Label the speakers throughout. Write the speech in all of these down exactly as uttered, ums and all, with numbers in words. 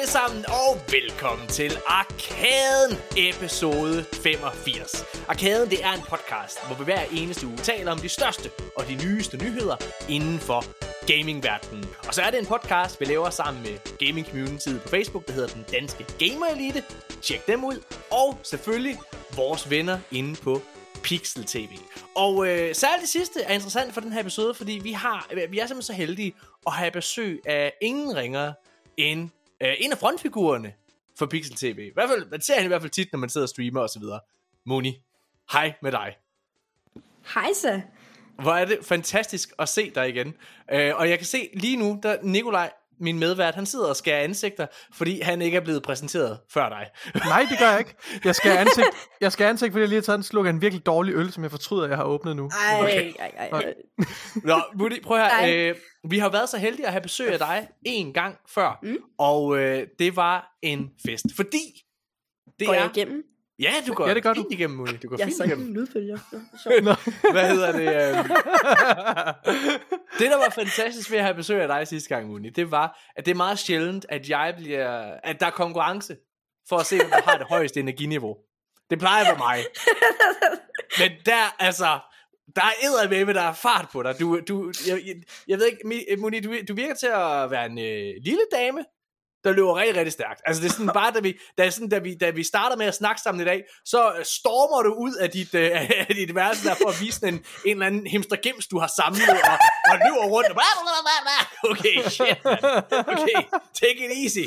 Speaker 1: alle sammen, og velkommen til Arkaden episode femogfirs. Arkaden, det er en podcast, hvor vi hver eneste uge taler om de største og de nyeste nyheder inden for gamingverdenen. Og så er det en podcast, vi laver sammen med gaming communityet på Facebook, der hedder Den Danske Gamer Elite. Tjek dem ud. Og selvfølgelig vores venner inde på Pixel T V. Og øh, særligt det sidste er interessant for den her episode, fordi vi har vi er simpelthen så heldige at have besøg af ingen ringere end øh, en af frontfigurerne for Pixel T V. I hvert fald, man ser hende i hvert fald tit, når man sidder og streamer og så videre. Moni, hej med dig.
Speaker 2: Hej så.
Speaker 1: Hvor er det fantastisk at se dig igen. øh, Og jeg kan se lige nu, der Nikolaj, min medvært, han sidder og skærer ansigter, fordi han ikke er blevet præsenteret før dig.
Speaker 3: Nej, det gør jeg ikke. Jeg skal ansigt, jeg skal ansigt, fordi jeg lige har taget en sluk af en virkelig dårlig øl, som jeg fortryder, jeg har åbnet nu.
Speaker 2: Ej,
Speaker 1: Okay.
Speaker 2: ej, ej, ej.
Speaker 1: Nå, Moni, prøv her. Øh, vi har været så heldige at have besøg af dig en gang før, mm. og øh, det var en fest, fordi det
Speaker 2: Går
Speaker 1: er...
Speaker 2: jeg igennem?
Speaker 1: Ja, du går
Speaker 3: Ja, det gør
Speaker 1: fint
Speaker 3: du.
Speaker 1: igennem, Moni. Du går
Speaker 2: Jeg
Speaker 1: fint
Speaker 2: er
Speaker 1: igennem.
Speaker 2: sådan en lydfølger.
Speaker 1: Hvad hedder det? Øh... det, der var fantastisk ved at have besøg af dig sidste gang, Moni, det var, at det er meget sjældent, at jeg bliver... at der er konkurrence for at se, hvem der har det højeste energiniveau. Det plejer at være mig. Men der, altså... Der er eddermame, der er fart på dig. Du, du, jeg, jeg, jeg ved ikke, Moni, du, du virker til at være en øh, lille dame, der løber rigtig, rigtig stærkt. Altså det er sådan bare, da vi, da, sådan, da, vi, da vi starter med at snakke sammen i dag, så stormer du ud af dit, øh, af dit værelse der for at vise en, en eller anden himstergems, du har samlet, og, og løber rundt. Og okay, shit, man. Okay, take it easy.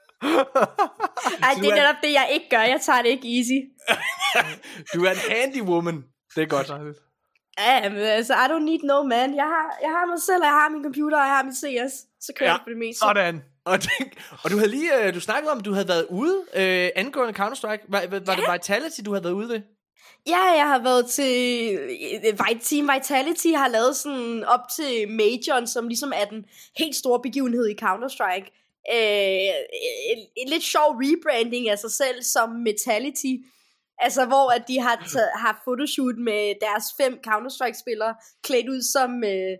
Speaker 2: Ej, det er netop det, jeg ikke gør. Jeg tager det ikke easy.
Speaker 1: Du er en handy woman. Det er godt.
Speaker 2: Ja, men altså, I don't need no man. Jeg har, jeg har mig selv, jeg har min computer, og jeg har min C S. Så kører
Speaker 1: Ja.
Speaker 2: jeg på det meste.
Speaker 3: Sådan.
Speaker 1: Og, det, og du havde lige, øh, du snakkede om, at du havde været ude øh, angående Counter-Strike. Var, var, var det Vitality, du havde været ude ved?
Speaker 2: Ja, jeg har været til øh, Team Vitality, har lavet sådan op til Majoren, som ligesom er den helt store begivenhed i Counter-Strike. Øh, en, en lidt sjov rebranding af sig selv som Metality. Altså, hvor at de har taget, har photoshoot med deres fem Counter-Strike-spillere, klædt ud som øh,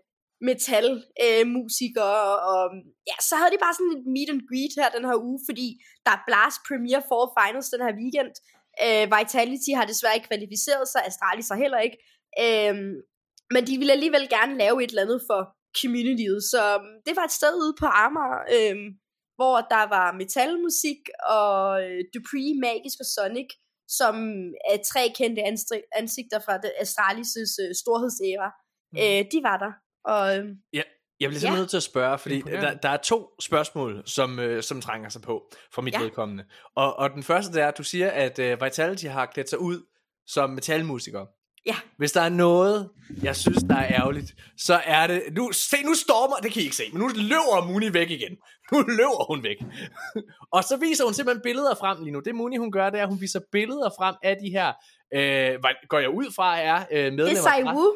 Speaker 2: metal-musikere, øh, og ja, så havde de bare sådan et meet and greet her den her uge, fordi der er Blast Premier for Finals den her weekend. Øh, Vitality har desværre ikke kvalificeret sig, Astralis så heller ikke, øh, men de ville alligevel gerne lave et eller andet for communityet, så det var et sted ude på Amager, øh, hvor der var metalmusik, og øh, Dupree, Magisk og Sonic, som er tre kendte ansigter fra Astralis' uh, storhedsæra. Mm. Øh, de var der. Og,
Speaker 1: ja, jeg bliver simpelthen
Speaker 2: ja.
Speaker 1: nødt til at spørge, fordi der, der er to spørgsmål, som, øh, som trænger sig på for mit
Speaker 2: ja.
Speaker 1: vedkommende. Og, og den første det er, at du siger, at øh, Vitality har klædt sig ud som metalmusikere.
Speaker 2: Ja.
Speaker 1: Hvis der er noget, jeg synes, der er ærgerligt, så er det... Nu, se, nu stormer... Det kan I ikke se, men nu løber Moni væk igen. Nu løber hun væk. Og så viser hun simpelthen billeder frem lige nu. Det Moni, hun gør, det er, at hun viser billeder frem af de her... Øh, hvad går jeg ud fra, er øh, medlemmer...
Speaker 2: Det er Saiwu.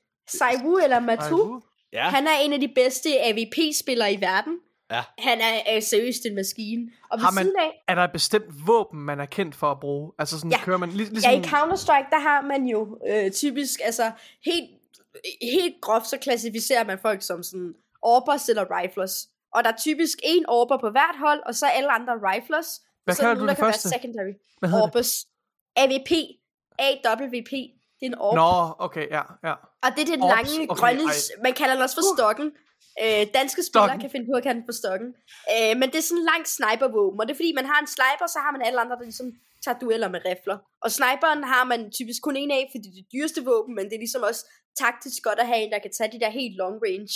Speaker 2: Saiwu eller Matu.
Speaker 1: Ja.
Speaker 2: Han er en af de bedste A V P-spillere i verden.
Speaker 1: Ja.
Speaker 2: Han er øh, seriøst en maskine. Og ved
Speaker 3: Har man,
Speaker 2: siden af...
Speaker 3: er der et bestemt våben, man er kendt for at bruge? Altså sådan,
Speaker 2: Ja.
Speaker 3: kører man lig, ligesom...
Speaker 2: Ja, i Counter-Strike, der har man jo øh, typisk, altså helt, helt groft, så klassificerer man folk som sådan Orbers eller Riflers. Og der er typisk en Orber på hvert hold, og så alle andre Riflers.
Speaker 3: Hvad
Speaker 2: så
Speaker 3: kalder
Speaker 2: nogen,
Speaker 3: du
Speaker 2: der
Speaker 3: det
Speaker 2: kan
Speaker 3: første?
Speaker 2: være secondary.
Speaker 3: Hvad hedder
Speaker 2: Orbers. A V P. A W P. Det er en Orb.
Speaker 3: Nå, okay, ja, ja.
Speaker 2: Og det er den
Speaker 3: Orbs,
Speaker 2: lange,
Speaker 3: okay,
Speaker 2: grønne,
Speaker 3: ej.
Speaker 2: man kalder den også for
Speaker 3: Uh.
Speaker 2: stokken. Øh, danske spillere
Speaker 3: Stokken.
Speaker 2: kan finde på at kalde den for stokken. Øh, men det er sådan en lang snipervåben, og det er fordi, man har en sniper, så har man alle andre, der ligesom tager dueller med rifler. Og sniperen har man typisk kun en af, fordi det er det dyreste våben, men det er ligesom også taktisk godt at have en, der kan tage de der helt long range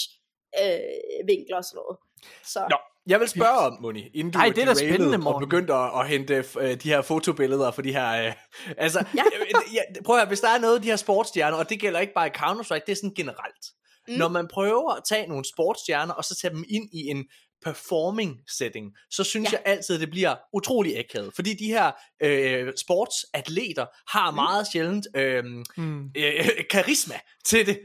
Speaker 2: øh, vinkler og sådan noget. Så.
Speaker 1: Nå, jeg vil spørge om, Moni, inden du
Speaker 3: Ej, det er da
Speaker 1: derailede
Speaker 3: spændende,
Speaker 1: og
Speaker 3: Morten.
Speaker 1: begyndte at, at hente uh, de her fotobilleder for de her... Uh, altså,
Speaker 2: Ja.
Speaker 1: ja, prøv at høre, hvis der er noget af de her sportsstjerner, og det gælder ikke bare i Counter-Strike, det er sådan generelt. Mm. Når man prøver at tage nogle sportsstjerner, og så tage dem ind i en performing setting, så synes ja. jeg altid, det bliver utrolig akavet. Fordi de her øh, sportsatleter har mm. meget sjældent øh, mm. øh, karisma til det.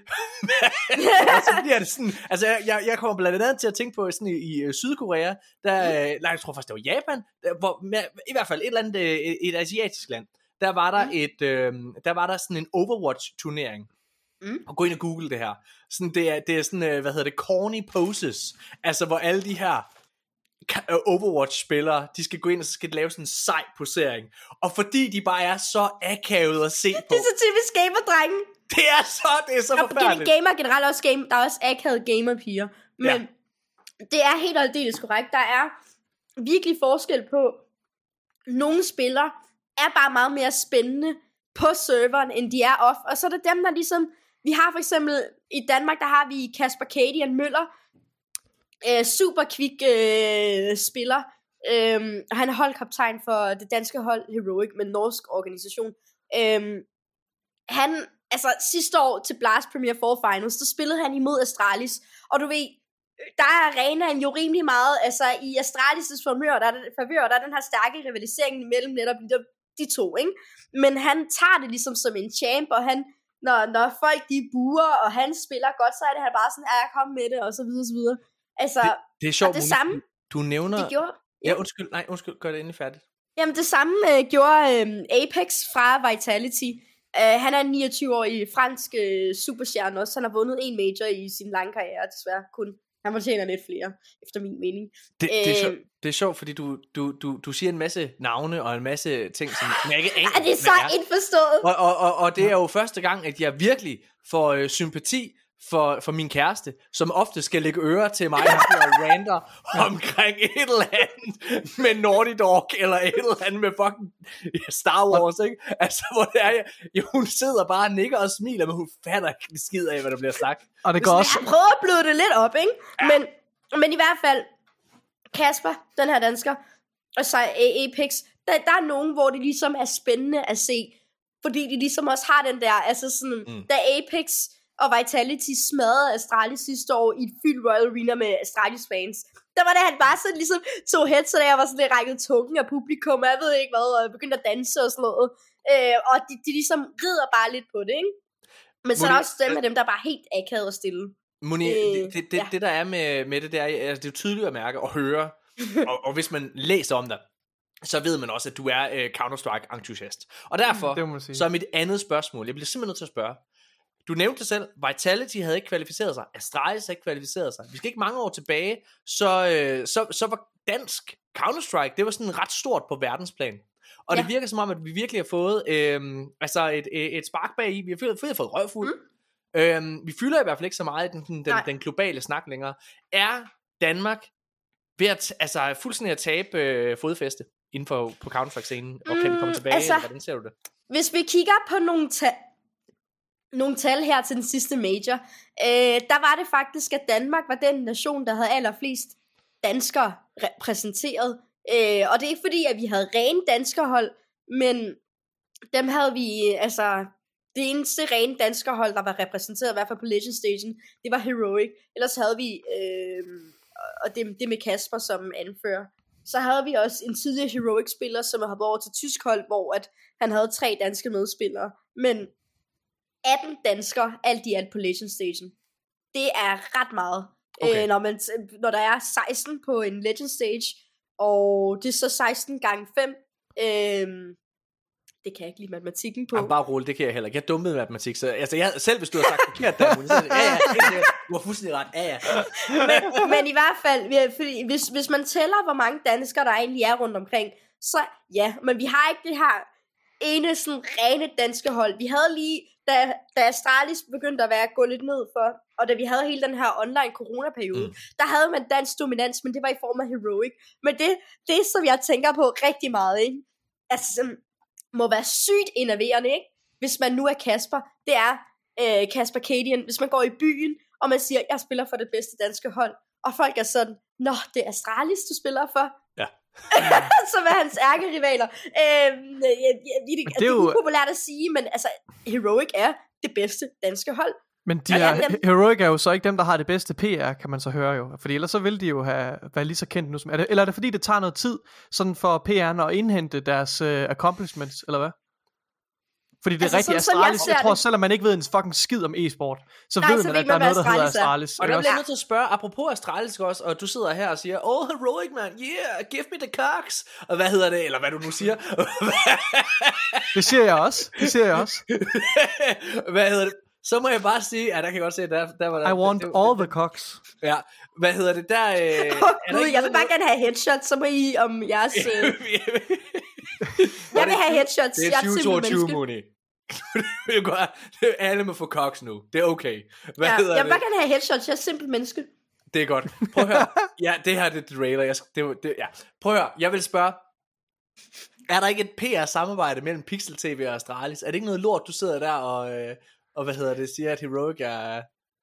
Speaker 1: Og så bliver det sådan, altså jeg, jeg kommer blandt andet til at tænke på sådan i, i Sydkorea, der, mm. nej, jeg tror faktisk det var Japan, der, hvor, med, i hvert fald et eller andet, et, et asiatisk land, der var der mm. et, øh, der var der sådan en Overwatch turnering. Mm. Og gå ind og google det her. Sådan, det, er, det er sådan, hvad hedder det, corny poses. Altså hvor alle de her Overwatch-spillere, de skal gå ind, og så skal de lave sådan en sej posering. Og fordi de bare er så akavet at se på.
Speaker 2: Det er så typisk gamerdrengen.
Speaker 1: Det er så, det er så
Speaker 2: og
Speaker 1: forfærdeligt.
Speaker 2: Gamer generelt også game, der er også akavet gamerpiger. Men ja. Det er helt og aldeles korrekt. Der er virkelig forskel på, nogle spillere er bare meget mere spændende på serveren, end de er off. Og så er der dem, der ligesom, vi har for eksempel, i Danmark, der har vi Kasper Kadian Møller, øh, super kvik øh, spiller, øhm, og han er holdkaptajn for det danske hold Heroic, med en norsk organisation. Øhm, han, altså sidste år til Blast Premier four Finals, der spillede han imod Astralis, og du ved, der er arenaen jo rimelig meget, altså i Astralis' favør, der er, favør, der er den her stærke rivalisering mellem netop de, de to, ikke? Men han tager det ligesom som en champ, og han, når, når folk de buer, og han spiller godt, så er det han bare sådan, ja, kom med det, og så videre, og så videre. Altså,
Speaker 1: det, det er sjovt,
Speaker 2: det samme,
Speaker 1: du nævner...
Speaker 2: de gjorde,
Speaker 1: ja, undskyld, nej, undskyld, gør det endelig færdigt.
Speaker 2: Jamen det samme øh, gjorde øh, Apex fra Vitality. Uh, han er en niogtyve-årig fransk øh, superstjerne også. Han har vundet en major i sin lange karriere, desværre kun. Han fortjener lidt flere, efter min mening.
Speaker 1: Det, det, er,
Speaker 2: øh,
Speaker 1: sjovt, det er sjovt, fordi du, du, du, du siger en masse navne og en masse ting, som jeg ikke aner.
Speaker 2: Er det så indforstået?
Speaker 1: Og, og, og, og det er jo første gang, at jeg virkelig får øh, sympati for, for min kæreste, som ofte skal lægge ører til mig, når jeg rander omkring et eller andet med Naughty Dog, eller et eller andet med fucking Star Wars, ikke? Altså, hvor det er, jeg, hun sidder bare og nikker og smiler, men hun fatter ikke en skid af, hvad der bliver sagt.
Speaker 3: Og det går også...
Speaker 2: Jeg prøver at bløde det lidt op, ikke? Ja. Men, men i hvert fald, Kasper, den her dansker, og så Apex, der, der er nogen, hvor det ligesom er spændende at se, fordi de ligesom også har den der, altså sådan, mm. da Apex og Vitality smadrede Astralis sidste år i et fyldt Royal Arena med Astralis fans. Der var det, han bare sådan ligesom tog headset af, og var sådan lidt rækket tungen af publikum, og jeg ved ikke hvad, og begyndte at danse og sådan noget. Øh, og de, de ligesom rider bare lidt på det, ikke? Men så er der også dem af dem, der er bare helt akavet at stille.
Speaker 1: Moni,
Speaker 2: øh,
Speaker 1: det, det, det,
Speaker 2: ja.
Speaker 1: det der er med, med det, der, altså, det er jo tydeligt at mærke og høre, og, og hvis man læser om dig, så ved man også, at du er øh, Counter-Strike-entusiast. Og derfor, mm, så er mit andet spørgsmål, jeg bliver simpelthen nødt til at spørge, du nævnte det selv, Vitality havde ikke kvalificeret sig, Astralis havde ikke kvalificeret sig. Vi skal ikke mange år tilbage, så, øh, så, så var dansk Counter-Strike, det var sådan ret stort på verdensplan. Og ja. Det virker som om, at vi virkelig har fået øh, altså et, et, et spark bag i, vi har fået, vi har fået røvfuld. Mm. Øh, vi fylder i hvert fald ikke så meget i den, den, den, den globale snak længere. Er Danmark ved at, altså fuldstændig at tabe øh, fodfæste inden for på Counter-Strike-scenen, og mm, kan de komme tilbage, altså, eller hvordan ser du det?
Speaker 2: Hvis vi kigger på nogle tal, nogle tal her til den sidste major, øh, der var det faktisk, at Danmark var den nation, der havde allerflest danskere repræsenteret. Øh, og det er ikke fordi, at vi havde rene danskerhold, men dem havde vi, altså, det eneste rene danskerhold, der var repræsenteret, i hvert fald på Legend Station, det var Heroic. Ellers havde vi, øh, og det, det med Kasper som anfører, så havde vi også en tidligere Heroic-spiller, som havde været over til tysk hold, hvor at han havde tre danske medspillere. Men atten danskere, alt i alt på Legend Station. Det er ret meget. Okay. Øh, når, man, når der er seksten på en Legend Stage, og det er så seksten gange fem, øh, det kan jeg ikke lide matematikken på.
Speaker 1: Jamen, bare roligt, det kan jeg heller ikke. Jeg dummede matematik, så altså, jeg, selv hvis du har sagt forkert der, så ja, ja, ja, du har fuldstændig ret, ja, ja.
Speaker 2: Men, men i hvert fald, fordi hvis, hvis man tæller, hvor mange danskere der egentlig er rundt omkring, så ja, men vi har ikke det her ene sådan rene danske hold. Vi havde lige, da, da Astralis begyndte at være gå lidt ned for, og da vi havde hele den her online coronaperiode, mm. der havde man dansk dominans, men det var i form af Heroic. Men det, det som jeg tænker på rigtig meget, ikke? Altså, må være sygt innoverende, ikke? Hvis man nu er Kasper, det er øh, Kasper Kadian. Hvis man går i byen, og man siger, jeg spiller for det bedste danske hold, og folk er sådan, nå, det er Astralis, du spiller for.
Speaker 1: Ja.
Speaker 2: Som er hans ærkerivaler. Øh, det, det, det er jo upopulært at sige, men altså, Heroic er det bedste danske hold.
Speaker 3: Men de er, dem... Heroic er jo så ikke dem, der har det bedste P R, kan man så høre jo. Fordi ellers så vil de jo have, være lige så kendt nu som... Er det, eller er det fordi, det tager noget tid sådan for P R'en at indhente deres uh, accomplishments, eller hvad? Fordi det er altså, rigtig Astralis. Jeg, jeg tror, selvom man ikke ved en fucking skid om e-sport, så Nej, ved så man, at der er noget, der hedder Astralis.
Speaker 1: Og der bliver nødt til at spørge, apropos Astralis også, og du sidder her og siger, oh, Heroic, man, yeah, give me the cocks. Og hvad hedder det, eller hvad du nu siger?
Speaker 3: Det siger jeg også. Det siger jeg også.
Speaker 1: Hvad hedder det? så må jeg bare sige, at der kan jeg godt se, at der, der var der...
Speaker 3: I want
Speaker 1: det,
Speaker 3: all the cocks.
Speaker 1: Ja, hvad hedder det der... Øh,
Speaker 2: Åh oh, gud, jeg vil bare gerne have headshots, så må I om jeres... Øh... jeg vil have headshots,
Speaker 1: det er
Speaker 2: jeg
Speaker 1: tyve toogtyve, Moni. Det er alle må få cocks nu. Det er okay. Hvad
Speaker 2: ja,
Speaker 1: hedder
Speaker 2: jeg vil
Speaker 1: det?
Speaker 2: bare gerne have headshots, jeg er simpelt menneske.
Speaker 1: Det er godt. Prøv at høre. Ja, det her det er trailer. Jeg, det, det, ja. Prøv at høre. Jeg vil spørge. Er der ikke et P R-samarbejde mellem Pixel T V og Astralis? Er det ikke noget lort, du sidder der og, øh, og hvad hedder det, siger, at Heroic er...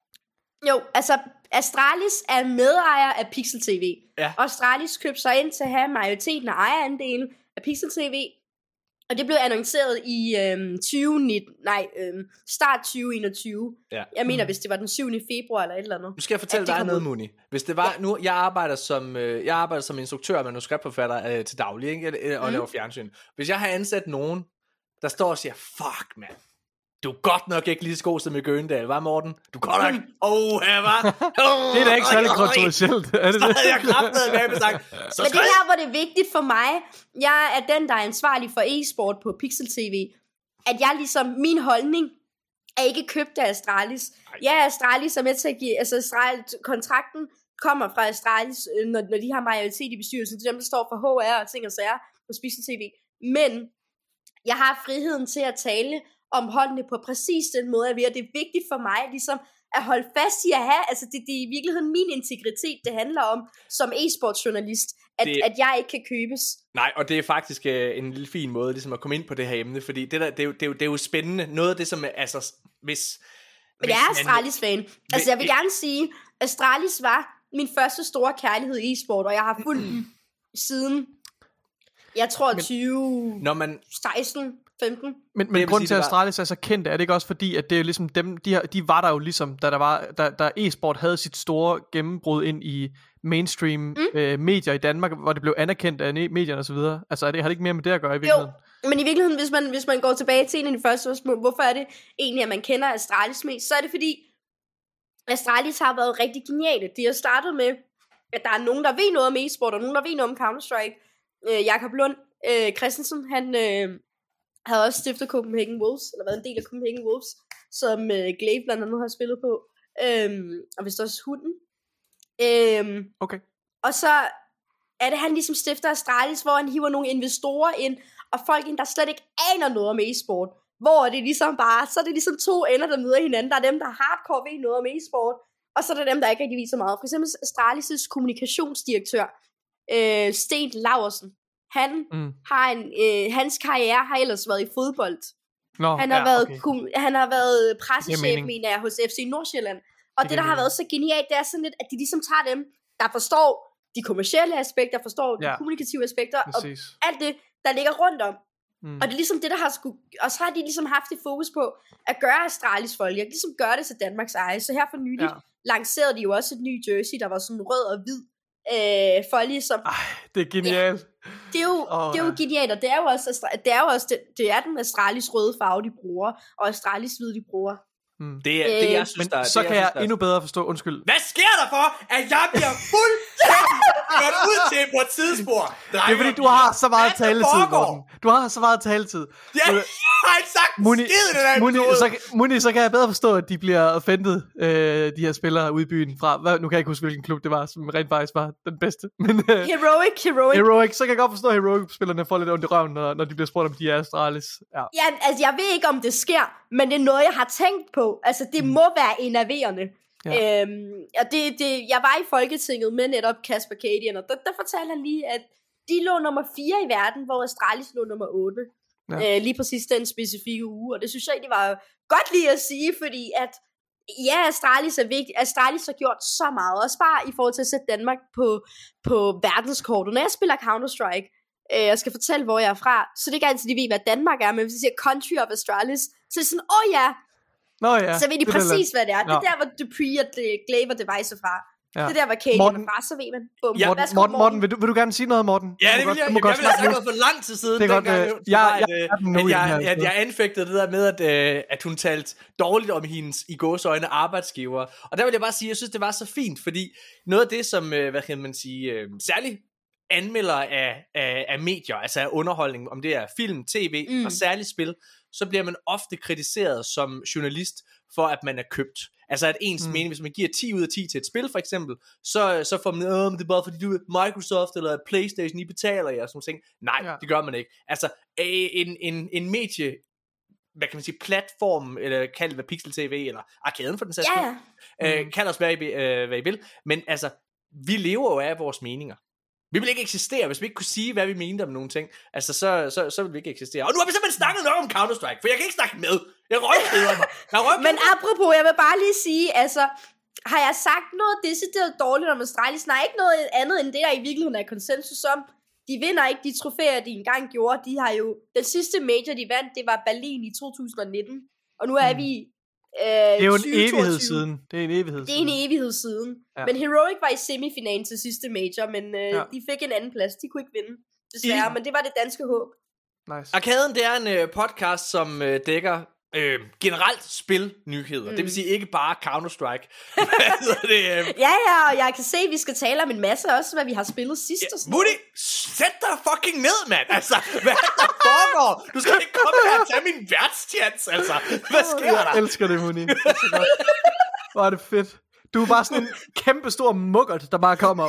Speaker 2: Jo, altså Astralis er medejer af Pixel T V.
Speaker 1: Ja.
Speaker 2: Og Astralis købte sig ind til at have majoriteten af ejerandelen af Pixel T V. Og det blev annonceret i øhm, tyve nitten, nej, øhm, start tyve enogtyve.
Speaker 1: Ja.
Speaker 2: Jeg mener, hvis det var den syvende februar eller et eller andet.
Speaker 1: Nu skal jeg fortælle dig noget, Moni. Hvis det var, ja. nu, jeg arbejder som, øh, jeg arbejder som instruktør og manuskriptforfatter øh, til daglig, ikke? Og mm. laver fjernsyn. Hvis jeg har ansat nogen, der står og siger, fuck, mand. Du er godt nok ikke lige så god som i Gøndal, hva' Morten? Du er godt nok... Åh, oh, her, hva'? Oh,
Speaker 3: det er da ikke særlig kontroversielt, er det
Speaker 1: så
Speaker 3: det?
Speaker 1: havde jeg kraftedeme med at sagt. Så
Speaker 2: Men det er her, hvor det er vigtigt for mig. Jeg er den, der er ansvarlig for e-sport på Pixel T V. At jeg ligesom, min holdning er ikke købt af Astralis. Jeg er Astralis, som jeg til at give... Altså, Astralis, kontrakten kommer fra Astralis, når, når de har majoritet i bestyrelsen. Det er dem, der står for H R og ting og sager på Pixel T V. Men jeg har friheden til at tale om holdene på præcis den måde, jeg vil. Det er vigtigt for mig ligesom at holde fast i at have, altså det, det er i virkeligheden min integritet, det handler om som e-sportsjournalist, at, det, at jeg ikke kan købes.
Speaker 1: Nej, og det er faktisk øh, en lille fin måde ligesom at komme ind på det her emne, fordi det, der, det, er, jo, det, er, jo, det er jo spændende. Noget af det, som altså, hvis...
Speaker 2: Men jeg er Astralis-fan. Altså jeg vil gerne sige, Astralis var min første store kærlighed i e-sport, og jeg har fulgt den siden, jeg tror tyve
Speaker 1: når man
Speaker 2: seksten femten.
Speaker 3: Men, men grunden til, at Astralis er så kendt, er det ikke også fordi, at det er ligesom dem, de, de var der jo ligesom, da der var, da, da e-sport havde sit store gennembrud ind i mainstream mm. øh, medier i Danmark, hvor det blev anerkendt af medierne og så videre. Altså, er det, har det ikke mere med det at gøre i virkeligheden?
Speaker 2: Jo, men i virkeligheden, hvis man, hvis man går tilbage til en af de første spørgsmål, hvorfor er det egentlig, at man kender Astralis mest, så er det fordi, Astralis har været rigtig geniale. De har startet med, at der er nogen, der ved noget om e-sport, og nogen, der ved noget om Counter-Strike. Øh, Jakob Lund øh, Christensen, han... Øh, havde også stiftet Copenhagen Wolves, eller været en del af Copenhagen Wolves, som øh, Glaive blandt andet har spillet på, øhm, og vist også Hunden. Øhm,
Speaker 3: okay.
Speaker 2: Og så er det, han ligesom stifter Astralis, hvor han hiver nogle investorer ind, og folk ind, der slet ikke aner noget om e-sport, hvor det ligesom bare, så er det ligesom to ender, der møder hinanden. Der er dem, der hardcore ved noget om e-sport, og så er der dem, der ikke rigtig ved så meget. For eksempel Astralis' kommunikationsdirektør, øh, Sten Laursen. Han mm. har en, øh, hans karriere har ellers været i fodbold.
Speaker 3: Nå,
Speaker 2: han, har
Speaker 3: ja,
Speaker 2: været,
Speaker 3: okay.
Speaker 2: kum, han har været pressechef, mener jeg, hos F C Nordsjælland. Og det, det der har været så genialt, det er sådan lidt, at de ligesom tager dem, der forstår de kommercielle aspekter, forstår ja. de kommunikative aspekter, Præcis. og alt det, der ligger rundt om. Mm. Og det er ligesom det, der har sku... Og så har de ligesom haft det fokus på, at gøre Astralis folke, ligesom gøre det til Danmarks eje. Så her for nylig ja. lancerede de jo også et ny jersey, der var sådan rød og hvid. Øh, folje, som...
Speaker 3: Ej, det er genialt.
Speaker 2: Ja. Det er jo, oh, det er jo ja. genialt, og det er jo også, det er jo også det, det er den Astralis røde farve, de bruger, og Astralis hvide, de bruger.
Speaker 3: Hmm.
Speaker 1: Det er det, jeg synes,
Speaker 3: men
Speaker 1: der,
Speaker 3: så
Speaker 1: det,
Speaker 3: kan
Speaker 1: jeg,
Speaker 3: jeg, jeg endnu bedre forstå, undskyld.
Speaker 1: Hvad sker der for, at jeg bliver fuldstændig kørt ud til på et tidsspor?
Speaker 3: Det er fordi, du har så meget taletid, Morten. Du har så meget taletid.
Speaker 1: Ja, jeg har ikke sagt
Speaker 3: Muni,
Speaker 1: skid i den her
Speaker 3: Muni, så, Muni, så kan jeg bedre forstå, at de bliver offentet, øh, de her spillere ude i byen fra, hvad, nu kan jeg ikke huske, hvilken klub det var, som rent faktisk var den bedste. Men, øh,
Speaker 2: Heroic, Heroic.
Speaker 3: Heroic, så kan jeg godt forstå, at Heroic-spillerne får lidt ondt i røven, når, når de bliver spurgt, om de er Astralis. Ja.
Speaker 2: ja, altså jeg ved ikke, om det sker, men det er noget, jeg har tænkt på. Altså det mm. må være enerverende. Ja. Øhm, og det, det, jeg var i Folketinget med netop Kasper Kadian, og der, der fortalte han lige, at de lå nummer fire i verden, hvor Astralis lå nummer otte. Ja. Øh, lige præcis den specifikke uge, og det synes jeg egentlig var godt lige at sige, fordi at ja, Astralis er vigtigt. Astralis har gjort så meget, også bare i forhold til at sætte Danmark på, på verdenskortet. Når jeg spiller Counter-Strike, øh, jeg skal fortælle, hvor jeg er fra, så det er ikke altid, de ved, hvad Danmark er, men hvis de siger Country of Astralis, så er det sådan, åh oh, ja,
Speaker 3: Nå, ja,
Speaker 2: så ved de
Speaker 3: det
Speaker 2: præcis, hvad det er.
Speaker 3: Nå.
Speaker 2: Det er der, hvor Dupree og Glaive og Device er fra. Ja. Det er der, hvor Katie er fra, så ved man. Bum.
Speaker 3: Ja, Morten, Morten, Morten vil, du, vil du gerne sige noget, Morten?
Speaker 1: Ja, det vil jeg. Jeg, jeg vil have sagt for lang tid siden,
Speaker 3: det er
Speaker 1: dengang,
Speaker 3: godt, øh, jeg,
Speaker 1: at,
Speaker 3: jeg,
Speaker 1: at, jeg, at, at jeg anfægtede det der med, at, øh, at hun talte dårligt om hendes i gåseøjne arbejdsgiver. Og der vil jeg bare sige, at jeg synes, det var så fint, fordi noget af det, som, øh, hvad kan man sige, øh, særligt anmeldere af, af, af medier, altså af underholdning, om det er film, tv mm. og særligt spil, så bliver man ofte kritiseret som journalist for, at man er købt. Altså at ens mm. mening, hvis man giver ti ud af ti til et spil for eksempel, så, så får man, åh, men det er bare fordi du er Microsoft eller Playstation, I betaler jer og sådan ting. Nej, ja. Det gør man ikke. Altså en, en, en medie, hvad kan man sige, platform, eller kald det Pixel T V, eller arkaden for den sags skyld, yeah. øh, kan også være, øh, hvad I vil, men altså, vi lever jo af vores meninger. Vi vil ikke eksistere, hvis vi ikke kunne sige, hvad vi mente om nogle ting. Altså, så, så, så vil vi ikke eksistere. Og nu har vi simpelthen snakket nok om Counter-Strike, for jeg kan ikke snakke med. Jeg røgkeder mig. Jeg røgkeder.
Speaker 2: Men apropos, jeg vil bare lige sige, altså, har jeg sagt noget decideret dårligt om Astralis? Nej, ikke noget andet end det, der i virkeligheden er konsensus om. De vinder ikke de trofæer, de engang gjorde. De har jo, den sidste major, de vandt, det var Berlin i to tusind nitten. Og nu er vi øh,
Speaker 3: det er jo en evighed siden. Det er en evighed
Speaker 2: siden. Det er en evighed siden. Ja. Men Heroic var i semifinalen til sidste major, men øh, ja. de fik en anden plads. De kunne ikke vinde, desværre. I... Men det var det danske håb.
Speaker 3: Nice.
Speaker 1: Arkaden, det er en øh, podcast, som øh, dækker øh, generelt spilnyheder. Mm. Det vil sige ikke bare Counter-Strike. det, øh...
Speaker 2: Ja, ja, og jeg kan se, at vi skal tale om en masse også, hvad vi har spillet sidst. Ja, og sådan
Speaker 1: Woody, sæt dig fucking ned, mand. Altså, hvad der foregår? Du skal ikke komme her og tage min værtstjans, altså. Hvad sker der?
Speaker 3: Jeg elsker det, Muni. Hvor er det fedt. Du er bare sådan en kæmpe stor mukkert, der bare kommer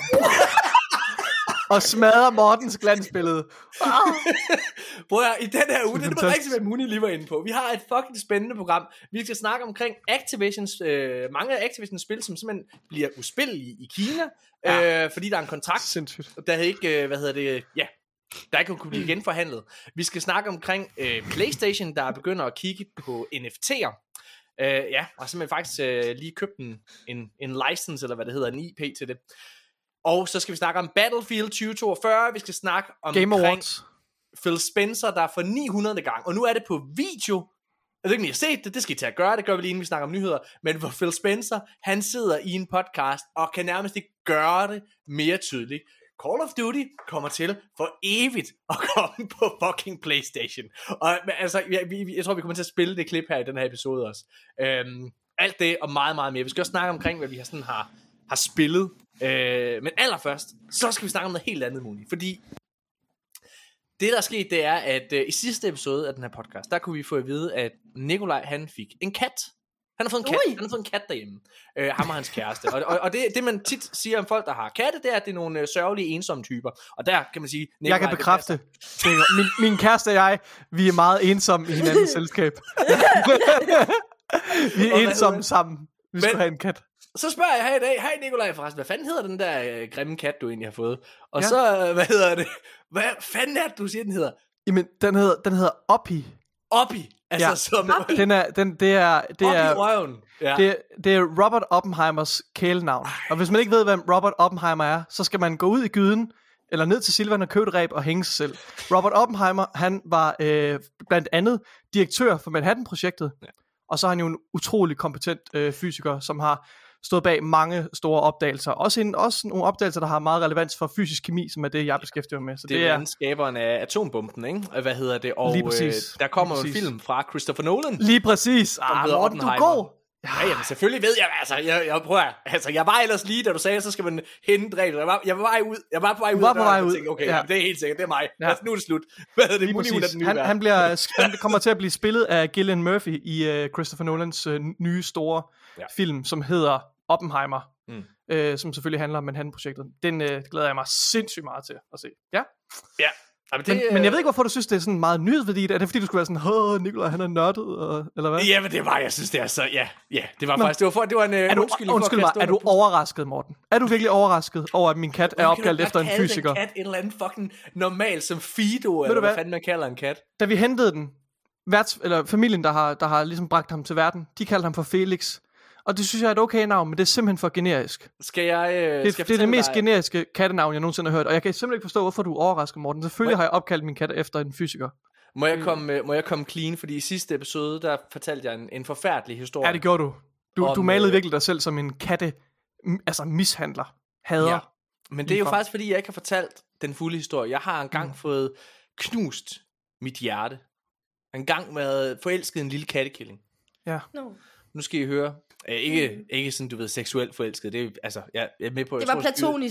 Speaker 3: og smadrer Mortens glansbillede. Wow.
Speaker 1: Prøv at, i den her uge, det er det rigtigt, hvad Muni lige var inde på. Vi har et fucking spændende program. Vi skal snakke omkring Activisions, øh, mange af Activisions spil, som simpelthen bliver uspillige i Kina, ja. øh, fordi der er en kontrakt,
Speaker 3: sindssygt.
Speaker 1: Der ikke, øh, hvad hedder det, ja, der ikke kunne blive genforhandlet. Vi skal snakke omkring øh, PlayStation, der begynder at kigge på N F T'er. Øh, ja, og simpelthen faktisk øh, lige købt en, en, en license, eller hvad det hedder, en I P til det. Og så skal vi snakke om Battlefield tyve toogfyrre. Vi skal snakke om
Speaker 3: Game Awards.
Speaker 1: Phil Spencer, der er for ni hundrede gang. Og nu er det på video. Jeg ved ikke, om I har set det. Det skal I til at gøre. Det gør vi lige, inden vi snakker om nyheder. Men hvor Phil Spencer, han sidder i en podcast, og kan nærmest ikke gøre det mere tydeligt. Call of Duty kommer til for evigt at komme på fucking PlayStation. Og altså, jeg, jeg, jeg tror, vi kommer til at spille det klip her i den her episode også. Øhm, alt det og meget, meget mere. Vi skal også snakke omkring, hvad vi har, sådan har, har spillet. Øh, men allerførst, så skal vi snakke om noget helt andet, Moni. Fordi det, der er sket, det er, at øh, i sidste episode af den her podcast, der kunne vi få at vide, at Nikolaj, han fik en kat. Han har fået en kat, han har fået en kat derhjemme. Øh, ham og hans kæreste. Og, og, og det, det, man tit siger om folk, der har katte, det er, at det er nogle øh, sørgelige, ensomme typer. Og der kan man sige... Nikolaj,
Speaker 3: jeg kan bekræfte. Det min, min kæreste og jeg, vi er meget ensomme i hinandens selskab. Vi er ensomme sammen. Vi skal have en kat.
Speaker 1: Så spørger jeg her i dag, hej Nikolaj forresten, hvad fanden hedder den der øh, grimme kat, du egentlig har fået? Og ja. så, øh, hvad hedder det? Hvad fanden er det, du siger, den hedder?
Speaker 3: Jamen, den hedder, den hedder Oppy.
Speaker 1: Oppy? Altså
Speaker 3: ja.
Speaker 1: som...
Speaker 3: Den er, den, det er... Det
Speaker 1: Oppy
Speaker 3: er,
Speaker 1: røven. Ja.
Speaker 3: Det, det er Robert Oppenheimers kælenavn. Og hvis man ikke ved, hvem Robert Oppenheimer er, så skal man gå ud i gyden, eller ned til Silvan og købe et ræb og hænge sig selv. Robert Oppenheimer, han var øh, blandt andet direktør for Manhattan-projektet. Ja. Og så er han jo en utrolig kompetent øh, fysiker, som har stået bag mange store opdagelser. Også, en, også nogle opdagelser, der har meget relevans for fysisk kemi, som er det, jeg beskæftiger mig med. Så
Speaker 1: det, det er blandt skaberen af atombomben, ikke? Hvad hedder det? Og øh, der kommer en film fra Christopher Nolan.
Speaker 3: Lige præcis. Ah, Morten, du er god.
Speaker 1: Ja, jamen, selvfølgelig ved jeg, altså, jeg, jeg prøver, altså, jeg var ellers lige, da du sagde, så skal man hente regler. Jeg var, jeg var på vej ud, jeg var på vej ud.
Speaker 3: Du var på vej ud.
Speaker 1: Tænkte, okay, ja. Jamen, det er helt sikkert, det er mig. Ja. Altså, nu er det slut. Hvad er det? Muni, hun er den nye
Speaker 3: han, han, bliver, han kommer til at blive spillet af Cillian Murphy i uh, Christopher Nolans uh, nye store ja. film, som hedder Oppenheimer. Mm. Uh, som selvfølgelig handler om Manhattan-projektet. Den uh, glæder jeg mig sindssygt meget til at se. Ja.
Speaker 1: Ja.
Speaker 3: Jamen, det, men, men jeg ved ikke, hvorfor du synes, det er sådan meget nyhedsværdigt. Er det fordi, du skulle være sådan, åh, Nikolaj, han er nørdet, og, eller hvad?
Speaker 1: Ja, men det var, jeg synes, det er så, ja, ja, det var Nå. faktisk, det var, for, det var en
Speaker 3: er du,
Speaker 1: undskyldning
Speaker 3: undskyld
Speaker 1: for
Speaker 3: mig, er du overrasket, Morten? Er du virkelig overrasket over, at min kat er opkaldt efter en fysiker?
Speaker 1: Kan du kat en eller anden fucking normal som Fido, eller hvad? hvad fanden man kalder en kat?
Speaker 3: Da vi hentede den, værts, eller familien, der har, der har ligesom bragt ham til verden, de kaldte ham for Felix. Og det synes jeg er et okay navn, men det er simpelthen for generisk.
Speaker 1: Skal jeg... Øh,
Speaker 3: det,
Speaker 1: skal jeg
Speaker 3: det er det mest dig? generiske kattenavn, jeg nogensinde har hørt. Og jeg kan simpelthen ikke forstå, hvorfor du er overrasket, Morten. Selvfølgelig jeg... har jeg opkaldt min kat efter en fysiker.
Speaker 1: Må jeg komme, må jeg komme clean? Fordi i sidste episode, der fortalte jeg en, en forfærdelig historie.
Speaker 3: Ja, det gjorde du. Du, om, du malede øh... virkelig dig selv som en katte... Altså mishandler. Hader. Ja.
Speaker 1: Men det er jo faktisk, fordi jeg ikke har fortalt den fulde historie. Jeg har engang mm. fået knust mit hjerte. En gang været forelsket en lille kattekilling.
Speaker 3: Ja.
Speaker 2: No.
Speaker 1: Nu skal I høre... Æ, ikke, mm. ikke sådan, du ved, seksuelt forelsket. Det er, altså, jeg er med på...
Speaker 2: Det var platonisk.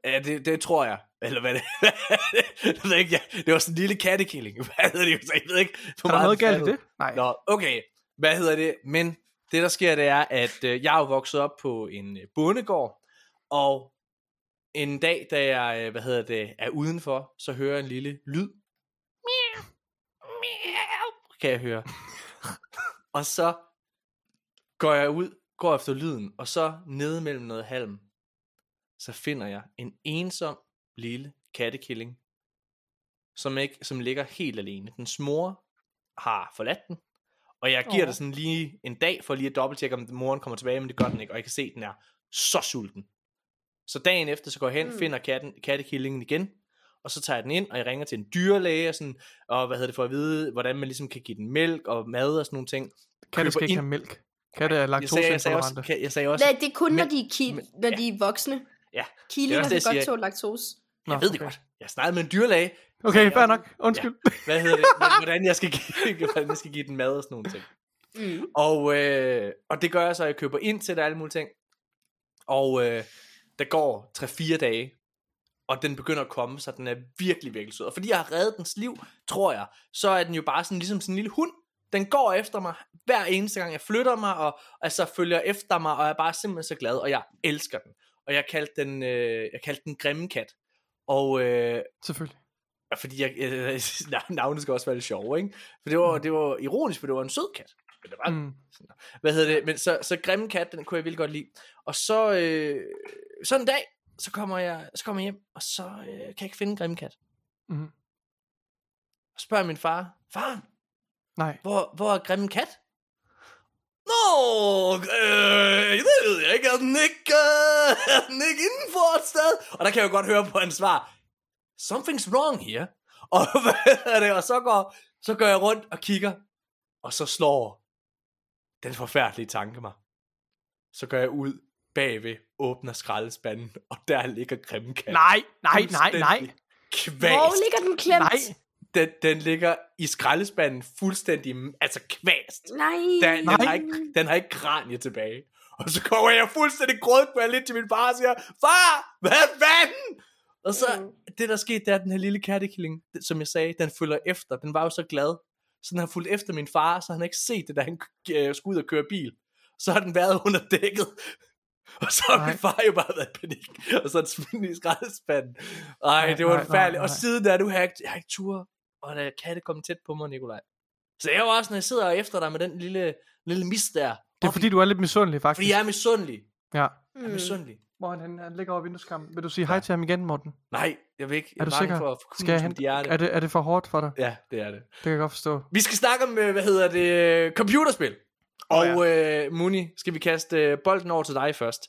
Speaker 1: Ja, det, det tror jeg. Eller hvad det jeg ved ikke, ja. Det var sådan en lille kattekilling. Hvad hedder det? Jeg ved ikke.
Speaker 3: Er der noget galt i det?
Speaker 1: Nej. Nå, okay. Hvad hedder det? Men det, der sker, det er, at øh, jeg er jo vokset op på en øh, bondegård, og en dag, da jeg, øh, hvad hedder det, er udenfor, så hører jeg en lille lyd. Miau, miau, kan jeg høre. Og så går jeg ud, går efter lyden, og så nede mellem noget halm, så finder jeg en ensom lille kattekilling, som, ikke, som ligger helt alene. Dens mor har forladt den, og jeg giver oh. det sådan lige en dag, for lige at dobbelttjekke, om moren kommer tilbage, men det gør den ikke, og jeg kan se, at den er så sulten. Så dagen efter, så går jeg hen, mm. finder katten, kattekillingen igen, og så tager jeg den ind, og jeg ringer til en dyrlæge, og, sådan, og hvad hedder det, for at vide, hvordan man ligesom kan give den mælk og mad og sådan nogle ting.
Speaker 3: Katte skal ikke have mælk. Katte er laktoseintolerante.
Speaker 2: Jeg sagde også, Nej, det er kun, når de er, ki- men, når de er voksne.
Speaker 1: Ja.
Speaker 2: Killinger kan godt tåle laktose.
Speaker 1: Jeg ved det godt. Jeg snakkede med en dyrlæge.
Speaker 3: Okay, fair nok. Undskyld.
Speaker 1: Ja. Hvad hedder det? Hvordan jeg skal give, hvordan jeg skal give den mad og sådan nogle ting. Mm. Og, øh, og det gør jeg så, at jeg køber ind til det alle mulige ting. Og øh, der går tre fire dage, og den begynder at komme, så den er virkelig, virkelig sød. Og fordi jeg har reddet dens liv, tror jeg, så er den jo bare sådan ligesom sådan en lille hund. Den går efter mig hver eneste gang, jeg flytter mig, og altså følger efter mig, og jeg er bare simpelthen så glad, og jeg elsker den. Og jeg kaldte den, øh, jeg kaldte den grimme kat. Og øh,
Speaker 3: selvfølgelig.
Speaker 1: Fordi jeg, øh, navnet skal også være lidt sjov, ikke? For det var, mm. det var ironisk, for det var en sød kat. Men det var, mm. sådan, hvad hedder det? Men så, så grimme kat, den kunne jeg virkelig godt lide. Og så, øh, så en dag, så kommer jeg, så kommer jeg hjem, og så øh, kan jeg ikke finde en grimme kat.
Speaker 3: Mm.
Speaker 1: Og spørger min far, far,
Speaker 3: Nej.
Speaker 1: Hvor, hvor er grimme kat? Nå, øh, det ved jeg ikke, er den ikke, øh, er den ikke inden for et sted? Og der kan jeg jo godt høre på hans svar, something's wrong here. Og, hvad er det? Og så, går, så går jeg rundt og kigger, og så slår den forfærdelige tanke mig. Så går jeg ud bagved, åbner skraldespanden, og der ligger grimme kat.
Speaker 3: Nej, nej, nej, nej.
Speaker 2: Kvæst. Hvor ligger den klemt?
Speaker 3: Nej.
Speaker 1: Den, den ligger i skraldespanden fuldstændig, altså kvæst.
Speaker 2: Nej.
Speaker 1: Den, den, har ikke, den har ikke kranie tilbage. Og så kommer jeg fuldstændig grådkvæl lidt til min far og siger, far, hvad fanden? Og så, mm. det der skete, det er, den her lille kattekilling, som jeg sagde, den følger efter. Den var jo så glad. Så den har fulgt efter min far, så han har ikke set det, da han øh, skulle ud og køre bil. Så har den været under dækket. Og så har min far jo bare været i panik. Og så er den smidt i skraldespanden. Ej, det var færdigt. Og siden der, du har ikke, jeg har ikke tur. Og der katte kom tæt på mig, Nikolaj. Så jeg var også, når jeg sidder efter dig med den lille, lille mis der.
Speaker 3: Det er fordi, du er lidt misundelig, faktisk.
Speaker 1: Fordi jeg er misundelig.
Speaker 3: Ja.
Speaker 1: Jeg er misundelig.
Speaker 3: Morten, han, han ligger over vindueskampen. Vil du sige hej til ham igen, Morten?
Speaker 1: Nej, jeg vil ikke. Jeg
Speaker 3: er, er du sikker?
Speaker 1: For, for
Speaker 3: skal jeg hente? Er det, er det for hårdt for dig?
Speaker 1: Ja, det er det.
Speaker 3: Det kan jeg godt forstå.
Speaker 1: Vi skal snakke om, hvad hedder det, computerspil. Og oh, ja. uh, Muni, skal vi kaste bolden over til dig først.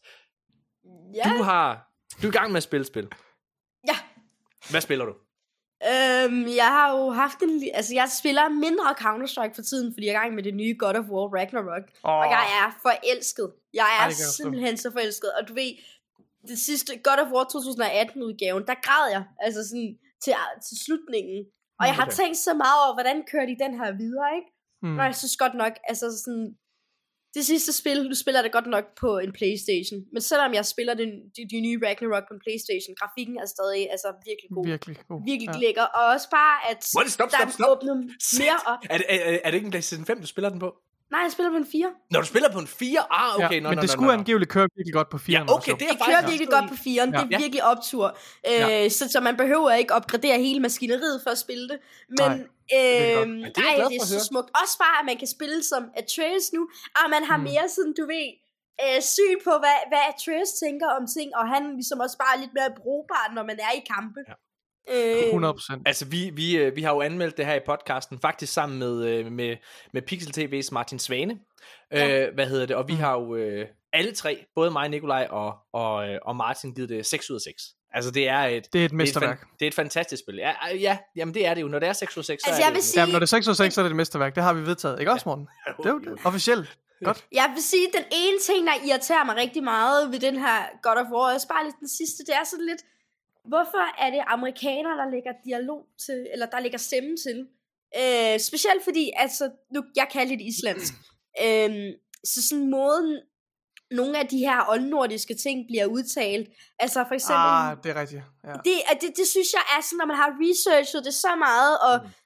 Speaker 2: Ja.
Speaker 1: Du har, du er i gang med at spille spil.
Speaker 2: Ja.
Speaker 1: Hvad spiller du?
Speaker 2: Øhm, jeg har jo haft en, altså jeg spiller mindre Counter-Strike for tiden, fordi jeg er i gang med det nye God of War Ragnarok, oh. og jeg er forelsket. Jeg er Ej, simpelthen så forelsket, og du ved, det sidste God of War to tusind atten udgaven, der græd jeg, altså sådan til, til slutningen, og jeg har okay. tænkt så meget over, hvordan kører de den her videre, ikke? Mm. Og jeg synes godt nok, altså sådan, det sidste spil, du spiller det godt nok på en PlayStation, men selvom jeg spiller det, de, de nye Ragnarok på en PlayStation, grafikken er stadig altså virkelig god.
Speaker 3: Virkelig god.
Speaker 2: Virkelig
Speaker 3: ja.
Speaker 2: lækker, og også bare, at
Speaker 1: What? Stop,
Speaker 2: der
Speaker 1: stop, stop.
Speaker 2: er åbnet mere op.
Speaker 1: Er det, er, er det ikke en PlayStation fem, du spiller den på?
Speaker 2: Nej, jeg spiller på en fire.
Speaker 1: Når du spiller på en fire? Ah, okay.
Speaker 3: Ja,
Speaker 1: no,
Speaker 3: men
Speaker 1: no,
Speaker 3: det
Speaker 1: no,
Speaker 3: skulle
Speaker 1: no, no.
Speaker 3: angiveligt køre virkelig godt på firen.
Speaker 1: Ja, okay, det er
Speaker 2: det kører virkelig godt på firen. Ja. Det er virkelig optur. Øh, ja. så, så man behøver ikke opgradere hele maskineriet for at spille det. Men nej, øh, det er, det er, ej, det er så smukt. Også bare, at man kan spille som Atreus nu. Og man har mm. mere sådan, du ved, øh, syn på, hvad, hvad Atreus tænker om ting. Og han ligesom også bare er lidt mere brugbar, når man er i kampe.
Speaker 1: Ja.
Speaker 3: hundrede procent.
Speaker 1: Altså vi, vi, vi har jo anmeldt det her i podcasten, faktisk sammen med, med, med Pixel T V's Martin Svane. Ja. Øh, hvad hedder det? Og vi har jo øh, alle tre, både mig, Nikolaj og, og, og Martin, givet det seks ud af seks. Altså det er et,
Speaker 3: det er et mesterværk.
Speaker 1: Det er et, det er et fantastisk spil. Ja, ja, jamen det er det jo. Når det er seks ud af seks, så
Speaker 2: altså,
Speaker 1: er
Speaker 2: jeg
Speaker 1: det
Speaker 2: vil sige,
Speaker 3: jamen, når det er seks ud af seks, så er det et mesterværk. Det har vi vedtaget. Ikke også, Morten? Det er jo det. Officielt. Godt.
Speaker 2: Jeg vil sige, den ene ting, der irriterer mig rigtig meget ved den her God of War, og bare lidt den sidste, det er sådan lidt, hvorfor er det amerikanere, der lægger dialog til, eller der lægger stemme til? Øh, specielt fordi, altså, nu, jeg kan lidt islandsk. Øh, så sådan måden, nogle af de her oldnordiske ting bliver udtalt. Altså for eksempel...
Speaker 3: Ah, det er rigtigt. Ja.
Speaker 2: Det, det, det synes jeg er sådan, når man har researchet det så meget, og mm.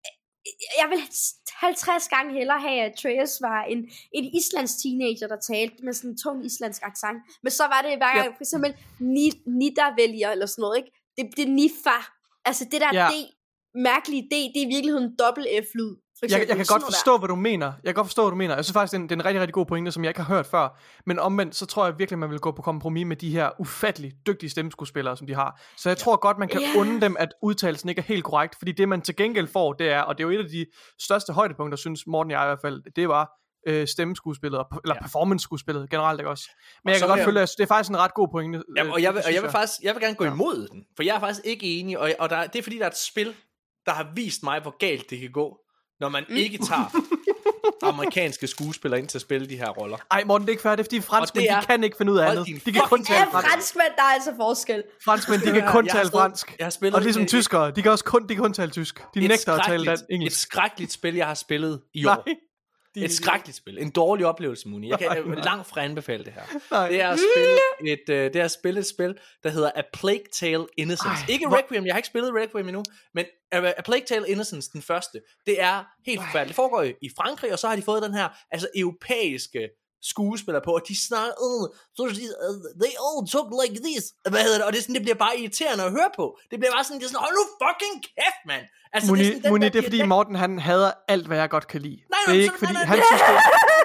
Speaker 2: jeg vil halvtreds gange hellere have, at Atreus var en, en islandsk teenager, der talte med sådan en tung islandsk accent. Men så var det hver gang, yep. for eksempel Nidavælger eller sådan noget, ikke? Det, det er Nifa. Altså det der ja. D, mærkelige D, det er i virkeligheden dobbelt F-lyd.
Speaker 3: Jeg, jeg kan godt forstå, der. hvad du mener. Jeg kan godt forstå, hvad du mener. Jeg synes faktisk, det er en, det er en rigtig, rigtig god pointe, som jeg ikke har hørt før. Men omvendt, så tror jeg virkelig, man vil gå på kompromis med de her ufattelig dygtige stemmeskuespillere, som de har. Så jeg tror godt, man kan yeah. unde dem, at udtalelsen ikke er helt korrekt. Fordi det, man til gengæld får, det er, og det er jo et af de største højdepunkter, synes Morten og jeg i hvert fald, det var øh, stemmeskuespillet, eller ja. performance-skuespillet generelt, ikke også? Men og jeg kan godt jeg... føle, at det er faktisk en ret god pointe.
Speaker 1: Jamen, og jeg vil, og jeg vil faktisk, jeg vil gerne gå ja. imod den. For jeg er faktisk ikke enig, og, og der, det er fordi, der er et spil, der har vist mig, hvor galt det kan gå, når man mm. ikke tager amerikanske skuespillere ind til at spille de her roller.
Speaker 3: Ej, Morten, det er ikke færdigt, fordi franskmænd, de kan ikke finde ud af andet. De kan kun tale fransk.
Speaker 2: Franskmænd, der er altså forskel.
Speaker 3: Franskmænd, de kan kun ja, tale fransk. Jeg har og ligesom et, tyskere, de kan også kun, de kan kun tale tysk. De nægter at tale dan- engelsk.
Speaker 1: Et skrækkeligt spil, jeg har spillet i år. Nej. Et skrækkeligt spil. En dårlig oplevelse, Muni. Jeg kan nej, nej. langt fra anbefale det her. Nej. Det er at spille et, uh, det er at spille et spil, der hedder A Plague Tale Innocence. Ej, ikke hvor... Requiem, jeg har ikke spillet Requiem endnu, men A, A Plague Tale Innocence, den første, det er helt forfærdeligt. Det foregår i Frankrig, og så har de fået den her altså europæiske skuespillere på, og de snakker, uh, they all talk like this. Hvad hedder det? Og det, er sådan, det bliver bare irriterende at høre på. Det bliver bare sådan, det er sådan, hold nu fucking kæft, mand. Altså,
Speaker 3: Muni,
Speaker 1: det er, sådan,
Speaker 3: Muni,
Speaker 1: den,
Speaker 3: det er fordi Morten, han hader alt, hvad jeg godt kan lide.
Speaker 1: Nej,
Speaker 3: det er ikke fordi, han synes det...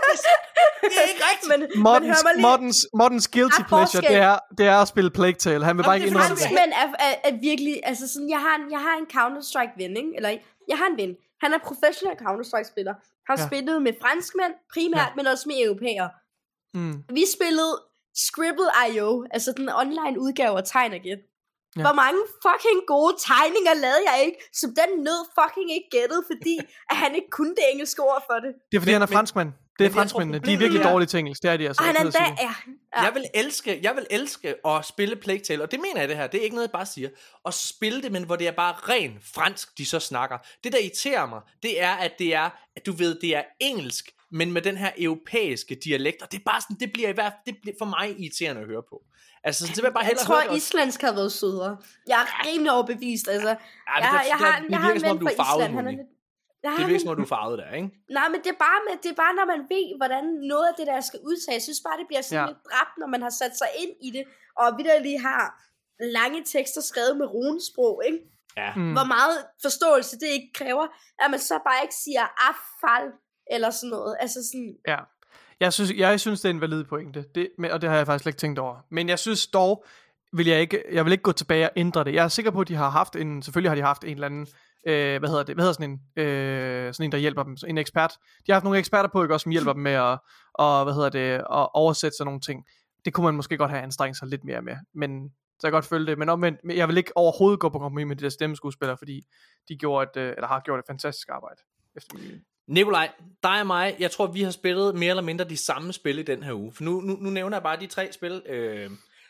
Speaker 1: det er ikke rigtigt.
Speaker 2: Men,
Speaker 3: Mortens,
Speaker 2: men
Speaker 3: Mortens, Mortens guilty pleasure, det er, det er at spille Plague Tale. Han vil bare ikke indrømme det.
Speaker 2: Franskmænd er, er, er virkelig, altså sådan, jeg har en, jeg har en Counter-Strike ven, ikke? Eller jeg har en ven. Han er professionel Counter-Strike-spiller. Har ja. spillet med franskmænd primært, ja. men også med europæere. Mm. Vi spillede Scribble punktum i o, altså den online udgave af Tegn og Gæt. Ja. Hvor mange fucking gode tegninger lavede jeg ikke, som den nød fucking ikke gættede, fordi at han ikke kunne det engelske ord for det.
Speaker 3: Det er fordi men, han er franskmand. Det er franskmændene. De er virkelig dårlige til engelsk. Det er de altså.
Speaker 2: Og han er da, ja,
Speaker 1: ja. Jeg vil elske, jeg vil elske at spille Plague Tale, og det mener jeg det her. Det er ikke noget jeg bare siger. At spille det, men hvor det er bare ren fransk, de så snakker. Det der irriterer mig, det er at det er, at du ved, det er engelsk, men med den her europæiske dialekt, og det er bare sådan, det bliver i hvert fald, det bliver for mig irriterende at høre på. Altså, så det vil jeg bare
Speaker 2: jeg tror, at islandsk har været sødere. Jeg er rimelig overbevist, altså. Ja,
Speaker 1: jeg, jeg, jeg, har, jeg har en ven fra Island, han er lidt... Det virker som om du er farvet der, ikke?
Speaker 2: Nej, men det er, bare med, det er bare, når man ved, hvordan noget af det der skal udtages. Jeg synes bare, det bliver sådan ja. lidt dræbt, når man har sat sig ind i det, og vi der lige har lange tekster skrevet med runesprog, ikke?
Speaker 1: Ja.
Speaker 2: Mm. Hvor meget forståelse det ikke kræver, at man så bare ikke siger affald, eller sådan noget. Altså sådan...
Speaker 3: Ja. Jeg synes, jeg synes, det er en valid pointe, det, og det har jeg faktisk ikke tænkt over. Men jeg synes dog, vil jeg ikke, jeg vil ikke gå tilbage og ændre det. Jeg er sikker på, at de har haft en, selvfølgelig har de haft en eller anden, øh, hvad hedder det, hvad hedder sådan en, øh, sådan en, der hjælper dem, en ekspert. De har haft nogle eksperter på, ikke også, som hjælper dem med at, og, hvad hedder det, at oversætte sådan nogle ting. Det kunne man måske godt have anstrengt sig lidt mere med, men så jeg godt følge det. Men omvendt, jeg vil ikke overhovedet gå på kompromis med de der stemmeskuespillere, fordi de gjorde et, eller har gjort et fantastisk arbejde efter min.
Speaker 1: Nikolaj, dig og mig, jeg tror vi har spillet mere eller mindre de samme spil i den her uge. For nu, nu, nu nævner jeg bare de tre spil. Øh,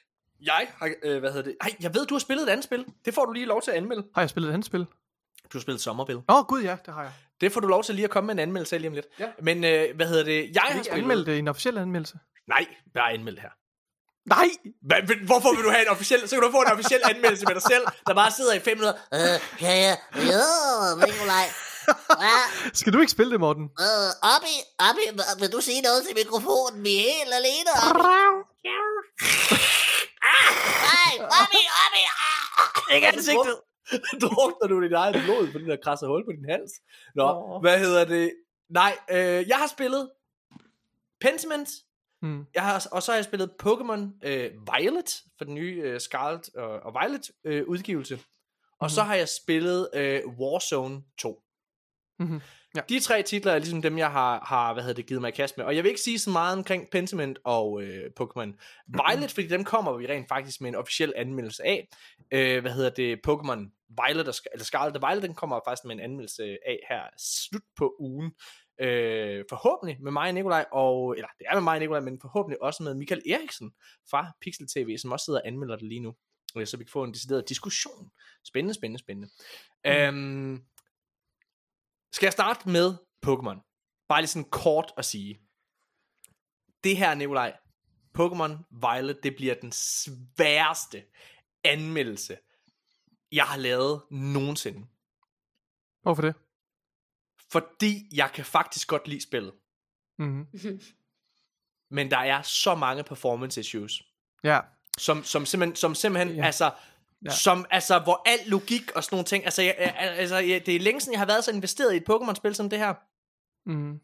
Speaker 1: jeg har, øh, hvad hedder det? Ej, jeg ved du har spillet et andet spil. Det får du lige lov til at anmelde.
Speaker 3: Har jeg spillet et andet spil?
Speaker 1: Du har spillet Somerville.
Speaker 3: Åh oh, gud ja, det har jeg.
Speaker 1: Det får du lov til lige at komme med en anmeldelse lige om lidt. Ja. Men øh, hvad hedder det? Jeg
Speaker 3: har
Speaker 1: har spillet.
Speaker 3: Anmelde det i en officiel anmeldelse?
Speaker 1: Nej, bare anmeld her.
Speaker 3: Nej!
Speaker 1: Hva, hvorfor vil du have en officiel? Så kan du få en officiel anmeldelse med dig selv, der bare sidder i fem minutter. Øh, kan jeg? Jo, Nikolaj.
Speaker 4: Ja.
Speaker 3: Skal du ikke spille det, Morten?
Speaker 4: Øh, Obi, Obi, vil du sige noget til mikrofonen? Vi er helt alene, Obi. Nej, Obi, Obi.
Speaker 1: Ikke ansigtet. Drukner du dit eget blod på den der krasser hul på din hals? Nå, oh. Hvad hedder det? Nej, øh, jeg har spillet Pentiment. Hmm. Jeg har, og så har jeg spillet Pokémon øh, Violet for den nye øh, Scarlet og, og Violet øh, udgivelse. Og mm-hmm. så har jeg spillet øh, Warzone to. Mm-hmm. Ja. De tre titler er ligesom dem, jeg har, har hvad hedder det, givet mig i kast med. Og jeg vil ikke sige så meget omkring Pentiment og øh, Pokémon Violet, fordi dem kommer vi rent faktisk med en officiel anmeldelse af. Øh, hvad hedder det? Pokémon Violet, og, eller Scarlet og Violet, den kommer faktisk med en anmeldelse af her slut på ugen. Øh, forhåbentlig med mig og Nikolaj, og, eller det er med mig og Nikolaj, men forhåbentlig også med Michael Eriksen fra Pixel T V, som også sidder og anmelder det lige nu, så vi kan få en decideret diskussion. Spændende, spændende, spændende. Mm. Øhm, skal jeg starte med Pokémon? Bare lige sådan kort at sige. Det her, Nikolaj, Pokémon Violet, det bliver den sværeste anmeldelse, jeg har lavet nogensinde.
Speaker 3: Hvorfor det?
Speaker 1: Fordi jeg kan faktisk godt lide spillet.
Speaker 3: Mm-hmm.
Speaker 1: Men der er så mange performance issues.
Speaker 3: Ja.
Speaker 1: Som, som simpelthen, som simpelthen
Speaker 3: Ja.
Speaker 1: altså,
Speaker 3: Ja.
Speaker 1: som, altså, hvor al logik og sådan nogle ting, altså, jeg, altså jeg, det er længe siden, jeg har været så investeret i et Pokémon-spil som det her.
Speaker 3: Mm.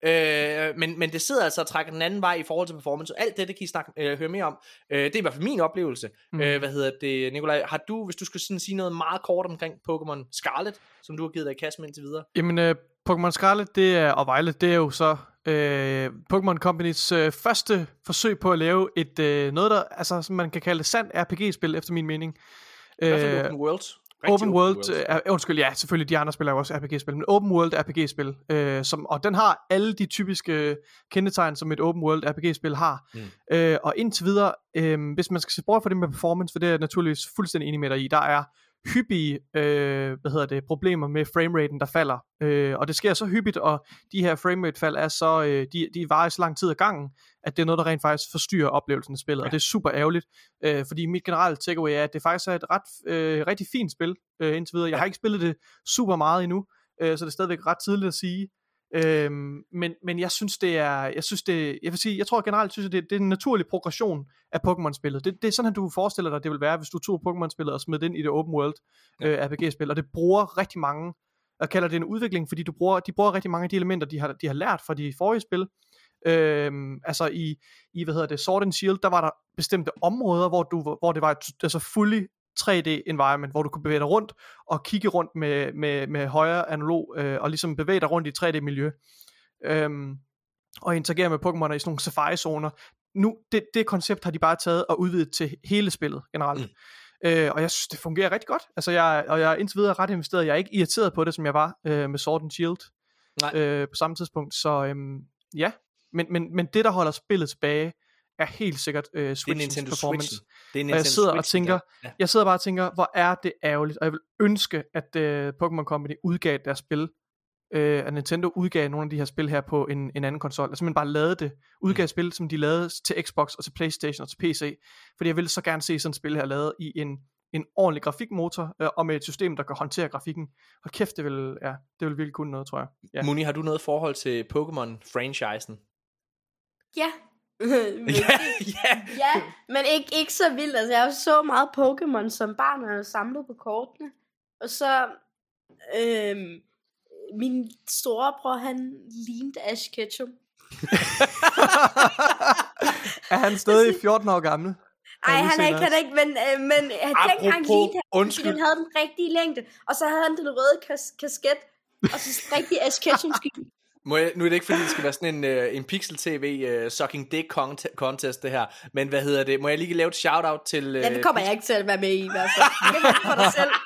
Speaker 1: Øh, men, men det sidder altså og trækker den anden vej i forhold til performance, og alt det, det kan I snakke, øh, høre mere om. Øh, det er i hvert fald min oplevelse.
Speaker 3: Mm.
Speaker 1: Øh, hvad hedder det, Nikolaj? Har du, hvis du skulle sådan sige noget meget kort omkring Pokémon Scarlet, som du har givet dig i kasse med indtil videre?
Speaker 3: Jamen, uh, Pokémon Scarlet det er, og Violet, det er jo så uh, Pokémon Companys uh, første forsøg på at lave et uh, noget, der, altså, som man kan kalde sandt R P G-spil, efter min mening.
Speaker 1: I hvert fald
Speaker 3: Øh,
Speaker 1: open world. Rigtig
Speaker 3: Open World,
Speaker 1: world.
Speaker 3: er, undskyld, ja, selvfølgelig, de andre spiller jo også R P G-spil, men Open World R P G-spil, øh, som, og den har alle de typiske kendetegn, som et Open World R P G-spil har. Mm. Øh, og indtil videre, øh, hvis man skal se bort fra det med performance, for det er jeg naturligvis fuldstændig enig med dig i, der er hyppige øh, hvad hedder det, problemer med frameraten, der falder. Øh, og det sker så hyppigt, og de her framerate-fald er så, øh, de, de varer så lang tid ad gangen, at det er noget, der rent faktisk forstyrrer oplevelsen af spillet, ja. Og det er super ærgerligt, øh, fordi mit generelle takeaway er, at det faktisk er et ret, øh, rigtig fint spil øh, indtil videre. Jeg har ikke spillet det super meget endnu, øh, så det er stadigvæk ret tidligt at sige. Øhm, men, men jeg synes det er jeg synes det jeg vil sige jeg tror generelt synes jeg det, det er en naturlig progression af Pokémon-spillet. Det, det er sådan at du forestiller dig det vil være hvis du tog Pokémon-spillet og smed det ind i det open world ja. øh, R P G-spil, og det bruger rigtig mange. Jeg kalder det en udvikling, fordi du bruger de bruger rigtig mange af de elementer de har de har lært fra de forrige spil. Øhm, altså i i hvad hedder det Sword and Shield, der var der bestemte områder hvor du hvor det var et, altså fully tre D environment, hvor du kunne bevæge dig rundt og kigge rundt med, med, med højre analog øh, og ligesom bevæge dig rundt i tre D miljø øhm, og interagere med Pokémon i sådan nogle safari-zoner. Nu, det, det koncept har de bare taget og udvidet til hele spillet generelt. Mm. Øh, og jeg synes, det fungerer rigtig godt. Altså, jeg, og jeg er indtil videre ret investeret. Jeg er ikke irriteret på det, som jeg var øh, med Sword and Shield øh, på samme tidspunkt. Så øhm, ja, men, men, men det, der holder spillet tilbage, er helt sikkert øh, Switch's performance. Det er og jeg sidder og tænker, ja. jeg sidder bare og tænker, hvor er det ærgerligt, og jeg vil ønske, at øh, Pokémon Company udgav deres spil, øh, at Nintendo udgav nogle af de her spil her på en, en anden konsol, altså man bare lavede det, udgav mm. spil, som de lavede til Xbox og til PlayStation og til P C, fordi jeg ville så gerne se sådan et spil her lavet i en, en ordentlig grafikmotor, øh, og med et system, der kan håndtere grafikken. Og kæft, det vil, ja, det vil virkelig kunne noget, tror jeg. Ja.
Speaker 1: Muni, har du noget forhold til Pokémon-franchisen?
Speaker 2: Ja.
Speaker 1: men, ja, ja.
Speaker 2: ja, men ikke, ikke så vildt. Altså, jeg så meget Pokémon som barn, og jeg samlet på kortene. Og så, øhm, min storebror, han lignede Ash Ketchum.
Speaker 3: Er han stadig fjorten år gammel?
Speaker 2: Nej, han er ikke, han er ikke, men, øh, men
Speaker 1: Apropos,
Speaker 2: dengang lignede han,
Speaker 1: undskyld.
Speaker 2: fordi den havde den rigtige længde. Og så havde han den røde kas- kasket, og så rigtig Ash Ketchum skin.
Speaker 1: Må jeg, nu er det ikke fordi det skal være sådan en, uh, en pixel-tv uh, sucking dick cont- contest det her, men hvad hedder det, må jeg lige lave et shout-out til... Uh,
Speaker 2: ja, det kommer jeg ikke til at være med i i hvert fald. Det er for dig selv.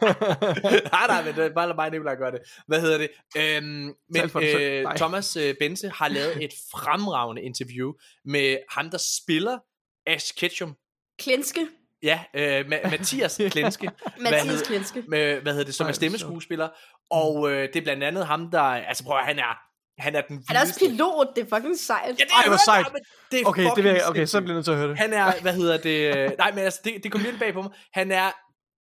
Speaker 1: nej, nej, men det er bare lad mig Nicolaj gøre det. Hvad hedder det? Øhm, men uh, Thomas uh, Bense har lavet et fremragende interview med ham, der spiller Ash Ketchum.
Speaker 2: Klinske.
Speaker 1: Ja, øh, Ma- Mathias Klinske.
Speaker 2: Mathias Klinske.
Speaker 1: Med, hvad hedder det, som er stemmeskuespiller. Og øh, det er blandt andet ham, der... Altså prøv at han er... Han er den vildeste.
Speaker 2: Han er også pilot, det er fucking sejt.
Speaker 1: Ja, det
Speaker 3: Ej, hvor sejt.
Speaker 1: Det er
Speaker 3: okay, det vil jeg, okay, så bliver jeg nødt til at høre det.
Speaker 1: Han er, hvad hedder det... Nej, men altså, det, det kom lidt bag på mig. Han er...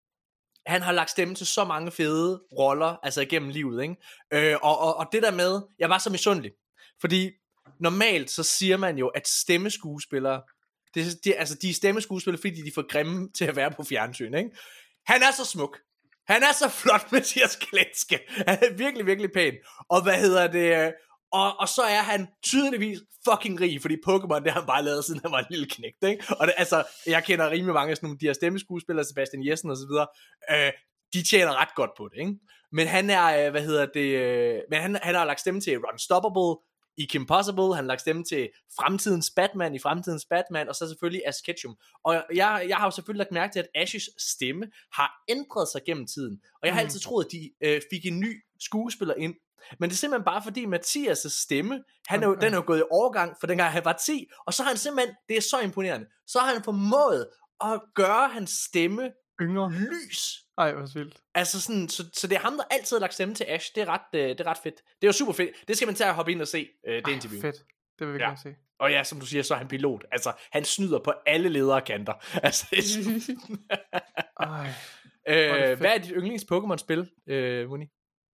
Speaker 1: Han har lagt stemme til så mange fede roller, altså igennem livet, ikke? Øh, og, og, og det der med... Jeg var så misundelig. Fordi normalt så siger man jo, at stemmeskuespillere... Det, det, altså, de er stemmeskuespillere, fordi de er for grimme til at være på fjernsyn, ikke? Han er så smuk. Han er så flot, Mathias Klinske. Han er virkelig, virkelig pæn. Og hvad hedder det... Og, og så er han tydeligvis fucking rig, fordi Pokémon, det har han bare lavet, siden han var en lille knægt, ikke? Og det, altså, jeg kender rimelig mange af sådan nogle, de her stemmeskuespillere, Sebastian Jessen og så videre, øh, de tjener ret godt på det, ikke? Men han er, øh, hvad hedder det, øh, men han, han har lagt stemme til Unstoppable i Kim Possible, han har lagt stemme til fremtidens Batman i fremtidens Batman, og så selvfølgelig Ash Ketchum. Og jeg, jeg har jo selvfølgelig lagt mærke til, at Ashes stemme har ændret sig gennem tiden, og jeg har mm. altid troet, at de øh, fik en ny skuespiller ind. Men det er simpelthen bare fordi Mathias' stemme, han er jo, den er jo gået i overgang, for dengang han var ti, og så har han simpelthen, det er så imponerende, så har han formået at gøre hans stemme
Speaker 3: yngre
Speaker 1: lys.
Speaker 3: Ej, hvor vildt.
Speaker 1: Altså sådan, så, så det er ham, der altid har lagt stemme til Ash. Det er ret, øh, det er ret fedt. Det er jo super fedt. Det skal man tage og hoppe ind og se, øh, det
Speaker 3: Ej,
Speaker 1: interview.
Speaker 3: Fedt. Det vil vi
Speaker 1: Ja.
Speaker 3: gerne se.
Speaker 1: Og ja, som du siger, så er han pilot. Altså, han snyder på alle lederkanter. Altså, det er
Speaker 3: Ej.
Speaker 1: øh,
Speaker 3: fedt.
Speaker 1: hvad er dit yndlings Pokémon-spil, øh, Muni?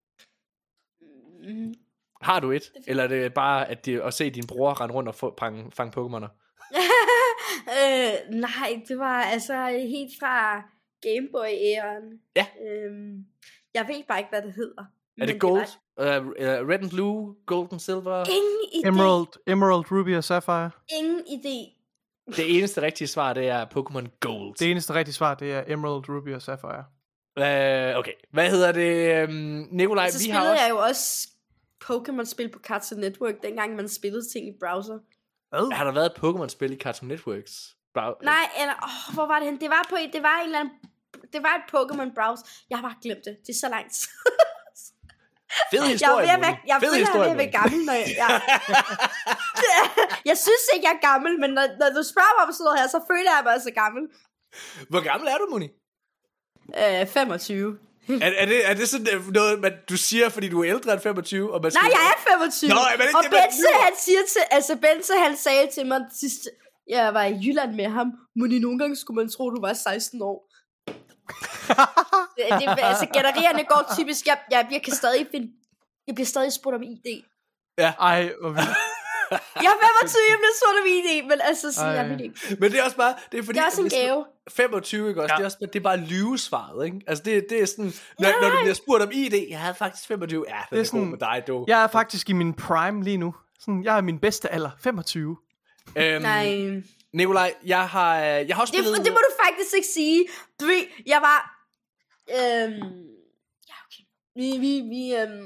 Speaker 2: Mm.
Speaker 1: Har du et? Eller er det bare at, det, at se din bror rende rundt og få, fange, fange Pokémoner?
Speaker 2: øh, nej, det var altså helt fra Gameboy-æren.
Speaker 1: Ja.
Speaker 2: Øhm, jeg ved bare ikke, hvad det hedder.
Speaker 1: Er det Gold? Uh, uh, Red and Blue? Gold and Silver?
Speaker 2: Ingen idé.
Speaker 3: Emerald, Emerald, Ruby og Sapphire.
Speaker 2: Ingen idé.
Speaker 1: Det eneste rigtige svar, det er Pokémon Gold.
Speaker 3: Det eneste rigtige svar, det er Emerald, Ruby og Sapphire.
Speaker 1: Uh, okay, hvad hedder det? Um, Nikolaj,
Speaker 2: Så
Speaker 1: vi
Speaker 2: spillede
Speaker 1: har også...
Speaker 2: jeg jo også Pokémon-spil på Cartoon Network, dengang man spillede ting i browser.
Speaker 3: Hvad?
Speaker 1: Har der været et Pokémon-spil i Cartoon Networks? Bra-
Speaker 2: Nej, eller, åh, hvor var det hen? Det var på et, det var en eller anden, det var et Pokémon browser. Jeg har bare glemt det. Det er så lang tid.
Speaker 1: Fed
Speaker 2: Jeg er
Speaker 1: historie,
Speaker 2: ved at være,
Speaker 1: Moni.
Speaker 2: jeg
Speaker 1: Fed
Speaker 2: føler, jeg er ved
Speaker 1: historie,
Speaker 2: at være
Speaker 1: Moni.
Speaker 2: gammel, når jeg... Jeg, jeg synes ikke, jeg er gammel, men når, når du spørger mig om sådan noget her, så føler jeg mig altså gammel.
Speaker 1: Hvor gammel er du, Moni?
Speaker 2: Øh, femogtyve.
Speaker 1: Er, er, det, er det sådan øh, noget, man, du siger, fordi du er ældre end femogtyve? Og man
Speaker 2: Nej, jeg er femogtyve.
Speaker 1: Nå, men ikke
Speaker 2: og
Speaker 1: det, man
Speaker 2: Benze,
Speaker 1: lyver.
Speaker 2: han siger til... Altså, Benze, han sagde til mig sidst... Jeg var i Jylland med ham. Moni, nogle gange skulle man tro, du var seksten år. det, det, altså, gætterierne går typisk... Jeg, jeg, jeg kan stadig finde... Jeg bliver stadig spurgt om I D.
Speaker 3: Ej, hvor vildt.
Speaker 2: Jeg er femogtyve, jeg bliver spurgt om I D, men altså, sådan,
Speaker 3: Ej.
Speaker 2: jeg ved det ikke.
Speaker 1: Men det er også bare... Det er, fordi,
Speaker 2: Det er også en
Speaker 1: at hvis-
Speaker 2: gave.
Speaker 1: femogtyve, ikke også?
Speaker 3: Ja.
Speaker 1: Det er, også, det er bare lyvesvaret, ikke? Altså, det, det er sådan... Når, når du bliver spurgt om I D, jeg havde faktisk femogtyve. Ja, det er,
Speaker 3: er
Speaker 1: er
Speaker 3: sådan-
Speaker 1: god med dig, du.
Speaker 3: Jeg er faktisk i min prime lige nu. Sådan, jeg er min bedste alder, femogtyve.
Speaker 1: Øhm,
Speaker 2: Nej.
Speaker 1: Nikolaj, jeg har, jeg har også
Speaker 2: Det,
Speaker 1: spillet...
Speaker 2: det må du faktisk ikke sige. Du ved, jeg var... Øhm, ja, okay. Vi, vi, vi, øhm,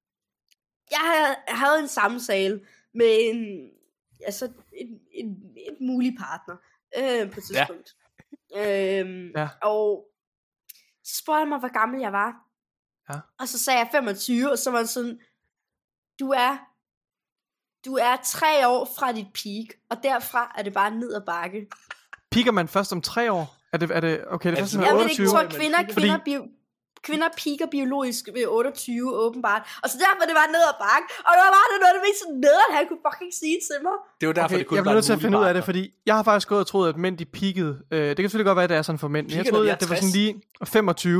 Speaker 2: jeg havde, jeg havde en samtale med en... Altså, en, en, en mulig partner. Øh, på et tidspunkt. Ja. Øhm,
Speaker 3: Ja.
Speaker 2: Og så spurgte jeg mig, hvor gammel jeg var.
Speaker 3: Ja.
Speaker 2: Og så sagde jeg femogtyve, og så var han sådan... Du er... Du er tre år fra dit peak, og derfra er det bare ned ad bakke.
Speaker 3: Piker man først om tre år? Er det, er det okay, det er
Speaker 1: Altså,
Speaker 3: først,
Speaker 2: Jeg
Speaker 3: når
Speaker 2: ved
Speaker 3: man er
Speaker 2: ikke,
Speaker 3: otteogtyve?
Speaker 2: jeg tror,
Speaker 1: Fordi-
Speaker 2: kvinder, kvinder, bio, kvinder piker biologisk ved otteogtyve, åbenbart. Og så derfor det var ned ad bakke. Og det var bare det noget af det mest nederen, han kunne fucking sige til mig.
Speaker 1: Det var derfor,
Speaker 3: Okay,
Speaker 1: det kun
Speaker 3: jeg
Speaker 1: var
Speaker 3: bliver nødt til
Speaker 1: en
Speaker 3: at finde ud af det,
Speaker 1: mulig
Speaker 3: fordi jeg har faktisk gået og troet, at mænd de peakede. Øh, det kan selvfølgelig godt være, at det er sådan for mænd. Men jeg
Speaker 1: Peaker, når
Speaker 3: troede,
Speaker 1: de er
Speaker 3: at det var
Speaker 1: tres.
Speaker 3: sådan lige femogtyve.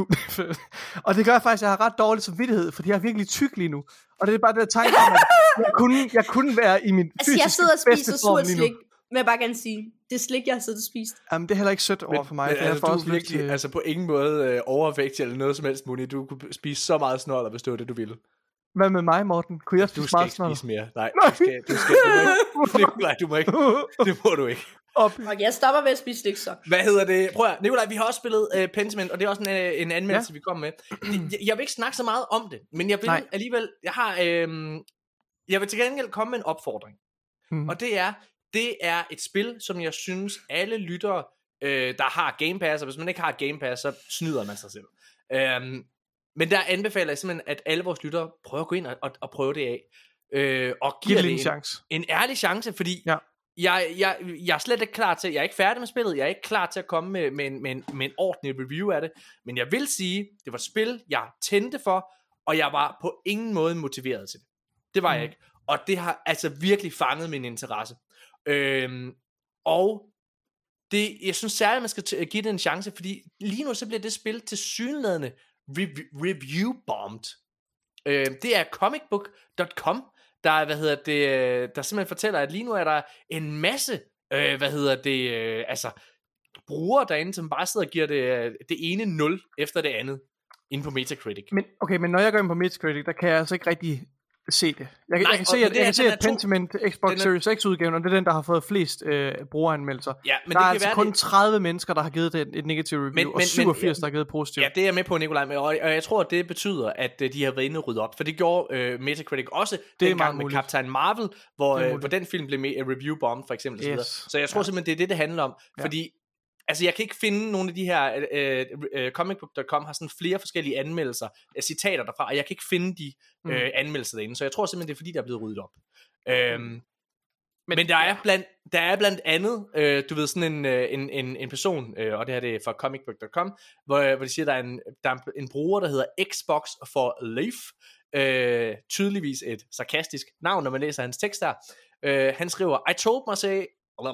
Speaker 3: Og det gør faktisk, at jeg har ret dårlig samvittighed, fordi jeg er virkelig tyk lige nu. Og det er bare det der tanke om, at jeg kunne, jeg kunne være i min
Speaker 2: Altså,
Speaker 3: fysiske
Speaker 2: jeg sidder og
Speaker 3: bedste
Speaker 2: spiser
Speaker 3: form
Speaker 2: surt
Speaker 3: lige nu.
Speaker 2: slik. Men jeg bare gerne sige, det er slik, jeg har siddet og spist.
Speaker 3: Jamen, det er heller ikke sødt over for mig.
Speaker 1: Men,
Speaker 3: for jeg
Speaker 1: altså,
Speaker 3: får
Speaker 1: du
Speaker 3: også
Speaker 1: er
Speaker 3: lyst
Speaker 1: virkelig,
Speaker 3: til...
Speaker 1: altså på ingen måde øh, overvægtig eller noget som helst, Moni. Du kunne spise så meget snoller, hvis det var det, du ville.
Speaker 3: Hvad med mig, Morten? Kunne jeg
Speaker 1: Du
Speaker 3: spise
Speaker 1: skal
Speaker 3: meget
Speaker 1: ikke
Speaker 3: sådan
Speaker 1: spise mere. Nej, du skal, du skal, du må ikke. Nikolaj, du må ikke. Det må du ikke.
Speaker 3: op?
Speaker 2: Okay, jeg stopper ved at spise slik så.
Speaker 1: Hvad hedder det? Prøv at, Nikolaj, vi har også spillet uh, Pentiment, og det er også en, uh, en anmeldelse, ja. vi kom med. Jeg, jeg vil ikke snakke så meget om det, men jeg vil
Speaker 3: Nej.
Speaker 1: alligevel, jeg har, øhm, jeg vil til gengæld komme med en opfordring.
Speaker 3: Hmm.
Speaker 1: Og det er, det er et spil, som jeg synes, alle lyttere, øh, der har Game Pass, og hvis man ikke har Game Pass, så snyder man sig selv. Øhm, men der anbefaler jeg simpelthen, at alle vores lyttere prøver at gå ind og, og, og prøve det af. Øh, og
Speaker 3: Giv
Speaker 1: giver
Speaker 3: det
Speaker 1: det
Speaker 3: en
Speaker 1: en,
Speaker 3: chance.
Speaker 1: en ærlig chance, fordi
Speaker 3: Ja.
Speaker 1: jeg, jeg, jeg er slet ikke klar til, jeg er ikke færdig med spillet, jeg er ikke klar til at komme med, med, en, med, en, med en ordentlig review af det, men jeg vil sige, det var et spil, jeg tændte for, og jeg var på ingen måde motiveret til det. Det var mm. jeg ikke. Og det har altså virkelig fanget min interesse. Øhm, og det, jeg synes særligt, at man skal t- give det en chance, fordi lige nu så bliver det spil til synlædende rev- review-bombed. Øhm, det er comicbook punktum com, der, hvad hedder det, øh, der simpelthen fortæller, at lige nu er der en masse, øh, hvad hedder det, øh, altså brugere derinde, som bare sidder og giver det, øh, det ene nul efter det andet, inde på Metacritic.
Speaker 3: Men, okay, men når jeg går ind på Metacritic, der kan jeg altså ikke rigtig se det. Jeg,
Speaker 1: Nej,
Speaker 3: jeg kan
Speaker 1: og
Speaker 3: se,
Speaker 1: det
Speaker 3: at,
Speaker 1: er,
Speaker 3: jeg kan
Speaker 1: den
Speaker 3: se,
Speaker 1: er
Speaker 3: at
Speaker 1: to-
Speaker 3: Pentiment Xbox
Speaker 1: den er-
Speaker 3: Series X udgaven, og det er den, der har fået flest øh, brugeranmeldelser.
Speaker 1: Ja, men
Speaker 3: der
Speaker 1: det
Speaker 3: er
Speaker 1: kan
Speaker 3: altså
Speaker 1: være,
Speaker 3: kun
Speaker 1: det-
Speaker 3: tredive mennesker, der har givet det et, et negativt review,
Speaker 1: Men-
Speaker 3: og
Speaker 1: men- men-
Speaker 3: syvogfirs, der har givet positivt.
Speaker 1: Ja, det er jeg med på, Nikolaj, men- og, og jeg tror, at det betyder, at øh, de har været inde og rydde op, for det gjorde øh, Metacritic også
Speaker 3: Det er
Speaker 1: dengang
Speaker 3: meget
Speaker 1: med
Speaker 3: muligt.
Speaker 1: Captain Marvel, hvor,
Speaker 3: Det er
Speaker 1: øh,
Speaker 3: muligt.
Speaker 1: hvor den film blev med uh, review bomb for eksempel.
Speaker 3: Yes.
Speaker 1: Yes. Så, så jeg tror
Speaker 3: Ja.
Speaker 1: simpelthen, det er det, det handler om,
Speaker 3: Ja.
Speaker 1: fordi altså jeg kan ikke finde nogle af de her øh, øh, comicbook punktum com har sådan flere forskellige anmeldelser, øh, citater derfra, og jeg kan ikke finde de øh,
Speaker 3: Mm.
Speaker 1: anmeldelser derinde, så jeg tror simpelthen, det er fordi, der er blevet ryddet op. Øhm, men, men der er blandt der er blandt andet, øh, du ved sådan en øh, en en, en person, øh, og det her det er fra comicbook punktum com, hvor hvor de siger der er en der er en bruger der hedder Xbox for Life, øh, tydeligvis et sarkastisk navn, når man læser hans tekst der. Øh, han skriver, I told myself,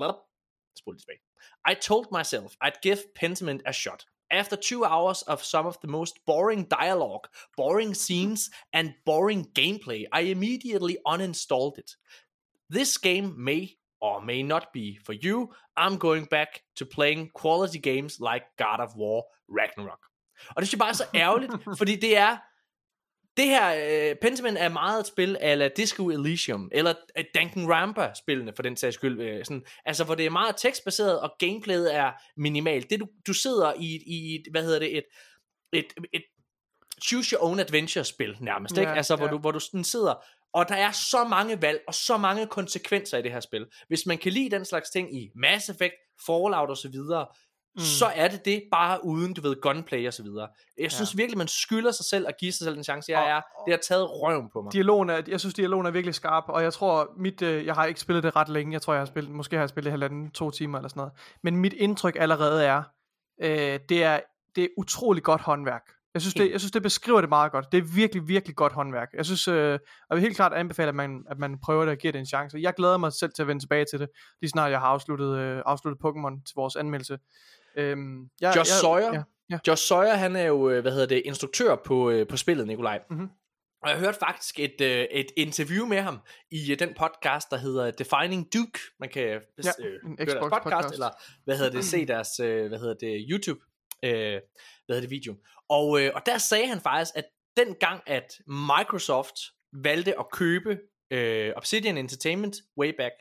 Speaker 1: I told myself I'd give Pentiment a shot. After two hours of some of the most boring dialogue, boring scenes, and boring gameplay, I immediately uninstalled it. This game may or may not be for you. I'm going back to playing quality games like God of War Ragnarok. Og det synes jeg bare er så ærgerligt, fordi det er, det her, uh, Pentiment er meget et spil ala Disco Elysium, eller uh, Danganronpa-spillene for den sags skyld, uh, sådan, altså hvor det er meget tekstbaseret, og gameplayet er minimalt. Det du, du sidder i, i et, hvad hedder det, et, et, et choose your own adventure-spil nærmest, ikke?
Speaker 3: Ja,
Speaker 1: Altså hvor
Speaker 3: ja.
Speaker 1: du, hvor du sådan sidder, og der er så mange valg, og så mange konsekvenser i det her spil. Hvis man kan lide den slags ting i Mass Effect, Fallout og så videre, Mm. så er det det, bare uden, du ved, gunplay og så videre. Jeg synes ja. virkelig, man skylder sig selv at give sig selv en chance. Jeg er, det har taget røven på mig.
Speaker 3: Dialogen er, jeg synes, dialogen er virkelig skarp, og jeg tror, mit, øh, jeg har ikke spillet det ret længe. Jeg tror, jeg har spillet, måske har jeg spillet det halvanden, to timer eller sådan noget. Men mit indtryk allerede er, øh, det er, det er utrolig godt håndværk. Jeg synes, det, jeg synes, det beskriver det meget godt. Det er virkelig, virkelig godt håndværk. Jeg synes, øh, jeg vil helt klart anbefale, at man, at man prøver det og giver det en chance. Jeg glæder mig selv til at vende tilbage til det, lige snart jeg har afsluttet, øh, afsluttet Pokémon til vores anmeldelse. Øhm, jeg,
Speaker 1: Josh
Speaker 3: jeg,
Speaker 1: Sawyer
Speaker 3: ja, ja.
Speaker 1: Josh Sawyer, han er jo, hvad hedder det, instruktør på, på spillet, Nikolaj.
Speaker 3: Mm-hmm.
Speaker 1: Og jeg hørte faktisk et, et interview med ham i den podcast, der hedder Defining Duke. Man kan ja, øh, høre deres podcast, podcast, eller hvad hedder det, se deres, hvad hedder det, YouTube, øh, hvad hedder det, video. Og, øh, og der sagde han faktisk, at den gang, at Microsoft valgte at købe øh, Obsidian Entertainment way back,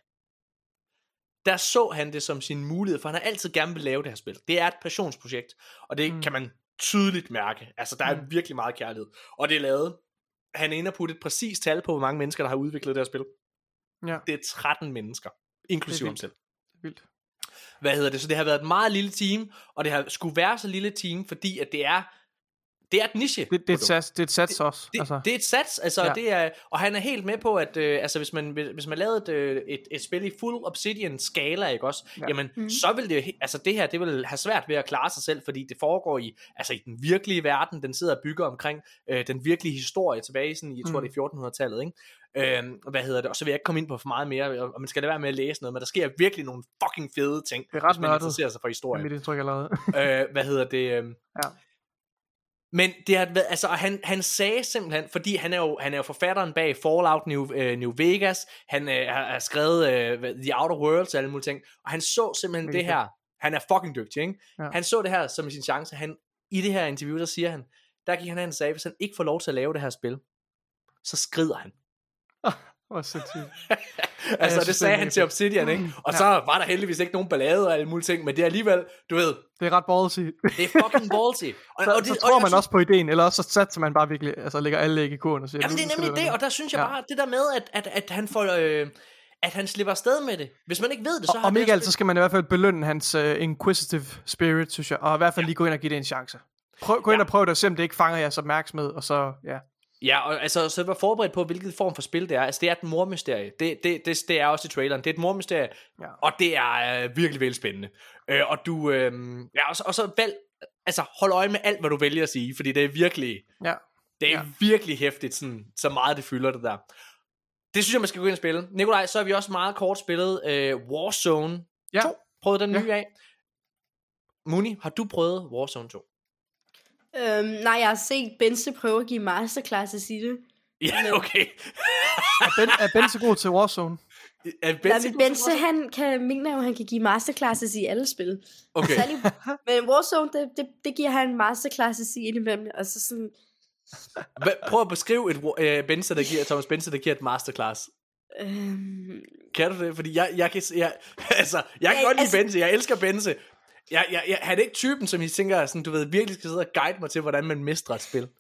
Speaker 1: der så han det som sin mulighed, for han har altid gerne vil lave det her spil. Det er et passionsprojekt, og det mm. kan man tydeligt mærke. Altså, der er mm. virkelig meget kærlighed. Og det er lavet, han er inde og putte et præcist tal på, hvor mange mennesker, der har udviklet det her spil.
Speaker 3: Ja.
Speaker 1: Det er tretten mennesker, inklusive ham selv.
Speaker 3: Vildt.
Speaker 1: Hvad hedder det? Så det har været et meget lille team, og det har skulle være så lille team, fordi at det er det er et niche.
Speaker 3: Det, det er et sats, det er et sats
Speaker 1: det,
Speaker 3: også.
Speaker 1: Det,
Speaker 3: altså.
Speaker 1: det er et sats, altså ja. det er, og han er helt med på at øh, altså hvis man hvis man lavede et, øh, et et spil i full Obsidian skala, ikke også? Ja. Jamen mm. så vil det altså det her, det vil have svært ved at klare sig selv, fordi det foregår i altså i den virkelige verden, den sidder og bygger omkring øh, den virkelige historie tilbage sådan i, jeg tror mm. det er fjortenhundredetallet, ikke? Øh, hvad hedder det? Og så vil jeg ikke komme ind på for meget mere, og man skal lade være med at læse noget, men der sker virkelig nogle fucking fede ting,
Speaker 3: det er ret
Speaker 1: hvis man interesserer sig for historien.
Speaker 3: Det er mit indtryk allerede.
Speaker 1: øh, hvad hedder det? Øh,
Speaker 3: ja.
Speaker 1: Men det har været, altså han, han sagde simpelthen, fordi han er jo, han er jo forfatteren bag Fallout New, uh, New Vegas, han uh, har skrevet uh, The Outer Worlds og alle mulige ting, og han så simpelthen det her, han er fucking dygtig, ikke? Ja. Han så det her som sin chance. Han, i det her interview, der siger han, der gik han hen og sagde, hvis han ikke får lov til at lave det her spil, så skrider han.
Speaker 3: Hvor sindssygt.
Speaker 1: Altså, det sagde han til Obsidian, ikke? Og så var der heldigvis ikke nogen ballade og alle mulige ting, men det er alligevel, du ved...
Speaker 3: Det er ret ballsy.
Speaker 1: Det er fucking ballsy. Og,
Speaker 3: så,
Speaker 1: og det,
Speaker 3: så tror
Speaker 1: og
Speaker 3: man
Speaker 1: synes,
Speaker 3: også på ideen, eller også så satser man bare virkelig, altså lægger alle æg i kurven og siger...
Speaker 1: Jamen, det er nemlig det, og der synes jeg bare, det der med, at, at, at han får... Øh, at han slipper afsted med det. Hvis man ikke ved det, så
Speaker 3: og,
Speaker 1: har
Speaker 3: om ikke alt, så skal man i hvert fald belønne hans uh, inquisitive spirit, synes jeg, og i hvert fald ja. lige gå ind og give det en chance. Prøv, gå ind ja. og prøv det, og se om det ikke fanger jeres opmærksomhed, og så, ja...
Speaker 1: Ja, og altså, så var forberedt på, hvilket form for spil det er. Altså, det er et mormysterie. Det, det, det, det er også i traileren. Det er et mormysterie, ja. og det er øh, virkelig, virkelig spændende. Øh, og du, øh, ja, og så, og så valg, altså, hold øje med alt, hvad du vælger at sige, fordi det er virkelig,
Speaker 3: ja.
Speaker 1: det er ja. virkelig hæftigt, sådan, så meget det fylder det der. Det synes jeg, man skal gå ind og spille. Nikolaj, så har vi også meget kort spillet øh, Warzone
Speaker 3: ja.
Speaker 1: to. Prøvet den
Speaker 3: ja.
Speaker 1: nye af. Muni, har du prøvet Warzone to?
Speaker 2: Øhm, nej, jeg har set Benze prøve at give masterclasses i det.
Speaker 1: Ja, okay.
Speaker 3: er, ben, er Benze god til Warzone?
Speaker 1: Er Benze,
Speaker 2: ja, Benze han kan, mener jo, han kan give masterclasses i alle spil.
Speaker 1: Okay.
Speaker 2: Særlig, men Warzone, det, det, det giver han masterclasses i indimellem. Og så sådan...
Speaker 1: Prøv at beskrive et uh, Benze, der giver, Thomas Benze, der giver et masterclass.
Speaker 2: Øhm...
Speaker 1: Kan du det? Fordi jeg, jeg kan, jeg, altså, jeg kan ja, godt lide altså... Benze, jeg elsker Benze. Jeg, jeg, jeg, han er ikke typen, som I tænker, sådan, du ved, virkelig skal sidde og guide mig til, hvordan man mestrer et spil.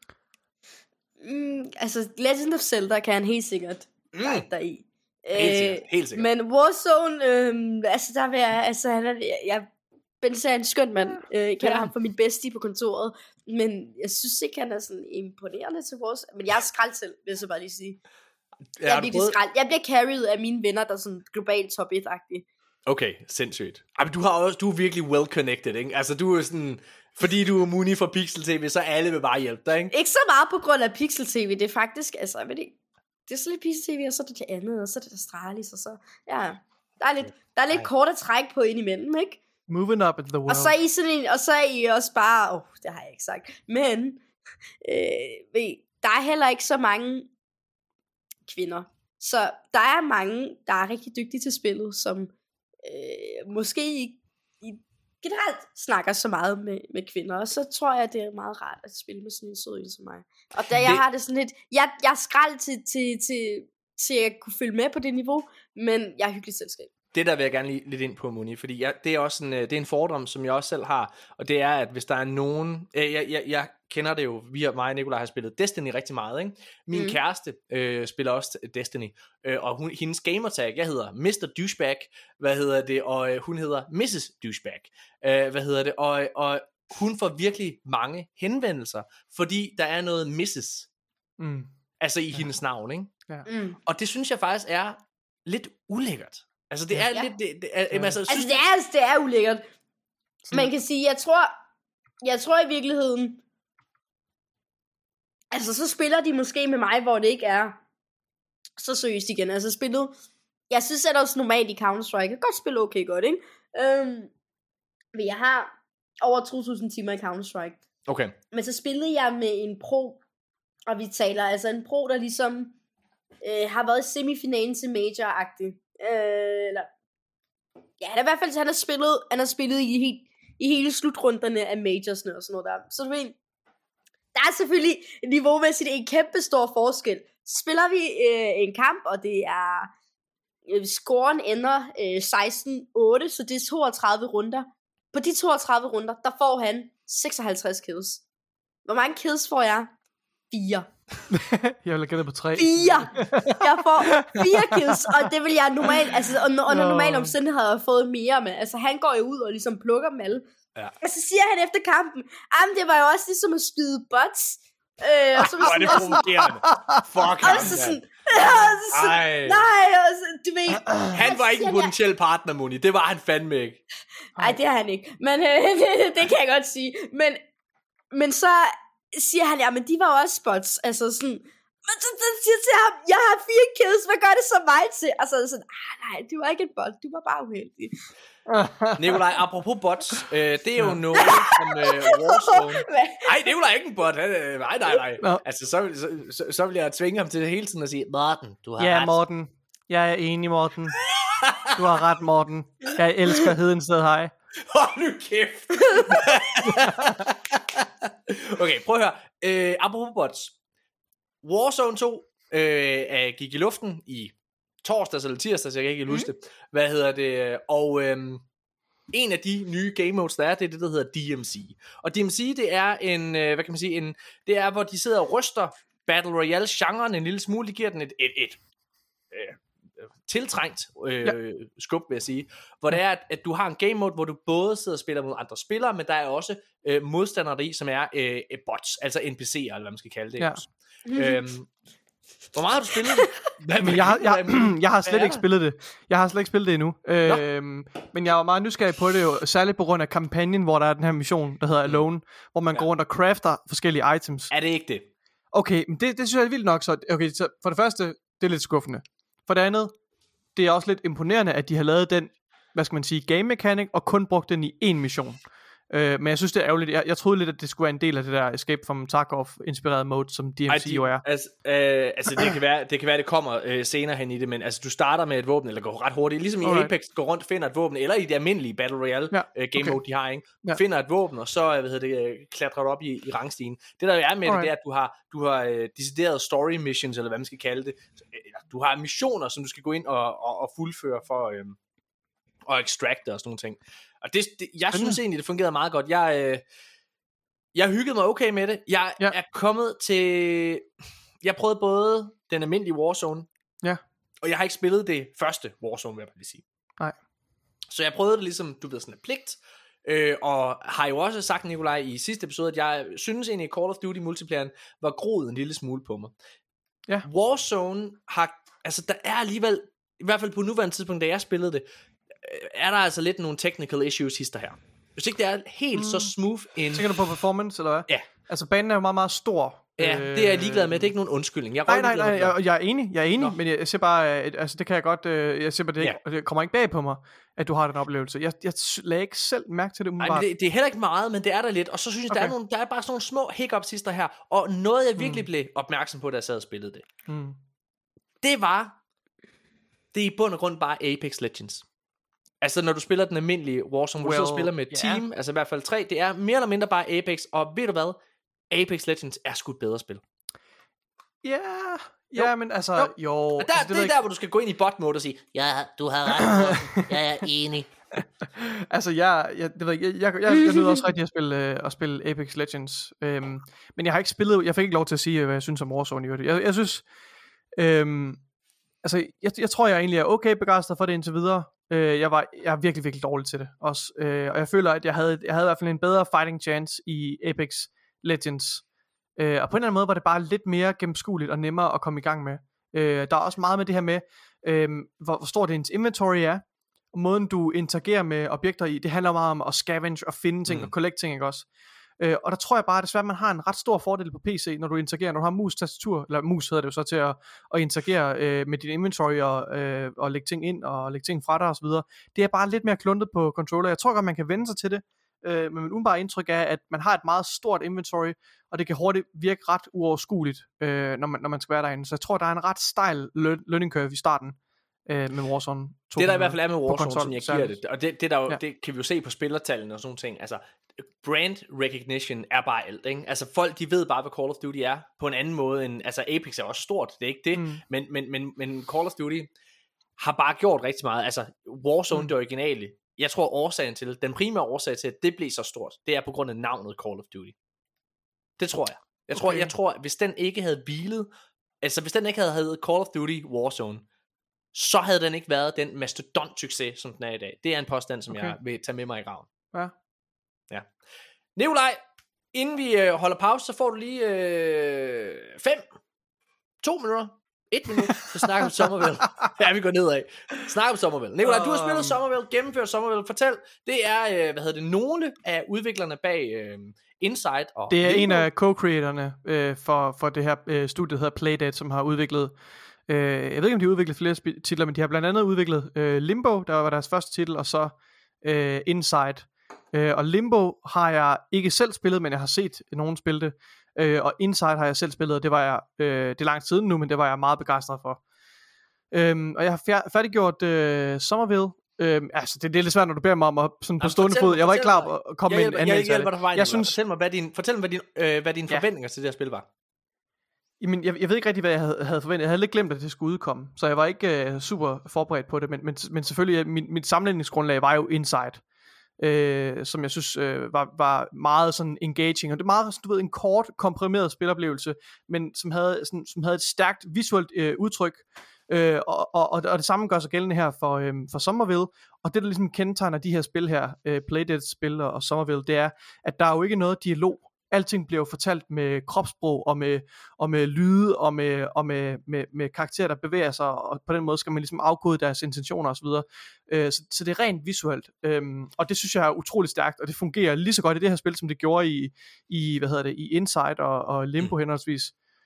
Speaker 2: Mm, altså, Legend of Zelda kan han helt sikkert
Speaker 1: mm.
Speaker 2: guide dig i.
Speaker 1: Helt sikkert, helt sikkert.
Speaker 2: Men Warzone, øh, altså der vil jeg, altså han er, jeg, jeg Benze er en skøn mand, øh, jeg kalder ja. ham for min bestie på kontoret, men jeg synes ikke, han er sådan imponerende til Warzone. Men jeg er skrald selv, vil jeg så bare lige sige. Ja, jeg er virkelig prøvet... skrald. Jeg bliver carried af mine venner, der er sådan globalt top et-agtige.
Speaker 1: Okay, sindssygt. Ej, men du har også, du er virkelig well connected, ikke? Altså du er sådan Fordi du er Mooney fra Pixel T V, så alle vil bare hjælpe dig, ikke?
Speaker 2: Ikke så meget på grund af Pixel T V, det er faktisk, altså, jeg ved ikke, det er så lidt Pixel T V, og så er det det andet, og så er det Astralis, og så, ja, der er lidt, der er lidt kort at trække på indimellem, ikke?
Speaker 3: Moving up in the world.
Speaker 2: Og så er I sådan en, og så er I også bare, åh, oh, det har jeg ikke sagt, men, øh, ved, der er heller ikke så mange kvinder, så der er mange, der er rigtig dygtige til spillet, som øh, måske i, i generelt snakker så meget med, med kvinder, og så tror jeg, det er meget rart at spille med sådan en sød en som mig. Og da jeg
Speaker 1: Det-
Speaker 2: har det sådan lidt, jeg, jeg er skrald til, til, til, til at kunne følge med på det niveau, men jeg er hyggelig selskab.
Speaker 1: Det der vil jeg gerne lige lidt ind på, Moni, fordi jeg, det er også en, øh, det er en fordom, som jeg også selv har, og det er, at hvis der er nogen, øh, jeg, jeg, jeg kender det jo, vi og mig og Nikolaj har spillet Destiny rigtig meget, ikke? Min
Speaker 2: Mm.
Speaker 1: mm. kæreste øh, spiller også Destiny, øh, og hun, hendes gamertag, jeg hedder mister Douchebag, hvad hedder det, og øh, hun hedder missus Douchebag, øh, hvad hedder det, og, og hun får virkelig mange henvendelser, fordi der er noget missus,
Speaker 3: Mm.
Speaker 1: altså i hendes navn, ikke?
Speaker 2: Mm.
Speaker 1: Og det synes jeg faktisk er lidt ulækkert. Altså det er
Speaker 2: Ja.
Speaker 1: lidt, det, det er,
Speaker 3: Ja.
Speaker 1: altså, synes,
Speaker 2: Altså, det er, det er ulækkert. Man kan sige, jeg tror, jeg tror i virkeligheden, altså så spiller de måske med mig, hvor det ikke er så seriøst igen. Altså spillet, jeg synes at også normalt i Counter-Strike, jeg kan godt spille okay godt, ikke? Øhm, men jeg har over to tusind timer i Counter-Strike.
Speaker 1: Okay.
Speaker 2: Men så spillede jeg med en pro, og vi taler altså en pro, der ligesom øh, har været i semifinalen til Major-agtig. Øh, eller, ja, han er i hvert fald, han har spillet, han har spillet i, helt, i hele slutrunderne af Majorsne og sådan noget der. Så du ved, der er selvfølgelig niveaumæssigt en kæmpe stor forskel. Så spiller vi øh, en kamp, og det er, øh, scoren ender øh, seksten otte, så det er toogtredive runder. På de toogtredive runder, der får han seksoghalvtreds kills. Hvor mange kills får jeg? Fire.
Speaker 3: Jeg vil have gættet på tre.
Speaker 2: Fire! Jeg får fire kills, og det vil jeg normalt, altså under, under
Speaker 3: Nå.
Speaker 2: normale omstændigheder have fået mere med. Altså han går jo ud og ligesom plukker dem alle.
Speaker 1: Ja.
Speaker 2: Og så siger han efter kampen, jamen det var jo også ligesom at skyde bots. Øh, og så var
Speaker 1: Hvor er det
Speaker 2: sådan,
Speaker 1: provokerende. Fuck
Speaker 2: og
Speaker 1: ham,
Speaker 2: så sådan,
Speaker 1: mand.
Speaker 2: og så sådan
Speaker 1: Ej.
Speaker 2: nej, og så, du ved.
Speaker 1: Han var ikke en
Speaker 2: siger jeg-
Speaker 1: potentiel partner, Moni. Det var han fandme ikke.
Speaker 2: Ej, det har han ikke. Men øh, det, det kan jeg godt sige. Men, men så siger han, ja, men de var jo også spots. Altså sådan, men så, så siger jeg til ham, jeg har fire kills, hvad gør det så mig til? Og så er det sådan, ah, nej, du var ikke et bot, du var bare uheldig.
Speaker 1: Nikolaj, apropos bots, øh, det er jo noget, som øh, Warzone...
Speaker 2: Hvad?
Speaker 1: Ej, Nikolaj er ikke en bot. Han, øh, nej, nej, nej.
Speaker 3: Nå.
Speaker 1: Altså, så, så, så, så vil jeg tvinge ham til hele tiden at sige, Morten, du har
Speaker 3: Ja,
Speaker 1: ret.
Speaker 3: Morten. Jeg er enig, Morten. Du har ret, Morten. Jeg elsker Hedensted Hej.
Speaker 1: Hold nu kæft. Okay, prøv at høre. Øh, apropos bots. Warzone to øh, gik i luften i torsdags eller tirsdags, jeg kan ikke huske det. Hvad hedder det? Og øhm, en af de nye game modes, der er, det er det, der hedder D M C. Og D M C, det er en, øh, hvad kan man sige, en, det er, hvor de sidder og ryster Battle Royale-genren en lille smule. De giver den et, et, et øh, tiltrængt øh, ja. skub, vil jeg sige. Hvor det er, at, at du har en game mode, hvor du både sidder og spiller mod andre spillere, men der er også øh, modstandere i, som er øh, bots, altså N P C'er, eller hvad man skal kalde det.
Speaker 3: Ja.
Speaker 1: Øhm, hvor meget har du spillet det? Hvad,
Speaker 3: Men jeg har, jeg, jeg har
Speaker 1: Hvad
Speaker 3: slet
Speaker 1: er
Speaker 3: ikke
Speaker 1: der?
Speaker 3: spillet det. Jeg har slet ikke spillet det endnu. Øhm, men jeg var meget nysgerrig på det jo, særligt på grund af kampagnen, hvor der er den her mission, der hedder Alone, hvor man
Speaker 1: Ja.
Speaker 3: går rundt og crafter forskellige items.
Speaker 1: Er det ikke det?
Speaker 3: Okay, men det, det synes jeg er vildt nok. Så, okay, så for det første, det er lidt skuffende. For det andet, det er også lidt imponerende, at de har lavet den, hvad skal man sige, game mechanic, og kun brugt den i én mission. Øh, men jeg synes, det er ærgerligt. Jeg, jeg troede lidt, at det skulle være en del af det der Escape from Tarkov-inspirerede mode, som D M C
Speaker 1: Ej, de,
Speaker 3: jo er.
Speaker 1: Altså, øh, altså det kan være, det kan være, det kommer øh, senere hen i det, men altså du starter med et våben, eller går ret hurtigt, ligesom i
Speaker 3: Alright.
Speaker 1: Apex, går rundt, finder et våben, eller i det almindelige Battle Royale
Speaker 3: Ja,
Speaker 1: øh, game
Speaker 3: okay.
Speaker 1: mode, de har, ikke?
Speaker 3: Ja.
Speaker 1: Finder et våben, og så, hvad hedder det, øh, klatrer du op i, i rangstigen. Det der jo er med det,
Speaker 3: Alright.
Speaker 1: det er, at du har, du har øh, deciderede story missions, eller hvad man skal kalde det. Du har missioner, som du skal gå ind og, og, og fuldføre for øh, at extracte og sådan nogle ting. Og det, det, jeg
Speaker 3: Spændende.
Speaker 1: synes egentlig, det fungerede meget godt. Jeg, øh, jeg hyggede mig okay med det. Jeg
Speaker 3: Ja.
Speaker 1: er kommet til... Jeg prøvede både den almindelige Warzone,
Speaker 3: Ja.
Speaker 1: og jeg har ikke spillet det første Warzone, vil jeg bare lige sige.
Speaker 3: Nej.
Speaker 1: Så jeg prøvede det ligesom, du ved, sådan en pligt. Øh, og har jo også sagt, Nikolaj, i sidste episode, at jeg synes egentlig, at Call of Duty multiplayeren var groet en lille smule på mig.
Speaker 3: Ja.
Speaker 1: Warzone har... Altså, der er alligevel, i hvert fald på nuværende tidspunkt, da jeg spillede det, øh, er der altså lidt nogle technical issues hister her. Hvis ikke det er helt mm. så smooth en...
Speaker 3: Tænker du på performance, eller hvad?
Speaker 1: Ja.
Speaker 3: Altså, banen er jo meget, meget stor.
Speaker 1: Ja, det er jeg ligeglad med. Det er ikke nogen undskyldning. Jeg
Speaker 3: nej, nej, nej, jeg, jeg er enig, jeg er enig,
Speaker 1: Nå.
Speaker 3: men jeg, jeg siger bare, at, altså det kan jeg godt, øh, jeg siger bare, det, ikke,
Speaker 1: Ja.
Speaker 3: det kommer ikke bag på mig, at du har den oplevelse. Jeg, jeg lagde ikke selv mærke til det umiddelbart.
Speaker 1: Nej, men det, det er heller ikke meget, men det er der lidt. Og så synes jeg, okay. der, er nogle, der er bare sådan nogle små hiccups sidster her. Og noget, jeg virkelig mm. blev opmærksom på, da jeg sad og spillede det,
Speaker 3: Mm.
Speaker 1: det var, det er i bund og grund bare Apex Legends. Altså når du spiller den almindelige Warzone, hvor well, du så spiller med et
Speaker 3: yeah.
Speaker 1: team, altså i hvert fald tre, det er mere eller mindre bare Apex. Og ved du hvad? Apex Legends er sgu et bedre spil.
Speaker 3: Ja, yeah, ja, men altså, jo. jo
Speaker 1: og der,
Speaker 3: altså,
Speaker 1: det, det er
Speaker 3: ikke...
Speaker 1: der, hvor du skal gå ind i bot-mode og sige,
Speaker 4: Ja, du har ret. Jeg er enig.
Speaker 3: altså, jeg, jeg, det ved jeg, jeg, jeg, jeg, jeg nyder også rigtig at spille, øh, at spille Apex Legends. Øhm, men jeg har ikke spillet, jeg fik ikke lov til at sige, hvad jeg synes om Warzone i øvrigt. Jeg, jeg synes, øhm, altså, jeg, jeg tror, jeg egentlig er okay begejstret for det indtil videre. Øh, jeg, var, jeg er virkelig, virkelig dårlig til det også. Øh, og jeg føler, at jeg havde, jeg havde i hvert fald en bedre fighting chance i Apex Legends. Øh, og på en eller anden måde var det bare lidt mere gennemskueligt og nemmere at komme i gang med. Øh, der er også meget med det her med, øh, hvor, hvor stort ens inventory er, og måden du interagerer med objekter i, det handler meget om at scavenge og finde ting mm. og collect ting, ikke også? Øh, og der tror jeg bare, desværre, at man har en ret stor fordel på P C, når du interagerer, når du har mus, tastatur, eller mus hedder det jo så, til at, at interagere øh, med din inventory og, øh, og lægge ting ind og lægge ting fra dig osv. Det er bare lidt mere kluntet på controller. Jeg tror godt, man kan vende sig til det, øh, men min umiddelbare indtryk er, at man har et meget stort inventory, og det kan hurtigt virke ret uoverskueligt, øh, når, man, når man skal være derinde. Så jeg tror, der er en ret stejl learning curve i starten øh, med Warzone.
Speaker 1: Det der i hvert fald er med Warzone, som jeg giver det, og det, det, der jo,
Speaker 3: ja.
Speaker 1: det kan vi jo se på spillertallene og sådan ting, altså brand recognition er bare alt, ikke? Altså folk, de ved bare, hvad Call of Duty er, på en anden måde end, altså Apex er også stort, det er ikke det, mm. men, men, men, men Call of Duty har bare gjort rigtig meget, altså Warzone, mm. det originale, jeg tror årsagen til, den primære årsag til, at det blev så stort, det er på grund af navnet Call of Duty. Det tror jeg. Jeg tror, okay. jeg tror, at hvis den ikke havde hvilet, altså hvis den ikke havde heddet Call of Duty Warzone, så havde den ikke været den mastodont-succes, som den er i dag. Det er en påstand, som okay. jeg vil tage med mig i graven.
Speaker 3: Ja.
Speaker 1: Ja. Nikolaj, inden vi øh, holder pause, så får du lige øh, fem, to minutter, et minut, så snakker om Somerville. Ja, vi går nedad. Snak om Somerville. Nikolaj, um... du har spillet Somerville, gennemført Somerville. Fortæl, det er, øh, hvad hedder det, nogle af udviklerne bag øh, Inside og
Speaker 3: det er
Speaker 1: Limbo.
Speaker 3: En af co-creatorerne øh, for, for det her øh, studie, der hedder Playdead, som har udviklet, øh, jeg ved ikke om de har udviklet flere sp- titler, men de har blandt andet udviklet øh, Limbo, der var deres første titel, og så øh, Inside. Øh, og Limbo har jeg ikke selv spillet, men jeg har set nogen spille det. Øh, og Inside har jeg selv spillet, og det var jeg, øh, det er lang tid nu, men det var jeg meget begejstret for. Øh, og jeg har fær- færdiggjort øh, Somerville. Øh, altså det, det er lidt svært, når du beder mig om at sådan på Jamen, stående fod. Jeg var ikke klar på at komme
Speaker 1: jeg
Speaker 3: med en anmeldelse af det.
Speaker 1: Jeg, jeg, jeg synes, fortæl mig, hvad din, fortæl mig, hvad, din, øh, hvad dine
Speaker 3: ja.
Speaker 1: forventninger til det her spil var.
Speaker 3: Jamen, jeg, jeg ved ikke rigtig, hvad jeg havde, havde forventet. Jeg havde lidt glemt, at det skulle udkomme, så jeg var ikke uh, super forberedt på det, men, men, men selvfølgelig, min, mit sammenligningsgrundlag var jo Inside, øh, som jeg synes øh, var, var meget sådan engaging, og det er meget, du ved, en kort, komprimeret spiloplevelse, men som havde, sådan, som havde et stærkt visuelt øh, udtryk, øh, og, og, og det samme gør sig gældende her for, øh, for Somerville, og det, der ligesom kendetegner de her spil her, øh, Playdead-spil og, og Somerville, det er, at der er jo ikke noget dialog. Alting bliver jo fortalt med kropssprog og med, og med lyde og, med, og med, med, med karakterer, der bevæger sig, og på den måde skal man ligesom afkode deres intentioner osv. Øh, så, så det er rent visuelt, øhm, og det synes jeg er utrolig stærkt, og det fungerer lige så godt i det her spil, som det gjorde i, i hvad hedder det, i Inside og, og Limbo mm. henholdsvis.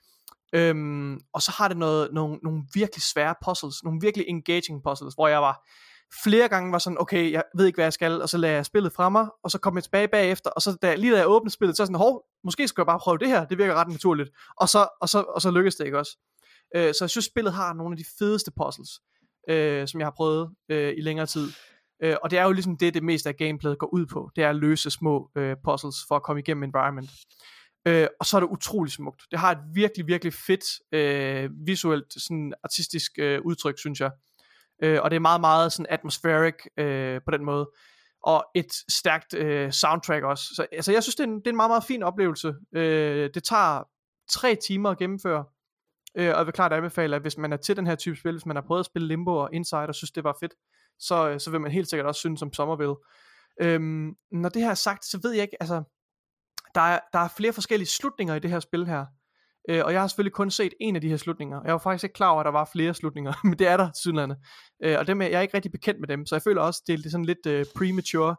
Speaker 3: Øhm, og så har det noget, nogle, nogle virkelig svære puzzles, nogle virkelig engaging puzzles, hvor jeg var flere gange var sådan, okay, jeg ved ikke, hvad jeg skal, og så lagde jeg spillet fra mig, og så kom jeg tilbage bagefter, og så da, lige da jeg åbnede spillet, så sådan, hov, måske skal jeg bare prøve det her, det virker ret naturligt, og så, og så, og så lykkedes det ikke også. Øh, så jeg synes, spillet har nogle af de fedeste puzzles, øh, som jeg har prøvet øh, i længere tid, øh, og det er jo ligesom det, det meste af gameplayet går ud på, det er at løse små øh, puzzles, for at komme igennem environment. Øh, og så er det utrolig smukt. Det har et virkelig, virkelig fedt, øh, visuelt, sådan artistisk øh, udtryk, synes jeg. Øh, og det er meget, meget sådan atmospheric øh, på den måde. Og et stærkt øh, soundtrack også. Så altså, jeg synes, det er, en, det er en meget, meget fin oplevelse. Øh, det tager tre timer at gennemføre. Øh, og jeg vil klart anbefale, at hvis man er til den her type spil, hvis man har prøvet at spille Limbo og Inside, og synes, det var fedt, så, så vil man helt sikkert også synes om Somerville. Øh, når det her er sagt, så ved jeg ikke, altså, der er, der er flere forskellige slutninger i det her spil her. Øh, og jeg har selvfølgelig kun set en af de her slutninger. Jeg var faktisk ikke klar over, at der var flere slutninger, men det er der tydeligvis. Øh, og dem er, jeg er ikke rigtig bekendt med dem, så jeg føler også, det er sådan lidt øh, premature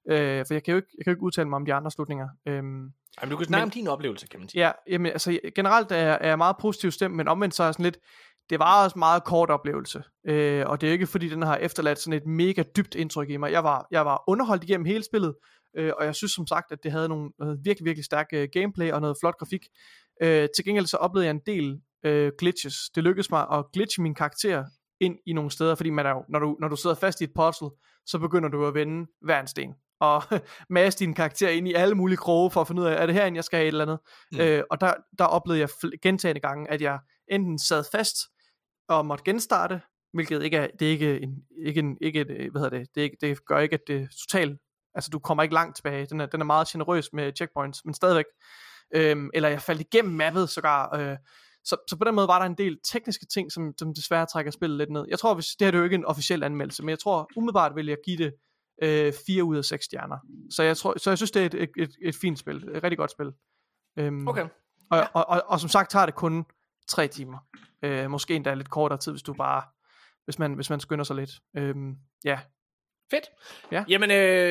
Speaker 3: Øh, for jeg kan, jo ikke, jeg kan jo ikke udtale mig om de andre slutninger. Øhm,
Speaker 1: Jamen, du kan snakke om din oplevelse, kan man sige.
Speaker 3: Ja, jamen, altså generelt er jeg, er jeg meget positivt stemt, men omvendt så er jeg sådan lidt, det var også en meget kort oplevelse, øh, og det er ikke fordi den har efterladt sådan et mega dybt indtryk i mig. Jeg var, jeg var underholdt igennem hele spillet, øh, og jeg synes som sagt, at det havde nogle noget virkelig, virkelig stærk øh, gameplay og noget flot grafik. Øh, til gengæld så oplevede jeg en del øh, glitches. Det lykkedes mig at glitche min karakter ind i nogle steder, fordi man er jo, når, du, når du sidder fast i et puzzle, så begynder du at vende hver en sten. Og masse din karakter ind i alle mulige kroge, for at finde ud af, er det herinde, jeg skal have et eller andet. Mm. Øh, og der, der oplevede jeg fl- gentagende gange, at jeg enten sad fast, og måtte genstarte, hvilket ikke er, det er ikke en, ikke en, ikke et, hvad hedder det, det, er ikke, det gør ikke, at det er totalt, altså du kommer ikke langt tilbage, den er, den er meget generøs med checkpoints, men stadigvæk, øhm, eller jeg faldt igennem mappet sågar, øh, så, så på den måde var der en del tekniske ting, som, som desværre trækker spillet lidt ned. Jeg tror, hvis, det her er jo ikke en officiel anmeldelse, men jeg tror, umiddelbart vil jeg give det øh, fire ud af seks stjerner, så jeg, tror, så jeg synes, det er et, et, et, et fint spil, et rigtig godt spil. Øhm,
Speaker 1: Okay.
Speaker 3: og,
Speaker 1: Ja.
Speaker 3: og, og, og, og som sagt tager det kun tre timer. Øh, måske endda lidt kortere tid, hvis du bare, hvis man, hvis man skynder sig lidt. Øhm, ja.
Speaker 1: Fedt.
Speaker 3: Ja.
Speaker 1: Jamen,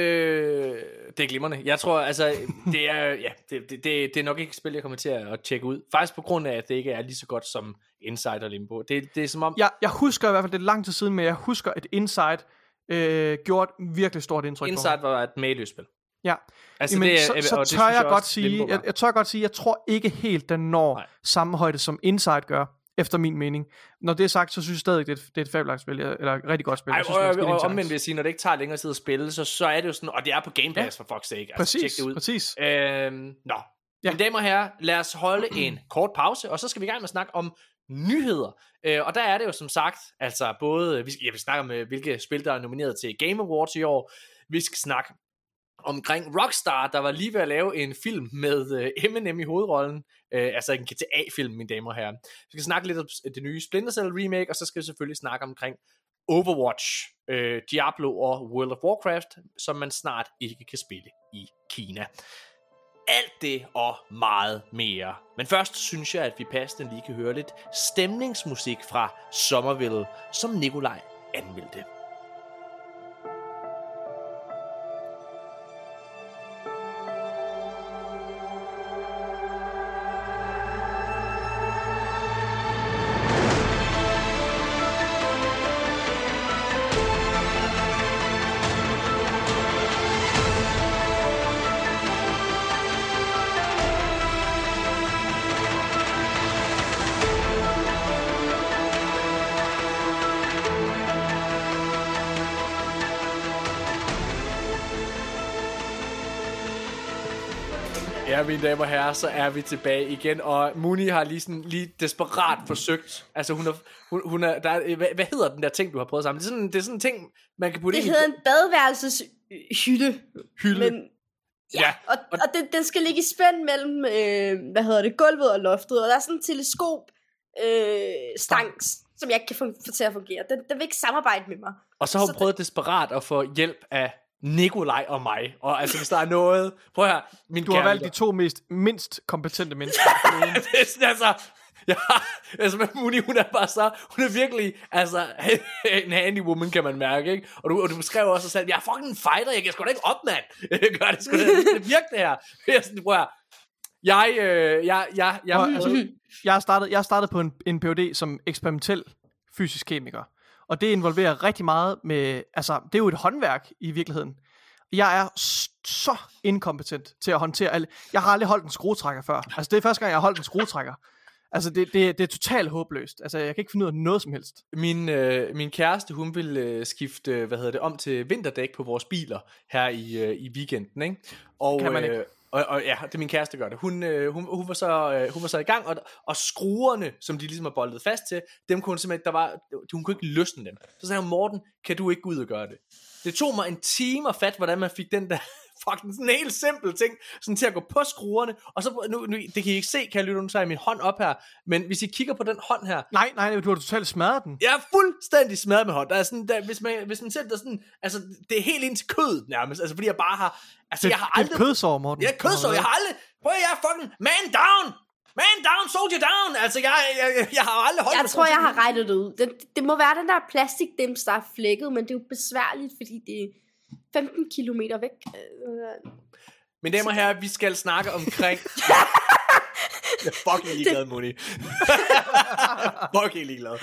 Speaker 1: øh, det er glimrende. Jeg tror, altså, det er, ja, det, det, det er nok ikke et spil, jeg kommer til at tjekke ud. Faktisk på grund af, at det ikke er lige så godt som Inside og Limbo. Det, det er som om...
Speaker 3: Jeg, jeg husker i hvert fald, det er lang tid siden, men jeg husker, at Inside øh, gjorde et virkelig stort indtryk
Speaker 1: Inside
Speaker 3: på mig.
Speaker 1: var et medløst spil.
Speaker 3: Ja.
Speaker 1: Altså,
Speaker 3: Jamen,
Speaker 1: det er,
Speaker 3: så,
Speaker 1: og
Speaker 3: så
Speaker 1: det
Speaker 3: tør
Speaker 1: synes
Speaker 3: jeg godt
Speaker 1: også,
Speaker 3: sige,
Speaker 1: Limbo var.
Speaker 3: jeg, jeg tør godt sige, jeg tror ikke helt, den når
Speaker 1: Nej.
Speaker 3: samme højde, som Inside gør, efter min mening. Når det er sagt, så synes jeg stadig, det er et, det er et fabelagtigt spil, eller et rigtig godt spil.
Speaker 1: Ej,
Speaker 3: Jeg synes,
Speaker 1: og,
Speaker 3: man
Speaker 1: og,
Speaker 3: skal give det en
Speaker 1: og
Speaker 3: chance.
Speaker 1: omvendt vil jeg sige, når det ikke tager længere tid at spille, så, så er det jo sådan, og det er på Game Pass, ja. For fuck's sake. Altså,
Speaker 3: Præcis,
Speaker 1: tjek det ud.
Speaker 3: præcis.
Speaker 1: Øhm, nå,
Speaker 3: Ja.
Speaker 1: mine damer og herrer, lad os holde en kort pause, og så skal vi i gang med at snakke om nyheder. Øh, og der er det jo som sagt, altså både, vi skal, jeg vil snakke om, øh, hvilke spil, der er nomineret til Game Awards i år. Vi skal snakke omkring Rockstar, der var lige ved at lave en film med øh, Eminem i hovedrollen, øh, altså en G T A-film, mine damer og herrer. Vi skal snakke lidt om det nye Splinter Cell remake, og så skal vi selvfølgelig snakke omkring Overwatch, øh, Diablo og World of Warcraft, som man snart ikke kan spille i Kina. Alt det og meget mere. Men først synes jeg, at vi passende lige kan høre lidt stemningsmusik fra Somerville, som Nikolaj anmeldte. Ja, mine damer og herrer, så er vi tilbage igen, og Muni har lige sådan lige desperat forsøgt. Altså hun er, hun, hun er der er, hvad, hvad hedder den der ting, du har prøvet sammen? Det er sådan, det er sådan en ting, man kan putte
Speaker 2: Det
Speaker 1: ind i.
Speaker 2: hedder en badeværelseshylde.
Speaker 1: Hylde.
Speaker 2: Men, ja,
Speaker 1: Ja,
Speaker 2: ja. Og, og den, den skal ligge i spænd mellem, øh, hvad hedder det, gulvet og loftet. Og der er sådan en teleskop øh, stang, som jeg ikke kan få, få til at fungere. Den, den vil ikke samarbejde med mig.
Speaker 1: Og så har hun
Speaker 2: så
Speaker 1: prøvet desperat at få hjælp af Nikolaj og mig. Og altså, hvis der er noget... Prøv her, min
Speaker 3: Du har
Speaker 1: kære
Speaker 3: valgt de
Speaker 1: lytter.
Speaker 3: to mest, mindst kompetente mennesker.
Speaker 1: Det er sådan, altså... Ja, altså med Muni, hun er bare så... Hun er virkelig, altså... En handy woman, kan man mærke, ikke? Og du, og du beskrev også selv, jeg er fucking en fighter, jeg kan sgu da ikke op, mand. Jeg gør det sgu da, det skal virke det her. Jeg er sådan, prøv her. Jeg, øh, jeg, jeg, jeg,
Speaker 3: Og, altså, jeg har startet, jeg har startet på en, en P H D som eksperimentel fysisk kemiker. Og det involverer rigtig meget med, altså det er jo et håndværk i virkeligheden. Jeg er s- så inkompetent til at håndtere alle. Jeg har aldrig holdt en skruetrækker før. Altså det er første gang, jeg har holdt en skruetrækker. Altså det, det, det er totalt håbløst. Altså jeg kan ikke finde ud af noget som helst.
Speaker 1: Min, øh, min kæreste, hun vil øh, skifte, øh, hvad hedder det, om til vinterdæk på vores biler her i, øh, i weekenden, ikke? Og,
Speaker 3: Kan man ikke.
Speaker 1: Øh, og, og ja, det er min kæreste, der gør det. Hun, øh, hun, hun, var så, øh, hun var så i gang, og, og skruerne, som de ligesom er boldet fast til, dem kunne hun simpelthen, der var, hun kunne ikke løsne dem. Så sagde hun, Morten, kan du ikke gå ud og gøre det? Det tog mig en time at fatte, hvordan man fik den der fucking sådan en helt simpel ting, sådan til at gå på skruerne, og så, nu, nu det kan I ikke se, kan jeg lytte, nu tager jeg min hånd op her, men hvis I kigger på den hånd her,
Speaker 3: Nej, nej, du har totalt smadret den.
Speaker 1: jeg er fuldstændig smadret med hånd. Der er sådan, der, hvis, man, hvis man ser der sådan, altså det er helt ind til kødet nærmest, altså fordi jeg bare har, altså
Speaker 3: Det,
Speaker 1: jeg har
Speaker 3: det er
Speaker 1: aldrig,
Speaker 3: et kødsår, Morten.
Speaker 1: jeg er kødsår, jeg har aldrig, prøv at jeg er fucking, man down, man down, soldier down, altså jeg, jeg, jeg, jeg har aldrig holdt
Speaker 2: Jeg
Speaker 1: mig
Speaker 2: tror,
Speaker 1: sådan
Speaker 2: jeg har
Speaker 1: til-
Speaker 2: regnet det ud. Det, det må være den der plastikdims, der er flækket, men det er jo besværligt, fordi det, femten kilometer væk.
Speaker 1: Mine damer og herrer, vi skal snakke omkring... Jeg er fucking ligeglad, Moni. Fucking ligeglad.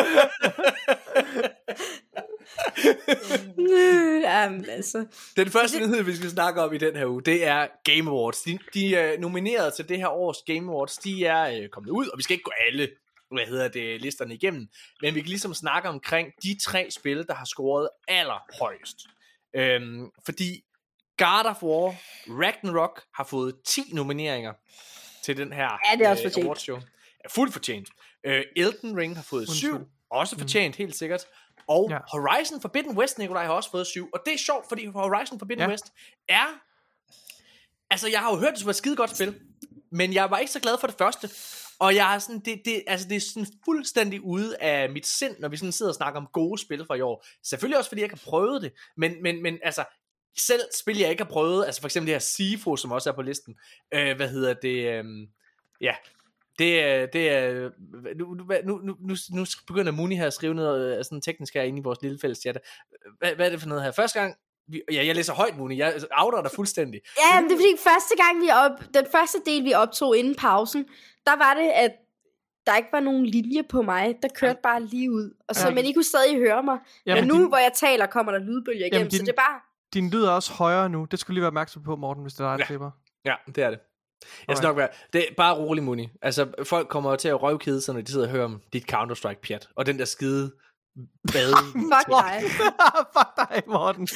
Speaker 2: Jamen, altså.
Speaker 1: Den første nyhed, vi skal snakke om i den her uge, det er Game Awards. De, de er nomineret til det her års Game Awards. De er øh, kommet ud, og vi skal ikke gå alle hvad hedder det, listerne igennem. Men vi kan ligesom snakke omkring de tre spil, der har scoret allerhøjest. Øhm, fordi God of War Ragnarok har fået ti nomineringer til den her
Speaker 2: ja, det er også
Speaker 1: øh,
Speaker 2: fortjent.
Speaker 1: awardshow. Ja, fuldt fortjent. Øh, Elden Ring har fået syv, også fortjent, mm. helt sikkert. Og ja. Horizon Forbidden West, Nikolaj, har også fået syv. Og det er sjovt, fordi Horizon Forbidden ja. West er... Altså, jeg har jo hørt, det var et skide godt spil, men jeg var ikke så glad for det første. Og jeg er sådan, det, det, altså, det er sådan fuldstændig ude af mit sind, når vi sådan sidder og snakker om gode spil fra i år. Selvfølgelig også, fordi jeg ikke har prøvet det. Men, men, men altså, selv spil, jeg ikke har prøvet, altså for eksempel det her Sifo, som også er på listen. Øh, hvad hedder det? Øh, ja... Det er, det er, nu, nu, nu, nu, nu begynder Muni her at skrive noget sådan teknisk her inde i vores lille fælles chat. Hvad, hvad er det for noget her? Første gang, vi, ja, jeg læser højt, Muni, jeg outer dig fuldstændig.
Speaker 2: Ja, men det er fordi første gang, vi op, den første del, vi optog inden pausen, der var det, at der ikke var nogen linje på mig, der kørte bare lige ud. Og så, ja. Men I kunne stadig høre mig. Jamen, men nu, din, hvor jeg taler, kommer der lydbølger igennem, din, så det er bare...
Speaker 3: Din lyd er også højere nu, det skulle lige være opmærksom på, Morten, hvis det er dig, der
Speaker 1: ja.
Speaker 3: klipper.
Speaker 1: Ja, det er det. Jeg skal nok være, det er bare rolig, Muni. Altså, folk kommer til at røvkede sig, når de sidder og hører om dit Counter-Strike-pjat. Og den der skide bade.
Speaker 2: Fuck dig.
Speaker 3: Fuck dig, Morten.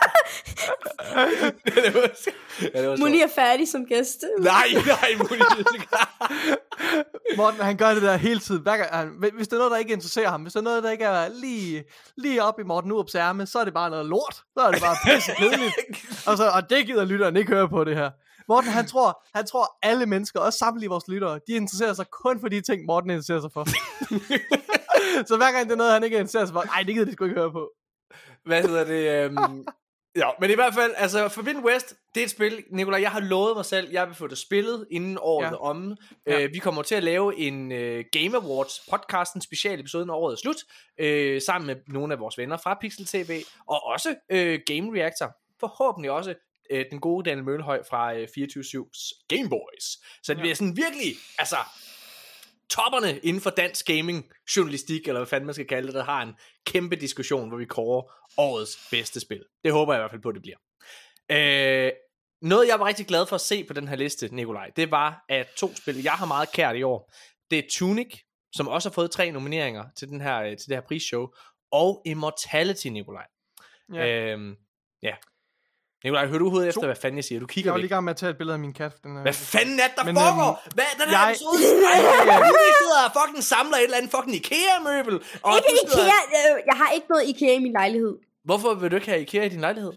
Speaker 1: ja,
Speaker 2: Muni er færdig som gæst.
Speaker 1: nej, nej, Muni.
Speaker 3: Morten, han gør det der hele tiden. Hver gang, han, hvis det er noget, der ikke interesserer ham, hvis det er noget, der ikke er lige, lige op i Morten Urups ærme, så er det bare noget lort. Så er det bare pisse kedeligt. og, så, og det gider lytteren ikke høre på det her. Morten, han tror, han tror alle mennesker, også samtlige vores lyttere, de interesserer sig kun for de ting, Morten interesserer sig for. Så hver gang det er noget, han ikke interesserer sig for, ej, det gider de sgu ikke høre på.
Speaker 1: Hvad hedder det? Um... Ja, men i hvert fald, altså Forbidden West, det er et spil, Nikolaj, jeg har lovet mig selv, jeg vil få det spillet inden året ja. om. Ja. Uh, vi kommer til at lave en uh, Game Awards podcast, en special episode, når året er slut, uh, sammen med nogle af vores venner fra Pixel T V, og også uh, Game Reactor, forhåbentlig også uh, den gode Daniel Mølhøj fra uh, fireogtyve syvs Game Boys. Så det bliver ja. sådan virkelig, altså... topperne inden for dansk gaming journalistik, eller hvad fanden man skal kalde det, der har en kæmpe diskussion, hvor vi kårer årets bedste spil. Det håber jeg i hvert fald på, det bliver. Øh, noget jeg var rigtig glad for at se på den her liste, Nikolaj, det var, at to spil, jeg har meget kært i år, det er Tunic, som også har fået tre nomineringer til, den her, til det her prisshow, og Immortality, Nikolaj. Ja. Øh, ja. Nikolaj, hører du hovedet efter, hvad fanden jeg siger? Du kigger
Speaker 3: Jeg var
Speaker 1: væk.
Speaker 3: lige i gang med at tage et billede af min kat. Den er...
Speaker 1: Hvad fanden er der
Speaker 3: Men,
Speaker 1: foregår?
Speaker 3: øhm,
Speaker 1: Hvad den her
Speaker 3: jeg-
Speaker 1: episode? Du sidder og fucking samler et eller andet fucking IKEA-møbel. Og
Speaker 2: Ikke
Speaker 1: du sidder...
Speaker 2: IKEA, øh, jeg har ikke noget IKEA i min lejlighed.
Speaker 1: Hvorfor vil du ikke have IKEA i din lejlighed?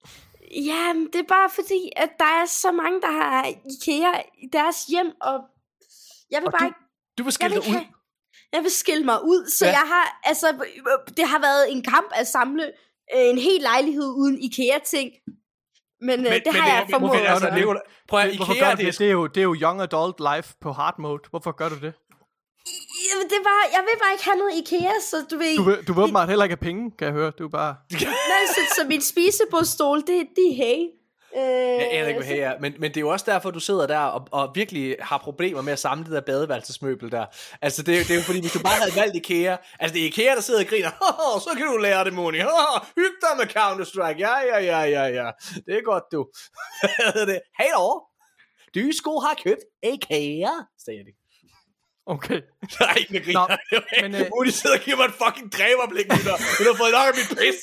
Speaker 2: Jamen, det er bare fordi, at der er så mange, der har IKEA i deres hjem, og jeg vil
Speaker 1: Og
Speaker 2: bare
Speaker 1: du,
Speaker 2: ikke...
Speaker 1: du vil
Speaker 2: Jeg
Speaker 1: skille
Speaker 2: vil,
Speaker 1: dig ud.
Speaker 2: have, jeg vil skille mig ud, så
Speaker 1: Ja.
Speaker 2: ja. jeg har, altså, det har været en kamp at samle øh, en hel lejlighed uden IKEA-ting, men, men det har jeg
Speaker 1: men-
Speaker 2: formået.
Speaker 1: men altså,
Speaker 2: at
Speaker 1: det er
Speaker 2: gøre.
Speaker 1: jo, prøv at
Speaker 3: Hvorfor
Speaker 1: IKEA,
Speaker 3: gør du
Speaker 1: det er
Speaker 3: det? Det er, jo, det er jo young adult life på hard mode. Hvorfor gør du det?
Speaker 2: Jamen, det var, jeg vil bare ikke have noget IKEA, så du ved...
Speaker 3: Du vil, du vil åbenbart heller ikke have penge, kan jeg høre. Du er bare...
Speaker 2: Nej, så, så min spisebordstol, det, det er hay. Øh,
Speaker 1: Jeg aner ikke, hvad her er. Men, men det er jo også derfor, du sidder der og, og virkelig har problemer med at samle det der badeværelsesmøbel der. Altså, det er, det er jo fordi, hvis du bare havde valgt IKEA... Altså, det er IKEA, der sidder og griner. Oh, så kan du lære det, Moni. Oh, hyg dig med Counter-Strike. Ja, ja, ja, ja, ja. Det er godt, du. Hvad hedder det? Hey, over. Du skulle have købt IKEA, sagde de.
Speaker 3: Okay.
Speaker 1: Nej, ikke med griner.
Speaker 3: men,
Speaker 1: Men,
Speaker 3: øh,
Speaker 1: Moni sidder og giver mig et fucking dræberblik, lytter. Du har fået nok af mit pis.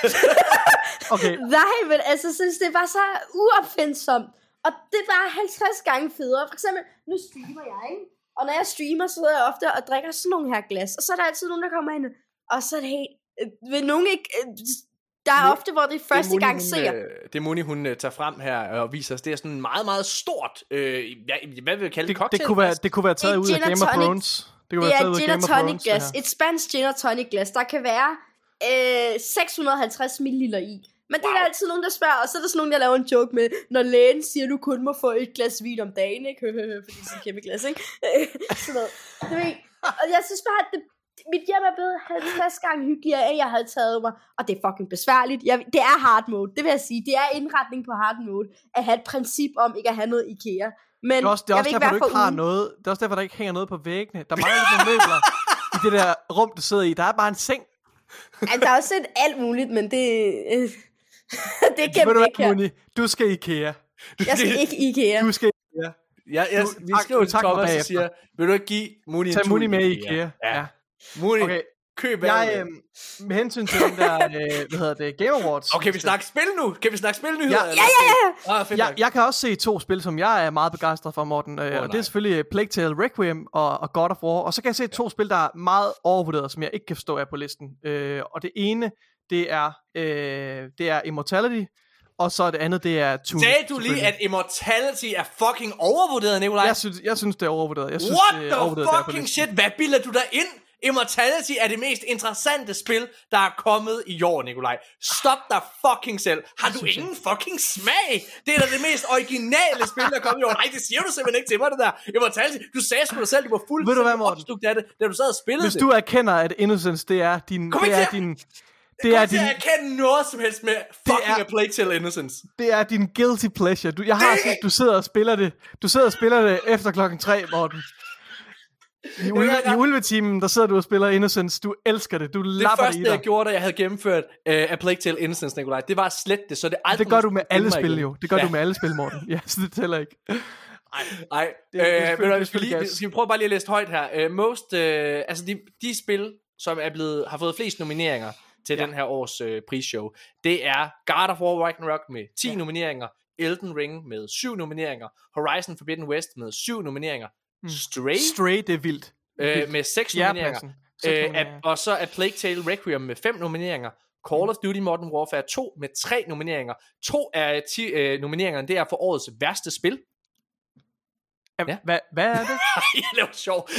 Speaker 3: Okay.
Speaker 2: Nej, men altså, synes det var så uopfindsomt. Og det var halvtreds gange federe. For eksempel, nu streamer jeg, ikke? Og når jeg streamer, så sidder jeg ofte og drikker sådan nogle her glas. Og så er der altid nogen, der kommer ind. Og så er det helt... Øh, vil nogen ikke... Øh, der er
Speaker 1: Nu-
Speaker 2: ofte, hvor det er første
Speaker 1: Moni,
Speaker 2: gang
Speaker 1: hun,
Speaker 2: ser.
Speaker 1: øh, Det er Moni, hun uh, tager frem her og viser os. Det er sådan en meget, meget stort... Øh, hvad, hvad vil vi kalde det?
Speaker 3: Det, det, kunne være, det kunne være taget
Speaker 2: Et
Speaker 3: ud af
Speaker 2: gin og
Speaker 3: Game of
Speaker 2: tonic.
Speaker 3: Thrones. Det kunne
Speaker 2: Det
Speaker 3: være
Speaker 2: er
Speaker 3: taget ud
Speaker 2: et
Speaker 3: af
Speaker 2: gin og
Speaker 3: Game of
Speaker 2: tonic
Speaker 3: Thrones.
Speaker 2: glas.
Speaker 3: det her.
Speaker 2: Et spansk gin og tonic glas. Der kan være øh, seks hundrede og halvtreds milliliter i. Men det er der altid nogen, der spørger. Og så er der sådan nogen, der laver en joke med, når lægen siger, at du kun må få et glas vin om dagen, ikke? Fordi det er sådan et kæmpe glas, ikke? Sådan noget. Du ved, og jeg synes bare, at det, mit hjem er blevet halvtreds gange hyggeligere, end jeg havde taget mig, og det er fucking besværligt. Jeg, det er hard mode, det vil jeg sige. Det er indretning på hard mode, at have et princip om ikke at have noget IKEA. Men
Speaker 3: det er også, det er også
Speaker 2: jeg
Speaker 3: derfor, du ikke har
Speaker 2: ugen.
Speaker 3: noget. Det er også derfor, der ikke hænger noget på væggene. Der mangler lidt nogle møbler i det der rum, du sidder i. Der er bare en seng.
Speaker 2: Altså, der er også et alt muligt, men det... Øh, det er gennem ikke her.
Speaker 3: Moni, du skal IKEA.
Speaker 2: Jeg skal ikke IKEA.
Speaker 3: Du skal IKEA.
Speaker 1: Ja, jeg,
Speaker 3: Du,
Speaker 1: vi
Speaker 3: tak,
Speaker 1: skriver
Speaker 3: du
Speaker 1: til
Speaker 3: takker mig
Speaker 1: Thomas og
Speaker 3: bagefter.
Speaker 1: siger, vil du ikke give Muni en
Speaker 3: Tag
Speaker 1: tur
Speaker 3: Moni
Speaker 1: i
Speaker 3: med i
Speaker 1: IKEA?
Speaker 3: IKEA.
Speaker 1: Ja.
Speaker 3: Ja.
Speaker 1: Muni,
Speaker 3: Okay.
Speaker 1: køb
Speaker 3: Jeg,
Speaker 1: af
Speaker 3: øh, med hensyn til den der, øh, hvad hedder det, Game Awards.
Speaker 1: Okay, vi snakker spil nu. Kan vi snakke spilnyheder?
Speaker 3: Ja.
Speaker 1: eller
Speaker 2: Ja, ja,
Speaker 1: spil? Ah, fedt
Speaker 3: Jeg,
Speaker 1: nok.
Speaker 3: jeg kan også se to spil, som jeg er meget begejstret for, Morten. Øh,
Speaker 1: oh,
Speaker 3: og det er selvfølgelig Plague Tale Requiem og, og God of War. Og så kan jeg se to spil, der er meget overvurderet, som jeg ikke kan forstå er på listen. Øh, og det ene, det er, øh, det er Immortality. Og så det andet, det er Tunic.
Speaker 1: Sagde du lige, at Immortality er fucking overvurderet, Nikolaj?
Speaker 3: Jeg synes, jeg synes, det er overvurderet. Jeg synes,
Speaker 1: What
Speaker 3: det er
Speaker 1: the
Speaker 3: overvurderet, der er på
Speaker 1: fucking
Speaker 3: listen.
Speaker 1: shit? Hvad bilder du dig ind? Immortality er det mest interessante spil, der er kommet i år, Nikolaj. Stop dig fucking selv. Har du ingen fucking smag? Det er da det mest originale spil, der er kommet i år. Nej, det siger du simpelthen ikke til mig, det der. Immortality, du sagde sgu dig selv, du var fuldstændig opslugt af det, da du sad og spillede
Speaker 3: Hvis
Speaker 1: det.
Speaker 3: du erkender, at Innocence, det er din...
Speaker 1: Kom
Speaker 3: det
Speaker 1: ikke
Speaker 3: er
Speaker 1: til-
Speaker 3: din
Speaker 1: Det
Speaker 3: det
Speaker 1: er
Speaker 3: er
Speaker 1: til
Speaker 3: din,
Speaker 1: at erkende noget som helst med fucking
Speaker 3: er-
Speaker 1: A Plague Tale Innocence.
Speaker 3: det er din guilty pleasure. Du, jeg har
Speaker 1: Det-
Speaker 3: set, du sidder og spiller det. Du sidder og spiller det efter klokken tre, Morten. I, ulve,
Speaker 1: jeg-
Speaker 3: I ulvetimen, der sidder du og spiller Innocence. Du elsker det. Du
Speaker 1: Det
Speaker 3: lapper det
Speaker 1: første,
Speaker 3: i dig.
Speaker 1: jeg gjorde, da jeg havde gennemført uh, A Plague Tale Innocence, Nikolaj, det var at slette det, så det aldrig...
Speaker 3: Det gør du med
Speaker 1: skulle
Speaker 3: alle
Speaker 1: finde mig
Speaker 3: spil
Speaker 1: igen.
Speaker 3: jo. Det gør
Speaker 1: Ja.
Speaker 3: du med alle spil, Morten. Ja, så det tæller ikke.
Speaker 1: Nej,
Speaker 3: Det- det er
Speaker 1: øh,
Speaker 3: selvfølgelig-
Speaker 1: ved du hvad,
Speaker 3: det er
Speaker 1: vi skal, lige,
Speaker 3: selvfølgelig
Speaker 1: vi skal vi prøve bare lige at læse højt her. Uh, most, uh, altså de, de spil, som er blevet, har fået flest nomineringer til
Speaker 3: Ja.
Speaker 1: den her års uh, prisshow, det er God of War Ragnarok med ti
Speaker 3: Ja.
Speaker 1: nomineringer, Elden Ring med syv nomineringer, Horizon Forbidden West med syv nomineringer,
Speaker 3: Mm.
Speaker 1: Stray
Speaker 3: Stray, det er vildt.
Speaker 1: øh, med seks nomineringer,
Speaker 3: Fjerdepladsen. Seks
Speaker 1: øh,
Speaker 3: nomineringer.
Speaker 1: at, og så er Plague Tale Requiem med fem nomineringer, Call of Duty Modern Warfare to med tre nomineringer. To af ti øh, nomineringerne, det er for årets værste spil. Ja.
Speaker 3: Hvad, hvad er det?
Speaker 1: Jeg laver sjov.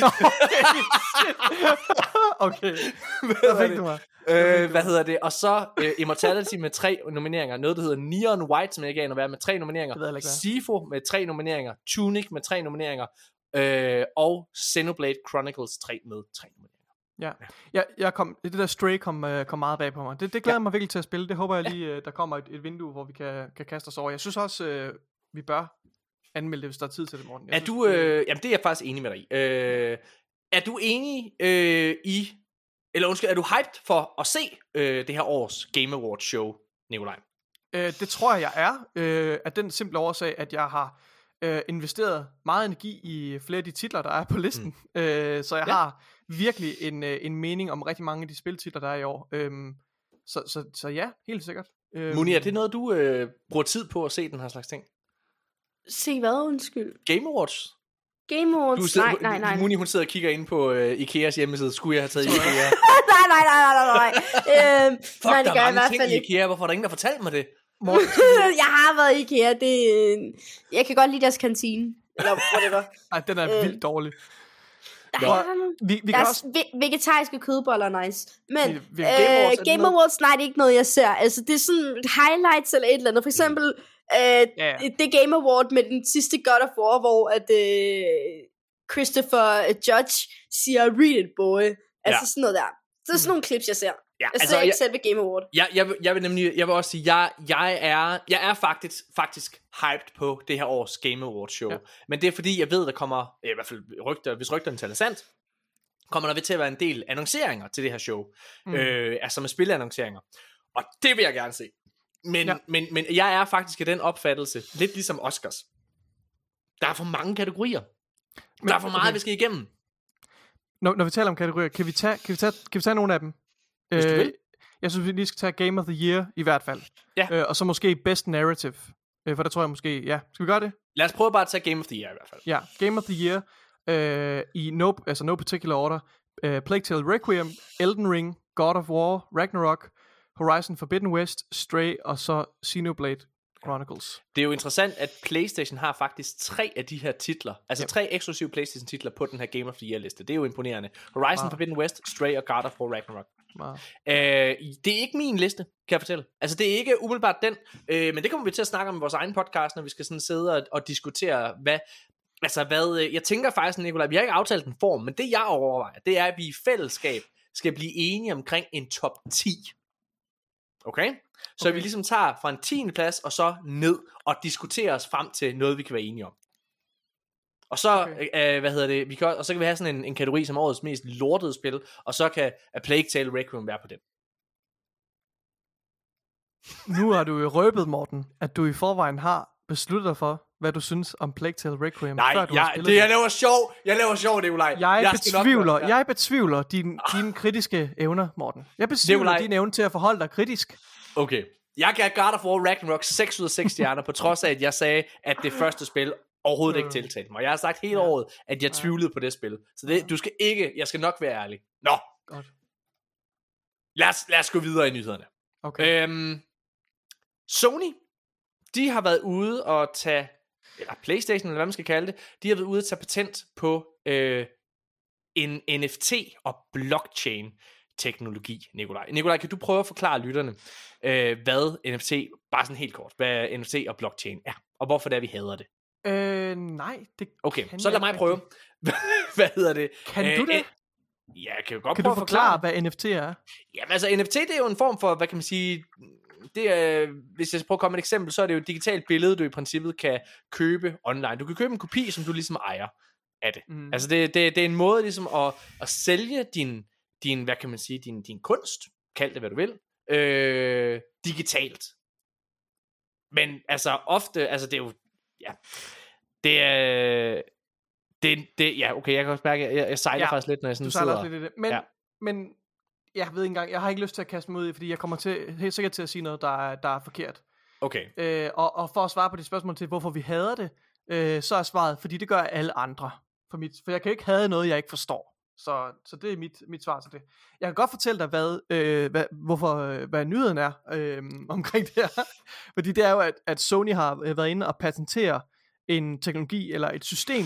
Speaker 3: Okay. Der fik du mig.
Speaker 1: øh, hvad hedder det? Og så øh, Immortality med tre nomineringer. Noget, der hedder Neon White, som jeg ikke aner hvad, med tre nomineringer.
Speaker 3: Det ved jeg ikke, hvad er.
Speaker 1: Sifo med tre nomineringer. Tunic med tre nomineringer. Øh, og Xenoblade Chronicles tre med tre nomineringer.
Speaker 3: Ja, jeg, jeg kom, det der Stray kom, uh, kom meget bag på mig. Det, det glæder
Speaker 1: Ja.
Speaker 3: ja. mig virkelig til at spille. Det håber jeg lige, uh, der kommer et, et vindue, hvor vi kan, kan kaste os over. Jeg synes også, uh, vi bør anmelde det, hvis der er tid til det, Morten. Jeg
Speaker 1: Er
Speaker 3: synes,
Speaker 1: du,
Speaker 3: det-
Speaker 1: øh, jamen det er jeg faktisk enig med dig i. Øh, er du enig øh, i, eller undskyld, er du hyped for at se øh, det her års Game Awards show, Nikolaj?
Speaker 3: Øh, det tror jeg, jeg er. Øh, af den simple årsag, at jeg har øh, investeret meget energi i flere af de titler, der er på listen. Mm. Øh, så jeg
Speaker 1: Ja.
Speaker 3: ja. har virkelig en, øh, en mening om rigtig mange af de spiltitler, der er i år. Øh, så, så, så ja, helt sikkert. Øh,
Speaker 1: Moni, er det noget, du øh, bruger tid på at se den her slags ting?
Speaker 2: Se hvad, undskyld.
Speaker 1: Game Awards?
Speaker 2: Game Awards?
Speaker 1: Du sidder,
Speaker 2: Nej, nej, nej.
Speaker 1: Moni, hun sidder og kigger ind på øh, Ikeas hjemmeside. Skulle jeg have taget Ikea?
Speaker 2: nej, nej, nej, nej, nej, nej. øhm,
Speaker 1: Fuck,
Speaker 2: nej,
Speaker 1: der
Speaker 2: det gør
Speaker 1: er
Speaker 2: jeg i
Speaker 1: mange
Speaker 2: hvert
Speaker 1: ting
Speaker 2: fald
Speaker 1: i
Speaker 2: ikke.
Speaker 1: Ikea. Hvorfor er der ingen, der fortalte mig det?
Speaker 3: Morten,
Speaker 2: Jeg har været i IKEA. Det, øh, jeg kan godt lide deres kantine. Eller whatever.
Speaker 3: nej, den er
Speaker 2: Øh.
Speaker 3: vildt dårlig.
Speaker 2: Der
Speaker 1: Nå.
Speaker 2: er nogle
Speaker 3: Vi, vi kan
Speaker 2: deres
Speaker 3: også...
Speaker 2: ve- vegetariske kødboller er nice. Men
Speaker 3: Vi- vi-
Speaker 2: øh,
Speaker 3: Game
Speaker 1: Awards, er det
Speaker 2: Game
Speaker 1: noget-
Speaker 2: Awards, nej, det er ikke noget, jeg ser. Altså, det er sådan highlights eller et eller andet. For eksempel, øh,
Speaker 3: Ja.
Speaker 2: det Game Award med den sidste God of War, hvor at, øh, Christopher Judge siger, read it, boy. Altså
Speaker 1: Ja.
Speaker 2: sådan noget der. Så det er sådan nogle clips, jeg ser.
Speaker 1: Ja,
Speaker 2: Jeg
Speaker 1: altså,
Speaker 2: ser ikke
Speaker 1: jeg,
Speaker 2: selv ved Game Award.
Speaker 1: jeg, jeg, vil- jeg vil nemlig, jeg vil også sige, jeg, jeg er, jeg er faktisk, faktisk hyped på det her års Game Awards show. Ja.
Speaker 3: Ja.
Speaker 1: Men det er fordi, jeg ved, der kommer, i hvert fald rygter, hvis rygterne taler sandt, kommer der ved til at være en del annonceringer til det her show. Mm. Øh, altså med spilleannonceringer. Og det vil jeg gerne se. Men, ja.
Speaker 3: Ja.
Speaker 1: men, men jeg er faktisk af den opfattelse, lidt ligesom Oscars. Der er for mange kategorier.
Speaker 3: Men-
Speaker 1: Der er for meget,
Speaker 3: okay.
Speaker 1: vi skal igennem.
Speaker 3: Når, når vi taler om kategorier, kan vi tage, kan vi tage, kan vi tage nogle af dem?
Speaker 1: Hvis du vil.
Speaker 3: Jeg synes, vi lige skal tage Game of the Year i hvert fald.
Speaker 1: Ja.
Speaker 3: Øh, og så måske Best Narrative. Øh, for der tror jeg måske, ja. Skal vi gøre det?
Speaker 1: Lad os prøve bare at tage Game of the Year i hvert fald.
Speaker 3: Ja, Game of the Year. Øh, I no, altså no particular order. Øh, Plague Tale Requiem, Elden Ring, God of War, Ragnarok, Horizon Forbidden West, Stray og så Xenoblade Chronicles.
Speaker 1: Det er jo interessant, at PlayStation har faktisk tre af de her titler, altså
Speaker 3: Yep.
Speaker 1: tre eksklusive PlayStation titler på den her Game of the Year liste. Det er jo imponerende. Horizon
Speaker 3: Wow.
Speaker 1: Forbidden West, Stray og God of War Ragnarok.
Speaker 3: Wow.
Speaker 1: Øh, det er ikke min liste, kan jeg fortælle. Altså det er ikke umiddelbart den, øh, men det kommer vi til at snakke om i vores egen podcast, når vi skal sådan sidde og, og diskutere, hvad altså hvad, øh, jeg tænker faktisk, Nikolaj, vi har ikke aftalt en form, men det jeg overvejer, det er, at vi i fællesskab skal blive enige omkring en top ti. Okay? Så okay. vi ligesom tager fra en tiende plads, og så ned, og diskuterer os frem til noget, vi kan være enige om. Og så, okay. øh, hvad hedder det, vi kan, og så kan vi have sådan en, en kategori som årets mest lortede spil, og så kan A Plague Tale Requiem være på den.
Speaker 3: Nu har du jo røbet, Morten, at du i forvejen har besluttet dig for, hvad du synes om Plague Tale Requiem.
Speaker 1: Nej,
Speaker 3: før du
Speaker 1: jeg,
Speaker 3: har spillet
Speaker 1: det, jeg laver sjov, jeg laver sjov, Nikolaj.
Speaker 3: Jeg, jeg betvivler, jeg betvivler din, dine kritiske evner, Morten. Jeg betvivler Nikolaj. din evne til at forholde dig kritisk.
Speaker 1: Okay, jeg gav God of War Ragnarok seks ud af seks stjerner, på trods af, at jeg sagde, at det første spil overhovedet ikke tiltalte mig. Jeg har sagt hele året, at jeg tvivlede på det spil. Så det, du skal ikke, jeg skal nok være ærlig. Nå,
Speaker 3: godt.
Speaker 1: Lad os, lad os gå videre i nyhederne.
Speaker 3: Okay.
Speaker 1: Øhm, Sony, de har været ude og tage, eller PlayStation, eller hvad man skal kalde det, de har været ude at tage patent på øh, en N F T og blockchain teknologi, Nikolaj. Nikolaj, kan du prøve at forklare lytterne, øh, hvad N F T, bare sådan helt kort, hvad N F T og blockchain er, og hvorfor det er, vi hader det?
Speaker 3: Øh, nej, det
Speaker 1: Okay,
Speaker 3: kan
Speaker 1: så lad mig prøve. hvad hedder det?
Speaker 3: Kan øh, du det?
Speaker 1: Øh, ja, jeg kan jo godt
Speaker 3: kan
Speaker 1: prøve
Speaker 3: du
Speaker 1: at forklare,
Speaker 3: forklare, hvad N F T er?
Speaker 1: Jamen altså, N F T, det er jo en form for, hvad kan man sige, det er, hvis jeg prøver at komme med et eksempel, så er det jo et digitalt billede, du i princippet kan købe online. Du kan købe en kopi, som du ligesom ejer af det. Mm. Altså, det, det, det er en måde ligesom at, at sælge din, din, hvad kan man sige, din, din kunst, kald det hvad du vil, øh, digitalt. Men altså, ofte, altså det er jo, ja, det er, det, det, ja, okay, jeg kan også mærke, jeg, jeg sejler ja, faktisk lidt, når jeg sådan
Speaker 3: du
Speaker 1: sidder.
Speaker 3: Lidt i det. Men, ja. men, jeg ved ikke engang, jeg har ikke lyst til at kaste mig ud i, fordi jeg kommer til, helt sikkert til at sige noget, der er, der er forkert.
Speaker 1: Okay.
Speaker 3: Øh, og, og for at svare på det spørgsmål til, hvorfor vi hader det, øh, så er svaret, fordi det gør alle andre. For, mit, for jeg kan ikke hade noget, jeg ikke forstår. Så, så det er mit, mit svar til det. Jeg kan godt fortælle dig, hvad, øh, hvad, hvorfor, øh, hvad nyheden er øh, omkring det her. Fordi det er jo, at, at Sony har været inde og patentere en teknologi, eller et system,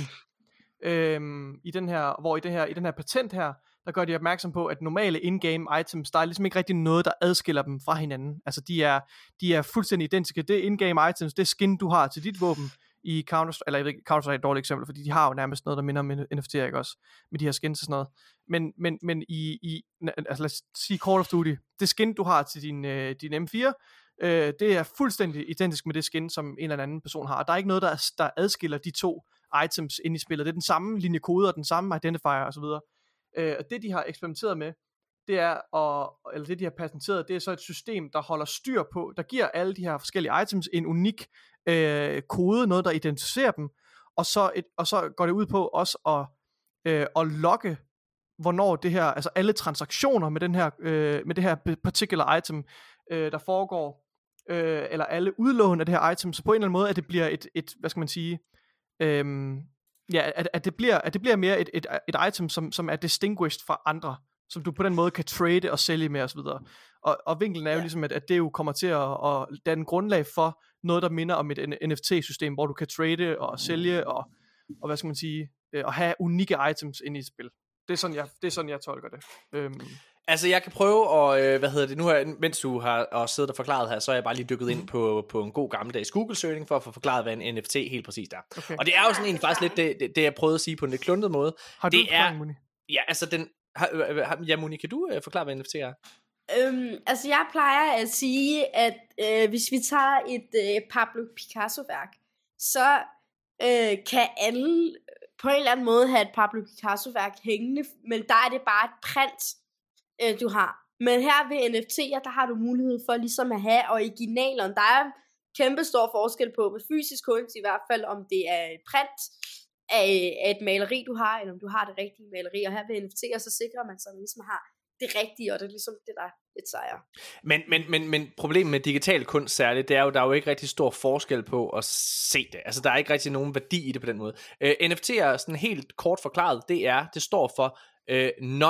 Speaker 3: øh, i den her, hvor i, det her, i den her patent her, der gør de opmærksom på, at normale in-game items, der er ligesom ikke rigtig noget, der adskiller dem fra hinanden. Altså de er, de er fuldstændig identiske. Det in-game items, det skin, du har til dit våben i Counter-Strike, eller jeg ved ikke, Counter-Strike er et dårligt eksempel, fordi de har jo nærmest noget, der minder om N F T'er, ikke også? Med de her skins og sådan noget. Men, men, men i, i, altså lad os sige Call of Duty, det skin, du har til din, øh, din M fire, øh, det er fuldstændig identisk med det skin, som en eller anden person har. Og der er ikke noget, der, der adskiller de to items ind i spillet. Det er den samme linje kode og den samme identifier osv. Øh, og det de har eksperimenteret med, det er, og, eller det de har patenteret, det er så et system, der holder styr på, der giver alle de her forskellige items en unik øh, kode, noget der identificerer dem, og så, et, og så går det ud på også at, øh, at logge, hvornår det her, altså alle transaktioner med, den her, øh, med det her particular item, øh, der foregår, øh, eller alle udlån af det her item, så på en eller anden måde, at det bliver et, et hvad skal man sige, øh, ja, at, at, det bliver, at det bliver mere et, et, et item, som, som er distinguished fra andre, som du på den måde kan trade og sælge med osv. Og, og vinklen er jo ja. ligesom, at, at det jo kommer til at, at danne grundlag for noget, der minder om et N F T-system, hvor du kan trade og sælge og, og hvad skal man sige, og have unikke items ind i et spil. Det er sådan, jeg, det er sådan, jeg tolker det. Øhm.
Speaker 1: Altså, jeg kan prøve at, øh, hvad hedder det nu her, mens du har og siddet og forklaret her, så er jeg bare lige dykket ind på, på en god gammeldags Google-søgning for at få forklaret, hvad en N F T helt præcist er. Okay. Og det er jo sådan egentlig faktisk lidt det, det, det, jeg prøvede at sige på en lidt kluntet måde.
Speaker 3: Har du
Speaker 1: det er,
Speaker 3: Moni?
Speaker 1: Ja, altså den, har, ja, Moni, kan du øh, forklare, hvad N F T er?
Speaker 2: Øhm, altså, jeg plejer at sige, at øh, hvis vi tager et øh, Pablo Picasso-værk, så øh, kan alle på en eller anden måde have et Pablo Picasso-værk hængende, men der er det bare et print, øh, du har. Men her ved N F T'er, der har du mulighed for ligesom at have originalerne. Der er kæmpe stor forskel på, med fysisk kunst i hvert fald, om det er et print af, af et maleri, du har, eller om du har det rigtige maleri. Og her ved N F T'er, så sikrer man sig, at man ligesom har det rigtige, og det er ligesom det, der lidt sejrer. Men,
Speaker 1: men, men, men problemet med digital kunst særligt, det er jo, der er jo ikke rigtig stor forskel på at se det. Altså, der er ikke rigtig nogen værdi i det på den måde. Uh, N F T'er, sådan helt kort forklaret, det er, det står for uh,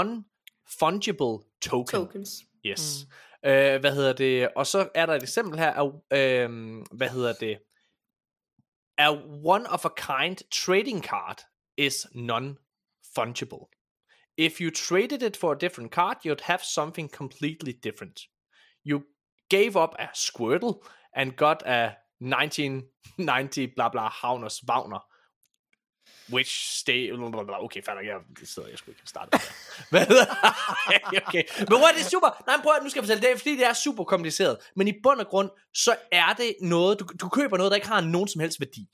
Speaker 1: non-fungible token.
Speaker 2: Tokens.
Speaker 1: Yes. Mm. Uh, hvad hedder det? Og så er der et eksempel her af, uh, hvad hedder det? A one of a kind trading card is non-fungible. If you traded it for a different card, you'd have something completely different. You gave up a Squirtle and got a nineteen ninety bla bla Havners Wagner. which stay... Okay, fair nok, jeg det sidder jeg skulle ikke starte med. Hvad hedder okay. Men hvor er det super... Nej, men prøv at, nu skal jeg fortælle, det er fordi, det er super kompliceret. Men i bund og grund, så er det noget... Du, du køber noget, der ikke har nogen som helst værdi.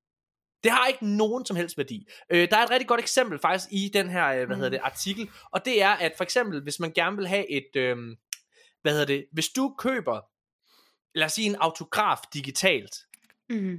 Speaker 1: Det har ikke nogen som helst værdi. Øh, der er et rigtig godt eksempel faktisk i den her, øh, hvad hedder det, artikel, og det er, at for eksempel, hvis man gerne vil have et, øh, hvad hedder det, hvis du køber, lad os sige en autograf digitalt,
Speaker 2: Mm.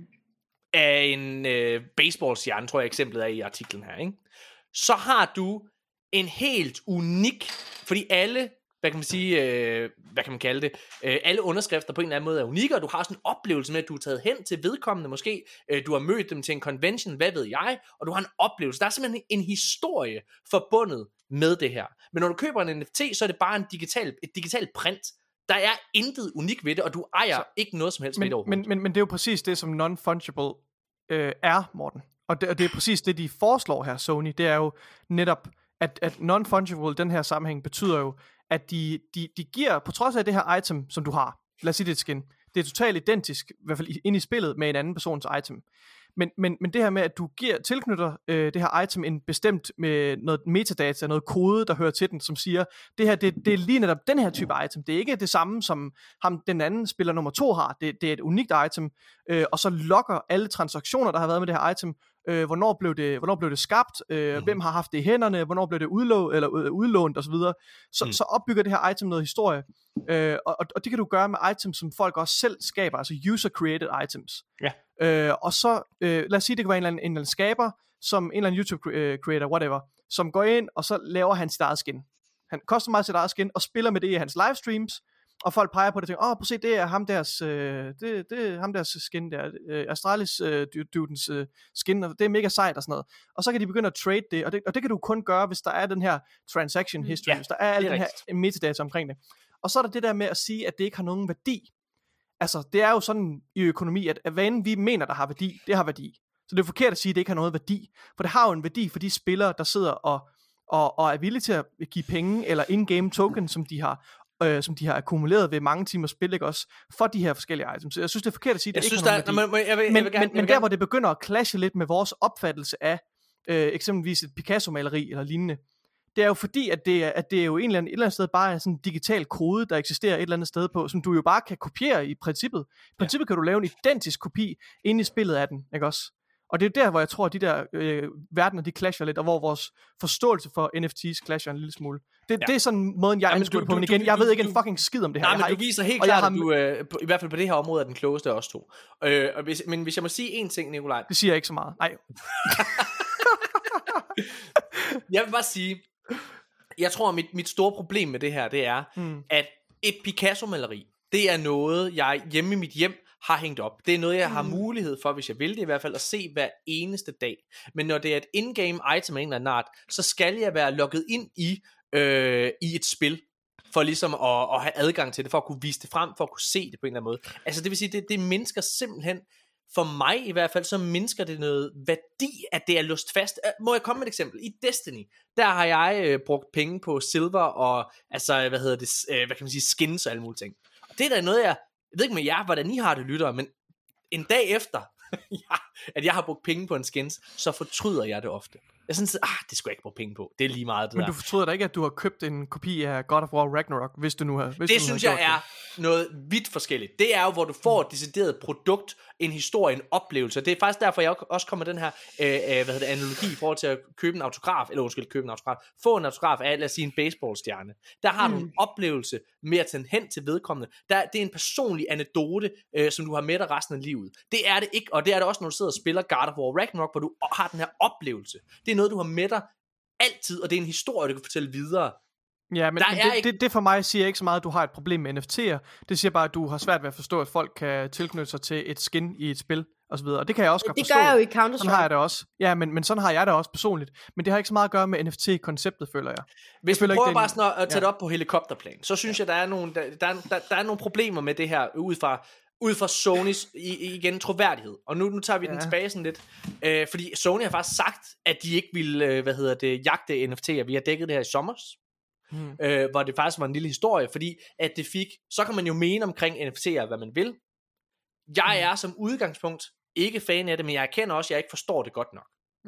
Speaker 1: af en øh, baseballstjerne, tror jeg eksemplet er i artiklen her, ikke? Så har du en helt unik, fordi alle, hvad kan man sige, øh, hvad kan man kalde det, øh, alle underskrifter på en eller anden måde er unikke, og du har sådan en oplevelse med, at du er taget hen til vedkommende måske, øh, du har mødt dem til en convention, hvad ved jeg, og du har en oplevelse. Der er simpelthen en historie forbundet med det her. Men når du køber en N F T, så er det bare en digital, et digitalt print. Der er intet unikt ved det, og du ejer så, ikke noget som helst
Speaker 3: men,
Speaker 1: ved det overhovedet.
Speaker 3: Men, men, men det er jo præcis det, som non-fungible øh, er, Morten. Og det, og det er præcis det, de foreslår her, Sony. Det er jo netop, at, at non-fungible, den her sammenhæng, betyder jo, at de, de, de giver, på trods af det her item, som du har, lad os sige det et skin, det er totalt identisk, i hvert fald ind i spillet, med en anden persons item. Men, men, men det her med, at du giver, tilknytter øh, det her item en bestemt med noget metadata, noget kode, der hører til den, som siger, det her, det, det er lige netop den her type item. Det er ikke det samme, som ham, den anden spiller nummer to har. Det, det er et unikt item, øh, og så logger alle transaktioner, der har været med det her item. Øh, hvornår, blev det, hvornår blev det skabt? Øh, mm-hmm. Hvem har haft det i hænderne? Hvornår blev det udlå, eller, øh, udlånt osv.? Så, så, mm. så opbygger det her item noget historie. Øh, og, og det kan du gøre med items, som folk også selv skaber, altså user-created items.
Speaker 1: Ja.
Speaker 3: Øh, og så, øh, lad os sige, det kan være en eller anden, en eller anden skaber, som en eller anden YouTube-creator, whatever, som går ind, og så laver han sit eget skin. Han customiser sit eget skin, og spiller med det i hans livestreams, og folk peger på det og tænker, åh, oh, prøv at se, det er ham deres, øh, det, det er ham deres skin der, øh, Astralis øh, dudens øh, skin, og det er mega sejt og sådan noget. Og så kan de begynde at trade det, og det, og det kan du kun gøre, hvis der er den her transaction history, ja, hvis der er al den rigtigt. her metadata omkring det. Og så er der det der med at sige, at det ikke har nogen værdi. Altså, det er jo sådan i økonomi, at hvad end vi mener, der har værdi, det har værdi. Så det er forkert at sige, at det ikke har noget værdi. For det har jo en værdi for de spillere, der sidder og, og, og er villige til at give penge, eller in-game token, som de har, øh, som de har akkumuleret ved mange timer spil, ikke også, for de her forskellige items. Så jeg synes, det er forkert at sige, at det jeg ikke synes, har noget værdi. Jeg vil, jeg vil, men, jeg vil gerne, men, men der, hvor det begynder at clashe lidt med vores opfattelse af øh, eksempelvis et Picasso-maleri eller lignende, det er jo fordi, at det, at det er jo en eller anden, et eller andet sted bare er sådan en digital kode, der eksisterer et eller andet sted på, som du jo bare kan kopiere i princippet. I princippet ja. kan du lave en identisk kopi inde i spillet af den, ikke også? Og det er der, hvor jeg tror, at de der øh, verdener, de clasher lidt, og hvor vores forståelse for N F T's clasher en lille smule. Det, ja. det er sådan måden, jeg anskuer det på, men igen, jeg ved ikke en fucking skid om det her.
Speaker 1: Nej, men
Speaker 3: jeg
Speaker 1: du
Speaker 3: ikke,
Speaker 1: viser helt klart, har, at du, øh, på, i hvert fald på det her område, er den klogeste af os to. Øh, og hvis, men hvis jeg må sige en ting, Nikolaj.
Speaker 3: Det siger jeg ikke så meget. Nej.
Speaker 1: Jeg vil bare sige, jeg tror, mit, mit store problem med det her, det er, mm. at et Picasso-maleri, det er noget, jeg hjemme i mit hjem har hængt op. Det er noget, jeg har mm. mulighed for, hvis jeg vil det i hvert fald, at se hver eneste dag. Men når det er et in-game item af en eller anden art, så skal jeg være logget ind i, øh, i et spil, for ligesom at, at have adgang til det, for at kunne vise det frem, for at kunne se det på en eller anden måde. Altså det vil sige, det, det mindsker simpelthen, for mig i hvert fald, så mindsker det noget værdi, at det er låst fast. Må jeg komme med et eksempel? I Destiny, der har jeg øh, brugt penge på silver og, altså, hvad hedder det, øh, hvad kan man sige, skins og alle mulige ting. Og det er da noget, jeg, jeg ved ikke med jer, hvordan I har det, lyttere, men en dag efter, ja, at jeg har brugt penge på en skins, så fortryder jeg det ofte. Jeg synes, ah, det skulle jeg ikke bruge penge på. Det er lige meget det
Speaker 3: Men
Speaker 1: der.
Speaker 3: du fortryder da ikke, at du har købt en kopi af God of War Ragnarok, hvis du nu har hvis
Speaker 1: Det
Speaker 3: du
Speaker 1: synes
Speaker 3: har
Speaker 1: jeg er
Speaker 3: det.
Speaker 1: noget vidt forskelligt. Det er jo, hvor du får et decideret produkt, en historie, en oplevelse. Det er faktisk derfor, jeg også kommer den her øh, hvad hedder det, analogi i forhold til at købe en autograf, eller undskyld, købe en autograf. Få en autograf af, lad os sige, en baseballstjerne. Der har mm. du en oplevelse med at tage hen til vedkommende. Der, det er en personlig anekdote, øh, som du har med dig resten af livet. Det er det ikke, og det er det også, når du sidder og spiller God of War Ragnarok, hvor du har den her oplevelse. Det er noget, du har med dig altid, og det er en historie, du kan fortælle videre.
Speaker 3: Ja, men, men det, ikke... det, det for mig siger ikke så meget, at du har et problem med N F T'er. Det siger bare, at du har svært ved at forstå, at folk kan tilknytte sig til et skin i et spil, og så videre. Og det kan jeg også godt
Speaker 2: det
Speaker 3: forstå.
Speaker 2: Det gør jeg jo i Counter-Strike.
Speaker 3: Sådan har jeg det også. Ja, men, men sådan har jeg det også personligt. Men det har ikke så meget at gøre med N F T-konceptet, føler jeg.
Speaker 1: Hvis
Speaker 3: jeg
Speaker 1: vi prøver
Speaker 3: ikke,
Speaker 1: bare sådan at, at tage
Speaker 3: ja.
Speaker 1: det op på helikopterplan, så synes ja. jeg, der er, nogle, der, der, der, der er nogle problemer med det her, ud fra ud fra Sonys i, igen troværdighed. Og nu, nu tager vi ja. den tilbage sådan lidt. Øh, fordi Sony har faktisk sagt, at de ikke ville, hvad hedder det, jagte N F T'er. Vi har dækket det her i sommers. Hmm. Øh, hvor det faktisk var en lille historie, fordi at det fik, så kan man jo mene omkring N F T'er, hvad man vil. Jeg hmm. er som udgangspunkt ikke fan af det, men jeg erkender også, at jeg ikke forstår det godt nok.
Speaker 3: Ja.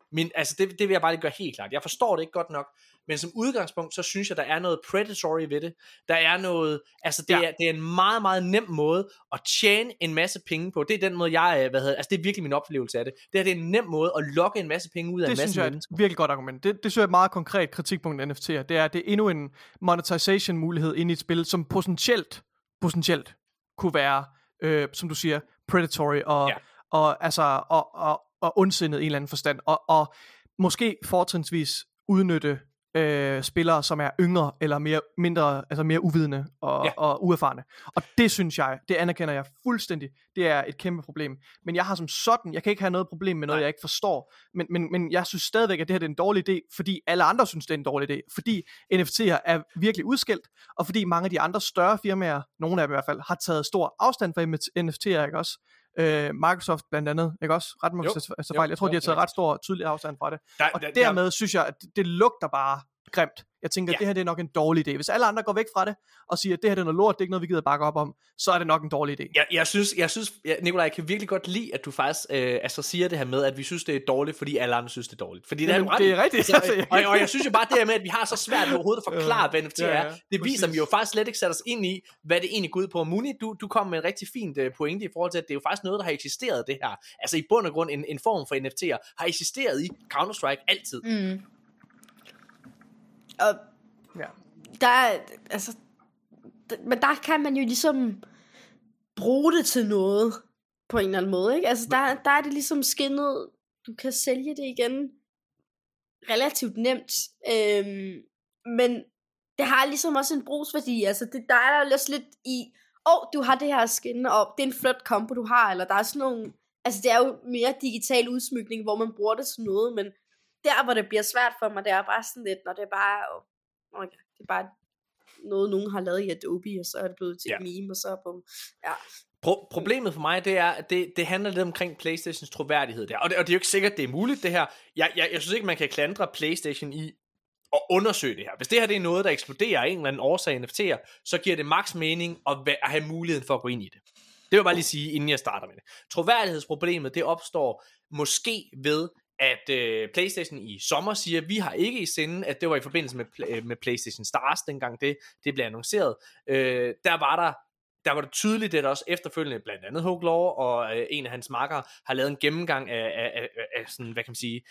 Speaker 1: min, altså det, det vil jeg bare lige gøre helt klart. Jeg forstår det ikke godt nok, men som udgangspunkt, så synes jeg, der er noget predatory ved det. Der er noget, altså det, ja. er, det er en meget, meget nem måde at tjene en masse penge på. Det er den måde, jeg, hvad hedder, altså det er virkelig min oplevelse af det. Det her, det er en nem måde at lokke en masse penge ud af
Speaker 3: det
Speaker 1: en masse mennesker.
Speaker 3: Det synes jeg er et virkelig godt argument. Det, det synes jeg er et meget konkret kritikpunkt af N F T'er. Det er, at det er endnu en monetization mulighed inde i et spil, som potentielt, potentielt kunne være, øh, som du siger, predatory og, ja. og, altså, og, og, og ondsindet i en eller anden forstand. Og, og måske fortrinsvis udnytte øh, spillere, som er yngre eller mere, mindre, altså mere uvidende og, ja. og uerfarne. Og det synes jeg, det anerkender jeg fuldstændig, det er et kæmpe problem. Men jeg har som sådan, jeg kan ikke have noget problem med noget, Nej. jeg ikke forstår. Men, men, men jeg synes stadigvæk, at det her det er en dårlig idé, fordi alle andre synes, det er en dårlig idé. Fordi N F T'er er virkelig udskilt, og fordi mange af de andre større firmaer, nogle af dem i hvert fald, har taget stor afstand fra N F T'er, ikke også? Uh, Microsoft blandt andet, ikke også? Ret mig, altså fejl. Jeg tror, jo, de har taget jo. ret stor tydelig afstand fra det. Der, og der, dermed der... synes jeg, at det, det lugter bare grimt. Jeg tænker, ja. at det her det er nok en dårlig idé. Hvis alle andre går væk fra det, og siger, at det her det er noget lort, det er ikke noget, vi gider bakke op om, så er det nok en dårlig idé.
Speaker 1: Jeg, jeg synes, jeg synes ja, Nikolaj, jeg kan virkelig godt lide, at du faktisk øh, altså siger det her med, at vi synes, det er dårligt, fordi alle andre synes, det er dårligt. Fordi
Speaker 3: Jamen, det er, det er rigtigt.
Speaker 1: Altså, og, og, og jeg synes jo bare, det her med, at vi har så svært ved overhovedet at forklare, hvad N F T ja, ja, er, det viser, at vi jo faktisk slet ikke sat os ind i, hvad det egentlig går ud på. Muni, du, du kom med en rigtig fint uh, pointe i forhold til, at det er jo faktisk noget, der har eksisteret, det her. Altså i bund og grund, en, en form for N F T'er har eksisteret i Counter-Strike altid.
Speaker 2: Mm. Og
Speaker 3: ja.
Speaker 2: der er, altså, der, men der kan man jo ligesom bruge det til noget, på en eller anden måde, ikke? Altså, der, der er det ligesom skinnet, du kan sælge det igen relativt nemt, øhm, men det har ligesom også en brugsværdi, altså, det, der er der også lidt i, åh, oh, du har det her skin, og det er en flot kombo, du har, eller der er sådan nogle, altså, det er jo mere digital udsmykning, hvor man bruger det til noget, men der, hvor det bliver svært for mig, det er bare sådan lidt, når det er bare, oh, okay, det er bare noget, nogen har lavet i Adobe, og så er det blevet til et ja. meme, og så på, ja.
Speaker 1: Pro- problemet for mig, det er, at det, det handler lidt omkring PlayStations troværdighed der, og det, og det er jo ikke sikkert, det er muligt det her. Jeg, jeg, jeg synes ikke, man kan klandre PlayStation i at undersøge det her. Hvis det her det er noget, der eksploderer af en eller anden årsag i N F T'er, så giver det maks mening at, at have muligheden for at gå ind i det. Det vil jeg bare lige sige, inden jeg starter med det. Troværdighedsproblemet, det opstår måske ved, at øh, PlayStation i sommer siger, at vi har ikke i sinde, at det var i forbindelse med, øh, med PlayStation Stars, dengang det, det blev annonceret. Øh, der var der der var det tydeligt, at også efterfølgende, blandt andet Hogue Law og øh, en af hans makkere, har lavet en gennemgang af, af, af, af sådan, hvad kan man sige,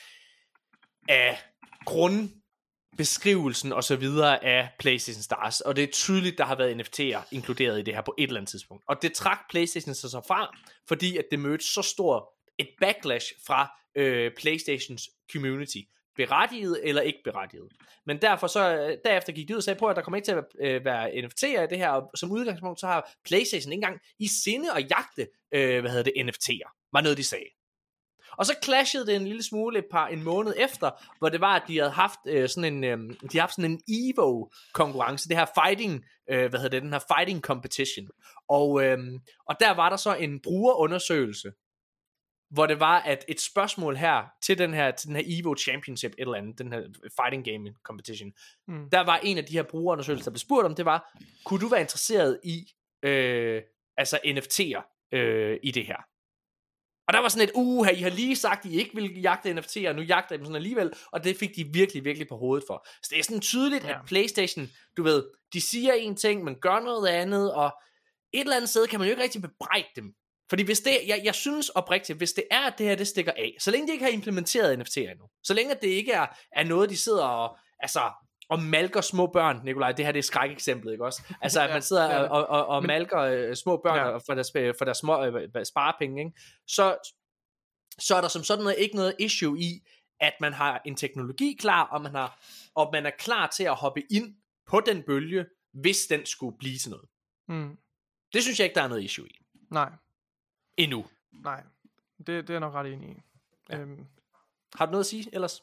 Speaker 1: af grundbeskrivelsen og så videre af PlayStation Stars, og det er tydeligt, der har været N F T'er inkluderet i det her på et eller andet tidspunkt. Og det trak PlayStation sig så fra, fordi at det mødte så stor et backlash fra øh, PlayStations community. Berettiget eller ikke berettiget. Men derfor så, derefter gik de ud og sagde på, at der kommer ikke til at øh, være N F T'er i det her, og som udgangspunkt så har PlayStation ikke engang i sinde at jagte, øh, hvad hedder det, N F T'er, var noget de sagde. Og så clashede det en lille smule et par en måned efter, hvor det var, at de havde haft øh, sådan en, øh, de havde haft sådan en Evo konkurrence, det her fighting, øh, hvad hedder det, den her fighting competition. Og, øh, og der var der så en brugerundersøgelse, hvor det var, at et spørgsmål her til den her, til den her Evo Championship, et eller andet, den her fighting game competition, mm. der var en af de her brugerundersøgelser, der blev spurgt om, det var, kunne du være interesseret i, øh, altså N F T'er øh, i det her? Og der var sådan et, uha, I har lige sagt, I ikke ville jagte N F T'er, og nu jagter I dem sådan alligevel, og det fik de virkelig, virkelig på hovedet for. Så det er sådan tydeligt, ja. At PlayStation, du ved, de siger en ting, men gør noget andet, og et eller andet sted kan man jo ikke rigtig bebrejde dem. Fordi hvis det, jeg, jeg synes oprigtigt, hvis det er, at det her, det stikker af, så længe de ikke har implementeret N F T'er endnu, så længe at det ikke er, er noget, de sidder og, altså, og malker små børn, Nikolaj, det her det er skrækeksemplet, ikke også? Altså, at man sidder ja, ja. og, og, og malker uh, små børn ja. for deres, for deres små uh, sparepenge, ikke? Så, så er der som sådan noget, ikke noget issue i, at man har en teknologi klar, og man, har, og man er klar til at hoppe ind på den bølge, hvis den skulle blive til noget.
Speaker 3: Mm.
Speaker 1: Det synes jeg ikke, der er noget issue i.
Speaker 3: Nej.
Speaker 1: Endnu.
Speaker 3: Nej, det, det er jeg nok ret enig i.
Speaker 1: Ja.
Speaker 3: Øhm.
Speaker 1: Har du noget at sige ellers?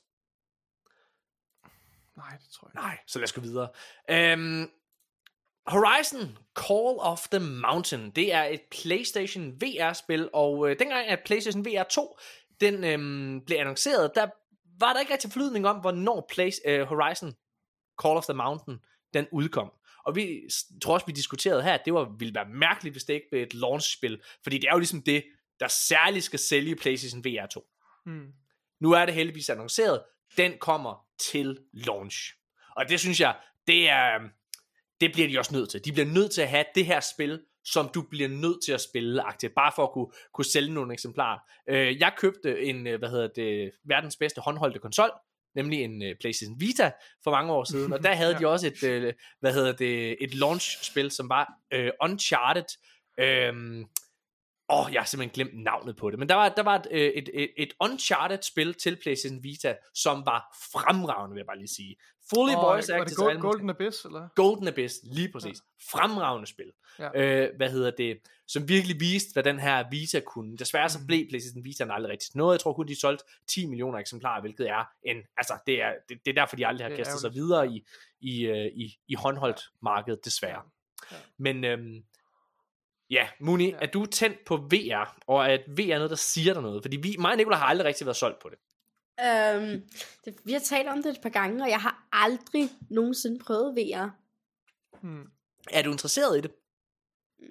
Speaker 3: Nej, det tror jeg
Speaker 1: ikke. Nej, så lad os gå videre. Øhm, Horizon Call of the Mountain, det er et PlayStation V R-spil, og øh, dengang at PlayStation V R to, den øh, blev annonceret, der var der ikke rigtig forlydning om, hvornår Play, øh, Horizon Call of the Mountain, den udkom. Og vi tror også, vi diskuterede her, at det var, ville være mærkeligt, hvis det ikke blev et launch-spil. Fordi det er jo ligesom det, der særligt skal sælge PlayStation V R to.
Speaker 3: Mm.
Speaker 1: nu er det heldigvis annonceret, den kommer til launch. Og det synes jeg, det er, det bliver de også nødt til. De bliver nødt til at have det her spil, som du bliver nødt til at spille aktivt, bare for at kunne, kunne sælge nogle eksemplarer. Øh, jeg købte en, hvad hedder det, verdens bedste håndholdte konsol, nemlig en uh, PlayStation Vita for mange år siden, og der havde ja. de også et, uh, hvad hedder det, et launch-spil, som var uh, Uncharted. Øhm, åh, jeg har simpelthen glemt navnet på det, men der var, der var et, et, et, et Uncharted-spil til PlayStation Vita, som var fremragende, vil jeg bare lige sige. Fully oh, voice acted.
Speaker 3: Var det Golden Abyss, eller?
Speaker 1: Golden Abyss, lige præcis. Ja. Fremragende spil. Ja. Øh, hvad hedder det? Som virkelig viste, hvad den her Vita kunne. Desværre så blev PlayStation Vita aldrig rigtig noget. Jeg tror kun, de solgte ti millioner eksemplarer, hvilket er en, altså det er, det, det er derfor, de aldrig har kastet sig videre i, i, i, i håndholdt markedet, desværre. Ja. Ja. Men øhm, ja, Muni, ja. Er du tændt på V R, og at V R er noget, der siger dig noget? Fordi vi, mig og Nicolai har aldrig rigtig været solgt på det.
Speaker 2: Um, det, vi har talt om det et par gange, og jeg har aldrig nogensinde prøvet V R.
Speaker 1: Hmm. Er du interesseret i det? Mm.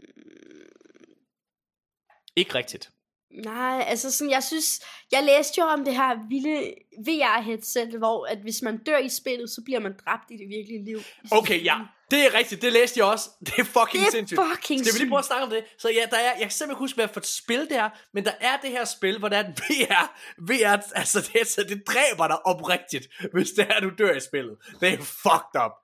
Speaker 1: Ikke rigtigt.
Speaker 2: Nej, altså sådan, jeg synes, jeg læste jo om det her vilde V R-headset, hvor at hvis man dør i spillet, så bliver man dræbt i det virkelige liv.
Speaker 1: Okay, ja, det er rigtigt, det læste jeg også. Det er fucking
Speaker 2: det er
Speaker 1: sindssygt.
Speaker 2: Fucking
Speaker 1: Skal vi lige prøve at snakke om det? Så ja, der er, jeg kan simpelthen huske, hvad jeg har fået spil det her, men der er det her spil, hvor der er et V R, V R, altså det, altså, det dræber dig oprigtigt, hvis det er, du dør i spillet. Det er fucked up.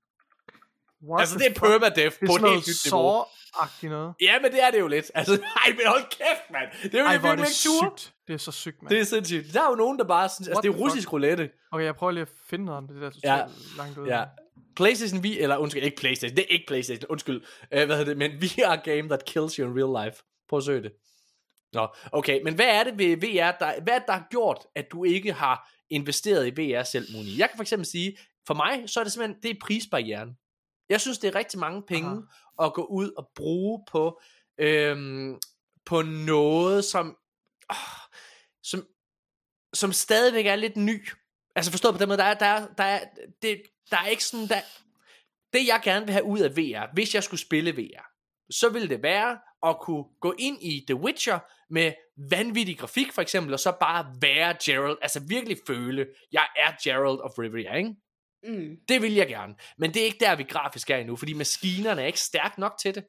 Speaker 1: What altså det er permadeath på et helt nyt niveau.
Speaker 3: Agtigt noget.
Speaker 1: Ja, men det er det jo lidt. Altså, nej, men hold kæft, mand. Det er jo
Speaker 3: Ej,
Speaker 1: det virkelig
Speaker 3: ikke sygt. Det er så sygt, mand.
Speaker 1: Det er sindssygt. Der er jo nogen, der bare synes, altså det er russisk roulette.
Speaker 3: Okay, jeg prøver lige at finde noget om det, det der
Speaker 1: ja.
Speaker 3: langt ude.
Speaker 1: Ja. PlayStation V, eller undskyld, ikke PlayStation, det er ikke PlayStation, undskyld. Uh, hvad hedder det, men V R game that kills you in real life. Prøv at søge det. Nå, okay, men hvad er det ved V R, der, hvad er det, der har gjort, at du ikke har investeret i V R selv, Muni? Jeg kan for eksempel sige, for mig, så er det simpelthen, det er prisbarrieren. Jeg synes, det er rigtig mange penge Aha. at gå ud og bruge på, øhm, på noget, som, øh, som, som stadigvæk er lidt ny. Altså forstået på den måde, der er, der er, der er, det, der er ikke sådan, der, det jeg gerne vil have ud af V R, hvis jeg skulle spille V R, så ville det være at kunne gå ind i The Witcher med vanvittig grafik for eksempel, og så bare være Geralt, altså virkelig føle, jeg er Geralt of Rivia, ikke? Mm. Det vil jeg gerne. Men det er ikke der vi grafisk er endnu, fordi maskinerne er ikke stærke nok til det.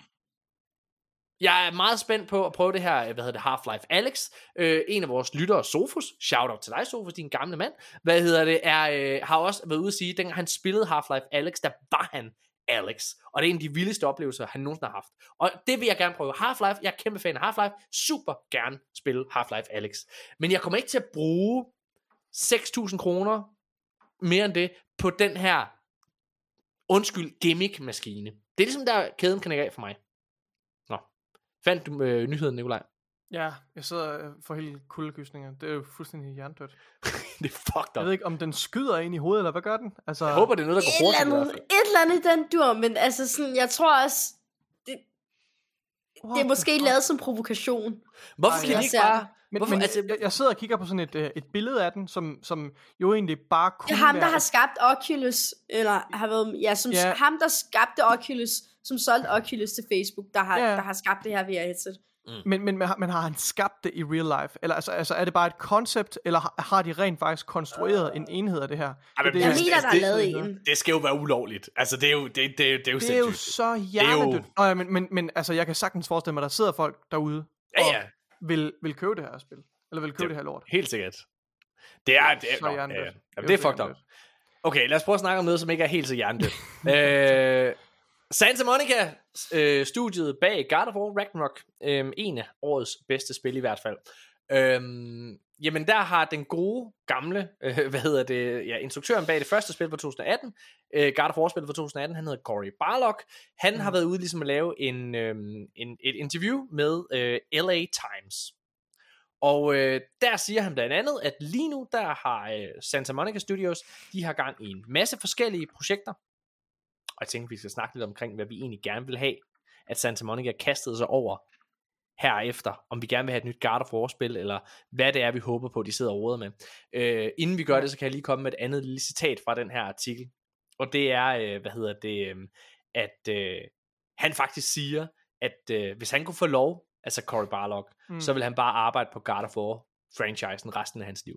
Speaker 1: Jeg er meget spændt på at prøve det her, hvad hedder det, Half-Life Alex. øh, En af vores lyttere, Sofus, shout out til dig Sofus, din gamle mand, hvad hedder det, er, øh, har også været ude at sige, dengang han spillede Half-Life Alex, der var han Alex, og det er en af de vildeste oplevelser han nogensinde har haft. Og det vil jeg gerne prøve. Half-Life, jeg er kæmpe fan af Half-Life, super gerne spille Half-Life Alex. Men jeg kommer ikke til at bruge seks tusind kroner mere end det på den her, undskyld, gimmick-maskine. Det er ligesom der kæden kan ikke af for mig. Nå, fandt du øh, nyheden, Nikolaj?
Speaker 3: Ja, jeg sidder for hele kuldegysninger. Det er jo fuldstændig hjernedødt.
Speaker 1: Det er fucked up.
Speaker 3: Jeg ved ikke, om den skyder ind i hovedet, eller hvad gør den? Altså,
Speaker 1: jeg håber, det er noget, der går hurtigt.
Speaker 2: Et eller andet, et eller andet den dur, men altså sådan, jeg tror også, det, det er måske fuck? lavet som provokation.
Speaker 1: Hvorfor Ej, kan de ikke bare...
Speaker 3: Men, men altså, jeg, jeg sidder og kigger på sådan et, et billede af den, som, som jo egentlig bare kunne
Speaker 2: være... Det er ham, der
Speaker 3: være...
Speaker 2: har skabt Oculus, eller har været... Ja, som, ja. ham, der skabte Oculus, som solgte Oculus til Facebook, der har, ja. der har skabt det her V R-headset.
Speaker 3: Mm. Men, men, men har han skabt det i real life? Eller altså, altså er det bare et koncept, eller har, har de rent faktisk konstrueret uh. en enhed af det her?
Speaker 1: Ej, men,
Speaker 2: det, jeg mener, der er lavet en.
Speaker 1: Det skal jo være ulovligt. Altså, det er jo, det, det, det er jo
Speaker 3: det er
Speaker 1: sindssygt.
Speaker 3: jo så hjernedødt. Jo... ja, men, men, men altså, jeg kan sagtens forestille mig, der sidder folk derude,
Speaker 1: ja, ja.
Speaker 3: og vil, vil købe det her spil. Eller vil købe det, det her lort.
Speaker 1: Helt sikkert. Det er, det er,
Speaker 3: så
Speaker 1: no, ja,
Speaker 3: ja.
Speaker 1: det, det er fucked up. Okay, lad os prøve at snakke om noget, som ikke er helt så hjernedødt. øh, Santa Monica, øh, studiet bag God of War Ragnarok, øh, en af årets bedste spil i hvert fald. Øh, jamen der har den gode, gamle, øh, hvad hedder det, ja, instruktøren bag det første spil fra to tusind atten, øh, God of War spil fra to tusind atten, han hedder Cory Barlog. Han mm. har været ude ligesom at lave en, øh, en, et interview med øh, L A Times. Og øh, der siger han blandt andet, at lige nu der har øh, Santa Monica Studios, de har gang i en masse forskellige projekter. Og jeg tænker, vi skal snakke lidt omkring, hvad vi egentlig gerne vil have, at Santa Monica kastede sig over herefter. Om vi gerne vil have et nyt God of War-spil, eller hvad det er, vi håber på, de sidder og råder med. Øh, inden vi gør det, så kan jeg lige komme med et andet lille citat fra den her artikel. Og det er, øh, hvad hedder det, øh, at øh, han faktisk siger, at øh, hvis han kunne få lov, altså Cory Barlog, mm. så vil han bare arbejde på God of War-franchisen resten af hans liv.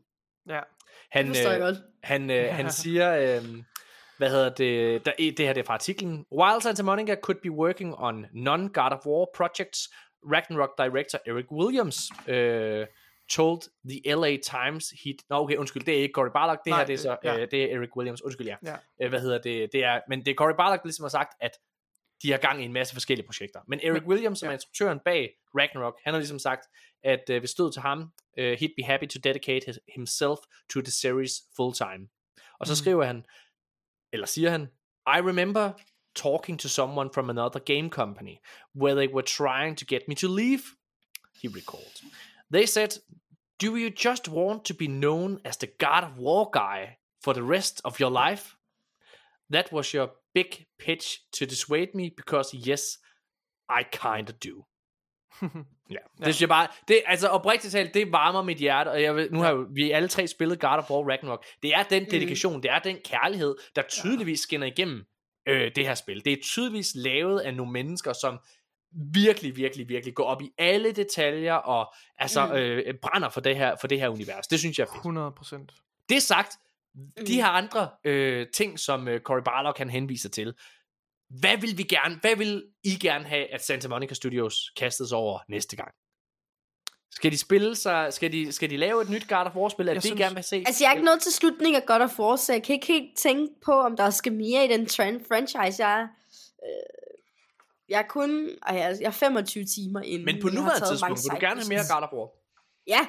Speaker 3: Ja.
Speaker 1: Han,
Speaker 2: Det forstår jeg
Speaker 1: øh,
Speaker 2: godt.
Speaker 1: han, øh, han siger, øh, hvad hedder det, der, det her det er fra artiklen. While Santa Monica could be working on non-God of War projects, Ragnarok director Eric Williams øh, told the L A Times he... Nå, okay, undskyld, det er ikke Cory Barlog, det
Speaker 3: Nej,
Speaker 1: her det er så,
Speaker 3: ja.
Speaker 1: øh, det er Eric Williams, undskyld, ja.
Speaker 3: Ja.
Speaker 1: Øh, hvad hedder det, det er, men det er Cory Barlog, der ligesom har sagt, at de har gang i en masse forskellige projekter. Men Eric Williams, som
Speaker 3: ja.
Speaker 1: er instruktøren bag Ragnarok, han har ligesom sagt, at øh, hvis stod til ham, uh, he'd be happy to dedicate his, himself to the series full time. Og så mm. skriver han, eller siger han, I remember talking to someone from another game company, where they were trying to get me to leave, he recalled. They said, do you just want to be known as the God of War guy for the rest of your life? That was your big pitch to dissuade me, because yes, I kinda do. Ja, det synes jeg bare, det, altså oprigtigt talt, det varmer mit hjerte, og jeg vil, nu har jo, vi alle tre spillet God of War Ragnarok. Det er den dedikation, mm. det er den kærlighed, der tydeligvis skinner igennem øh, det her spil. Det er tydeligvis lavet af nogle mennesker, som virkelig, virkelig, virkelig går op i alle detaljer, og altså mm. øh, brænder for det her, for det her univers. Det synes jeg er fedt.
Speaker 3: hundrede procent.
Speaker 1: Det sagt, de her andre øh, ting, som øh, Cory Barlog kan henvise til, hvad vil vi gerne, hvad vil I gerne have, at Santa Monica Studios kastes over næste gang? Skal de spille sig, skal de, skal de lave et nyt God of War spil, er det synes... gerne vil se?
Speaker 2: Altså jeg er ikke nået til slutningen af God of War, så jeg kan ikke helt tænke på, om der skal mere i den trend franchise. Jeg er, øh, jeg er kun, og jeg, jeg er femogtyve timer inde.
Speaker 1: Men på nuværende tidspunkt, vil du gerne have mere God of War?
Speaker 2: Ja.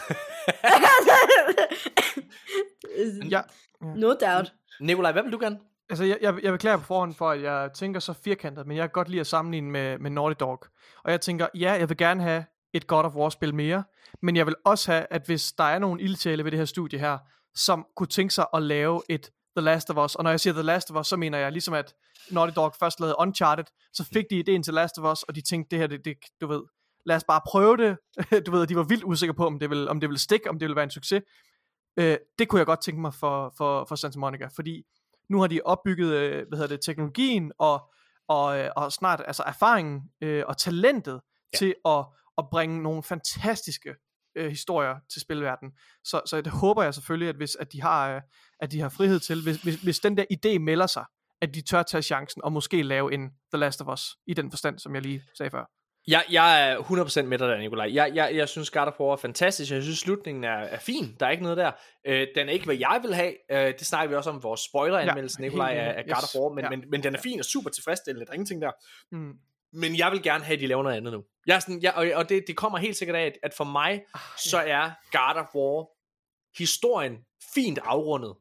Speaker 3: ja.
Speaker 2: No doubt.
Speaker 1: Nikolaj, hvad vil du gerne?
Speaker 3: Altså, jeg, jeg, jeg beklager på forhånd for, at jeg tænker så firkantet, men jeg kan godt lide at sammenligne med, med Naughty Dog. Og jeg tænker, ja, jeg vil gerne have et God of War-spil mere, men jeg vil også have, at hvis der er nogle ildsjæle ved det her studie her, som kunne tænke sig at lave et The Last of Us, og når jeg siger The Last of Us, så mener jeg ligesom, at Naughty Dog først lavede Uncharted, så fik de ideen til Last of Us, og de tænkte, det her, det, det du ved, lad os bare prøve det. Du ved, de var vildt usikre på, om det ville, om det ville stikke, om det ville være en succes. Øh, det kunne jeg godt tænke mig for, for, for Santa Monica, fordi nu har de opbygget, øh, hvad hedder det, teknologien og, og, øh, og snart altså erfaringen øh, og talentet ja. til at, at bringe nogle fantastiske øh, historier til spilverdenen. Så, så det håber jeg selvfølgelig, at hvis at de har, øh, at de har frihed til, hvis, hvis, hvis den der idé melder sig, at de tør tage chancen og måske lave en The Last of Us i den forstand, som jeg lige sagde før.
Speaker 1: Jeg, jeg er hundrede procent med dig der, Nikolaj. Jeg, jeg, jeg synes God of War er fantastisk. Jeg synes slutningen er, er fin. Der er ikke noget der. Øh, den er ikke, hvad jeg vil have. Øh, det snakker vi også om vores spoiler-anmeldelse, ja, Nikolaj, af, af God yes. of War. Men, ja. men, men den er fin og super tilfredsstillende. Der er ingenting der. Mm. Men jeg vil gerne have, at de laver noget andet nu. Jeg er sådan, jeg, og og det, det kommer helt sikkert af, at for mig, ah, ja. så er God of War historien fint afrundet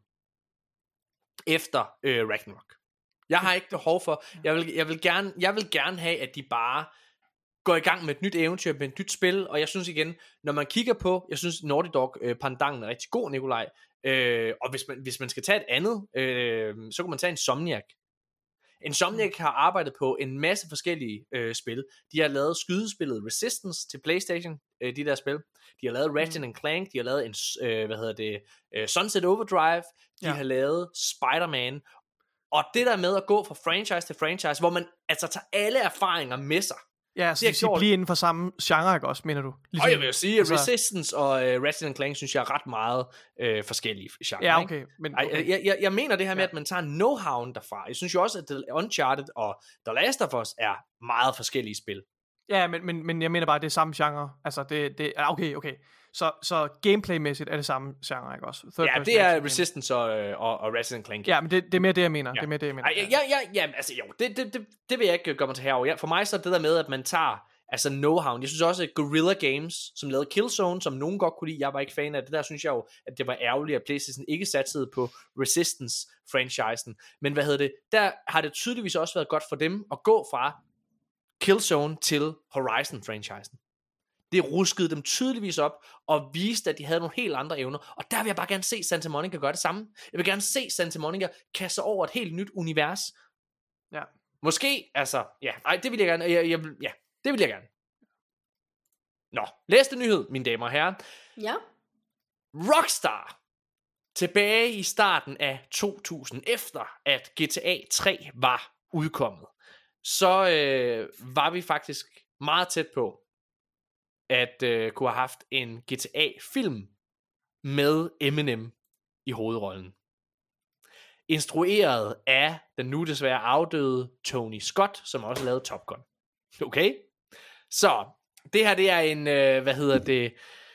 Speaker 1: efter øh, Ragnarok. Jeg har ikke behov for. Jeg vil, jeg vil gerne, jeg vil gerne have, at de bare går i gang med et nyt eventyr, med et nyt spil, og jeg synes igen, når man kigger på, jeg synes Naughty Dog øh, pandangen er rigtig god, Nikolaj, øh, og hvis man, hvis man skal tage et andet, øh, så kan man tage Insomniac. Insomniac har arbejdet på en masse forskellige øh, spil. De har lavet skydespillet Resistance til PlayStation, øh, de der spil. De har lavet Ratchet and Clank, de har lavet en, øh, hvad hedder det, øh, Sunset Overdrive, de ja. har lavet Spider-Man, og det der med at gå fra franchise til franchise, hvor man altså tager alle erfaringer med sig.
Speaker 3: Ja, så det, det bliver inden for samme genre, ikke også, mener du?
Speaker 1: Ligesom, og jeg vil jo sige, at altså... Resistance og uh, Ratchet and Clank, synes jeg er ret meget uh, forskellige genre.
Speaker 3: Ja, okay. Men, okay.
Speaker 1: Ej, jeg, jeg, jeg mener det her med, ja. at man tager know-howen derfra. Jeg synes jo også, at The Uncharted og The Last of Us er meget forskellige spil.
Speaker 3: Ja, men, men, men jeg mener bare, at det er samme genre. Altså, det, det okay, okay. Så, så gameplaymæssigt er det samme genre, ikke også? Third
Speaker 1: ja, det er Resistance og, og, og Ratchet and Clank.
Speaker 3: Ja, men det, det er mere det, jeg mener. Ja. Det er mere det, jeg mener.
Speaker 1: Ja, ja, ja, ja altså jo, det, det, det, det vil jeg ikke gøre mig til herovre. Ja, for mig så er det der med, at man tager altså know-how. Jeg synes også, at Guerrilla Games, som lavede Killzone, som nogen godt kunne lide, jeg var ikke fan af det, der synes jeg jo, at det var ærgerligt, at PlayStation ikke satsede på Resistance-franchisen. Men hvad hedder det? Der har det tydeligvis også været godt for dem at gå fra Killzone til Horizon-franchisen. Det ruskede dem tydeligvis op og viste, at de havde nogle helt andre evner. Og der vil jeg bare gerne se Santa Monica gøre det samme. Jeg vil gerne se Santa Monica kaste over et helt nyt univers.
Speaker 3: Ja.
Speaker 1: Måske, altså, ja, ej, det vil jeg gerne. Jeg, jeg, ja, det vil jeg gerne. Nå, næste nyhed, mine damer og herrer.
Speaker 2: Ja.
Speaker 1: Rockstar, tilbage i starten af to tusind, efter at G T A tre var udkommet, så øh, var vi faktisk meget tæt på, at øh, kunne have haft en G T A-film med Eminem i hovedrollen. Instrueret af den nu desværre afdøde Tony Scott, som også lavede Top Gun. Okay? Så, det her, det er en, øh, hvad hedder det,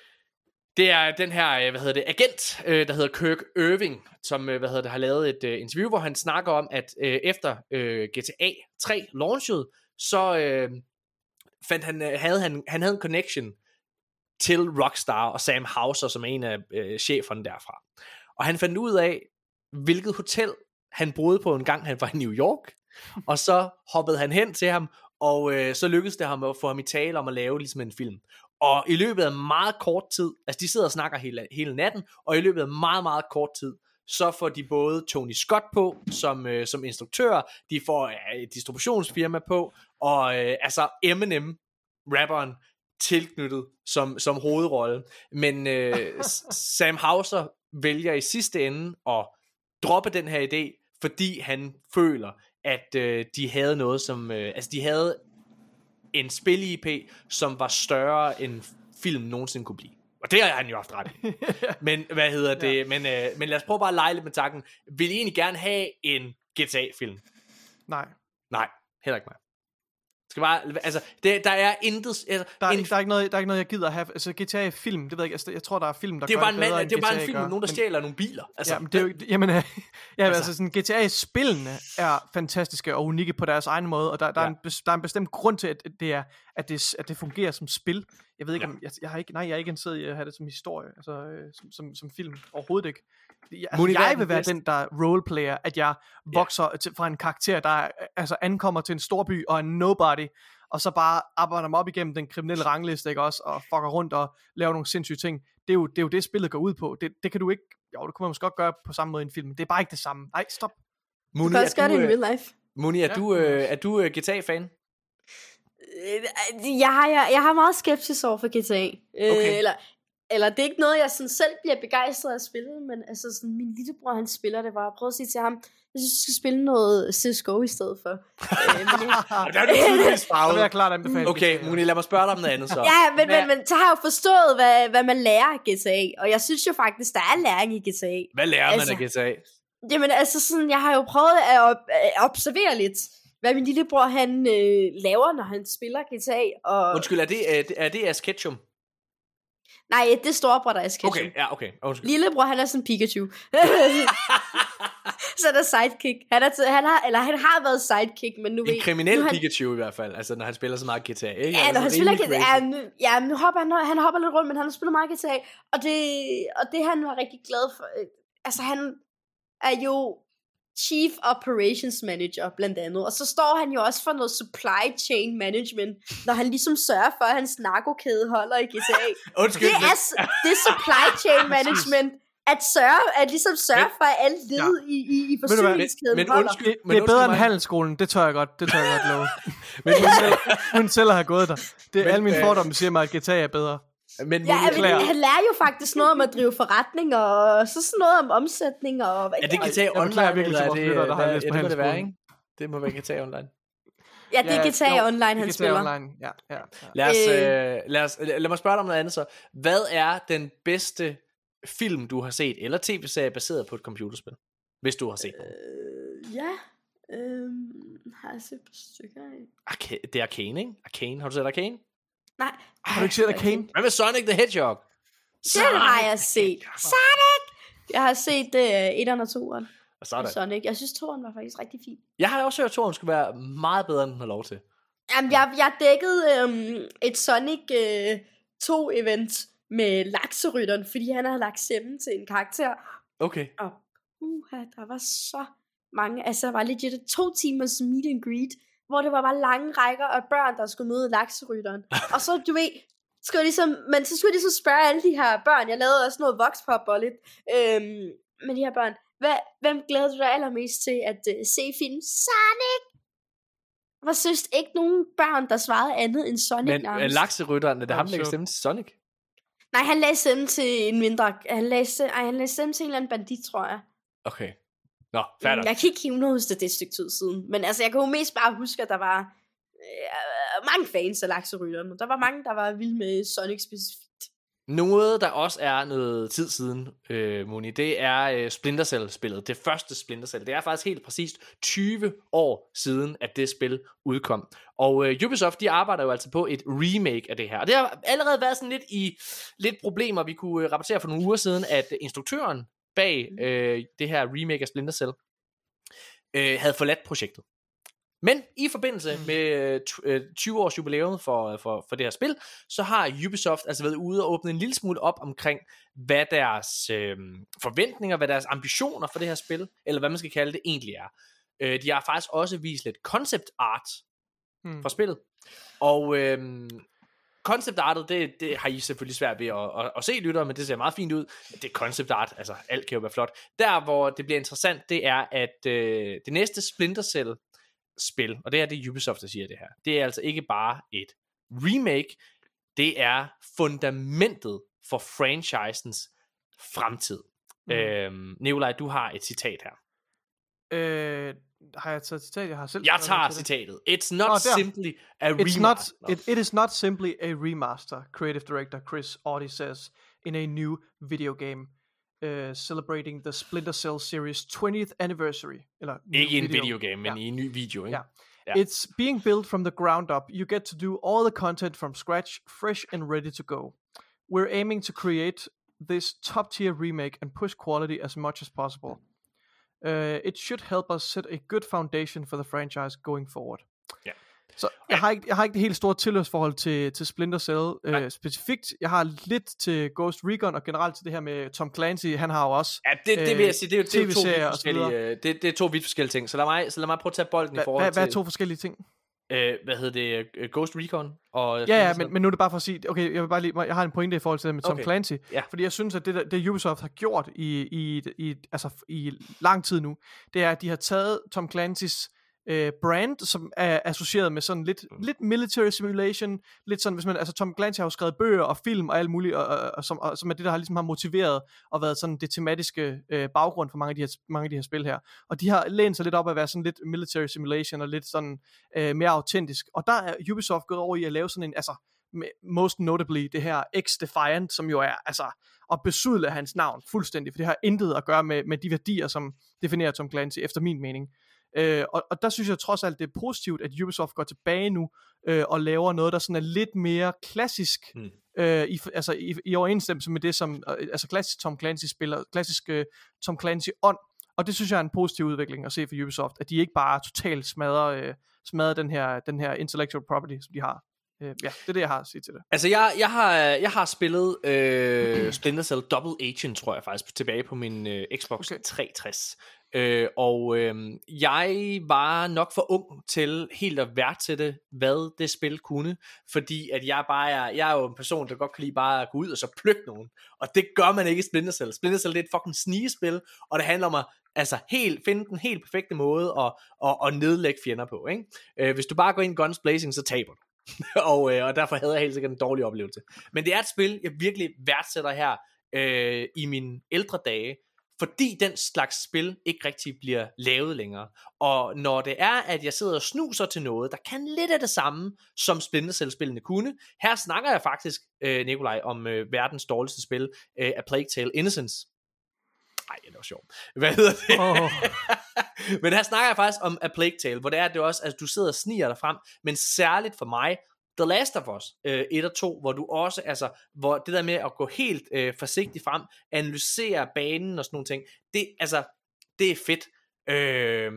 Speaker 1: det er den her, hvad hedder det, agent, øh, der hedder Kirk Irving, som, øh, hvad hedder det, har lavet et øh, interview, hvor han snakker om, at øh, efter øh, G T A tre launchet, så øh, fandt han, øh, havde han, han havde en connection til Rockstar og Sam Houser, som er en af øh, cheferne derfra. Og han fandt ud af, hvilket hotel han boede på en gang, han var i New York, og så hoppede han hen til ham, og øh, så lykkedes det ham at få ham i tale om at lave ligesom en film. Og i løbet af meget kort tid, altså de sidder og snakker hele, hele natten, og i løbet af meget, meget kort tid, så får de både Tony Scott på, som, øh, som instruktør, de får øh, et distributionsfirma på, og øh, altså Eminem, rapperen, tilknyttet som, som hovedrolle. Men øh, Sam Houser vælger i sidste ende at droppe den her idé, fordi han føler, at øh, de havde noget som, øh, altså de havde en spil-I P, som var større end film nogensinde kunne blive. Og det har han jo haft ret i. Men hvad hedder det? Ja. Men, øh, men lad os prøve bare at lege lidt med takken. Vil I egentlig gerne have en G T A-film?
Speaker 3: Nej.
Speaker 1: Nej, heller ikke mig. Skal bare, altså, det, der er intet... Altså,
Speaker 3: der, er,
Speaker 1: en,
Speaker 3: der, er ikke noget, der er ikke noget, jeg gider at have. Altså, G T A-film, det ved jeg ikke. Altså, jeg tror, der er film, der
Speaker 1: det er
Speaker 3: gør
Speaker 1: bare en mand,
Speaker 3: bedre,
Speaker 1: det er bare en film,
Speaker 3: gør.
Speaker 1: nogen, der stjæler nogle biler. Altså,
Speaker 3: ja, men det er jo, jamen, ja, altså, altså sådan, G T A-spillene er fantastiske og unikke på deres egen måde, og der, der, ja. er, en, der er en bestemt grund til, at det, er, at det, at det fungerer som spil. Jeg ved ikke, ja. om, jeg, jeg har ikke, nej, jeg er ikke interesseret i at have det som historie, altså øh, som, som, som film, overhovedet ikke. Jeg, altså, jeg vil være den, der roleplayer, at jeg vokser ja. til, fra en karakter, der altså ankommer til en storby og en nobody, og så bare arbejder mig op igennem den kriminelle rangliste, ikke også, og fucker rundt og laver nogle sindssyge ting. Det er jo det, er jo det spillet går ud på. Det, det kan du ikke, jo, det kunne man måske godt gøre på samme måde i en film, men det er bare ikke det samme. Nej, stop.
Speaker 2: Moni, du kan også gøre det i real life.
Speaker 1: Moni, er, ja. du, øh, er du uh, G T A-fan?
Speaker 2: Jeg har, jeg, jeg har meget skepsis over for G T A.
Speaker 1: Okay.
Speaker 2: Øh, eller, eller det er ikke noget, jeg sådan selv bliver begejstret af at spille, men altså sådan, min lillebror, han spiller det bare. Prøv at sige til ham, jeg synes, du skal spille noget C S G O i stedet for. øh, men,
Speaker 1: der er du tydeligvis farvet.
Speaker 3: Det vil jeg klart anbefale.
Speaker 1: Okay, Moni, lad mig spørge dig om noget andet så.
Speaker 2: Ja, men, men, men så har jeg jo forstået, hvad, hvad man lærer af G T A, og jeg synes jo faktisk, der er læring i G T A.
Speaker 1: Hvad lærer
Speaker 2: altså,
Speaker 1: man af G T A?
Speaker 2: Jamen altså sådan, jeg har jo prøvet at op- observere lidt, hvad min lillebror han øh, laver, når han spiller G T A. Og...
Speaker 1: Undskyld, er det, er det, er det Ash Ketchum?
Speaker 2: Nej, det er storebror, der er Ash Ketchum.
Speaker 1: Okay, ja, okay. Undskyld.
Speaker 2: Lillebror, han er sådan Pikachu. Så der er sidekick. Han, er t- han, har, eller han har været sidekick, men nu
Speaker 1: en
Speaker 2: ved...
Speaker 1: En kriminel
Speaker 2: han...
Speaker 1: Pikachu i hvert fald, altså når han spiller så meget G T A, ikke?
Speaker 2: Ja,
Speaker 1: altså,
Speaker 2: når han spiller G T A, ja, nu, ja, nu hopper han, han hopper lidt rundt, men han har spillet meget G T A, og det, og det han var rigtig glad for, øh, altså han er jo Chief Operations Manager, blandt andet. Og så står han jo også for noget supply chain management, når han ligesom sørger for, at hans narkokæde holder i G T A.
Speaker 1: Undskyld,
Speaker 2: det, er, det er supply chain management, at sørge, at ligesom sørge for, at alle led ja. i, i, i forsyningskæden
Speaker 1: men, men
Speaker 2: holder.
Speaker 1: undskyld,
Speaker 3: det, det er bedre end handelsskolen, det tør jeg godt, det tør jeg godt love. men hun selv, hun selv har gået der. Det er men, alle mine fordomme, siger mig, at G T A er bedre.
Speaker 1: Men,
Speaker 2: ja, men han lærer jo faktisk noget om at drive forretning, og så sådan noget om omsætning. Og,
Speaker 1: er det G T A Online, eller er det,
Speaker 3: lytter, der har læst
Speaker 1: ja,
Speaker 3: på
Speaker 1: det må det være, ikke? Det må være G T A Online.
Speaker 2: Ja, det er G T A ja, Online, han spiller.
Speaker 3: Online. Ja, ja, ja.
Speaker 1: Lad, os, øh, lad, os, lad mig spørge dig om noget andet så. Hvad er den bedste film, du har set, eller tv-serie baseret på et computerspil? Hvis du har set den.
Speaker 2: Øh, ja, øh, har jeg set på stykker af.
Speaker 1: Arca- det er Arcane, ikke? Arcane, har du set Arcane?
Speaker 2: Nej.
Speaker 3: Har du ikke set Arcane?
Speaker 1: Hvad med Sonic the Hedgehog?
Speaker 2: Det har jeg set. Sonic! Jeg har set uh, etteren og toeren.
Speaker 1: Og sådan.
Speaker 2: Sonic. Jeg synes, toeren var faktisk rigtig fint.
Speaker 1: Jeg har også hørt, at toeren skulle være meget bedre, end den har lov til.
Speaker 2: Jamen, jeg, jeg dækkede um, et Sonic uh, to event med lakserytteren, fordi han havde lagt stemme til en karakter.
Speaker 1: Okay.
Speaker 2: Og uha, der var så mange, altså der var legit to timers meet and greet, hvor det var bare lange rækker af børn, der skulle møde lakserytteren. Og så, du ved, skulle jeg ligesom, men så skulle jeg ligesom spørge alle de her børn, jeg lavede også noget voxpop og lidt, øhm, med de her børn, Hvad, hvem glæder du dig allermest til at uh, se film? Sonic! Der var synes ikke nogen børn, der svarede andet end Sonic.
Speaker 1: Men uh, lakserytteren, er det ham, der kan stemme til Sonic?
Speaker 2: Nej, han lagde stemme til en mindre, han lagde, ej, han lagde stemme til en eller anden bandit, tror jeg.
Speaker 1: Okay. Nå, færdig.
Speaker 2: Jeg kan ikke hive huske det, det stykke tid siden. Men altså, jeg kan jo mest bare huske, at der var øh, mange fans af lakserytterne. Der var mange, der var vilde med Sonic specifikt.
Speaker 1: Noget, der også er noget tid siden, øh, Moni, det er øh, Splinter Cell-spillet. Det første Splinter Cell. Det er faktisk helt præcist tyve år siden, at det spil udkom. Og øh, Ubisoft, de arbejder jo altså på et remake af det her. Og det har allerede været sådan lidt i lidt problemer. Vi kunne øh, rapportere for nogle uger siden, at instruktøren bag øh, det her remake af Splinter Cell øh, havde forladt projektet. Men i forbindelse med tyve års jubilæum for, for, for det her spil, så har Ubisoft altså været ude og åbne en lille smule op omkring, hvad deres øh, forventninger, hvad deres ambitioner for det her spil, eller hvad man skal kalde det, egentlig er. Øh, de har faktisk også vist lidt concept art hmm. for spillet. Og øh, concept artet, det, det har I selvfølgelig svært ved at, at, at se, lytter, men det ser meget fint ud. Det er concept art, altså alt kan jo være flot. Der, hvor det bliver interessant, det er, at øh, det næste Splinter Cell spil, og det er det Ubisoft, der siger det her, det er altså ikke bare et remake, det er fundamentet for franchisens fremtid. Mm. øhm, Nikolaj, du har et citat her.
Speaker 3: Øh, har jeg taget citat? Jeg har selv
Speaker 1: Jeg tager citatet. It's not
Speaker 3: oh,
Speaker 1: simply a
Speaker 3: It's
Speaker 1: remaster.
Speaker 3: Not, it, it is not simply a remaster, creative director Chris Audi says in a new video game Uh, celebrating the Splinter Cell series twentieth anniversary. Eller
Speaker 1: ikke en video game, men ja. I en ny video, ikke?
Speaker 3: Ja. Yeah. It's being built from the ground up. You get to do all the content from scratch, fresh and ready to go. We're aiming to create this top-tier remake and push quality as much as possible. Uh, it should help us set a good foundation for the franchise going forward. Ja. Yeah. Så jeg har, ikke, jeg har ikke det helt store tilhørsforhold til, til Splinter Cell øh, specifikt. Jeg har lidt til Ghost Recon og generelt til det her med Tom Clancy. Han har jo også
Speaker 1: ja, det, det vil jeg sige, det er jo, det er jo to vidt forskellige, det, det er to vidt forskellige ting. Så lad mig, så lad mig prøve at tage bolden hva, i forhold
Speaker 3: hva,
Speaker 1: til...
Speaker 3: Hvad er to forskellige ting?
Speaker 1: Øh, hvad hedder det? Ghost Recon? Og
Speaker 3: ja, ja men, men nu er det bare for at sige... Okay, jeg, vil bare lige, jeg har en pointe i forhold til det med Tom okay. Clancy. Ja. Fordi jeg synes, at det, det Ubisoft har gjort i, i, i, altså, i lang tid nu, det er, at de har taget Tom Clancy's Uh, brand, som er associeret med sådan lidt, mm. lidt military simulation, lidt sådan, hvis man, altså Tom Clancy har jo skrevet bøger og film og alt muligt, og, og, og, som, og som er det, der har ligesom har motiveret og været sådan det tematiske uh, baggrund for mange af, de her, mange af de her spil her. Og de har lænet sig lidt op at være sådan lidt military simulation og lidt sådan uh, mere autentisk. Og der er Ubisoft gået over i at lave sådan en, altså most notably det her X-Defiant, som jo er altså at besudle hans navn fuldstændig, for det har intet at gøre med, med de værdier, som definerer Tom Clancy, efter min mening. Øh, og, og der synes jeg trods alt, det er positivt, at Ubisoft går tilbage nu øh, og laver noget, der sådan er lidt mere klassisk, mm. øh, i, altså i, i overensstemmelse med det, som øh, altså klassisk Tom Clancy spiller, klassisk øh, Tom Clancy ånd. Og det synes jeg er en positiv udvikling at se for Ubisoft, at de ikke bare totalt smadrer, øh, smadrer den her, den her intellectual property, som de har. Øh, ja, det er det, jeg har at sige til det.
Speaker 1: Altså, jeg, jeg, har, jeg har spillet øh, Splinter Cell Double Agent, tror jeg faktisk, tilbage på min øh, Xbox okay. tre tres. Øh, og øh, jeg var nok for ung til helt at værdsætte, hvad det spil kunne, fordi at jeg bare er, jeg er jo en person, der godt kan lide bare at gå ud og så plukke nogen, og det gør man ikke i Splinter Cell. Splinter Cell det er et fucking snigespil, og det handler om at altså helt, finde den helt perfekte måde at, at, at nedlægge fjender på, ikke? Øh, hvis du bare går ind guns blazing, så taber du. og, øh, og derfor havde jeg helt sikkert en dårlig oplevelse. Men det er et spil, jeg virkelig værdsætter her øh, i mine ældre dage, fordi den slags spil ikke rigtig bliver lavet længere. Og når det er, at jeg sidder og snuser til noget, der kan lidt af det samme, som Splinter Cell-spillene kunne. Her snakker jeg faktisk, øh, Nikolaj, om øh, verdens dårligste spil, øh, A Plague Tale Innocence. Ej, det var sjovt. Hvad hedder det? Oh. Men her snakker jeg faktisk om A Plague Tale, hvor det er, at det også, altså, du sidder og sniger dig frem, men særligt for mig, The Last of Us øh, et og to, hvor du også, altså, hvor det der med at gå helt øh, forsigtigt frem, analysere banen og sådan nogle ting, det, altså, det er fedt. Øh,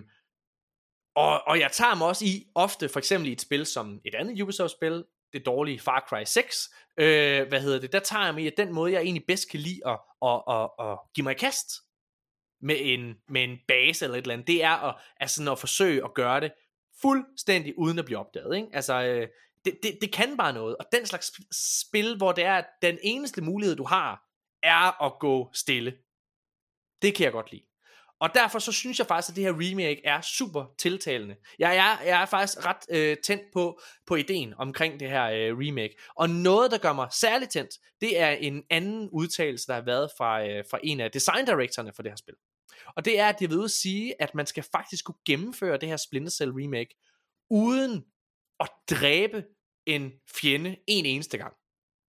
Speaker 1: og, og jeg tager mig også i, ofte for eksempel i et spil som et andet Ubisoft-spil, det dårlige Far Cry seks, øh, hvad hedder det, der tager jeg mig i, at den måde, jeg egentlig bedst kan lide at, at, at, at give mig i kast med en, med en base eller et eller andet, det er at, altså, at forsøge at gøre det fuldstændig uden at blive opdaget, ikke? Altså, øh, det, det, det kan bare noget, og den slags spil, hvor det er, at den eneste mulighed, du har, er at gå stille. Det kan jeg godt lide. Og derfor så synes jeg faktisk, at det her remake er super tiltalende. Jeg er, jeg er faktisk ret øh, tændt på, på ideen omkring det her øh, remake. Og noget, der gør mig særligt tændt, det er en anden udtalelse, der har været fra, øh, fra en af design directorerne for det her spil. Og det er, at de ved at sige, at man skal faktisk kunne gennemføre det her Splinter Cell remake, uden at dræbe en fjende en eneste gang.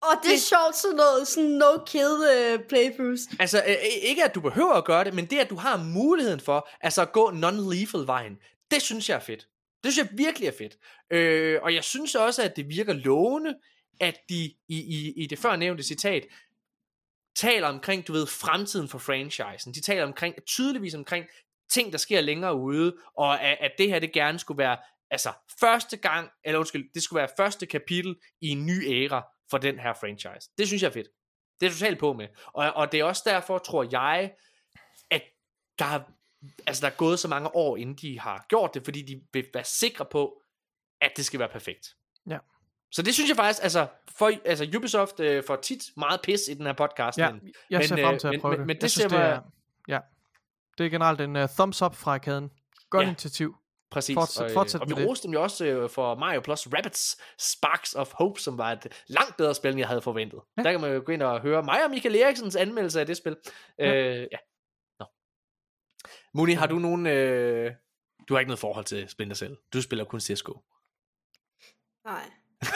Speaker 2: Og det er sjovt sådan noget, sådan no-kill uh, playthroughs.
Speaker 1: Altså, øh, ikke at du behøver at gøre det, men det, at du har muligheden for, altså at gå non-lethal-vejen, det synes jeg er fedt. Det synes jeg virkelig er fedt. Øh, og jeg synes også, at det virker lovende, at de i, i, i det før nævnte citat, taler omkring, du ved, fremtiden for franchisen. De taler omkring, tydeligvis omkring ting, der sker længere ude, og at, at det her, det gerne skulle være, altså, første gang, eller undskyld, det skulle være første kapitel i en ny æra for den her franchise. Det synes jeg er fedt. Det er totalt på med. Og, og det er også derfor, tror jeg, at der er, altså, der er gået så mange år, inden de har gjort det, fordi de vil være sikre på, at det skal være perfekt.
Speaker 3: Ja.
Speaker 1: Så det synes jeg faktisk, altså, for, altså Ubisoft øh, får tit meget pis i den her podcast.
Speaker 3: Ja,
Speaker 1: men,
Speaker 3: jeg ser
Speaker 1: men,
Speaker 3: frem til at
Speaker 1: men,
Speaker 3: prøve
Speaker 1: men,
Speaker 3: det.
Speaker 1: men det
Speaker 3: jeg
Speaker 1: ser
Speaker 3: synes, det
Speaker 1: mig...
Speaker 3: er, ja. Det er generelt en uh, thumbs up fra arkaden. Godt
Speaker 1: Ja.
Speaker 3: initiativ.
Speaker 1: Præcis,
Speaker 3: Fortsæt-
Speaker 1: og,
Speaker 3: fortsæt
Speaker 1: og
Speaker 3: med
Speaker 1: vi
Speaker 3: det.
Speaker 1: roste dem jo også øh, for Mario plus Rabbids Sparks of Hope, som var et langt bedre spil, end jeg havde forventet. Ja. Der kan man jo gå ind og høre mig og Michael Eriksens anmeldelse af det spil. Ja. Øh, ja. Nå. Muni, har du nogen... Øh... Du har ikke noget forhold til Splinter Cell. Du spiller kun C S G O.
Speaker 2: Nej.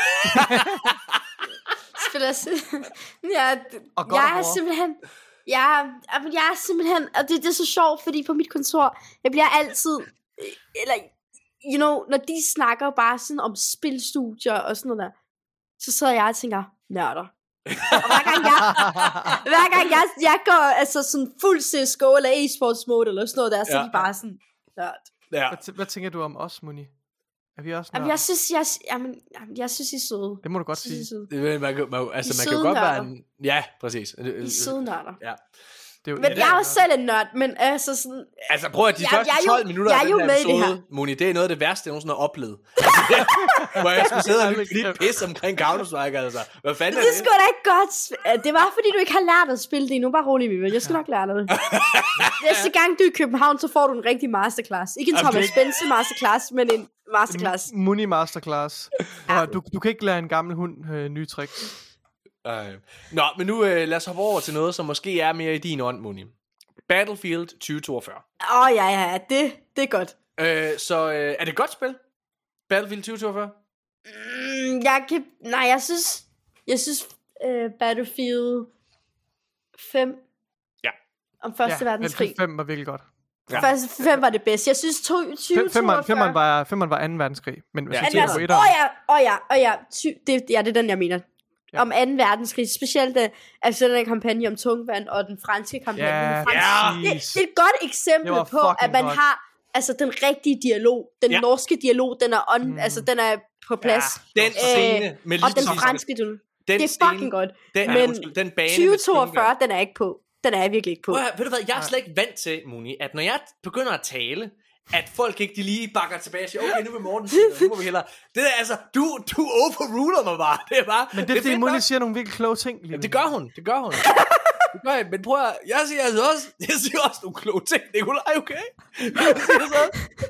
Speaker 2: Spiller si- ja,
Speaker 3: Og God
Speaker 2: jeg
Speaker 3: of
Speaker 2: er
Speaker 3: War.
Speaker 2: simpelthen... Jeg, jeg, jeg er simpelthen... Og det, det er så sjovt, fordi på mit kontor, jeg bliver altid... Eller, you know, når de snakker bare sådan om spilstudier og sådan noget der, så sidder jeg og tænker, nørder. Og hver gang jeg, hver gang jeg, jeg går altså sådan fuld C S G O eller e-sports mode eller sådan noget der, så
Speaker 1: Ja.
Speaker 2: er de bare sådan, nørd.
Speaker 1: Ja.
Speaker 3: Hvad, t- hvad tænker du om os, Muni? Er vi også
Speaker 2: Jamen,
Speaker 3: nørder?
Speaker 2: jeg synes, jeg, jamen, jamen, jeg synes, I er søde.
Speaker 3: Det må du godt
Speaker 2: Jeg synes, I
Speaker 3: sige.
Speaker 2: er søde.
Speaker 1: Det, man, kan- man, altså,
Speaker 2: I
Speaker 1: man kan jo
Speaker 2: søde
Speaker 1: godt være
Speaker 2: nørder.
Speaker 1: en... Ja, præcis.
Speaker 2: I er søde nørder.
Speaker 1: Ja.
Speaker 3: Det er jo,
Speaker 2: Men
Speaker 3: ja,
Speaker 2: jeg er jo selv en nørd, men altså sådan...
Speaker 1: Altså prøv at de
Speaker 2: Jeg-
Speaker 1: første
Speaker 2: jeg er jo-
Speaker 1: tolv minutter
Speaker 2: jeg
Speaker 1: af
Speaker 2: er jo
Speaker 1: den her
Speaker 2: med i det her.
Speaker 1: episode, Moni, det er noget af det værste, jeg nogensinde har oplevet. Hvor jeg skulle sidde og lytte lidt pis omkring Counter-Strike, altså. Hvad fanden er
Speaker 2: Det er
Speaker 1: det?
Speaker 2: sgu da ikke godt. sp- Det var fordi, du ikke har lært at spille det endnu. Bare rolig, Vivian. Jeg skal nok lære dig det. Næste gang du er i København, så får du en rigtig masterclass. Ikke en
Speaker 1: Jamen,
Speaker 2: Thomas
Speaker 1: det-
Speaker 2: Spencer masterclass, men en masterclass.
Speaker 3: Muni Masterclass. Ja. Du, du kan ikke lære en gammel hund øh, nye tricks.
Speaker 1: Øh. Nå, men nu øh, lad os hoppe over til noget, som måske er mere i din ånd, Moni. Battlefield tyve toogfyrre.
Speaker 2: Åh, oh, ja, ja, ja. Det, det er godt.
Speaker 1: Øh, så øh, er det et godt spil? Battlefield tyve toogfyrre?
Speaker 2: Mm, jeg kan... Nej, jeg synes... Jeg synes uh, Battlefield fem
Speaker 1: Ja.
Speaker 2: om første
Speaker 3: ja,
Speaker 2: verdenskrig.
Speaker 3: Battlefield fem var virkelig godt.
Speaker 1: Ja.
Speaker 2: Første fem var det bedste. Jeg synes to- tyve
Speaker 3: Fem- Femmeren,
Speaker 2: toogfyrre...
Speaker 3: femmeren, var, femmeren var anden verdenskrig. Men hvis
Speaker 1: Ja.
Speaker 3: vi
Speaker 2: Anden
Speaker 3: tænker på
Speaker 2: verdenskrig. Åh
Speaker 3: etteren,
Speaker 2: ja, åh ja, åh ja. Ty- det, ja, det er den, jeg mener.
Speaker 3: Ja.
Speaker 2: Om anden verdenskrig. Specielt uh, altså den her kampagne om tungvand og den franske kampagne.
Speaker 3: Ja,
Speaker 2: Den franske-
Speaker 1: ja.
Speaker 2: det, det er et godt eksempel
Speaker 3: Det var
Speaker 2: på, at
Speaker 3: fucking
Speaker 2: man
Speaker 3: godt.
Speaker 2: har altså den rigtige dialog. Den
Speaker 1: Ja.
Speaker 2: norske dialog, den er, on,
Speaker 3: Mm.
Speaker 2: altså, den er på plads.
Speaker 1: Den scene med lige
Speaker 2: Og den
Speaker 1: præcis-
Speaker 2: franske dialog.
Speaker 1: den
Speaker 2: Det er
Speaker 1: scene-
Speaker 2: fucking godt.
Speaker 1: Den,
Speaker 2: Men
Speaker 1: undskyld, den bane
Speaker 2: tyve
Speaker 1: med
Speaker 2: toogfyrre,
Speaker 1: tungvand.
Speaker 2: den er jeg ikke på. Den er jeg virkelig ikke på.
Speaker 1: Prøv at høre, ved du hvad, jeg er slet ikke vant til, Moni, at når jeg begynder at tale, at folk ikke de lige bakker tilbage og siger, okay, nu vil Morten sige noget, nu må vi hellere. Det er altså, du, du overruler mig bare. Det er bare,
Speaker 3: Men det er fordi
Speaker 1: fedt
Speaker 3: Moni
Speaker 1: nok.
Speaker 3: siger nogle virkelig kloge ting. Lige
Speaker 1: Ja,
Speaker 3: nu.
Speaker 1: det gør hun, det gør hun. Det gør jeg, men prøv at, jeg siger altså også, jeg siger også nogle kloge ting, Nikolaj, okay? Jeg siger så.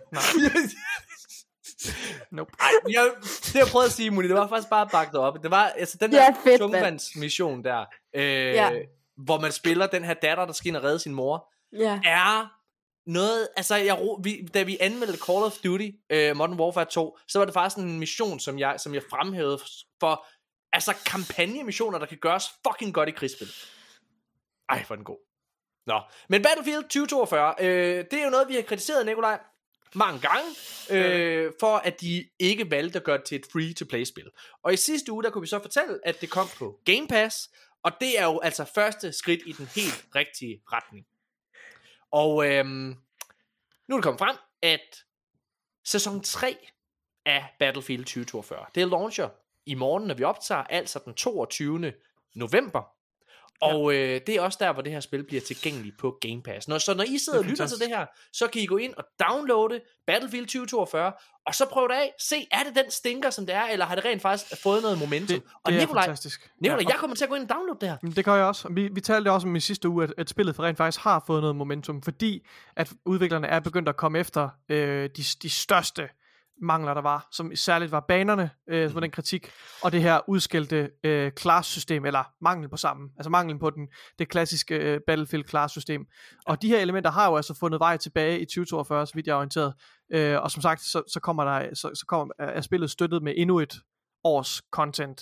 Speaker 3: Nope.
Speaker 1: Ej, jeg, det jeg prøvede at sige, Moni, det var faktisk bare bakket op. Det var, altså den
Speaker 2: Det er
Speaker 1: der
Speaker 2: fedt, mand.
Speaker 1: tungvandsmission der, øh,
Speaker 2: Ja.
Speaker 1: hvor man spiller den her datter, der skal ind og redde sin mor,
Speaker 2: Ja.
Speaker 1: er noget, altså jeg, ro- vi, da vi anmeldte Call of Duty uh, Modern Warfare to, så var det faktisk en mission, som jeg, som jeg fremhævede for, altså kampagnemissioner, der kan gøres fucking godt i krigsspil. Ej, hvor er den god. Nå, men Battlefield tyve toogfyrre, øh, det er jo noget, vi har kritiseret, Nikolaj, mange gange, øh, for at de ikke valgte at gøre det til et free-to-play-spil. Og i sidste uge, der kunne vi så fortælle, at det kom på Game Pass, og det er jo altså første skridt i den helt rigtige retning. Og øhm, nu er det kommet frem, at sæson tre af Battlefield tyve toogfyrre, det launcher i morgen, når vi optager, altså den toogtyvende november. Og øh, det er også der, hvor det her spil bliver tilgængeligt på Game Pass. Når, så når I sidder og lytter til det her, så kan I gå ind og downloade Battlefield tyve toogfyrre, og så prøv det af. Se, er det den stinker, som det er, eller har det rent faktisk fået noget momentum?
Speaker 3: Det,
Speaker 1: og
Speaker 3: det er
Speaker 1: Nikolaj,
Speaker 3: fantastisk.
Speaker 1: Nikolaj,
Speaker 3: Ja,
Speaker 1: jeg kommer til at gå ind og downloade det her.
Speaker 3: Jamen, det gør jeg også. Vi, vi talte også om i sidste uge, at, at spillet rent faktisk har fået noget momentum, fordi at udviklerne er begyndt at komme efter øh, de, de største mangler, der var, som særligt var banerne, øh, som var den kritik, og det her udskældte øh, class-system, eller mangel på sammen, altså manglen på den, det klassiske øh, Battlefield class-system. Og de her elementer har jo altså fundet vej tilbage i tyve toogfyrre, så vidt jeg er orienteret. Øh, og som sagt, så, så kommer der, så, så kommer, er spillet støttet med endnu et års content,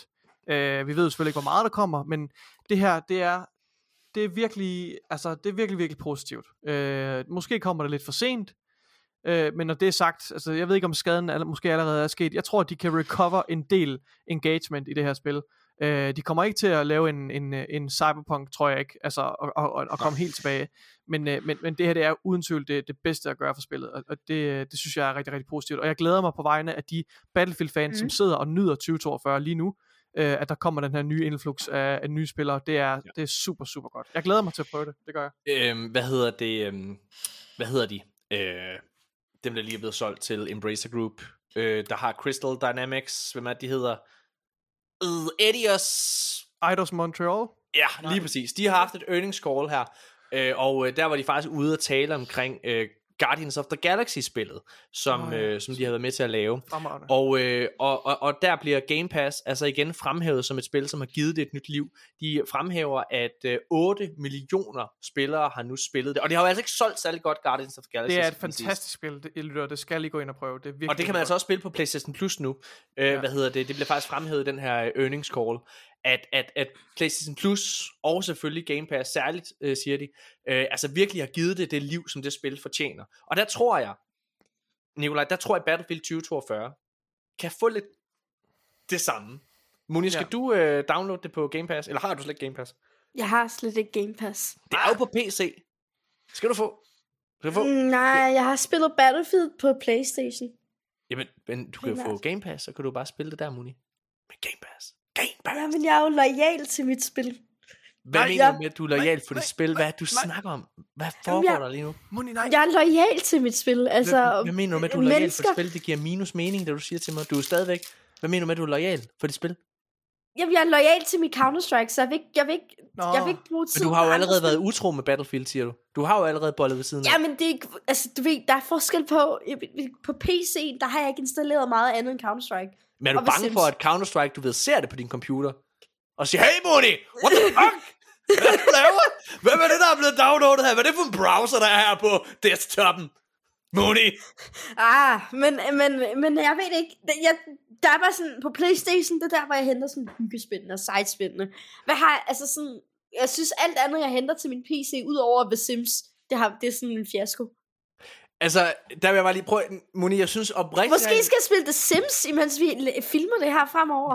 Speaker 3: Øh, vi ved selvfølgelig ikke, hvor meget der kommer, men det her, det er, det er virkelig, altså, det er virkelig, virkelig positivt. Øh, måske kommer det lidt for sent, øh, men når det er sagt, altså, jeg ved ikke, om skaden er, måske allerede er sket. Jeg tror, at de kan recover en del engagement i det her spil. Øh, de kommer ikke til at lave en, en, en cyberpunk, tror jeg ikke, altså og, og, og komme helt tilbage, men, øh, men, men det her, det er uden tvivl det, det bedste at gøre for spillet, og, og det, det synes jeg er rigtig, rigtig positivt, og jeg glæder mig på vegne af de Battlefield-fans, mm. som sidder og nyder tyve toogfyrre lige nu, øh, at der kommer den her nye influx af, af nye spillere. Det er, ja. det er super, super godt. Jeg glæder mig til at prøve det, det gør jeg.
Speaker 1: Øhm, hvad hedder det, øhm, hvad hedder de, øh, dem der lige er blevet solgt til Embracer Group, øh, der har Crystal Dynamics, hvem er det, de hedder? Uh, Eidos
Speaker 3: Eidos Montreal.
Speaker 1: Ja, lige Nej. præcis. De har haft et earnings call her, øh, og øh, der var de faktisk ude at tale omkring øh, Guardians of the Galaxy-spillet, som, oh, ja. øh, som de har været med til at lave. Og, øh, og, og, og der bliver Game Pass altså igen fremhævet som et spil, som har givet det et nyt liv. De fremhæver, at øh, otte millioner spillere har nu spillet det. Og det har jo altså ikke solgt særlig godt, Guardians of the Galaxy.
Speaker 3: Det er et fantastisk spil, det, lytter, det skal lige gå ind og prøve. Det er
Speaker 1: og det kan man altså også spille på PlayStation Plus nu. Øh, ja. Hvad hedder det? Det bliver faktisk fremhævet i den her earnings call. At, at, at PlayStation Plus og selvfølgelig Game Pass særligt, øh, siger de, øh, altså virkelig har givet det det liv, som det spil fortjener. Og der tror jeg, Nikolaj, der tror jeg Battlefield tyve toogfyrre kan få lidt det samme. Moni, skal ja. du øh, downloade det på Game Pass, eller har du slet ikke Game Pass?
Speaker 2: Jeg har slet ikke Game Pass.
Speaker 1: Det er jo på P C. Skal du få? Skal du få?
Speaker 2: Mm, nej, jeg har spillet Battlefield på PlayStation.
Speaker 1: Jamen, men du kan jo få Game Pass, så kan du bare spille det der, Moni. Med Game Pass. Game Pass.
Speaker 2: Ja, men jeg er jo loyal til mit spil.
Speaker 1: Hvad nej, mener jeg, du med, at du er loyal for dit spil? Hvad er det, du nej, snakker om? Hvad foregår jeg, der lige nu?
Speaker 3: Moni, nej.
Speaker 2: Jeg er loyal til mit spil. Altså,
Speaker 1: hvad, hvad mener du med, at du er loyal
Speaker 2: mennesker...
Speaker 1: for dit spil? Det giver minus mening, da du siger til mig. Du er stadigvæk... Hvad mener du med, at du er loyal for dit spil?
Speaker 2: Jamen, jeg er loyal til mit Counter-Strike, så jeg vil ikke, jeg vil ikke, jeg vil ikke bruge tid.
Speaker 1: Men du har jo allerede været utro med Battlefield, siger du. Du har jo allerede bollet ved siden af.
Speaker 2: Ja, men det er ikke... Altså, du ved, der er forskel på... På P C'en, der har jeg ikke installeret meget andet end Counter-Strike.
Speaker 1: Men er du bange for, at Counter-Strike, du ved, ser det på din computer? Og siger, hey Moni, what the fuck? Hvad du laver? Hvem er det, der er blevet downloadet her? Hvad er det for en browser, der er her på desktopen? Moni.
Speaker 2: Ah, men, men, men jeg ved ikke. Jeg, der er bare sådan, på PlayStation, det er der, hvor jeg henter sådan hyggespændende og sidespændende. Hvad har jeg, altså sådan, jeg synes alt andet, jeg henter til min P C, udover The Sims, det, har, det er sådan en fiasko.
Speaker 1: Altså, der vil jeg bare lige prøve, Moni, jeg synes oprigtigt...
Speaker 2: Måske skal jeg spille The Sims, imens vi filmer det her fremover.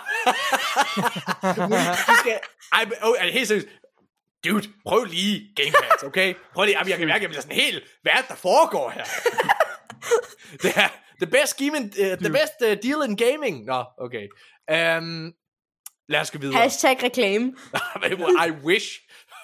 Speaker 1: Du skal... Ej, oh, helt seriøst. Dude, prøv lige Game Pass, okay? Prøv lige, jeg kan mærke, at det er sådan helt... Hvad er det, der foregår her? Det er the best, game in, uh, the best uh, deal in gaming. Nå, okay. Um, lad os gå videre.
Speaker 2: Hashtag reklame.
Speaker 1: I wish...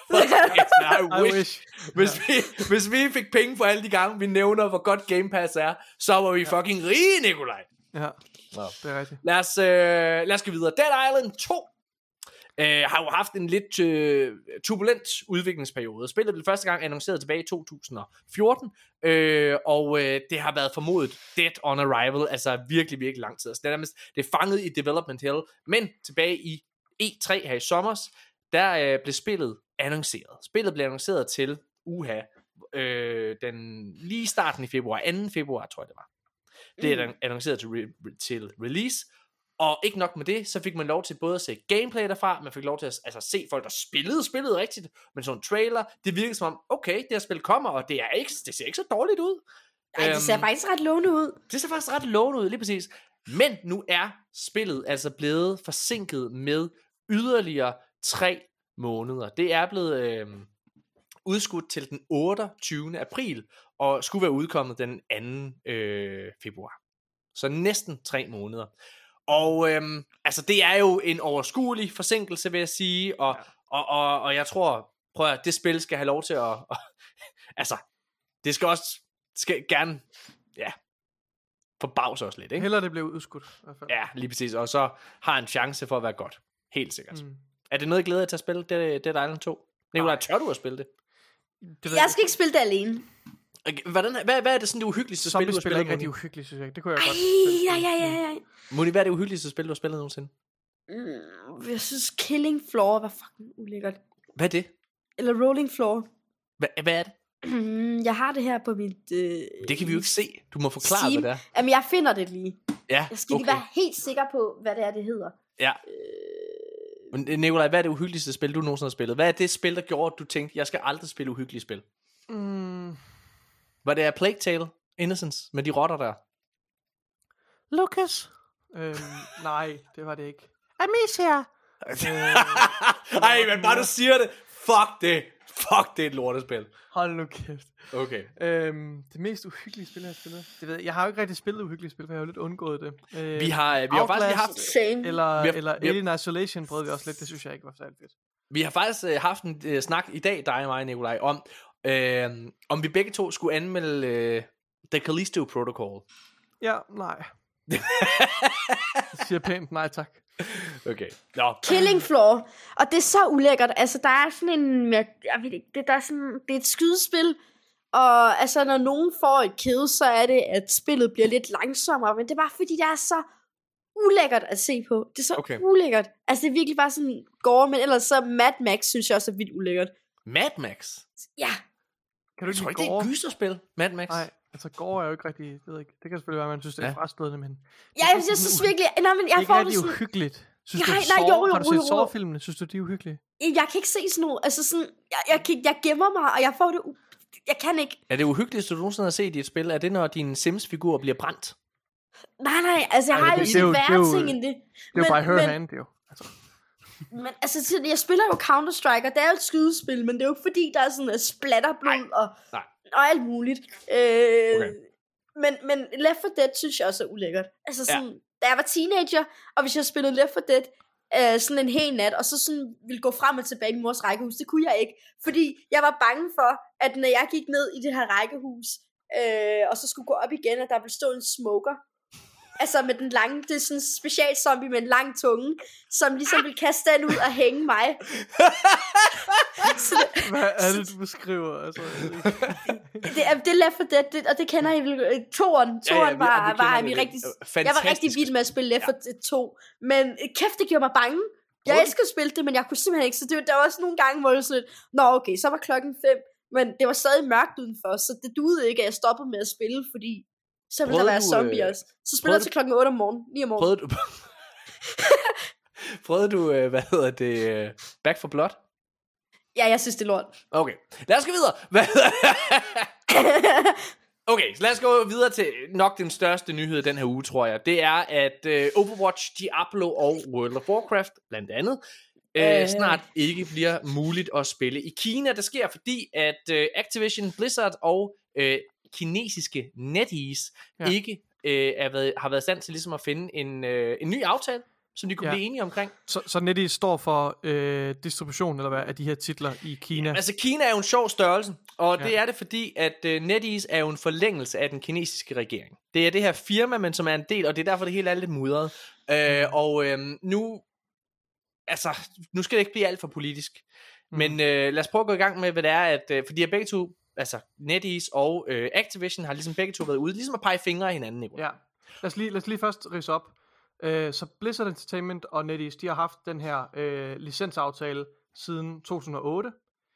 Speaker 1: I wish.
Speaker 3: I wish.
Speaker 1: Hvis, vi, hvis vi fik penge for alle de gange, vi nævner, hvor godt Game Pass er, så var vi fucking rige, Nikolaj.
Speaker 3: Ja, Nå. det er rigtigt.
Speaker 1: Lad os, øh, lad os gå videre. Dead Island to øh, har jo haft en lidt øh, turbulent udviklingsperiode. Spillet blev første gang annonceret tilbage i to tusind og fjorten, øh, og øh, det har været formodet dead on arrival, altså virkelig, virkelig lang tid. Så det er nærmest, det er fanget i development hell, men tilbage i E tre her i sommers, der øh, blev spillet annonceret. Spillet blev annonceret til uha, øh, den lige starten i februar, anden februar tror jeg det var. Det er mm. annonceret til, re- til release, og ikke nok med det, så fik man lov til både at se gameplay derfra, man fik lov til at altså, se folk, der spillede spillet rigtigt, men sådan en trailer, det virkede som om, okay, det her spil kommer, og det, er ikke, det ser ikke så dårligt ud.
Speaker 2: Nej, det ser um, faktisk ret lovende ud.
Speaker 1: Det ser faktisk ret lovende ud, lige præcis. Men nu er spillet altså blevet forsinket med yderligere tre måneder. Det er blevet øh, udskudt til den otteogtyvende april og skulle være udkommet den anden øh, februar. Så næsten tre måneder. Og øh, altså det er jo en overskuelig forsinkelse, vil jeg sige, og, ja. og, og, og jeg tror, prøv at det spil skal have lov til at, og, altså, det skal også, skal gerne, ja, forbavse os lidt, ikke?
Speaker 3: Heller det bliver udskudt. I hvert fald.
Speaker 1: Ja, lige præcis, og så har en chance for at være godt. Helt sikkert. Mm. Er det noget, jeg glæder dig til at spille, Dead Island to? Nikolaj, tør du at spille det?
Speaker 2: det jeg skal ikke spille det alene.
Speaker 1: Hvordan, hvad, hvad er det sådan det uhyggeligste spil, du har spillet?
Speaker 3: Ikke rigtig uhyggeligt, synes jeg. Det kunne jeg
Speaker 2: Ej,
Speaker 3: godt.
Speaker 2: ja, ja, ja, ja.
Speaker 1: Moni, hvad er det uhyggeligste spil, du har spillet nogensinde?
Speaker 2: Mm, jeg synes Killing Floor var fucking ulækkert.
Speaker 1: Hvad er det?
Speaker 2: Eller Rolling Floor.
Speaker 1: Hvad, hvad er det?
Speaker 2: Mm, jeg har det her på mit... Øh,
Speaker 1: det kan vi jo ikke se. Du må forklare,
Speaker 2: Steam.
Speaker 1: Hvad det er.
Speaker 2: Jamen, jeg finder det lige.
Speaker 1: Ja,
Speaker 2: jeg skal
Speaker 1: okay.
Speaker 2: lige være helt sikker på, hvad det er, det hedder.
Speaker 1: Ja.
Speaker 2: Øh,
Speaker 1: Nikolaj, hvad er det uhyggeligste spil, du nogensinde har spillet? Hvad er det spil, der gjorde, at du tænkte, jeg skal aldrig spille uhyggelige spil?
Speaker 3: Mm.
Speaker 1: Var det A Plague Tale Innocence med de rotter der?
Speaker 3: Lucas? øhm, nej, det var det ikke. Amicia!
Speaker 1: øh, Ej, men bare du siger det. Fuck det. Fuck, det er et lortespil.
Speaker 3: Hold nu kæft.
Speaker 1: Okay.
Speaker 3: Øhm, det mest uhyggelige spil, jeg har spillet. Det ved jeg, jeg har jo ikke rigtig spillet uhyggelige spil, for jeg har jo lidt undgået det. Øh,
Speaker 1: Vi har, vi har faktisk lige haft...
Speaker 2: Same.
Speaker 3: Eller,
Speaker 1: Vi har-
Speaker 3: eller
Speaker 1: vi har-
Speaker 3: Alien Isolation prøvede vi også lidt, det synes jeg ikke var særlig fedt.
Speaker 1: Vi har faktisk øh, haft en øh, snak i dag, dig og mig, Nikolaj, om, øh, om vi begge to skulle anmelde øh, The Callisto Protocol.
Speaker 3: Ja, nej. Jeg siger pænt nej tak.
Speaker 1: Okay. Nå.
Speaker 2: Killing Floor. Og det er så ulækkert. Altså, der er sådan en... Jeg, jeg ved ikke, det, der er sådan, det er et skydespil. Og altså, når nogen får et kill, så er det, at spillet bliver lidt langsommere. Men det er bare fordi, det er så ulækkert at se på. Det er så
Speaker 1: Okay.
Speaker 2: okay. ulækkert. Altså, det er virkelig bare sådan gore. Men ellers så Mad Max, synes jeg også er vildt ulækkert.
Speaker 1: Mad Max?
Speaker 2: Ja.
Speaker 3: Kan du
Speaker 1: Jeg
Speaker 3: ikke
Speaker 1: tror
Speaker 3: lide
Speaker 1: ikke, det er
Speaker 3: gore?
Speaker 1: et gyserspil, Mad Max.
Speaker 3: Nej, altså gore er jo ikke rigtig, jeg ved ikke. Det kan selvfølgelig være, at man synes, det er
Speaker 1: Ja.
Speaker 3: frastødende, men...
Speaker 2: Ja, jeg, jeg synes virkelig... Nej, men jeg
Speaker 3: ikke
Speaker 2: får det
Speaker 3: rigtig
Speaker 2: sådan...
Speaker 3: uhyggeligt. Synes
Speaker 2: Nej,
Speaker 3: du,
Speaker 2: nej,
Speaker 3: Saw-
Speaker 2: jo, jo,
Speaker 3: har du
Speaker 2: jo,
Speaker 3: set
Speaker 2: jo.
Speaker 3: Saw-filmene? Synes du, de er uhyggelige?
Speaker 2: Jeg kan ikke se sådan noget... Altså sådan... Jeg, jeg, kan- jeg gemmer mig, og jeg får det... u- Jeg kan ikke...
Speaker 1: Er det uhyggeligste, du nogensinde har set i et spil? Er det, når din Sims-figur bliver brændt?
Speaker 2: Nej, nej, altså jeg
Speaker 3: Ej,
Speaker 2: har
Speaker 3: det-
Speaker 2: jo
Speaker 3: det er
Speaker 2: set
Speaker 3: jo- det er
Speaker 2: værre
Speaker 3: jo-
Speaker 2: ting end det.
Speaker 3: Det er jo bare her
Speaker 2: men,
Speaker 3: hand, det er jo. Altså,
Speaker 2: men altså, sådan, jeg spiller jo Counter-Strike, og det er jo et skydespil, men det er jo ikke fordi, der er sådan en splatterblod og,
Speaker 1: nej.
Speaker 2: og alt muligt. Øh,
Speaker 1: Okay.
Speaker 2: men, men Left four Dead synes jeg også er ulækkert. Altså sådan, ja. Da jeg var teenager, og hvis jeg spillede Left four Dead øh, sådan en hel nat, og så sådan ville gå frem og tilbage i min mors rækkehus, det kunne jeg ikke. Fordi jeg var bange for, at når jeg gik ned i det her rækkehus, øh, og så skulle gå op igen, at der ville stå en smoker. Altså med den lange, det er sådan en special zombie med en lang tunge, som ligesom vil kaste den ud og hænge mig. Så det,
Speaker 3: hvad er det, du beskriver? Altså, jeg ved ikke.
Speaker 2: det, er, det er Left four Dead, det, og det kender I vel. øh, Toren, toren
Speaker 1: vi-
Speaker 2: var,
Speaker 1: vi kender
Speaker 2: var
Speaker 1: det.
Speaker 2: vi
Speaker 1: Det er
Speaker 2: rigtig,
Speaker 1: fantastisk.
Speaker 2: jeg var rigtig vild med at spille Left four Dead to, men øh, kæft, det gjorde mig bange. Jeg
Speaker 1: Prøv-
Speaker 2: elsker at spille det, men jeg kunne simpelthen ikke, så det, der var også nogle gange, hvor det var sådan lidt, nå okay, så var klokken fem, men det var stadig mørkt udenfor, så det duede ikke, at jeg stoppede med at spille, fordi så ville der
Speaker 1: Prøvede
Speaker 2: være
Speaker 1: du,
Speaker 2: zombier.
Speaker 1: øh,
Speaker 2: Så spillede jeg
Speaker 1: prøvede
Speaker 2: til klokken otte om morgenen, ni om morgenen.
Speaker 1: Prøvede du... Prøvede du, øh, hvad hedder det, øh, Back for Blood?
Speaker 2: Ja, jeg synes, det er lort.
Speaker 1: Okay, lad os gå videre. Hvad Okay, så lad os gå videre til nok den største nyhed den her uge, tror jeg. Det er, at øh, Overwatch, Diablo og World of Warcraft, blandt andet, øh,
Speaker 2: Øh.
Speaker 1: snart ikke bliver muligt at spille i Kina. Det sker fordi, at øh, Activision, Blizzard og øh, kinesiske NetEase
Speaker 3: Ja.
Speaker 1: ja. ikke øh, er været, har været i stand til ligesom at finde en, øh, en ny aftale, som de kunne
Speaker 3: Ja.
Speaker 1: blive enige omkring.
Speaker 3: Så, så NetEase står for øh, distribution, eller hvad, af de her titler i Kina.
Speaker 1: Ja, altså Kina er jo en sjov størrelse, og
Speaker 3: Ja.
Speaker 1: det er det fordi, at uh, NetEase er jo en forlængelse af den kinesiske regering. Det er det her firma, men som er en del, og det er derfor det hele er lidt mudret. Uh, og uh, nu, altså, nu skal det ikke blive alt for politisk.
Speaker 3: Mm.
Speaker 1: Men uh, lad os prøve at gå i gang med, hvad det er, at, uh, fordi jeg begge to, altså NetEase og uh, Activision har ligesom begge to været ude, ligesom at pege fingre af hinanden. Nico.
Speaker 3: Ja. Lad os lige, lad os lige først ridse op. Uh, så Blizzard Entertainment og NetEase, de har haft den her uh, licensaftale siden to tusind og otte.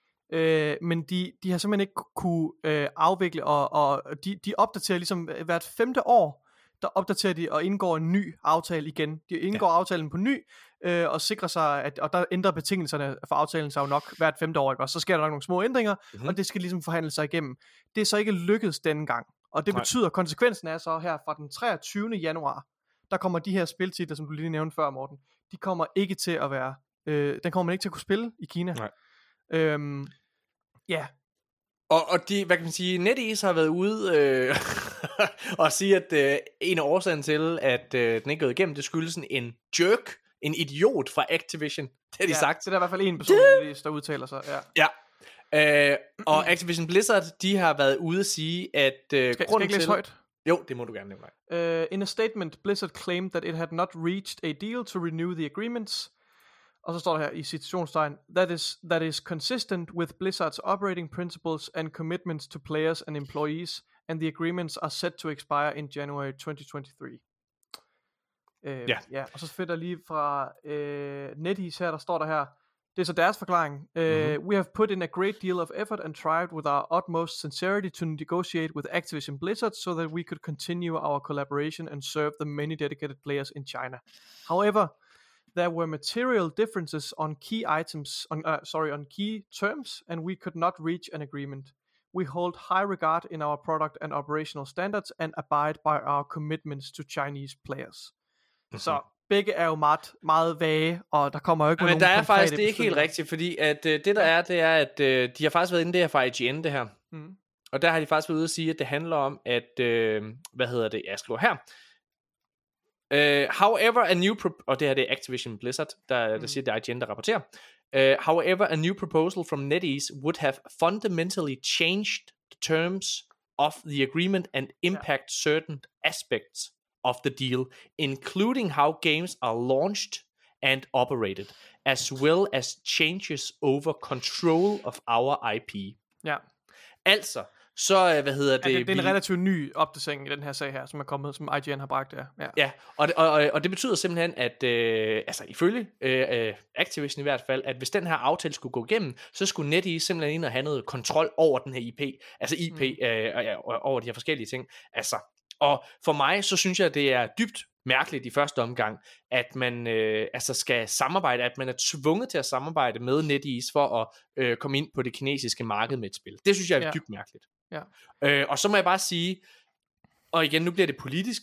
Speaker 3: Uh, men de, de har simpelthen ikke kunne uh, afvikle, og, og de, de opdaterer ligesom hvert femte år, der opdaterer de og indgår en ny aftale igen. De indgår ja. aftalen på ny, øh, og sikrer sig, at, og der ændrer betingelserne for aftalen sig jo nok hvert femte år, ikke? Og så sker der nok nogle små ændringer, mm-hmm. og det skal ligesom forhandle sig igennem. Det er så ikke lykkedes denne gang, og det
Speaker 1: Nej.
Speaker 3: betyder, konsekvensen er så her fra den treogtyvende januar, der kommer de her spiltitler, som du lige nævnte før, Morten, de kommer ikke til at være, øh, den kommer man ikke til at kunne spille i Kina.
Speaker 1: Nej.
Speaker 3: Øhm, ja,
Speaker 1: Og, og de, hvad kan man sige, NetEase har været ude øh, og sige, at øh, en af årsagen til, at øh, den ikke er gået igennem, det skyldes sådan en jerk, en idiot fra Activision. Det har de
Speaker 3: ja,
Speaker 1: sagt.
Speaker 3: det er der i hvert fald en person, der udtaler sig. Ja.
Speaker 1: Ja. Øh, og Activision Blizzard, de har været ude at sige, at øh,
Speaker 3: Skal, skal jeg
Speaker 1: grunden
Speaker 3: ikke læse
Speaker 1: til...
Speaker 3: højt?
Speaker 1: Jo, det må du gerne nævne.
Speaker 3: Uh, in a statement, Blizzard claimed that it had not reached a deal to renew the agreements. Og så står der her i citationstegn, that is, that is consistent with Blizzard's operating principles and commitments to players and employees, and the agreements are set to expire in January twenty twenty-three. Uh,
Speaker 1: Ja.
Speaker 3: ja. Og så fedt der lige fra uh, NetEase her, der står der her, det er så deres forklaring. Uh,
Speaker 1: Mhm.
Speaker 3: We have put in a great deal of effort and tried with our utmost sincerity to negotiate with Activision Blizzard so that we could continue our collaboration and serve the many dedicated players in China. However, there were material differences on key items, on, uh, sorry, on key terms, and we could not reach an agreement. We hold high regard in our product and operational standards and abide by our commitments to Chinese players. Mm-hmm. Så begge er jo meget, meget vage, og der kommer jo ikke
Speaker 1: Men
Speaker 3: nogen
Speaker 1: der er
Speaker 3: konkrete
Speaker 1: faktisk, det er ikke helt
Speaker 3: beslutninger.
Speaker 1: rigtigt, fordi at, øh, det der er, det er, at øh, de har faktisk været inde der fra I G N, det her.
Speaker 3: Mm.
Speaker 1: Og der har de faktisk været ude at sige, at det handler om, at, øh, hvad hedder det, jeg skriver her. Uh, however, a new, pro- og det her det er Activision Blizzard, der, mm. der siger, det er I G N, der rapporterer. Uh, however, a new proposal from NetEase would have fundamentally changed the terms of the agreement and impact yeah. certain aspects of the deal, including how games are launched and operated, as well as changes over control of our I P.
Speaker 3: Ja.
Speaker 1: Altså, så, hvad hedder det?
Speaker 3: Ja, det, det er en
Speaker 1: vi...
Speaker 3: relativt ny opdatering i den her sag her, som er kommet, som I G N har bragt der. Ja,
Speaker 1: ja og, det, og, og det betyder simpelthen, at øh, altså ifølge øh, Activision i hvert fald, at hvis den her aftale skulle gå igennem, så skulle NetEase simpelthen ind og have noget kontrol over den her I P, altså I P mm. øh, øh, over de her forskellige ting. Altså, og for mig, så synes jeg, det er dybt mærkeligt i første omgang, at man øh, altså skal samarbejde, at man er tvunget til at samarbejde med NetEase for at øh, komme ind på det kinesiske marked med et spil. Det synes jeg er ja. dybt mærkeligt.
Speaker 3: Ja.
Speaker 1: Øh, og så må jeg bare sige, og igen, nu bliver det politisk,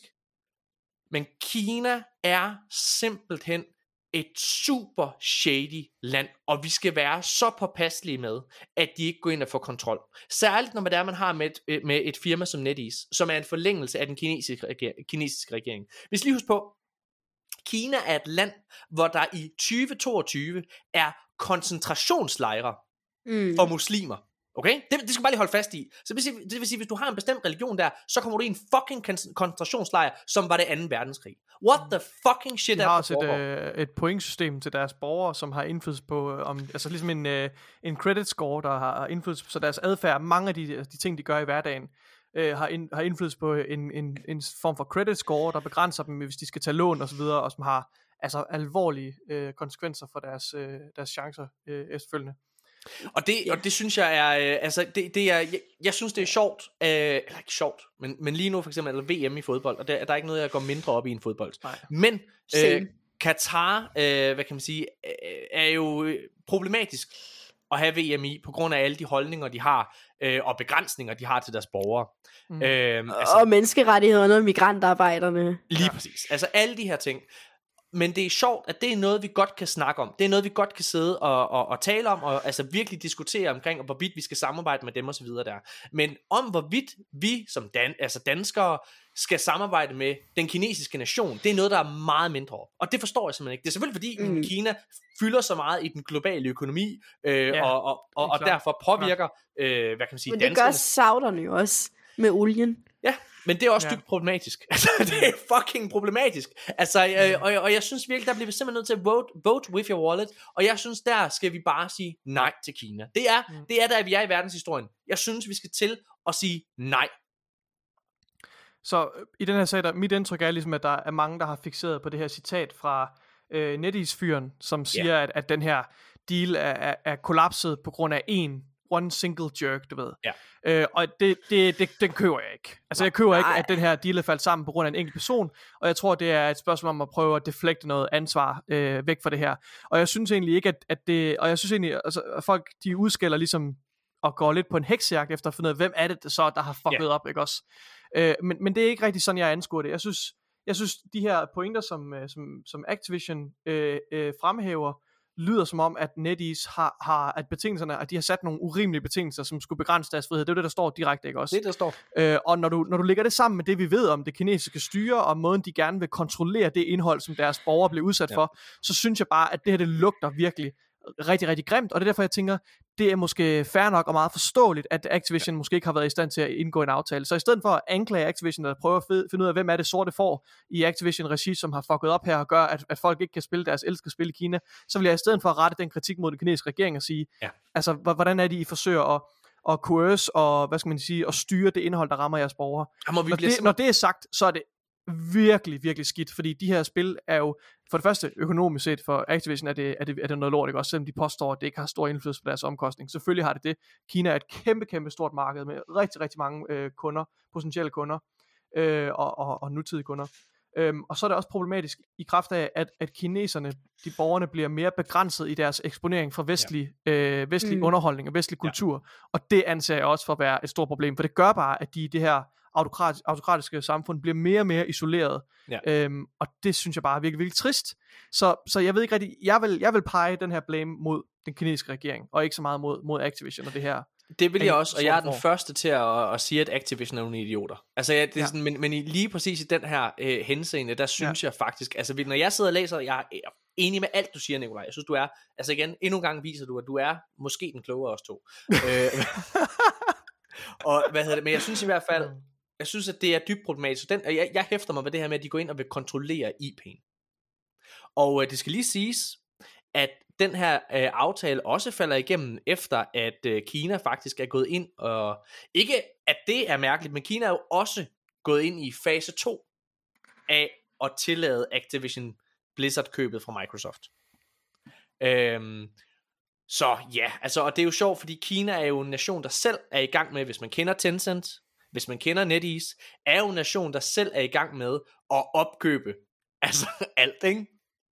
Speaker 1: men Kina er simpelthen et super shady land, og vi skal være så påpasselige med, at de ikke går ind og får kontrol. Særligt når man, der, man har med et, med et firma som NetEase, som er en forlængelse af den kinesiske, reger- kinesiske regering. Vi skal lige huske på, Kina er et land, hvor der i tyve toogtyve er koncentrationslejre mm. for muslimer. Okay? Det, det skal man bare lige holde fast i. Så det vil, sige, det vil sige, hvis du har en bestemt religion der, så kommer du i en fucking koncentrationslejr, som var det anden verdenskrig. What the fucking shit
Speaker 3: de
Speaker 1: er
Speaker 3: har
Speaker 1: det
Speaker 3: også et, øh, et pointsystem til deres borgere, som har indflydelse på, øh, om, altså ligesom en, øh, en credit score, der har indflydelse på så deres adfærd. Mange af de, de ting, de gør i hverdagen, øh, har, ind, har indflydelse på en, en, en form for credit score, der begrænser dem, hvis de skal tage lån og så videre, og som har altså alvorlige øh, konsekvenser for deres, øh, deres chancer øh, efterfølgende.
Speaker 1: Og det, og det synes jeg er, øh, altså det, det er, jeg, jeg synes det er sjovt, øh, eller ikke sjovt, men, men lige nu for eksempel, eller V M i fodbold, og der, der er ikke noget, jeg går mindre op i en fodbold. Nej. Men øh, Katar, øh, hvad kan man sige, øh, er jo problematisk at have V M i, på grund af alle de holdninger, de har, øh, og begrænsninger, de har til deres borgere.
Speaker 2: Mm. Øh, altså, og menneskerettighederne og migrantarbejderne.
Speaker 1: Lige ja. Præcis, altså alle de her ting. Men det er sjovt, at det er noget, vi godt kan snakke om. Det er noget, vi godt kan sidde og, og, og tale om, og altså virkelig diskutere omkring, og hvorvidt vi skal samarbejde med dem og så videre der. Men om hvorvidt vi som dan, altså danskere skal samarbejde med den kinesiske nation, det er noget, der er meget mindre op. Og det forstår jeg simpelthen ikke. Det er selvfølgelig fordi, mm. Kina fylder så meget i den globale økonomi, øh, ja, og, og, og, og derfor påvirker, øh, hvad kan man sige,
Speaker 2: men det
Speaker 1: danskerne.
Speaker 2: gør sauderne jo også med olien.
Speaker 1: Ja, men det er også
Speaker 3: ja.
Speaker 1: dybt problematisk. Altså, det er fucking problematisk. Altså, øh, og, og jeg synes virkelig, der bliver vi simpelthen nødt til at vote, vote with your wallet, og jeg synes, der skal vi bare sige nej til Kina. Det er, mm. det er der, vi er i verdenshistorien. Jeg synes, vi skal til at sige nej.
Speaker 3: Så i den her sag, der, mit indtryk er ligesom, at der er mange, der har fikseret på det her citat fra øh, NetEase-fyren, som siger, yeah. at, at den her deal er, er, er kollapset på grund af en one single jerk, du ved.
Speaker 1: Ja.
Speaker 3: Øh, og det, det, det, den køber jeg ikke. Altså, jeg køber Nej. ikke, at den her deal er faldt sammen på grund af en enkelt person, og jeg tror, det er et spørgsmål om at prøve at deflekte noget ansvar øh, væk fra det her. Og jeg synes egentlig ikke, at, at det, og jeg synes egentlig, altså, at folk, de udskælder ligesom, og går lidt på en heksejagt efter at finde ud af, hvem er det så, der har fucket yeah. op, ikke også? Øh, men, men det er ikke rigtig sådan, jeg anskuer det. Jeg synes, jeg synes de her pointer, som, som, som Activision øh, øh, fremhæver, lyder som om, at NetEase har, har at betingelserne, at de har sat nogle urimelige betingelser, som skulle begrænse deres frihed. Det er jo det, der står direkte, ikke også?
Speaker 1: Det, der står.
Speaker 3: Øh, og når du, når du lægger det sammen med det, vi ved om det kinesiske styre, og måden, de gerne vil kontrollere det indhold, som deres borgere bliver udsat ja. for, så synes jeg bare, at det her, det lugter virkelig rigtig, rigtig grimt, og det er derfor, jeg tænker, det er måske fair nok og meget forståeligt, at Activision ja. måske ikke har været i stand til at indgå en aftale. Så i stedet for at anklage Activision, og prøve at finde ud af, hvem er det sorte får i Activision-regi, som har fucket op her og gør, at, at folk ikke kan spille deres elskede spil i Kina, så vil jeg i stedet for at rette den kritik mod den kinesiske regering og sige, ja. altså, hvordan er det, I forsøger at og coerce og, hvad skal man sige, og styre det indhold, der rammer jeres borgere. Jamen, når, det, når det er sagt, så er det virkelig, virkelig skidt, fordi de her spil er jo, for det første økonomisk set for Activision er det, er det, er det noget lort, ikke også, selvom de påstår, at det ikke har stor indflydelse på deres omkostning. Selvfølgelig har det det. Kina er et kæmpe, kæmpe stort marked med rigtig, rigtig mange øh, kunder, potentielle kunder, øh, og, og, og nutidige kunder. Øhm, og så er det også problematisk i kraft af, at, at kineserne, de borgerne, bliver mere begrænset i deres eksponering for vestlig, ja. øh, vestlig mm. underholdning og vestlig kultur. Ja. Og det anser jeg også for at være et stort problem, for det gør bare, at de i det her autokrat, autokratiske samfund bliver mere og mere isoleret. Ja. Øhm, og det synes jeg bare er virkelig, virkelig trist. Så, så jeg ved ikke rigtig, jeg vil, jeg vil pege den her blame mod den kinesiske regering, og ikke så meget mod, mod Activision og det her.
Speaker 1: Det vil jeg også, og jeg er den første til at, at sige, at Activision er nogle idioter. Altså, jeg, det er ja. sådan, men, men lige præcis i den her øh, henseende, der synes ja. jeg faktisk, altså når jeg sidder og læser, jeg er enig med alt, du siger, Nikolaj. Jeg synes, du er, altså igen, endnu en gang viser du, at du er måske den klogere af os to. øh, og hvad hedder det, men jeg synes i hvert fald, jeg synes, at det er dybt problematisk. Den, jeg, jeg hæfter mig med det her med, at de går ind og vil kontrollere I P'en. Og øh, det skal lige siges, at den her øh, aftale også falder igennem efter at øh, Kina faktisk er gået ind og ikke at det er mærkeligt, men Kina er jo også gået ind i fase to af at tillade Activision Blizzard købet fra Microsoft. Øhm, så ja, altså og det er jo sjovt, fordi Kina er jo en nation der selv er i gang med, hvis man kender Tencent, hvis man kender NetEase, er jo en nation der selv er i gang med at opkøbe altså alt, ikke?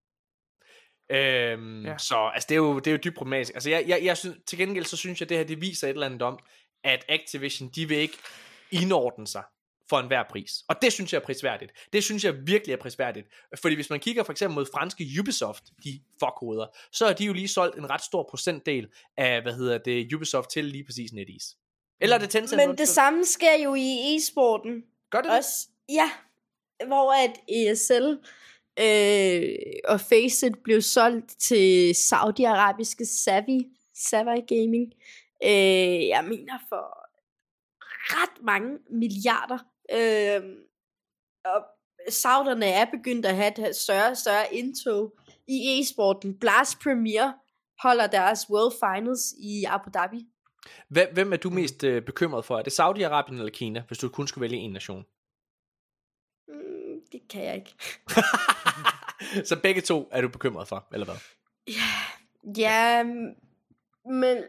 Speaker 1: Øhm, ja. Så altså det er jo det er jo dybt problematisk. Altså jeg jeg jeg synes til gengæld så synes jeg at det her det viser et eller andet om at Activision de vil ikke indordne sig for enhver pris. Og det synes jeg er prisværdigt. Det synes jeg virkelig er prisværdigt. Fordi hvis man kigger for eksempel mod franske Ubisoft, de fuckhoveder, så har de jo lige solgt en ret stor procentdel af hvad hedder det Ubisoft til lige præcis NetEase. Eller er det Tencent?
Speaker 2: Men det samme sker jo i e-sporten.
Speaker 1: Gør det
Speaker 2: også? Det? Ja. Hvor at E S L Øh, og Faceit blev solgt til saudi-arabiske Savvy, Savvy Gaming. Øh, jeg mener for ret mange milliarder. Øh, og sauderne er begyndt at have et større større indtog i e-sporten. Blast Premier holder deres World Finals i Abu Dhabi.
Speaker 1: Hvem er du mest øh, bekymret for? Er det Saudi-Arabien eller Kina, hvis du kun skulle vælge en nation?
Speaker 2: Mm, det kan jeg ikke.
Speaker 1: Så begge to er du bekymret for, eller hvad?
Speaker 2: Ja, ja, men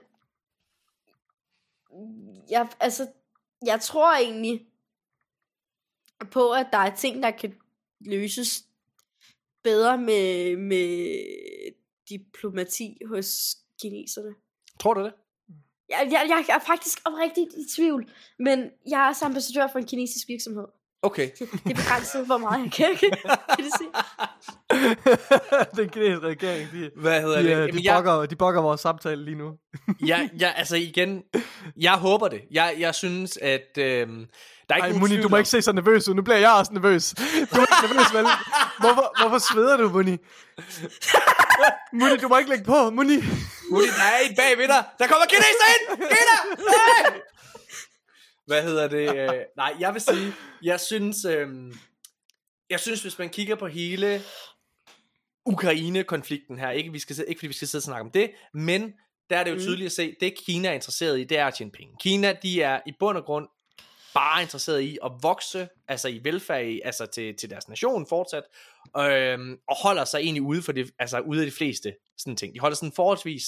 Speaker 2: jeg, altså, jeg tror egentlig på, at der er ting, der kan løses bedre med, med diplomati hos kineserne.
Speaker 1: Tror du det?
Speaker 2: Jeg, jeg, jeg er faktisk oprigtigt i tvivl, men jeg er også ambassadør for en kinesisk virksomhed.
Speaker 1: Okay.
Speaker 2: Det er begrænset, hvor meget jeg kan. Kan det se?
Speaker 3: Den kinesiske regering, de,
Speaker 1: hvad hedder
Speaker 3: de,
Speaker 1: det?
Speaker 3: de, de, jeg... bokker, de bokker vores samtale lige nu.
Speaker 1: ja, ja, altså igen, jeg håber det. Jeg, jeg synes, at øh, der er ikke
Speaker 3: Ej,
Speaker 1: nogen
Speaker 3: Muni, du må ikke se så nervøs ud. Nu bliver jeg også nervøs. Du er ikke nervøs, vel? Hvorfor, hvorfor sveder du, Muni? Muni, du må ikke lægge på, Muni.
Speaker 1: Muni, der er en bag ved dig. Der kommer kineser ind! Kinder! Nej! Hvad hedder det? Øh, nej, jeg vil sige, jeg synes, øh, jeg synes, hvis man kigger på hele Ukraine-konflikten her, ikke, vi skal, ikke fordi vi skal sidde og snakke om det, men der er det jo mm. tydeligt at se, det Kina er interesseret i, det er at tjene penge. Kina, de er i bund og grund bare interesseret i at vokse, altså i velfærd, altså til, til deres nation fortsat, øh, og holder sig egentlig ude, for det, altså ude af de fleste sådan ting. De holder sådan forholdsvis,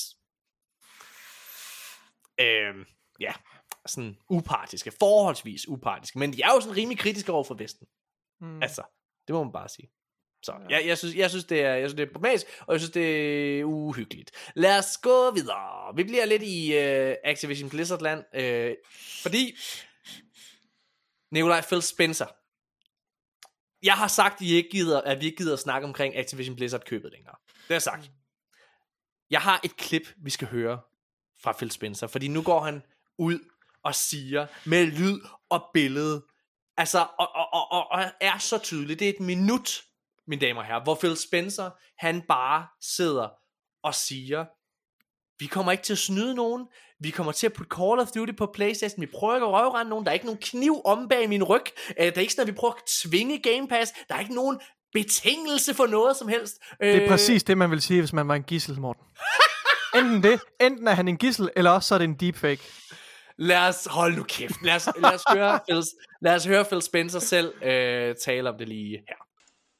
Speaker 1: øh, ja, sådan upartiske, forholdsvis upartiske, men de er jo sådan rimelig kritiske over for Vesten. Mm. Altså, det må man bare sige. Så ja. jeg, jeg, synes, jeg synes det er, jeg synes det er problematisk, og jeg synes det er uhyggeligt. Lad os gå videre. Vi bliver lidt i uh, Activision Blizzard land, uh, fordi Nikolaj, Phil Spencer. Jeg har sagt, at, I ikke gider, at vi ikke gider at snakke omkring Activision Blizzard købet længere. Det har jeg sagt. Jeg har et klip, vi skal høre fra Phil Spencer, fordi nu går han ud og siger med lyd og billede, altså og, og, og, og, og er så tydeligt. Det er et minut, mine damer og herrer, hvor Phil Spencer, han bare sidder og siger, vi kommer ikke til at snyde nogen, vi kommer til at putte Call of Duty på PlayStation, vi prøver ikke at røvrende nogen, der er ikke nogen kniv om bag min ryg, der er ikke sådan, at vi prøver at tvinge Game Pass, der er ikke nogen betingelse for noget som helst.
Speaker 3: Det er præcis det, man vil sige, hvis man var en gidsel, Morten. Enten det, enten er han en gidsel, eller også så er det en deepfake.
Speaker 1: Lad os, hold nu kæft, lad os, lad os, høre, Phil, lad os høre Phil Spencer selv øh, tale om det lige her.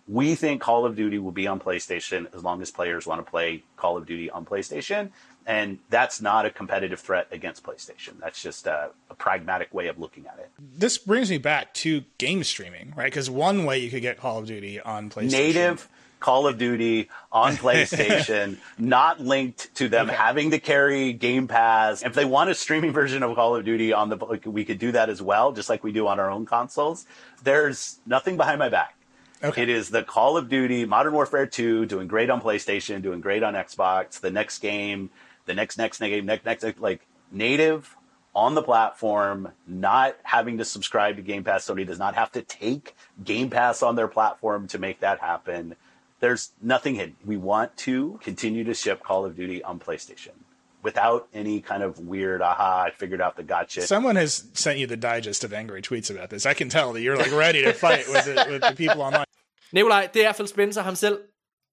Speaker 5: We think Call of Duty will be on PlayStation as long as players want to play Call of Duty on PlayStation. And that's not a competitive threat against PlayStation. That's just a, a pragmatic way of looking at it.
Speaker 6: This brings me back to game streaming, right? Because one way you could get Call of Duty on PlayStation.
Speaker 5: Native Call of Duty on PlayStation, not linked to them okay. having to carry Game Pass. If they want a streaming version of Call of Duty on the, we could do that as well, just like we do on our own consoles. There's nothing behind my back. Okay. It is the Call of Duty Modern Warfare two doing great on PlayStation, doing great on Xbox. The next game, the next next game, next next like native on the platform, not having to subscribe to Game Pass. Sony does not have to take Game Pass on their platform to make that happen. There's nothing hidden. We want to continue to ship Call of Duty on PlayStation without any kind of weird, aha, I figured out the gotcha.
Speaker 6: Someone has sent you the digest of angry tweets about this. I can tell that you're like ready to fight with the, with the people online.
Speaker 1: Nikolaj, det er Phil Spencer ham selv.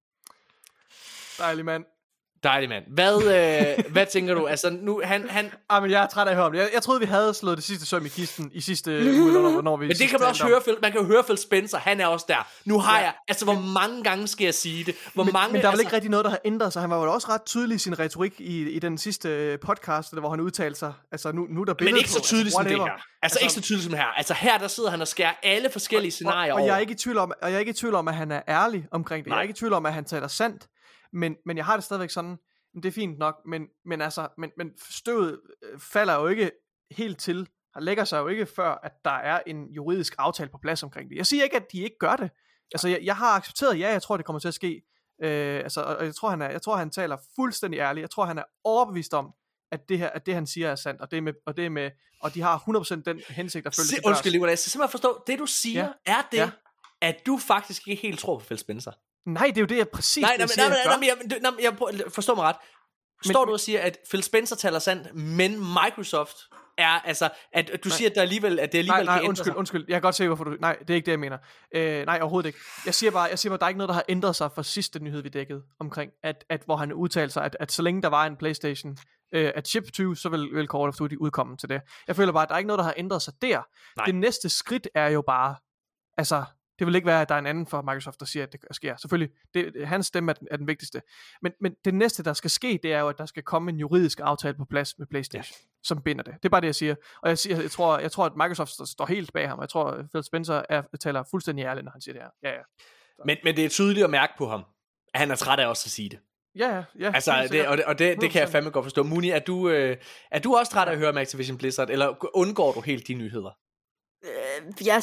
Speaker 3: Dejlig mand.
Speaker 1: Dejlig mand. Hvad, øh, hvad tænker du? Altså, nu, han... han...
Speaker 3: Ah, men jeg er træt af at høre om det. Jeg, jeg troede, vi havde slået det sidste søm i kisten i sidste uge, når, når vi...
Speaker 1: Men det kan man også høre, Phil. Man kan jo høre Phil Spencer, han er også der. Nu har ja. jeg... Altså, hvor mange gange skal jeg sige det? Hvor
Speaker 3: men,
Speaker 1: mange,
Speaker 3: men der er vel
Speaker 1: altså...
Speaker 3: ikke rigtig noget, der har ændret sig. Han var jo også ret tydelig i sin retorik i, i den sidste podcast, hvor han udtalte sig. Altså, nu, nu er der billede
Speaker 1: Men ikke så tydeligt
Speaker 3: på,
Speaker 1: som det her. Altså, altså, ikke så tydeligt som det her. Altså, her der sidder han og skærer alle forskellige
Speaker 3: og,
Speaker 1: scenarier
Speaker 3: og, og
Speaker 1: over.
Speaker 3: jeg er ikke i tvivl om, og jeg er ikke i tvivl om, at han er ærlig omkring det. Nej. Jeg er ikke i tvivl om, at han taler sandt. Men, men jeg har det stadigvæk sådan... Det er fint nok, men, men, altså, men, men støvet falder jo ikke helt til. Han lægger sig jo ikke før, at der er en juridisk aftale på plads omkring det. Jeg siger ikke, at de ikke gør det. Altså, jeg, jeg har accepteret, ja, jeg tror, det kommer til at ske. Øh, altså, og jeg tror, han er, jeg tror, han taler fuldstændig ærligt. Jeg tror, han er overbevist om, at det her, at det han siger er sandt, og det er med, og det er med, og de har hundrede procent den hensigt at følge.
Speaker 1: Se, undskyld, Nicolai, jeg skal simpelthen forstå, det du siger, ja. er det, ja. at du faktisk ikke helt tror på Phil Spencer.
Speaker 3: Nej, det er jo det, jeg præcis
Speaker 1: nej, nej,
Speaker 3: det, siger,
Speaker 1: nej, nej, nej, nej, nej, jeg, jeg, jeg forstår mig ret. Står men, du og siger, at Phil Spencer taler sandt, men Microsoft er, altså, at, at du nej, siger, at, der alligevel, at det alligevel
Speaker 3: nej, nej,
Speaker 1: kan
Speaker 3: undskyld,
Speaker 1: ændre sig.
Speaker 3: undskyld, jeg kan godt se, hvorfor du, nej, det er ikke det, jeg mener. Øh, nej, overhovedet ikke. Jeg siger bare, jeg siger bare, at der er ikke noget, der har ændret sig fra sidste nyhed, vi dækkede, omkring, at, at hvor han udtalte sig, at, at så længe der var en PlayStation, øh, at chip tyve, så vil, vil Call of Duty udkomme til det. Jeg føler bare, at der er ikke noget, der har ændret sig der. Nej. Det næste skridt er jo bare, altså... Det vil ikke være, at der er en anden fra Microsoft, der siger, at det sker. Selvfølgelig, det, hans stemme er den, er den vigtigste. Men, men det næste, der skal ske, det er jo, at der skal komme en juridisk aftale på plads med PlayStation, ja. som binder det. Det er bare det, jeg siger. Og jeg, siger, jeg, tror, jeg tror, at Microsoft står, står helt bag ham. Jeg tror, at Phil Spencer er, taler fuldstændig ærligt, når han siger det her. Ja, ja.
Speaker 1: Men, men det er tydeligt at mærke på ham, at han er træt af også at sige det.
Speaker 3: Ja, ja. ja
Speaker 1: altså, det, og det, og det, det kan jeg fandme godt forstå. Muni, er du, øh, er du også træt af at høre om Activision Blizzard, eller undgår du helt de nyheder?
Speaker 2: Øh, jeg...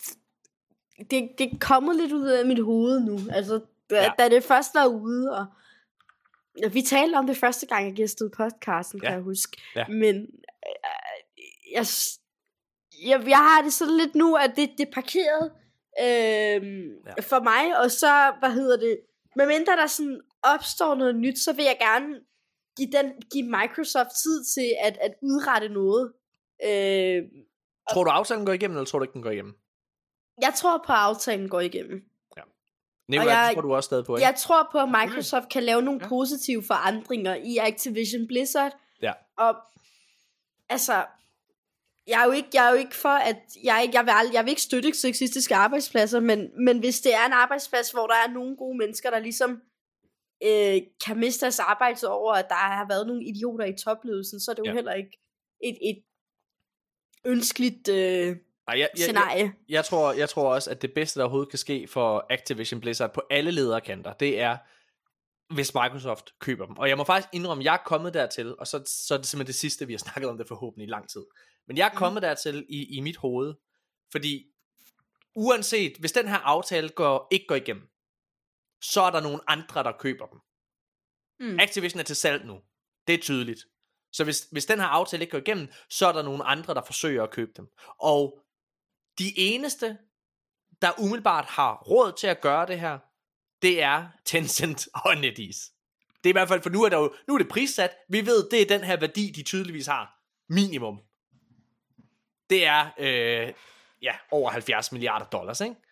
Speaker 2: Det, det er kommet lidt ud af mit hoved nu. Altså, da,
Speaker 1: ja.
Speaker 2: da det først var ude, og ja, vi talte om det første gang, jeg gæstede podcasten, ja. kan jeg huske. Ja. Men øh, jeg, jeg, jeg har det sådan lidt nu, at det, det er parkeret øh, ja. for mig, og så, hvad hedder det, medmindre der sådan opstår noget nyt, så vil jeg gerne give, den, give Microsoft tid til at, at udrette noget. Øh,
Speaker 1: tror du, aftalen går igennem, eller tror du ikke, den går igennem?
Speaker 2: Jeg tror på, at aftalen går igennem.
Speaker 1: Ja. Nicolai, det tror du også stadig på, ikke?
Speaker 2: Jeg tror på, at Microsoft kan lave nogle ja. positive forandringer i Activision Blizzard.
Speaker 1: Ja.
Speaker 2: Og altså, jeg er jo ikke, jeg er jo ikke for, at jeg, jeg, vil, aldrig, jeg vil ikke støtte sexistiske arbejdspladser, men, men hvis det er en arbejdsplads, hvor der er nogle gode mennesker, der ligesom øh, kan miste deres arbejde over, at der har været nogle idioter i topledelsen, så er det jo ja. heller ikke et, et ønskeligt... Øh,
Speaker 1: Ej, jeg, jeg, jeg, jeg, tror, jeg tror også, at det bedste, der overhovedet kan ske for Activision Blizzard på alle lederkanter, det er, hvis Microsoft køber dem. Og jeg må faktisk indrømme, at jeg er kommet dertil, og så, så er det simpelthen det sidste, vi har snakket om det forhåbentlig i lang tid. Men jeg er kommet mm. dertil i, i mit hoved, fordi uanset, hvis den her aftale går, ikke går igennem, så er der nogle andre, der køber dem. Mm. Activision er til salg nu. Det er tydeligt. Så hvis, hvis den her aftale ikke går igennem, så er der nogle andre, der forsøger at købe dem. Og de eneste, der umiddelbart har råd til at gøre det her, det er Tencent og NetEase. Det er i hvert fald, for nu er, der jo, nu er det prissat. Vi ved, det er den her værdi, de tydeligvis har. Minimum. Det er øh, ja, over halvfjerds milliarder dollars, ikke?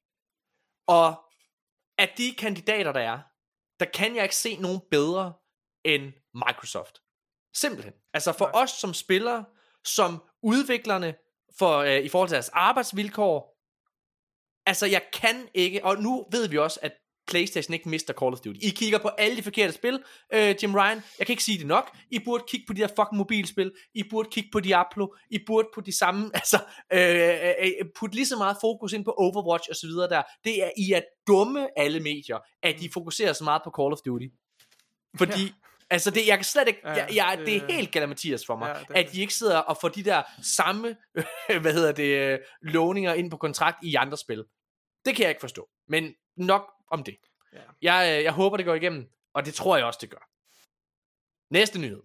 Speaker 1: Og af de kandidater, der er, der kan jeg ikke se nogen bedre end Microsoft. Simpelthen. Altså for Nej. os som spillere, som udviklerne, for, øh, i forhold til deres arbejdsvilkår, altså jeg kan ikke, og nu ved vi også, at PlayStation ikke mister Call of Duty. I kigger på alle de forkerte spil, øh, Jim Ryan. Jeg kan ikke sige det nok. I burde kigge på de der fucking mobilspil. I burde kigge på Diablo. I burde på de samme, altså, øh, øh, putte lige så meget fokus ind på Overwatch og så videre der. Det er, I er dumme alle medier, at I fokuserer så meget på Call of Duty. Fordi, ja. altså det, jeg kan slet ikke, jeg, jeg, det er helt galimatias for mig, ja, at de ikke sidder og får de der samme, hvad hedder det, lovninger ind på kontrakt i andre spil. Det kan jeg ikke forstå. Men nok om det. Ja. Jeg, jeg håber, det går igennem, og det tror jeg også, det gør. Næste nyhed.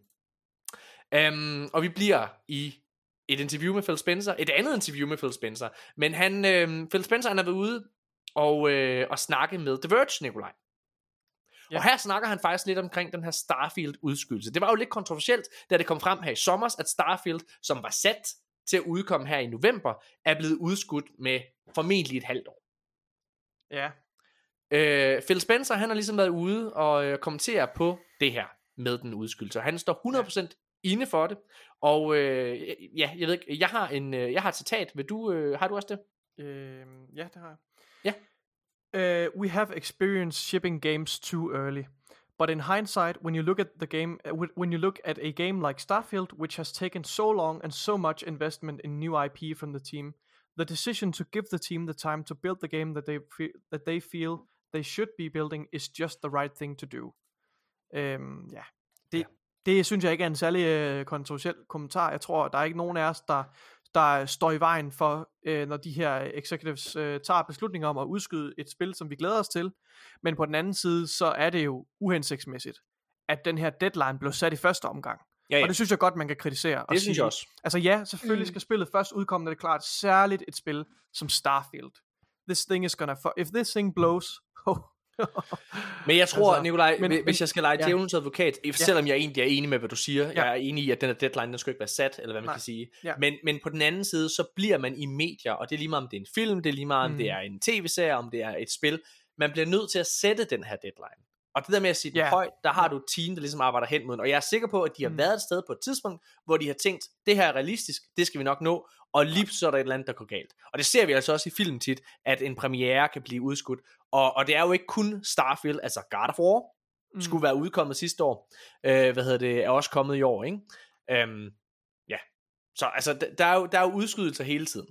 Speaker 1: Um, og vi bliver i et interview med Phil Spencer, et andet interview med Phil Spencer, men han, øh, Phil Spencer, han er været ude og, øh, og snakke med The Verge, Nikolaj. Ja. Og her snakker han faktisk lidt omkring den her Starfield-udskydelse. Det var jo lidt kontroversielt, da det kom frem her i sommer, at Starfield, som var sat til at udkomme her i november, er blevet udskudt med formentlig et halvt år.
Speaker 3: Ja.
Speaker 1: Øh, Phil Spencer, han har ligesom været ude og øh, kommentere på det her med den udskydelse. Han står hundrede procent ja. inde for det. Og øh, ja, jeg ved ikke, jeg har en, øh, jeg har et citat. Vil du, øh, har du også det?
Speaker 3: Øh, ja, det har jeg.
Speaker 1: Ja.
Speaker 3: Uh, we have experienced shipping games too early. But in hindsight, when you look at the game, uh, when you look at a game like Starfield, which has taken so long and so much investment in new I P from the team, the decision to give the team the time to build the game that they fe- that they feel they should be building is just the right thing to do. Um, yeah. Det, ja. Det synes jeg ikke er en særlig øh, kontroversiel kommentar. Jeg tror, der er ikke nogen af os, der, der står i vejen for, øh, når de her executives øh, tager beslutninger om at udskyde et spil, som vi glæder os til. Men på den anden side, så er det jo uhensigtsmæssigt, at den her deadline blev sat i første omgang. Ja, ja. Og det synes jeg godt, man kan kritisere.
Speaker 1: Det synes jeg også.
Speaker 3: Altså ja, selvfølgelig skal spillet først udkomme, når det er klart. Særligt et spil som Starfield. This thing is gonna... Fu- If this thing blows... Oh.
Speaker 1: Men jeg tror, altså, Nikolaj, men, hvis
Speaker 3: men,
Speaker 1: jeg skal lege
Speaker 3: ja.
Speaker 1: djævelens advokat, selvom jeg egentlig er enig med, hvad du siger,
Speaker 3: ja.
Speaker 1: jeg er enig i, at den her deadline, den skal ikke være sat, eller hvad man
Speaker 3: Nej.
Speaker 1: kan sige.
Speaker 3: Ja.
Speaker 1: Men, men på den anden side, så bliver man i medier, og det er lige meget, om det er en film, det er lige meget, om mm. det er en tv-serie, om det er et spil. Man bliver nødt til at sætte den her deadline. Og det der med at sige den
Speaker 3: ja.
Speaker 1: højt, der har du et team, der ligesom arbejder hen mod den. Og jeg er sikker på, at de har mm. været et sted på et tidspunkt, hvor de har tænkt, det her er realistisk, det skal vi nok nå, og lige så er der et eller andet, der går galt. Og det ser vi altså også i film tit, at en premiere kan blive udskudt. Og, og det er jo ikke kun Starfield, altså God of War, mm. skulle være udkommet sidste år. Øh, hvad hedder det, er også kommet i år, ikke? Øhm, ja. Så altså, der er jo, der er jo udskydelser hele tiden.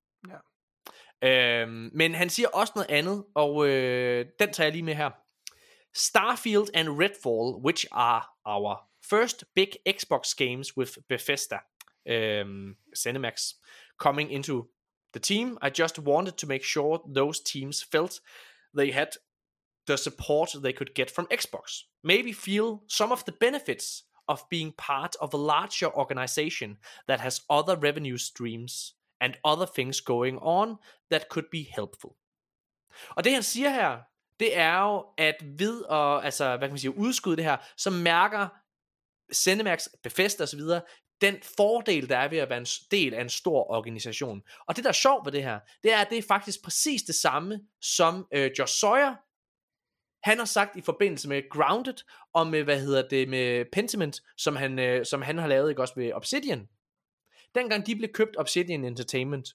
Speaker 1: Ja. Øhm, men han siger også noget andet, og øh, den tager jeg lige med her. Starfield and Redfall, which are our first big Xbox games with Bethesda, um, Cinemax, coming into the team. I just wanted to make sure those teams felt they had the support they could get from Xbox. Maybe feel some of the benefits of being part of a larger organization that has other revenue streams and other things going on that could be helpful. Og det han siger her, det er jo, at ved at altså, hvad kan man sige, udskyde det her, så mærker Cinemax, Bethesda og så videre, den fordel, der er ved at være en del af en stor organisation. Og det, der er sjovt ved det her, det er, at det er faktisk præcis det samme, som øh, Josh Sawyer, han har sagt i forbindelse med Grounded, og med, hvad hedder det, med Pentiment, som han, øh, som han har lavet, ikke også ved Obsidian. Dengang de blev købt Obsidian Entertainment,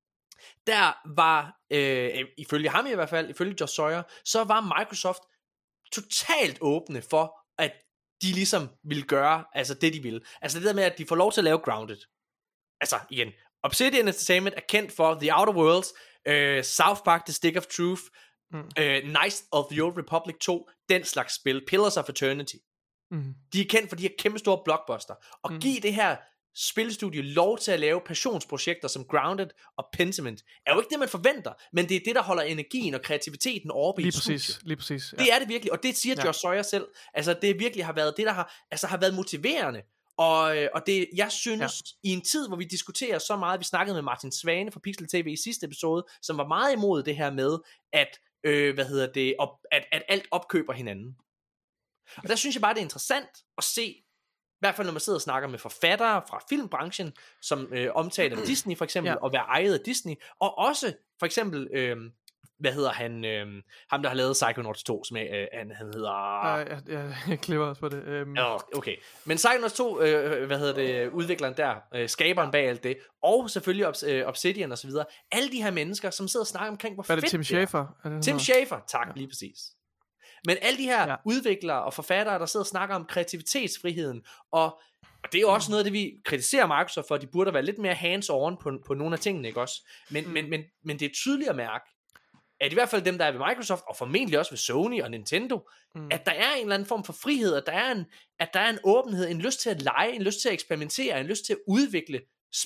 Speaker 1: der var, øh, ifølge ham i hvert fald, ifølge Josh Sawyer, så var Microsoft totalt åbne for, at de ligesom ville gøre, altså det de ville. Altså det der med, at de får lov til at lave Grounded. Altså igen, Obsidian Entertainment er kendt for The Outer Worlds, øh, South Park, The Stick of Truth, mm. øh, Knights of the Old Republic to, den slags spil, Pillars of Eternity. Mm. De er kendt for de her kæmpe store blockbuster. Og mm. give det her spilstudie lov til at lave passionsprojekter som Grounded og Pentiment, er jo ikke det, man forventer, men det er det, der holder energien og kreativiteten oppe i studiet.
Speaker 3: Lige præcis. Ja.
Speaker 1: Det er det virkelig, og det siger
Speaker 3: ja.
Speaker 1: Josh Sawyer selv. Altså, det virkelig har været det, der har, altså, har været motiverende. Og, og det, jeg synes, ja. i en tid, hvor vi diskuterer så meget, vi snakkede med Martin Svane fra Pixel T V i sidste episode, som var meget imod det her med, at, øh, hvad hedder det, op, at, at alt opkøber hinanden. Og der synes jeg bare, det er interessant at se, i hvert fald når man sidder og snakker med forfattere fra filmbranchen, som øh, omtaler Disney for eksempel, ja. og være ejet af Disney, og også for eksempel øh, hvad hedder han, øh, ham der har lavet Psychonauts to, som er, øh, han, han hedder...
Speaker 3: Ja, ja, ja, jeg klipper også på det. Um...
Speaker 1: Oh, okay, men Psychonauts to, øh, hvad hedder det, udvikleren der, øh, skaberen bag alt det, og selvfølgelig Obs- øh, Obsidian og så videre, alle de her mennesker, som sidder og snakker omkring, hvor
Speaker 3: Hvad er
Speaker 1: fedt
Speaker 3: det, Tim Schafer? Er det
Speaker 1: Tim
Speaker 3: noget?
Speaker 1: Schafer, tak, ja. Lige præcis. Men alle de her
Speaker 3: Ja.
Speaker 1: udviklere og forfattere, der sidder og snakker om kreativitetsfriheden, og, og det er jo også noget af det, vi kritiserer Microsoft for, de burde være lidt mere hands-on på, på nogle af tingene, ikke også? Men, mm. men, men, men det er tydeligt at mærke, at i hvert fald dem, der er ved Microsoft, og formentlig også ved Sony og Nintendo, mm. at der er en eller anden form for frihed, at der er en, at der er en åbenhed, en lyst til at lege, en lyst til at eksperimentere, en lyst til at udvikle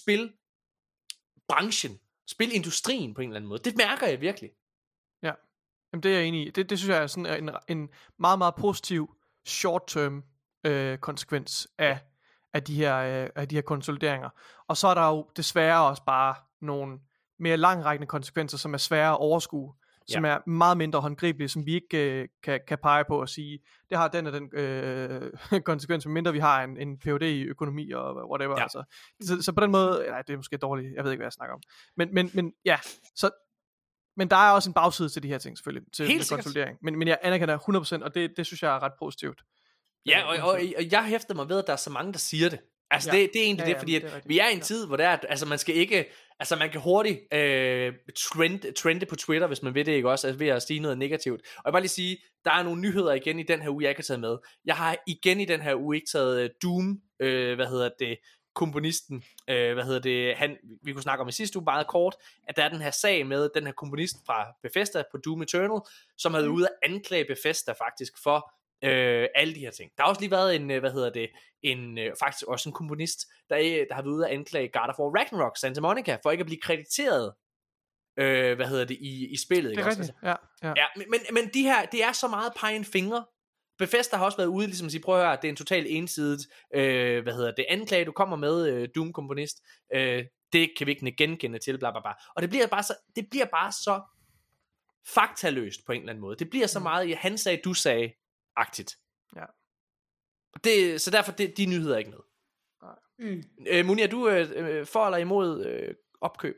Speaker 1: spilbranchen, spilindustrien på en eller anden måde. Det mærker jeg virkelig.
Speaker 3: Ja, jamen, det er jeg enig i. Det, det synes jeg er sådan en, en meget, meget positiv short-term øh, konsekvens af, af, de her, øh, af de her konsolideringer. Og så er der jo desværre også bare nogle mere langrækkende konsekvenser, som er svære at overskue, som ja. er meget mindre håndgribelige, som vi ikke øh, kan, kan pege på og sige, det har den og den øh, konsekvens, mindre vi har en, en P H D i økonomi og whatever. Ja. Altså. Så, så på den måde, nej, det er måske dårligt, jeg ved ikke, hvad jeg snakker om. Men, men, men ja, så, men der er også en bagside til de her ting, selvfølgelig, til
Speaker 1: Helt
Speaker 3: konsolidering. Men, men jeg anerkender hundrede procent, og det, det synes jeg er ret positivt.
Speaker 1: Ja, og, og, og jeg hæfter mig ved, at der er så mange, der siger det. Altså ja. det, det er egentlig ja, det, fordi ja, det er vi er i en tid, hvor der er, altså man skal ikke, altså man kan hurtigt øh, trend, trende på Twitter, hvis man ved det, ikke også, altså ved at sige noget negativt. Og jeg vil bare lige sige, der er nogle nyheder igen i den her uge, jeg ikke har taget med. Jeg har igen i den her uge ikke taget uh, Doom, øh, hvad hedder det, komponisten, øh, hvad hedder det, han, vi kunne snakke om i sidste uge meget kort, at der er den her sag med den her komponist fra Bethesda på Doom Eternal, som havde mm. ude at anklage Bethesda faktisk for Øh, alle de her ting. Der har også lige været en, hvad hedder det, en, øh, faktisk også en komponist, der, der har været ude at anklage God of War Ragnarok, Santa Monica, for ikke at blive krediteret, øh, hvad hedder det, i, i spillet.
Speaker 3: Det er rigtigt, ja. ja.
Speaker 1: ja men, men, men de her, det er så meget pege en finger. Bethesda har også været ude, ligesom at sige, prøv at høre, det er en totalt ensidigt, øh, hvad hedder det, anklage, du kommer med, øh, Doom-komponist, øh, det kan vi ikke genkende til, bla bla bla. Og det bliver bare så, det bliver bare så faktaløst på en eller anden måde. Det bliver så meget, han sagde, du sagde, agtigt.
Speaker 3: Ja.
Speaker 1: Det, så derfor det, de nyheder er ikke med. Mm. Øh, Muni, er du øh, for eller imod øh, opkøb?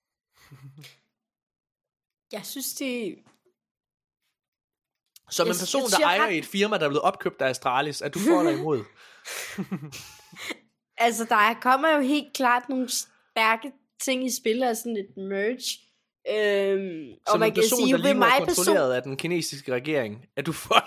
Speaker 2: Jeg synes det.
Speaker 1: Som en person, der ejer i et firma, der er blevet opkøbt af Astralis, er du for eller imod?
Speaker 2: Altså der kommer jo helt klart nogle stærke ting i spil, og sådan et merge. Øhm,
Speaker 1: som
Speaker 2: og man
Speaker 1: en person,
Speaker 2: kan sige,
Speaker 1: der lige
Speaker 2: mig
Speaker 1: er kontrolleret person... af den kinesiske regering, er du for?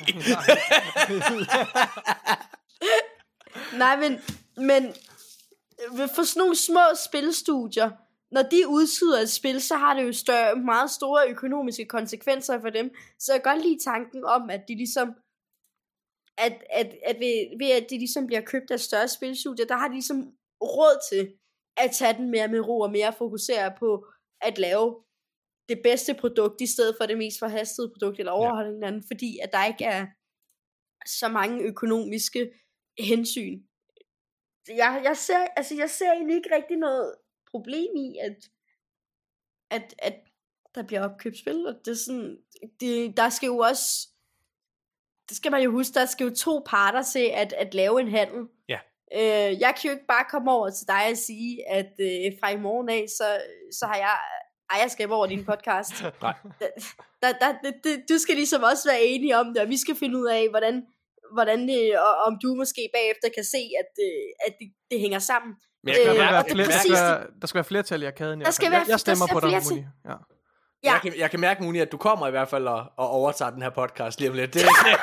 Speaker 2: Nej, men, men for sådan nogle små spilstudier, når de udskyder et spil, så har det jo større, meget store økonomiske konsekvenser for dem. Så jeg kan godt lide tanken om, at de ligesom, at, at, at ved, ved at de ligesom bliver købt af større spilstudier, der har de ligesom råd til at tage den mere med ro og mere fokusere på at lave det bedste produkt, i stedet for det mest forhastede produkt, eller overholde ja. hinanden, fordi at der ikke er så mange økonomiske hensyn. Jeg, jeg, ser, altså jeg ser egentlig ikke rigtig noget problem i, at, at, at der bliver opkøbt spil, og det er sådan, det, der skal jo også, det skal man jo huske, der skal jo to parter til at, at lave en handel.
Speaker 1: Ja.
Speaker 2: Øh, jeg kan jo ikke bare komme over til dig og sige, at øh, fra i morgen af, så, så har jeg ejerskab over din podcast.
Speaker 1: Nej.
Speaker 2: Der, der, der, det, du skal ligesom også være enige om det, og vi skal finde ud af, hvordan, hvordan det, og om du måske bagefter kan se, at, at det, det hænger sammen.
Speaker 3: Men jeg kan øh, være flere, der, skal være, der skal være flertal i arkaden.
Speaker 2: Der skal være,
Speaker 3: jeg, jeg stemmer på dig, Muni. Ja.
Speaker 1: Ja. Jeg, kan, jeg kan mærke, Muni, at du kommer i hvert fald og, og overtager den her podcast lige om lidt. Det,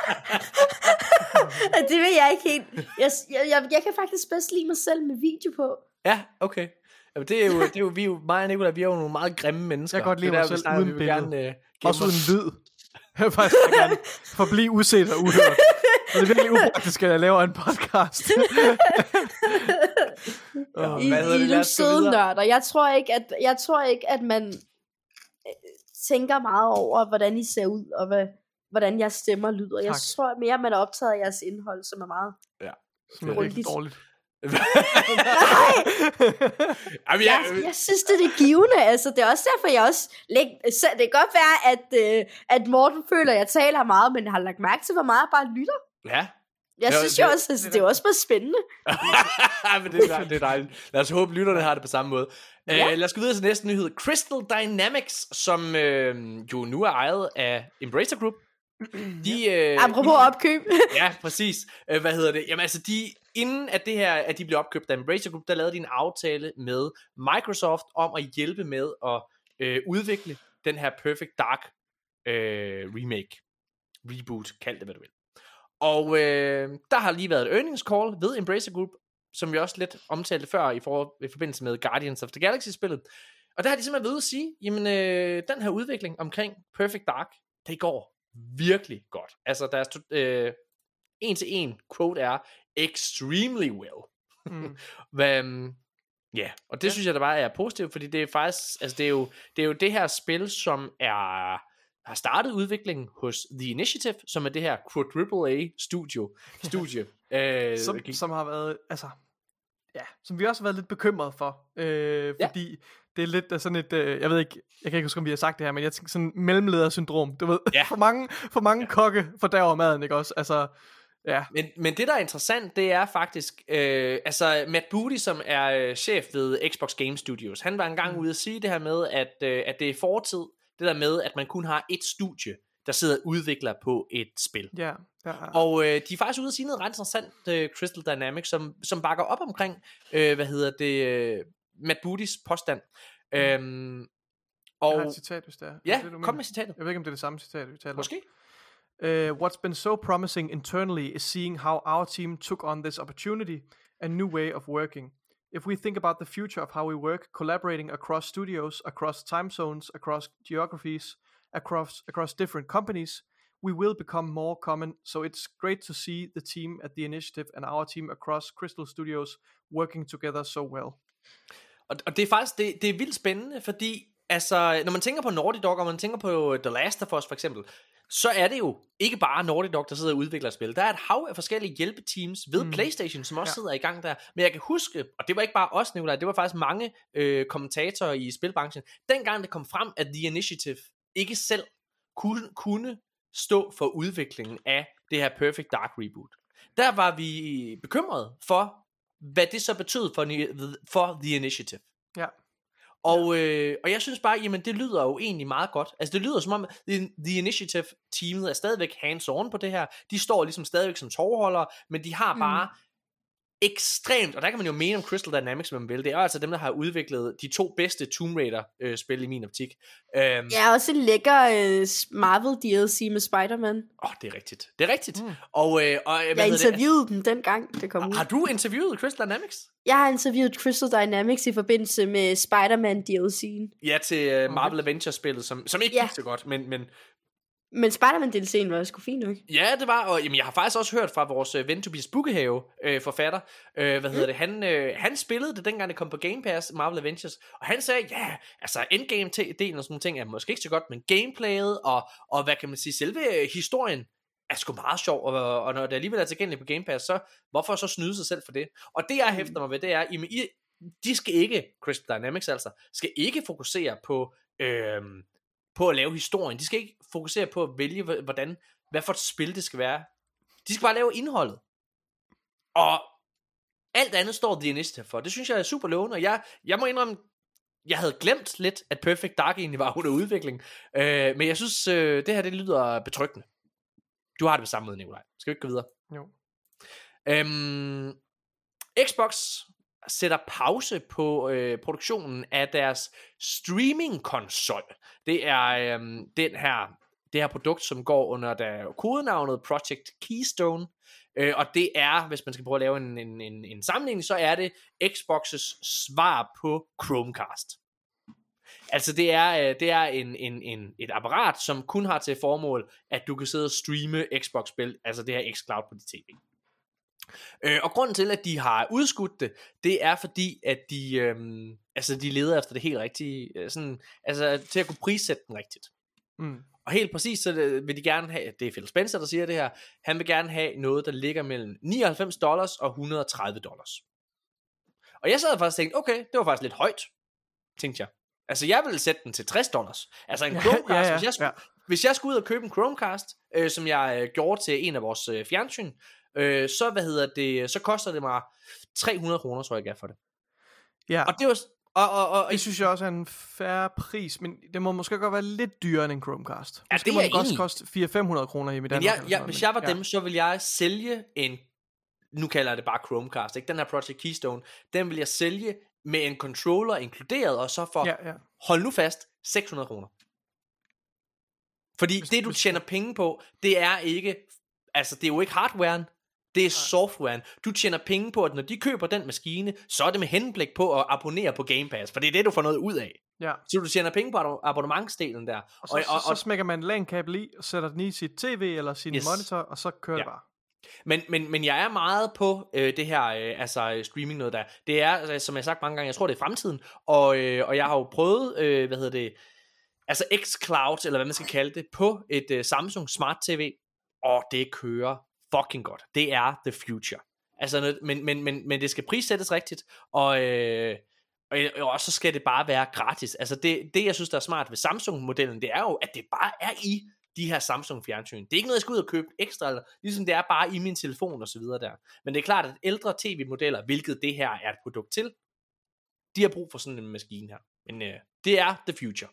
Speaker 2: det vil jeg ikke helt. Jeg, jeg, jeg, jeg kan faktisk bedst lide mig selv med video på.
Speaker 1: Ja, okay. Jamen, det er jo, det er jo, vi er jo, mig og Nicolai, vi er jo nogle meget grimme mennesker.
Speaker 3: Jeg kan godt lide mig selv
Speaker 1: snakker,
Speaker 3: uden billede. Gerne, uh, også uden lyd. Jeg vil faktisk gerne forblive uset og uhørt. Og det er virkelig upraktisk, at jeg laver en podcast.
Speaker 2: oh. I, I er nogle søde nørder. Jeg tror ikke, at, jeg tror ikke, at man tænker meget over, hvordan I ser ud, og hvad, hvordan jeg stemmer lyder. Tak. Jeg tror mere, man er optaget af jeres indhold, som er meget
Speaker 1: ja.
Speaker 3: Som er rigtig dårligt.
Speaker 2: Nej! Jamen, jeg, jeg, jeg synes det er givende. Altså, det er også derfor jeg også læg, så det kan godt være at, uh, at Morten føler at jeg taler meget, men jeg har lagt mærke til hvor meget jeg bare lytter.
Speaker 1: Ja.
Speaker 2: Jeg
Speaker 1: Ja,
Speaker 2: synes
Speaker 1: det-
Speaker 2: jo også, altså, det er jo også bare spændende.
Speaker 1: Men det, er, det er dejligt. Lad os håbe, lytterne har det på samme måde. Ja.
Speaker 2: Ja.
Speaker 1: Uh, lad os gå videre til næste nyhed. Crystal Dynamics, som øh, jo nu er ejet af Embracer Group. De, øh,
Speaker 2: Apropos opkøb.
Speaker 1: Ja, præcis. Øh, hvad hedder det? Jamen altså, de, inden at det her, at de blev opkøbt af Embracer Group, der lavede de en aftale med Microsoft om at hjælpe med at øh, udvikle den her Perfect Dark øh, remake. Reboot, kald det hvad du vil. Og øh, der har lige været et earnings call ved Embracer Group, som vi også lidt omtalte før i, for, i forbindelse med Guardians of the Galaxy-spillet. Og der har de simpelthen ved at sige, jamen øh, den her udvikling omkring Perfect Dark, det går virkelig godt. Altså deres øh, en til en quote er extremely well.
Speaker 3: Mm.
Speaker 1: Hvad, ja, og det ja. synes jeg da bare er positivt, fordi det er faktisk, altså det er jo det, er jo det her spil, som er har startet udviklingen hos The Initiative, som er det her quadruple A studio, studie, øh,
Speaker 3: som, som har været, altså, ja, som vi også har været lidt bekymret for, øh,
Speaker 1: Ja.
Speaker 3: fordi det er lidt af sådan et, øh, jeg ved ikke, jeg kan ikke huske, om vi har sagt det her, men jeg tænker sådan mellemledersyndrom, du ved,
Speaker 1: Ja.
Speaker 3: for mange, for mange ja. kokke fordærver maden, ikke også, altså, ja.
Speaker 1: Men, men det der er interessant, det er faktisk øh, altså Matt Booty, som er øh, chef ved Xbox Game Studios, han var engang mm. ude at sige det her med, at, øh, at det er fortid, det der med, at man kun har et studie, der sidder og udvikler på et spil.
Speaker 3: Ja, ja.
Speaker 1: Og øh, de er faktisk ude at sige noget ret interessant, øh, Crystal Dynamics, som, som bakker op omkring, øh, hvad hedder det, øh, Matt Bootys påstand. Mm. Øhm, og
Speaker 3: Jeg har et citat, hvis det er.
Speaker 1: ja,
Speaker 3: er det, du
Speaker 1: kom
Speaker 3: mener?
Speaker 1: med citatet.
Speaker 3: Jeg ved ikke, om det er det samme citat, vi taler om.
Speaker 1: Måske.
Speaker 3: Uh, what's been so promising internally is seeing how our team took on this opportunity, a new way of working. If we think about the future of how we work, collaborating across studios, across time zones, across geographies, across across different companies, we will become more common. So it's great to see the team at The Initiative and our team across Crystal Studios working together so well.
Speaker 1: Og, og det er faktisk, det, det er vildt spændende, fordi altså, når man tænker på Naughty Dog, og man tænker på The Last of Us for eksempel, så er det jo ikke bare Naughty Dog, der sidder og udvikler et spil. Der er et hav af forskellige hjælpeteams ved mm. PlayStation, som også ja. sidder i gang der. Men jeg kan huske, og det var ikke bare os, Nikolaj, det var faktisk mange øh, kommentatorer i spilbranchen, dengang det kom frem, at The Initiative ikke selv kunne, kunne stå for udviklingen af det her Perfect Dark reboot. Der var vi bekymrede for, hvad det så betød for, for The Initiative.
Speaker 3: Ja.
Speaker 1: Og, øh, og jeg synes bare, jamen det lyder jo egentlig meget godt. Altså det lyder som om The, The Initiative teamet er stadigvæk hands-on på det her. De står ligesom stadigvæk som tovholdere, men de har bare mm. ekstremt, og der kan man jo mene om Crystal Dynamics, hvad man vil. Det er altså dem, der har udviklet de to bedste Tomb Raider øh, spil i min optik. Øhm,
Speaker 2: Ja, også en lækker øh, Marvel D L C med Spider-Man.
Speaker 1: Åh, oh, det er rigtigt. Det er rigtigt. Mm. Og, øh, og, hvad
Speaker 2: Jeg
Speaker 1: hedder
Speaker 2: interviewede dem dengang, det kom
Speaker 1: det?
Speaker 2: ud.
Speaker 1: Har du interviewet Crystal Dynamics?
Speaker 2: Jeg har interviewet Crystal Dynamics i forbindelse med Spider-Man D L C'en.
Speaker 1: Ja, til uh, Marvel Avengers-spillet, som, som ikke
Speaker 2: Ja.
Speaker 1: gik så godt, men... men
Speaker 2: Men Spider-Man D L C'en var sgu fint nok.
Speaker 1: ja, det var, og jamen, jeg har faktisk også hørt fra vores uh, ven Tobias Bukkehave, øh, forfatter, øh, hvad hedder det, han, øh, han spillede det dengang det kom på Game Pass, Marvel Avengers, og han sagde, ja, altså endgame-delen og sådan nogle ting er måske ikke så godt, men gameplayet og, og hvad kan man sige, selve øh, historien er sgu meget sjov, og, og når det alligevel er tilgængeligt på Game Pass, så hvorfor så snyde sig selv for det? Og det jeg hæfter mig ved, det er, jamen, I, de skal ikke, Crystal Dynamics altså, skal ikke fokusere på, øh, på at lave historien. De skal ikke fokusere på at vælge, hvordan, hvad for et spil det skal være. De skal bare lave indholdet. Og alt andet står The Initiative for. Det synes jeg er super lovende, og jeg, jeg må indrømme, jeg havde glemt lidt, at Perfect Dark egentlig var under udvikling. Øh, men jeg synes, øh, det her det lyder betryggende. Du har det på samme måde, Nikolaj. Skal vi ikke gå videre?
Speaker 3: Jo.
Speaker 1: Øhm, Xbox sætter pause på øh, produktionen af deres streaming-konsol. Det er øh, den her, det her produkt, som går under der kodenavnet Project Keystone. Øh, og det er, hvis man skal prøve at lave en, en, en, en sammenligning, så er det Xbox's svar på Chromecast. Altså det er, det er en, en, en, et apparat, som kun har til formål, at du kan sidde og streame Xbox-spil, altså det her xCloud på dit tv. Øh, og grunden til, at de har udskudt det, det er fordi, at de, øhm, altså de leder efter det helt rigtige, øh, sådan, altså til at kunne prissætte den rigtigt.
Speaker 3: Mm.
Speaker 1: Og helt præcis, så vil de gerne have, det er Phil Spencer, der siger det her, han vil gerne have noget, der ligger mellem nioghalvfems dollars og et hundrede og tredive dollars. Og jeg sad og faktisk tænkte, okay, det var faktisk lidt højt, tænkte jeg. Altså jeg ville sætte den til tres dollars. Altså en Chromecast, ja, ja, ja. Hvis, jeg skulle, ja. hvis jeg skulle ud og købe en Chromecast, øh, som jeg øh, gjorde til en af vores øh, fjernsyn, øh, så, hvad hedder det, så koster det mig tre hundrede kroner, tror jeg, jeg gav for det.
Speaker 3: Ja.
Speaker 1: Og det var... Og, og, og,
Speaker 3: Det synes jeg også er en fair pris, men det må måske godt være lidt dyrere end en Chromecast.
Speaker 1: Ja,
Speaker 3: Måske
Speaker 1: det er
Speaker 3: må
Speaker 1: jeg
Speaker 3: den godt
Speaker 1: enig i.
Speaker 3: koste fire til fem hundrede kroner hjemme i
Speaker 1: men
Speaker 3: Danmark.
Speaker 1: jeg,
Speaker 3: eller
Speaker 1: jeg,
Speaker 3: sådan
Speaker 1: hvis
Speaker 3: noget,
Speaker 1: jeg var
Speaker 3: men-
Speaker 1: dem, så vil jeg sælge en, nu kalder jeg det bare Chromecast, ikke? Den her Project Keystone, den vil jeg sælge med en controller inkluderet, og så for,
Speaker 3: Ja, ja.
Speaker 1: hold nu fast, seks hundrede kroner. Fordi
Speaker 3: Hvis-
Speaker 1: det du
Speaker 3: hvis-
Speaker 1: tjener penge på, det er ikke, altså det er jo ikke hardwaren, det er softwaren. Du tjener penge på, at når de køber den maskine, så er det med henblik på at abonnere på Game Pass, for det er det, du får noget ud af.
Speaker 3: Ja.
Speaker 1: Så du tjener penge på abon- abonnementsdelen der.
Speaker 3: Og så, og, og, så, så smækker man en LAN-kabel i, og sætter den i sit tv eller sin
Speaker 1: Yes.
Speaker 3: monitor, og så kører
Speaker 1: Ja.
Speaker 3: det bare.
Speaker 1: Men, men, men jeg er meget på øh, det her øh, altså streaming noget der. Det er, altså, som jeg har sagt mange gange, jeg tror det er fremtiden. Og, øh, og jeg har jo prøvet, øh, hvad hedder det, altså xCloud, eller hvad man skal kalde det, på et øh, Samsung Smart T V. Og det kører fucking godt. Det er the future. Altså, noget- men, men, men, men det skal prissættes rigtigt, og, øh, og, og så skal det bare være gratis. Altså det, det jeg synes der er smart ved Samsung-modellen, det er jo, at det bare er i de her Samsung-fjernsyn. Det er ikke noget, jeg skal ud og købe ekstra, eller, ligesom det er bare i min telefon og så videre der. Men det er klart, at ældre tv-modeller, hvilket det her er et produkt til, de har brug for sådan en maskine her. Men øh, det er the future.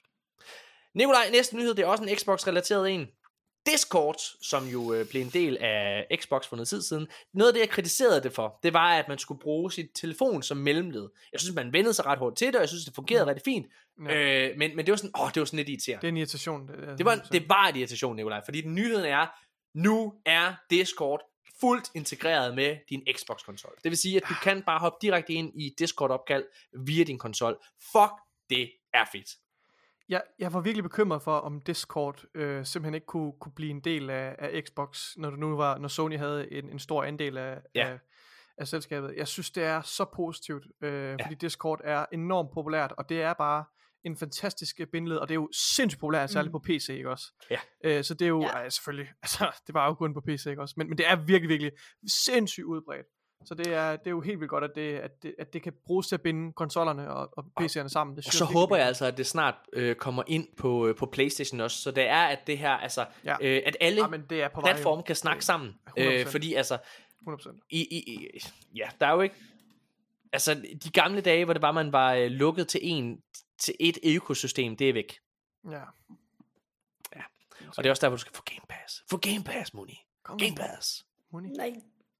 Speaker 1: Nikolaj, næste nyhed, det er også en Xbox-relateret en. Discord, som jo øh, blev en del af Xbox for noget tid siden, noget af det, jeg kritiserede det for, det var, at man skulle bruge sit telefon som mellemled. Jeg synes, man vendede sig ret hårdt til det, og jeg synes, det fungerede mm. rigtig fint.
Speaker 3: Ja.
Speaker 1: Øh, men, men det var sådan, åh, det var sådan lidt irriterende.
Speaker 3: Det er en irritation. Det, er,
Speaker 1: Det var, det var et irritation, Nikolaj, fordi den nyheden er, nu er Discord fuldt integreret med din Xbox-konsol. Det vil sige, at du kan bare hoppe direkte ind i Discord-opkald via din konsol. Fuck, det er fedt.
Speaker 3: Jeg, jeg var virkelig bekymret for, om Discord øh, simpelthen ikke kunne, kunne blive en del af, af Xbox, når det nu var, når Sony havde en, en stor andel af,
Speaker 1: Ja.
Speaker 3: af, af selskabet. Jeg synes, det er så positivt, øh, ja. fordi Discord er enormt populært, og det er bare en fantastisk bindeled, og det er jo sindssygt populært, særligt mm. på P C, ikke også?
Speaker 1: Ja.
Speaker 3: Øh, så det er jo,
Speaker 2: Ja.
Speaker 3: ja. øh, selvfølgelig, altså, det var jo kun på P C, ikke også? Men, men det er virkelig, virkelig sindssygt udbredt. Så det er, det er jo helt vildt godt, at det, at, det, at det kan bruges til at binde konsollerne og, og P C'erne sammen. Det
Speaker 1: Og
Speaker 3: synes
Speaker 1: så
Speaker 3: jeg
Speaker 1: håber jeg
Speaker 3: virkelig-
Speaker 1: altså, at det snart øh, kommer ind på, øh, på PlayStation også, så det er, at det her, altså,
Speaker 3: Ja.
Speaker 1: øh, at alle
Speaker 3: Ja, men det er på vej.
Speaker 1: platforme kan snakke sammen.
Speaker 3: hundrede procent.
Speaker 1: Øh, fordi altså,
Speaker 3: hundrede procent.
Speaker 1: i, i, i, ja, der er jo ikke, altså de gamle dage, hvor det var, man var øh, lukket til en, til et økosystem, det er væk.
Speaker 3: Ja.
Speaker 1: Og det er også derfor, du skal få Game Pass. Få Game Pass, Moni.
Speaker 3: Kom
Speaker 1: Game
Speaker 3: nu,
Speaker 1: Pass.
Speaker 3: Moni.
Speaker 2: Nej.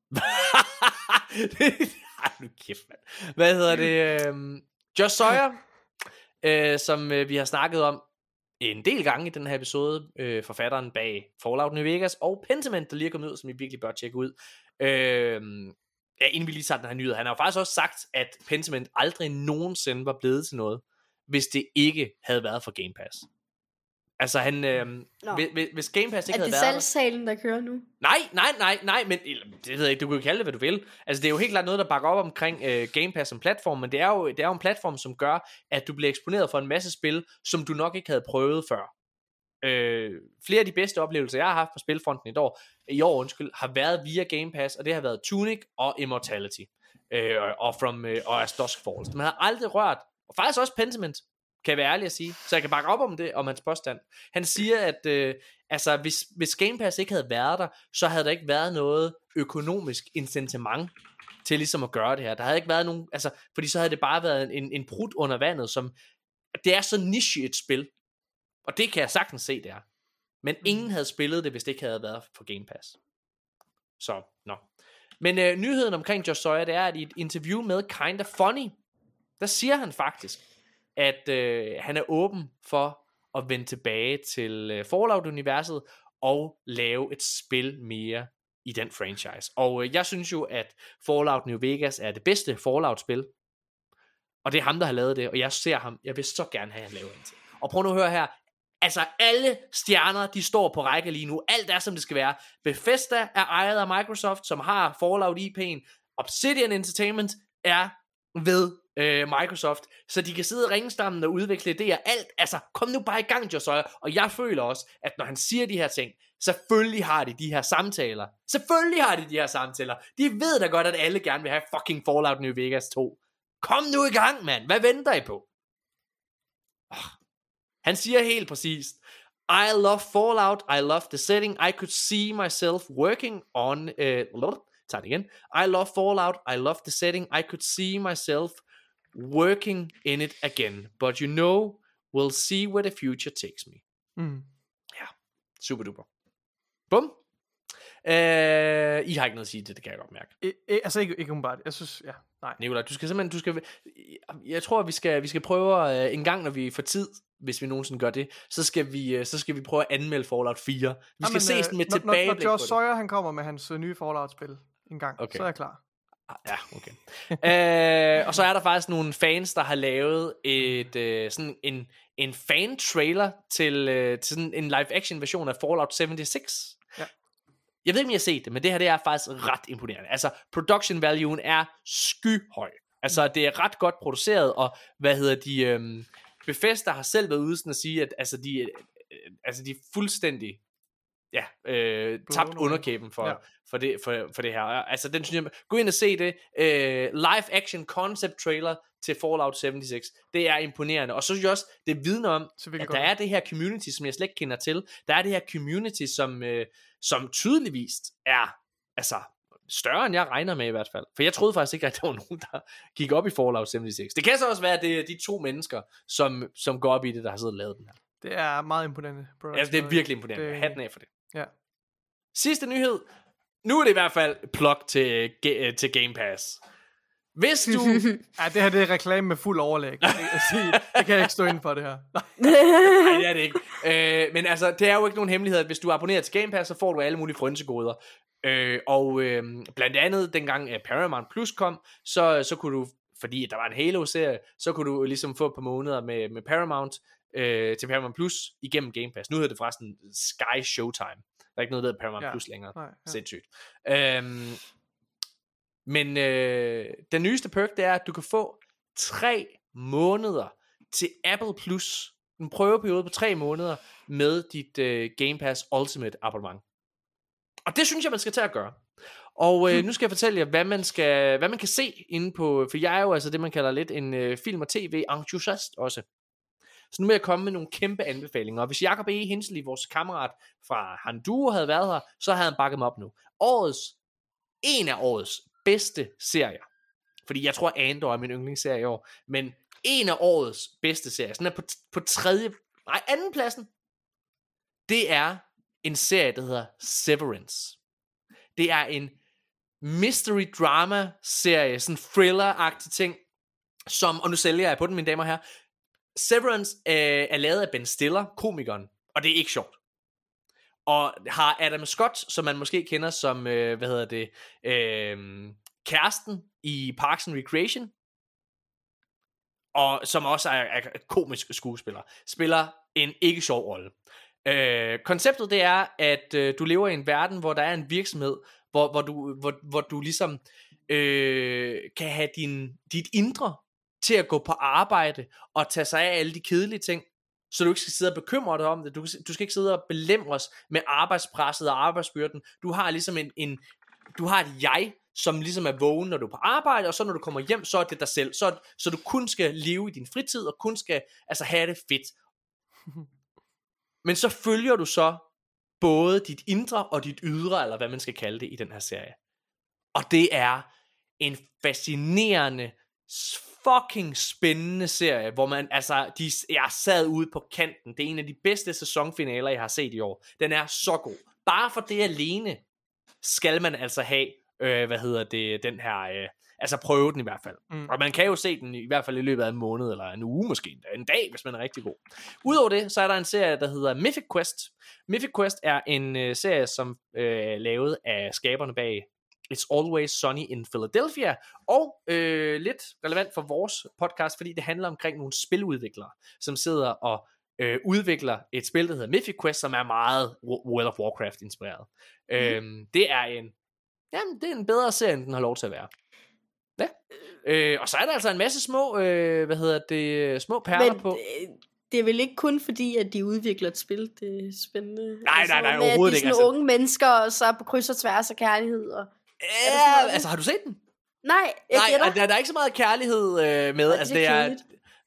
Speaker 1: Ej, nu kæft, mand. Hvad hedder det? Øhm, Josh Sawyer, øh, som øh, vi har snakket om en del gange i den her episode, øh, forfatteren bag Fallout New Vegas og Pentiment, der lige er kommet ud, som I virkelig bør tjekke ud. Øh, ja, inden vi lige tager den her nyhed. Han har jo faktisk også sagt, at Pentiment aldrig nogensinde var blevet til noget, hvis det ikke havde været for Game Pass. Altså han, øh, hvis, hvis Game Pass ikke
Speaker 2: Er
Speaker 1: havde
Speaker 2: det
Speaker 1: været der-
Speaker 2: salgssalen, der kører nu?
Speaker 1: Nej, nej, nej, nej, men eller, det ved jeg ikke, du kan jo kalde det, hvad du vil. Altså, det er jo helt klart noget, der bakker op omkring øh, Game Pass som platform, men det er, jo, det er jo en platform, som gør, at du bliver eksponeret for en masse spil, som du nok ikke havde prøvet før. Øh, flere af de bedste oplevelser, jeg har haft på spilfronten i år, i år undskyld, har været via Game Pass, og det har været Tunic og Immortality, øh, og, from, øh, og As Dusk Falls. Man har aldrig rørt, og faktisk også Pentiment, kan jeg være ærlig at sige. Så jeg kan bakke op om det, om hans påstand. Han siger, at øh, altså, hvis, hvis Game Pass ikke havde været der, så havde der ikke været noget økonomisk incitament til ligesom at gøre det her. Der havde ikke været nogen, altså, fordi så havde det bare været en, en prut under vandet, som, det er så niche et spil, og det kan jeg sagtens se, det er. Men ingen havde spillet det, hvis det ikke havde været for Game Pass. Så, nå. Men øh, nyheden omkring Josh Sawyer, det er, at i et interview med Kinda Funny, der siger han faktisk, at øh, han er åben for at vende tilbage til øh, Fallout-universet og lave et spil mere i den franchise. Og øh, jeg synes jo, at Fallout New Vegas er det bedste Fallout-spil. Og det er ham, der har lavet det, og jeg ser ham, jeg vil så gerne have, at han laver en til. Og prøv nu at høre her, altså alle stjerner, de står på række lige nu, alt er som det skal være. Bethesda er ejet af Microsoft, som har Fallout I P'en. Obsidian Entertainment er ved øh, Microsoft, så de kan sidde og ringe sammen og udvikle idéer, alt, altså kom nu bare i gang, Josh Sawyer. Og jeg føler også, at når han siger de her ting, selvfølgelig har de de her samtaler, selvfølgelig har de de her samtaler, de ved da godt, at alle gerne vil have fucking Fallout New Vegas to. Kom nu i gang, mand, hvad venter I på? Oh. Han siger helt præcist, I love Fallout. I love the setting. I could see myself working on... Uh, tager det igen. I love Fallout. I love the setting. I could see myself working in it again. But you know, we'll see where the future takes me.
Speaker 3: Mm.
Speaker 1: Ja, super duper. Bum. Uh, I har ikke noget at sige til det, kan jeg godt mærke.
Speaker 3: I, I, altså ikke, ikke umiddelbart. Jeg synes, ja, nej.
Speaker 1: Nicolaj, du skal simpelthen, du skal, jeg tror, vi skal, vi skal prøve uh, en gang, når vi får tid, hvis vi nogensinde gør det, så skal vi, uh, så skal vi prøve at anmelde Fallout fire. Vi skal se sådan med
Speaker 3: når,
Speaker 1: tilbageblik
Speaker 3: når,
Speaker 1: på det.
Speaker 3: når Josh Sawyer, han kommer med hans uh, nye Fallout-spil en gang, okay. Så er jeg klar.
Speaker 1: Ja, okay. uh, og så er der faktisk nogle fans, der har lavet et uh, sådan en en fan trailer til uh, til sådan en live action version af Fallout seventy-six. Ja. Jeg ved ikke, om jeg har set det, men det her det er faktisk ret imponerende. Altså, production valuen er skyhøj. Altså, det er ret godt produceret, og hvad hedder de... Øhm, Bethesda har selv været ude sådan at sige, at altså, de, øh, altså, de er fuldstændig ja, øh, tabt underkæben for, ja. for, det, for, for det her. Altså, den synes jeg... Gå ind og se det. Øh, live action concept trailer til Fallout seventy-six. Det er imponerende. Og så synes jeg også, det vidner om, at der er det her community, som jeg slet ikke kender til. Der er det her community, som... Øh, som tydeligvis er altså større end jeg regner med i hvert fald. For jeg troede faktisk ikke, at der var nogen, der gik op i Fallout seventy-six. Det kan så også være, at det er de to mennesker, som, som går op i det, der har siddet og lavet den her.
Speaker 3: Det er meget imponerende.
Speaker 1: Altså, det er virkelig imponerende. Det... Hatten af for det.
Speaker 3: Ja.
Speaker 1: Sidste nyhed. Nu er det i hvert fald plug til, til Game Pass. Hvis du...
Speaker 3: ja, det her det er reklame med fuld overlæg. Det, det kan jeg ikke stå inden for det her.
Speaker 1: Nej, det er det ikke. Øh, men altså, det er jo ikke nogen hemmelighed, at hvis du abonnerer til Game Pass, så får du alle mulige frynsegoder. Øh, og øh, blandt andet, dengang uh, Paramount Plus kom, så, så kunne du, fordi der var en Halo-serie, så kunne du ligesom få et par måneder med, med Paramount øh, til Paramount Plus igennem Game Pass. Nu hedder det forresten Sky Showtime. Der er ikke noget, der hedder Paramount ja. Plus længere. Nej, ja. Sindssygt. Øhm, Men øh, den nyeste perk, det er, at du kan få tre måneder til Apple Plus. En prøveperiode på tre måneder med dit øh, Game Pass Ultimate abonnement. Og det synes jeg, man skal tage at gøre. Og øh, nu skal jeg fortælle jer, hvad man, skal, hvad man kan se inde på, for jeg er jo altså det, man kalder lidt en øh, film- og tv-entusiast også. Så nu vil jeg komme med nogle kæmpe anbefalinger. Og hvis Jacob E. Hensley, vores kammerat fra Handuo, havde været her, så havde han bakket mig op nu. Årets, en af årets bedste serier. Fordi jeg tror, Andor er min yndlingsserie i år. Men en af årets bedste serier. Sådan er på, på tredje, nej, anden pladsen. Det er en serie, der hedder Severance. Det er en mystery drama serie. Sådan thriller-agtig ting. Som, og nu sælger jeg på den, mine damer og herrer. Severance øh, er lavet af Ben Stiller, komikeren. Og det er ikke sjovt. Og har Adam Scott, som man måske kender som, øh, hvad hedder det, øh, kæresten i Parks and Recreation, og som også er, er komisk skuespiller, spiller en ikke sjov rolle. Øh, konceptet det er, at øh, du lever i en verden, hvor der er en virksomhed, hvor, hvor, du, hvor, hvor du ligesom øh, kan have din, dit indre til at gå på arbejde og tage sig af alle de kedelige ting, så du ikke skal sidde og bekymre dig om det. Du, du skal ikke sidde og belemres med arbejdspresset og arbejdsbyrden. Du har ligesom en, en du har et jeg, som ligesom er vågen, når du er på arbejde, og så når du kommer hjem, så er det dig selv. Så, så du kun skal leve i din fritid, og kun skal altså have det fedt. Men så følger du så både dit indre og dit ydre, eller hvad man skal kalde det i den her serie. Og det er en fascinerende, fucking spændende serie, hvor man, altså, de, jeg sad ude på kanten. Det er en af de bedste sæsonfinaler, jeg har set i år. Den er så god. Bare for det alene, skal man altså have, øh, hvad hedder det, den her, øh, altså prøve den i hvert fald. Mm. Og man kan jo se den i hvert fald i løbet af en måned, eller en uge måske, en dag, hvis man er rigtig god. Udover det, så er der en serie, der hedder Mythic Quest. Mythic Quest er en øh, serie, som øh, er lavet af skaberne bag It's Always Sunny in Philadelphia, og øh, lidt relevant for vores podcast, fordi det handler omkring nogle spiludviklere, som sidder og øh, udvikler et spil, der hedder Mythic Quest, som er meget World of Warcraft inspireret. Mm. Øhm, det er en, jamen, det er en bedre serie, end den har lov til at være. Ja. Øh, og så er der altså en masse små, øh, hvad hedder det, små perler
Speaker 2: Men,
Speaker 1: på.
Speaker 2: Øh, det er vel ikke kun fordi, at de udvikler et spil, det er spændende.
Speaker 1: Nej,
Speaker 2: altså,
Speaker 1: nej, nej,
Speaker 2: med,
Speaker 1: overhovedet
Speaker 2: ikke.
Speaker 1: ikke.
Speaker 2: Altså unge mennesker, og så på kryds og tværs af kærlighed. Og,
Speaker 1: ja, altså har du set den?
Speaker 2: Nej, jeg
Speaker 1: Nej,
Speaker 2: gætter.
Speaker 1: der, der er ikke så meget kærlighed øh, med.
Speaker 2: Nej,
Speaker 1: altså,
Speaker 2: det
Speaker 1: det
Speaker 2: er
Speaker 1: er,
Speaker 2: kedeligt.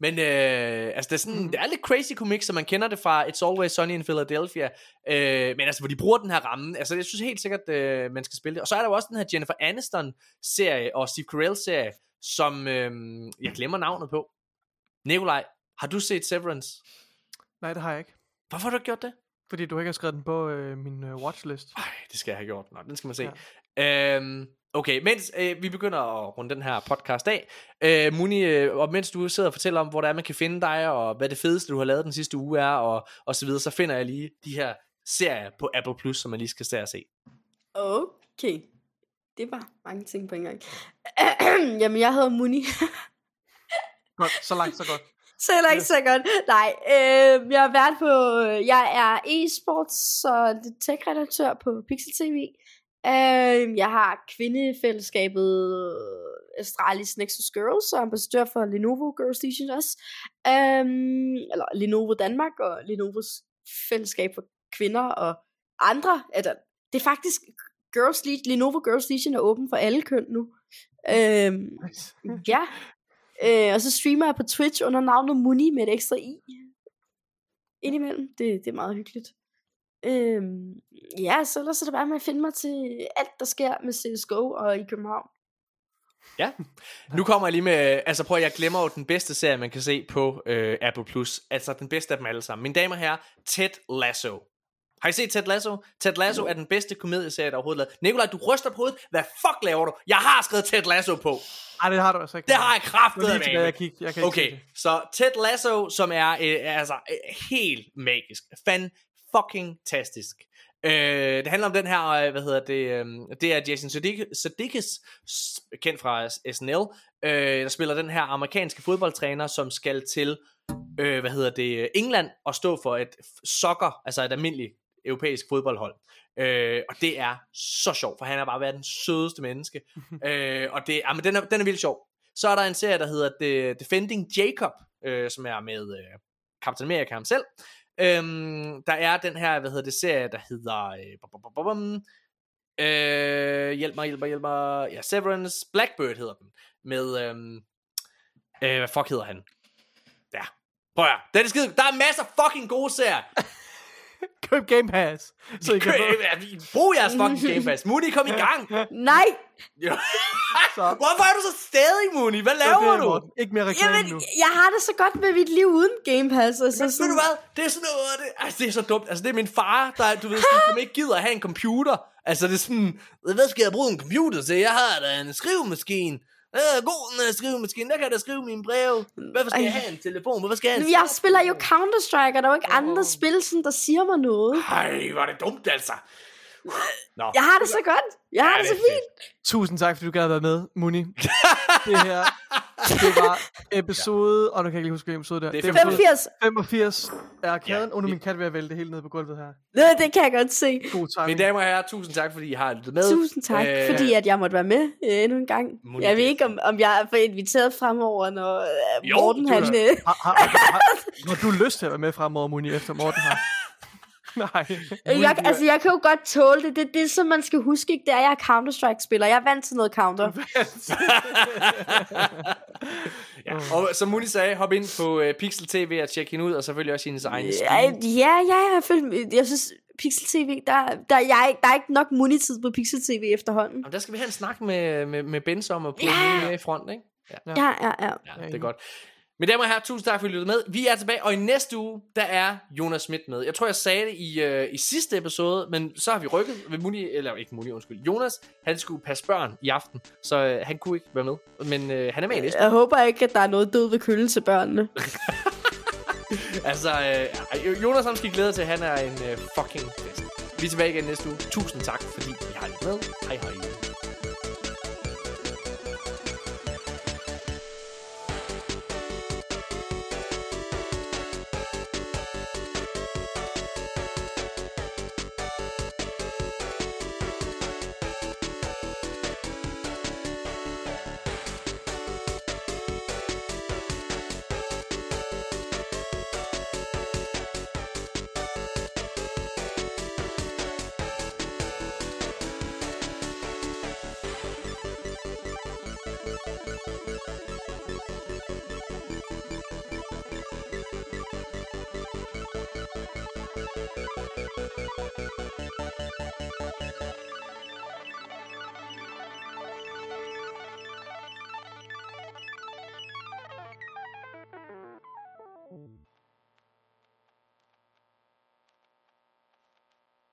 Speaker 1: Men øh, altså, det er, sådan, mm. det er lidt crazy komik, så man kender det fra It's Always Sunny in Philadelphia. Øh, men altså, hvor de bruger den her ramme. Altså, jeg synes helt sikkert, øh, man skal spille det. Og så er der jo også den her Jennifer Aniston-serie og Steve Carell-serie, som øh, jeg glemmer navnet på. Nikolaj, har du set Severance?
Speaker 3: Nej, det har jeg ikke.
Speaker 1: Hvorfor har du ikke gjort det?
Speaker 3: Fordi du ikke har skrevet den på øh, min øh, watchlist.
Speaker 1: Ej, det skal jeg have gjort. Nå, den skal man se. Ja. Øhm, okay, mens øh, vi begynder at runde den her podcast af, øh, Muni, øh, og mens du sidder og fortæller om, hvor der er, man kan finde dig, og hvad det fedeste, du har lavet den sidste uge er, og, og så videre, så finder jeg lige de her serier på Apple Plus, som man lige skal starte og se.
Speaker 2: Okay. Det var mange ting på en gang. Jamen, jeg hedder Muni.
Speaker 3: Godt, så langt, så godt.
Speaker 2: Så heller ikke så godt. Nej, øh, jeg er vært på, jeg er e-sports og tech-redaktør på Pixel T V. Øh, jeg har kvindefællesskabet Astralis Nexus Girls og ambassadør for Lenovo Girls Station også. Øh, eller Lenovo Danmark og Lenovos fællesskab for kvinder og andre. Altså, det er faktisk Girls Le- Lenovo Girls Station er åben for alle køn nu. Øh, ja. Øh, og så streamer jeg på Twitch under navnet Muni med et ekstra i indimellem. Det, det er meget hyggeligt. Øh, ja, så ellers er det bare med at finde mig til alt, der sker med C S G O og i København.
Speaker 1: Ja, nu kommer jeg lige med, altså prøv at jeg glemmer jo den bedste serie, man kan se på øh, Apple Plus. Altså den bedste af dem alle sammen. Mine damer og herrer, Ted Lasso. Har I set Ted Lasso? Ted Lasso er den bedste komedieserie, der overhovedet lavet. Nikolaj, du ryster på hovedet. Hvad fuck laver du? Jeg har skrevet Ted Lasso på.
Speaker 3: Nej, det har du altså ikke.
Speaker 1: Det har jeg kraftet af.
Speaker 3: Jeg kig, jeg kan
Speaker 1: okay, så Ted Lasso, som er øh, altså øh, helt magisk. Fan fucking tastisk. Øh, det handler om den her, øh, hvad hedder det, øh, det er Jason Sudeikis, kendt fra S N L, øh, der spiller den her amerikanske fodboldtræner, som skal til, øh, hvad hedder det, England, og stå for et soccer, altså et almindeligt europæisk fodboldhold. Øh, og det er så sjovt, for han er bare verdens sødeste menneske. øh, og det, ah, men den, er, den er vildt sjov. Så er der en serie, der hedder The Defending Jacob, øh, som er med øh, Captain America ham selv. Øhm, der er den her, hvad hedder det, serie, der hedder øh, øh, hjælp mig, hjælp mig, hjælp mig ja, Severance. Blackbird hedder den. Med øhm, øh, hvad fuck hedder han? Ja, prøv at den er skide. Der er masser af fucking gode serier.
Speaker 3: Køb Game Pass. Så I kan
Speaker 1: Køb, brug jeres fucking Game Pass. Muni, kom i gang.
Speaker 2: Nej.
Speaker 1: Hvorfor er du så stadig, Muni? Hvad laver okay, du?
Speaker 3: Morten. Ikke mere reklame
Speaker 2: Jamen,
Speaker 3: nu.
Speaker 2: jeg har det så godt med mit liv uden Game Pass. Altså,
Speaker 1: men
Speaker 2: sådan...
Speaker 1: ved du hvad? Det er sådan noget, det, altså, det er så dumt. Altså, det er min far, der, du ved, sådan, som ikke gider at have en computer. Altså, det er sådan, hvad skal jeg bruge en computer til? Jeg har da en skrivemaskine. Øh, god en skrivemaskine, der kan jeg da skrive mine breve. Hvorfor skal Ej. jeg have en telefon? Hvorfor skal jeg have en
Speaker 2: Jeg spiller jo Counter-Strike, og der er jo ikke oh. andre spil, sådan, der siger mig noget.
Speaker 1: Ej, hvor er det dumt, altså. Nå.
Speaker 2: Jeg har det så godt. Jeg ja, har det, det så fint.
Speaker 3: Fedt. Tusind tak, fordi du gad at være med, Muni. Det her, det var episode, og nu kan jeg ikke lige huske, hvilken episode det er.
Speaker 1: Det er
Speaker 2: femogfirs.
Speaker 3: femogfirs er arkaden,
Speaker 1: ja.
Speaker 3: og nu min kat ved at vælge det hele ned på gulvet her.
Speaker 2: Det, det kan jeg godt se.
Speaker 3: God timing.
Speaker 1: Mine damer og herrer, tusind tak, fordi I har lyttet med.
Speaker 2: Tusind tak, Æh, fordi at jeg måtte være med øh, endnu en gang. Muni, jeg ved ikke, om, om jeg er inviteret fremover, når øh,
Speaker 1: jo,
Speaker 2: Morten han... Øh...
Speaker 3: Har, har, har, har, har du lyst til at være med fremover, Muni, efter Morten har? Nej.
Speaker 2: Jeg, altså, jeg kan jo godt tåle det. Det, det som man skal huske, ikke? Det er, at jeg er Counter-Strike-spiller. Jeg er vant til noget counter.
Speaker 1: Ja. Og som Muni sagde, hop ind på uh, Pixel T V og tjek hende ud, og selvfølgelig også hendes egen
Speaker 2: stream. Ja, ja, jeg føler, jeg synes, Pixel T V, der, der, jeg, der er ikke nok Muni-tid på Pixel T V efterhånden.
Speaker 1: Jamen, der skal vi have en snak med, med, med Benz om og på
Speaker 2: ja.
Speaker 1: Muni i front, ikke?
Speaker 2: Ja, ja, ja. ja.
Speaker 1: ja det er godt. Mine damer og herrer, tusind tak for at I lyttede med. Vi er tilbage, og i næste uge, der er Jonas Schmidt med. Jeg tror, jeg sagde det i, øh, i sidste episode, men så har vi rykket ved Muni, eller ikke Muni, undskyld. Jonas, han skulle passe børn i aften, så øh, han kunne ikke være med. Men øh, han er med i næste uge.
Speaker 2: Jeg håber ikke, at der er noget død ved kølle til børnene.
Speaker 1: altså, øh, Jonas han skal glæde til, at han er en øh, fucking fest. Vi er tilbage igen næste uge. Tusind tak, fordi I har lyttet med. Hej hej.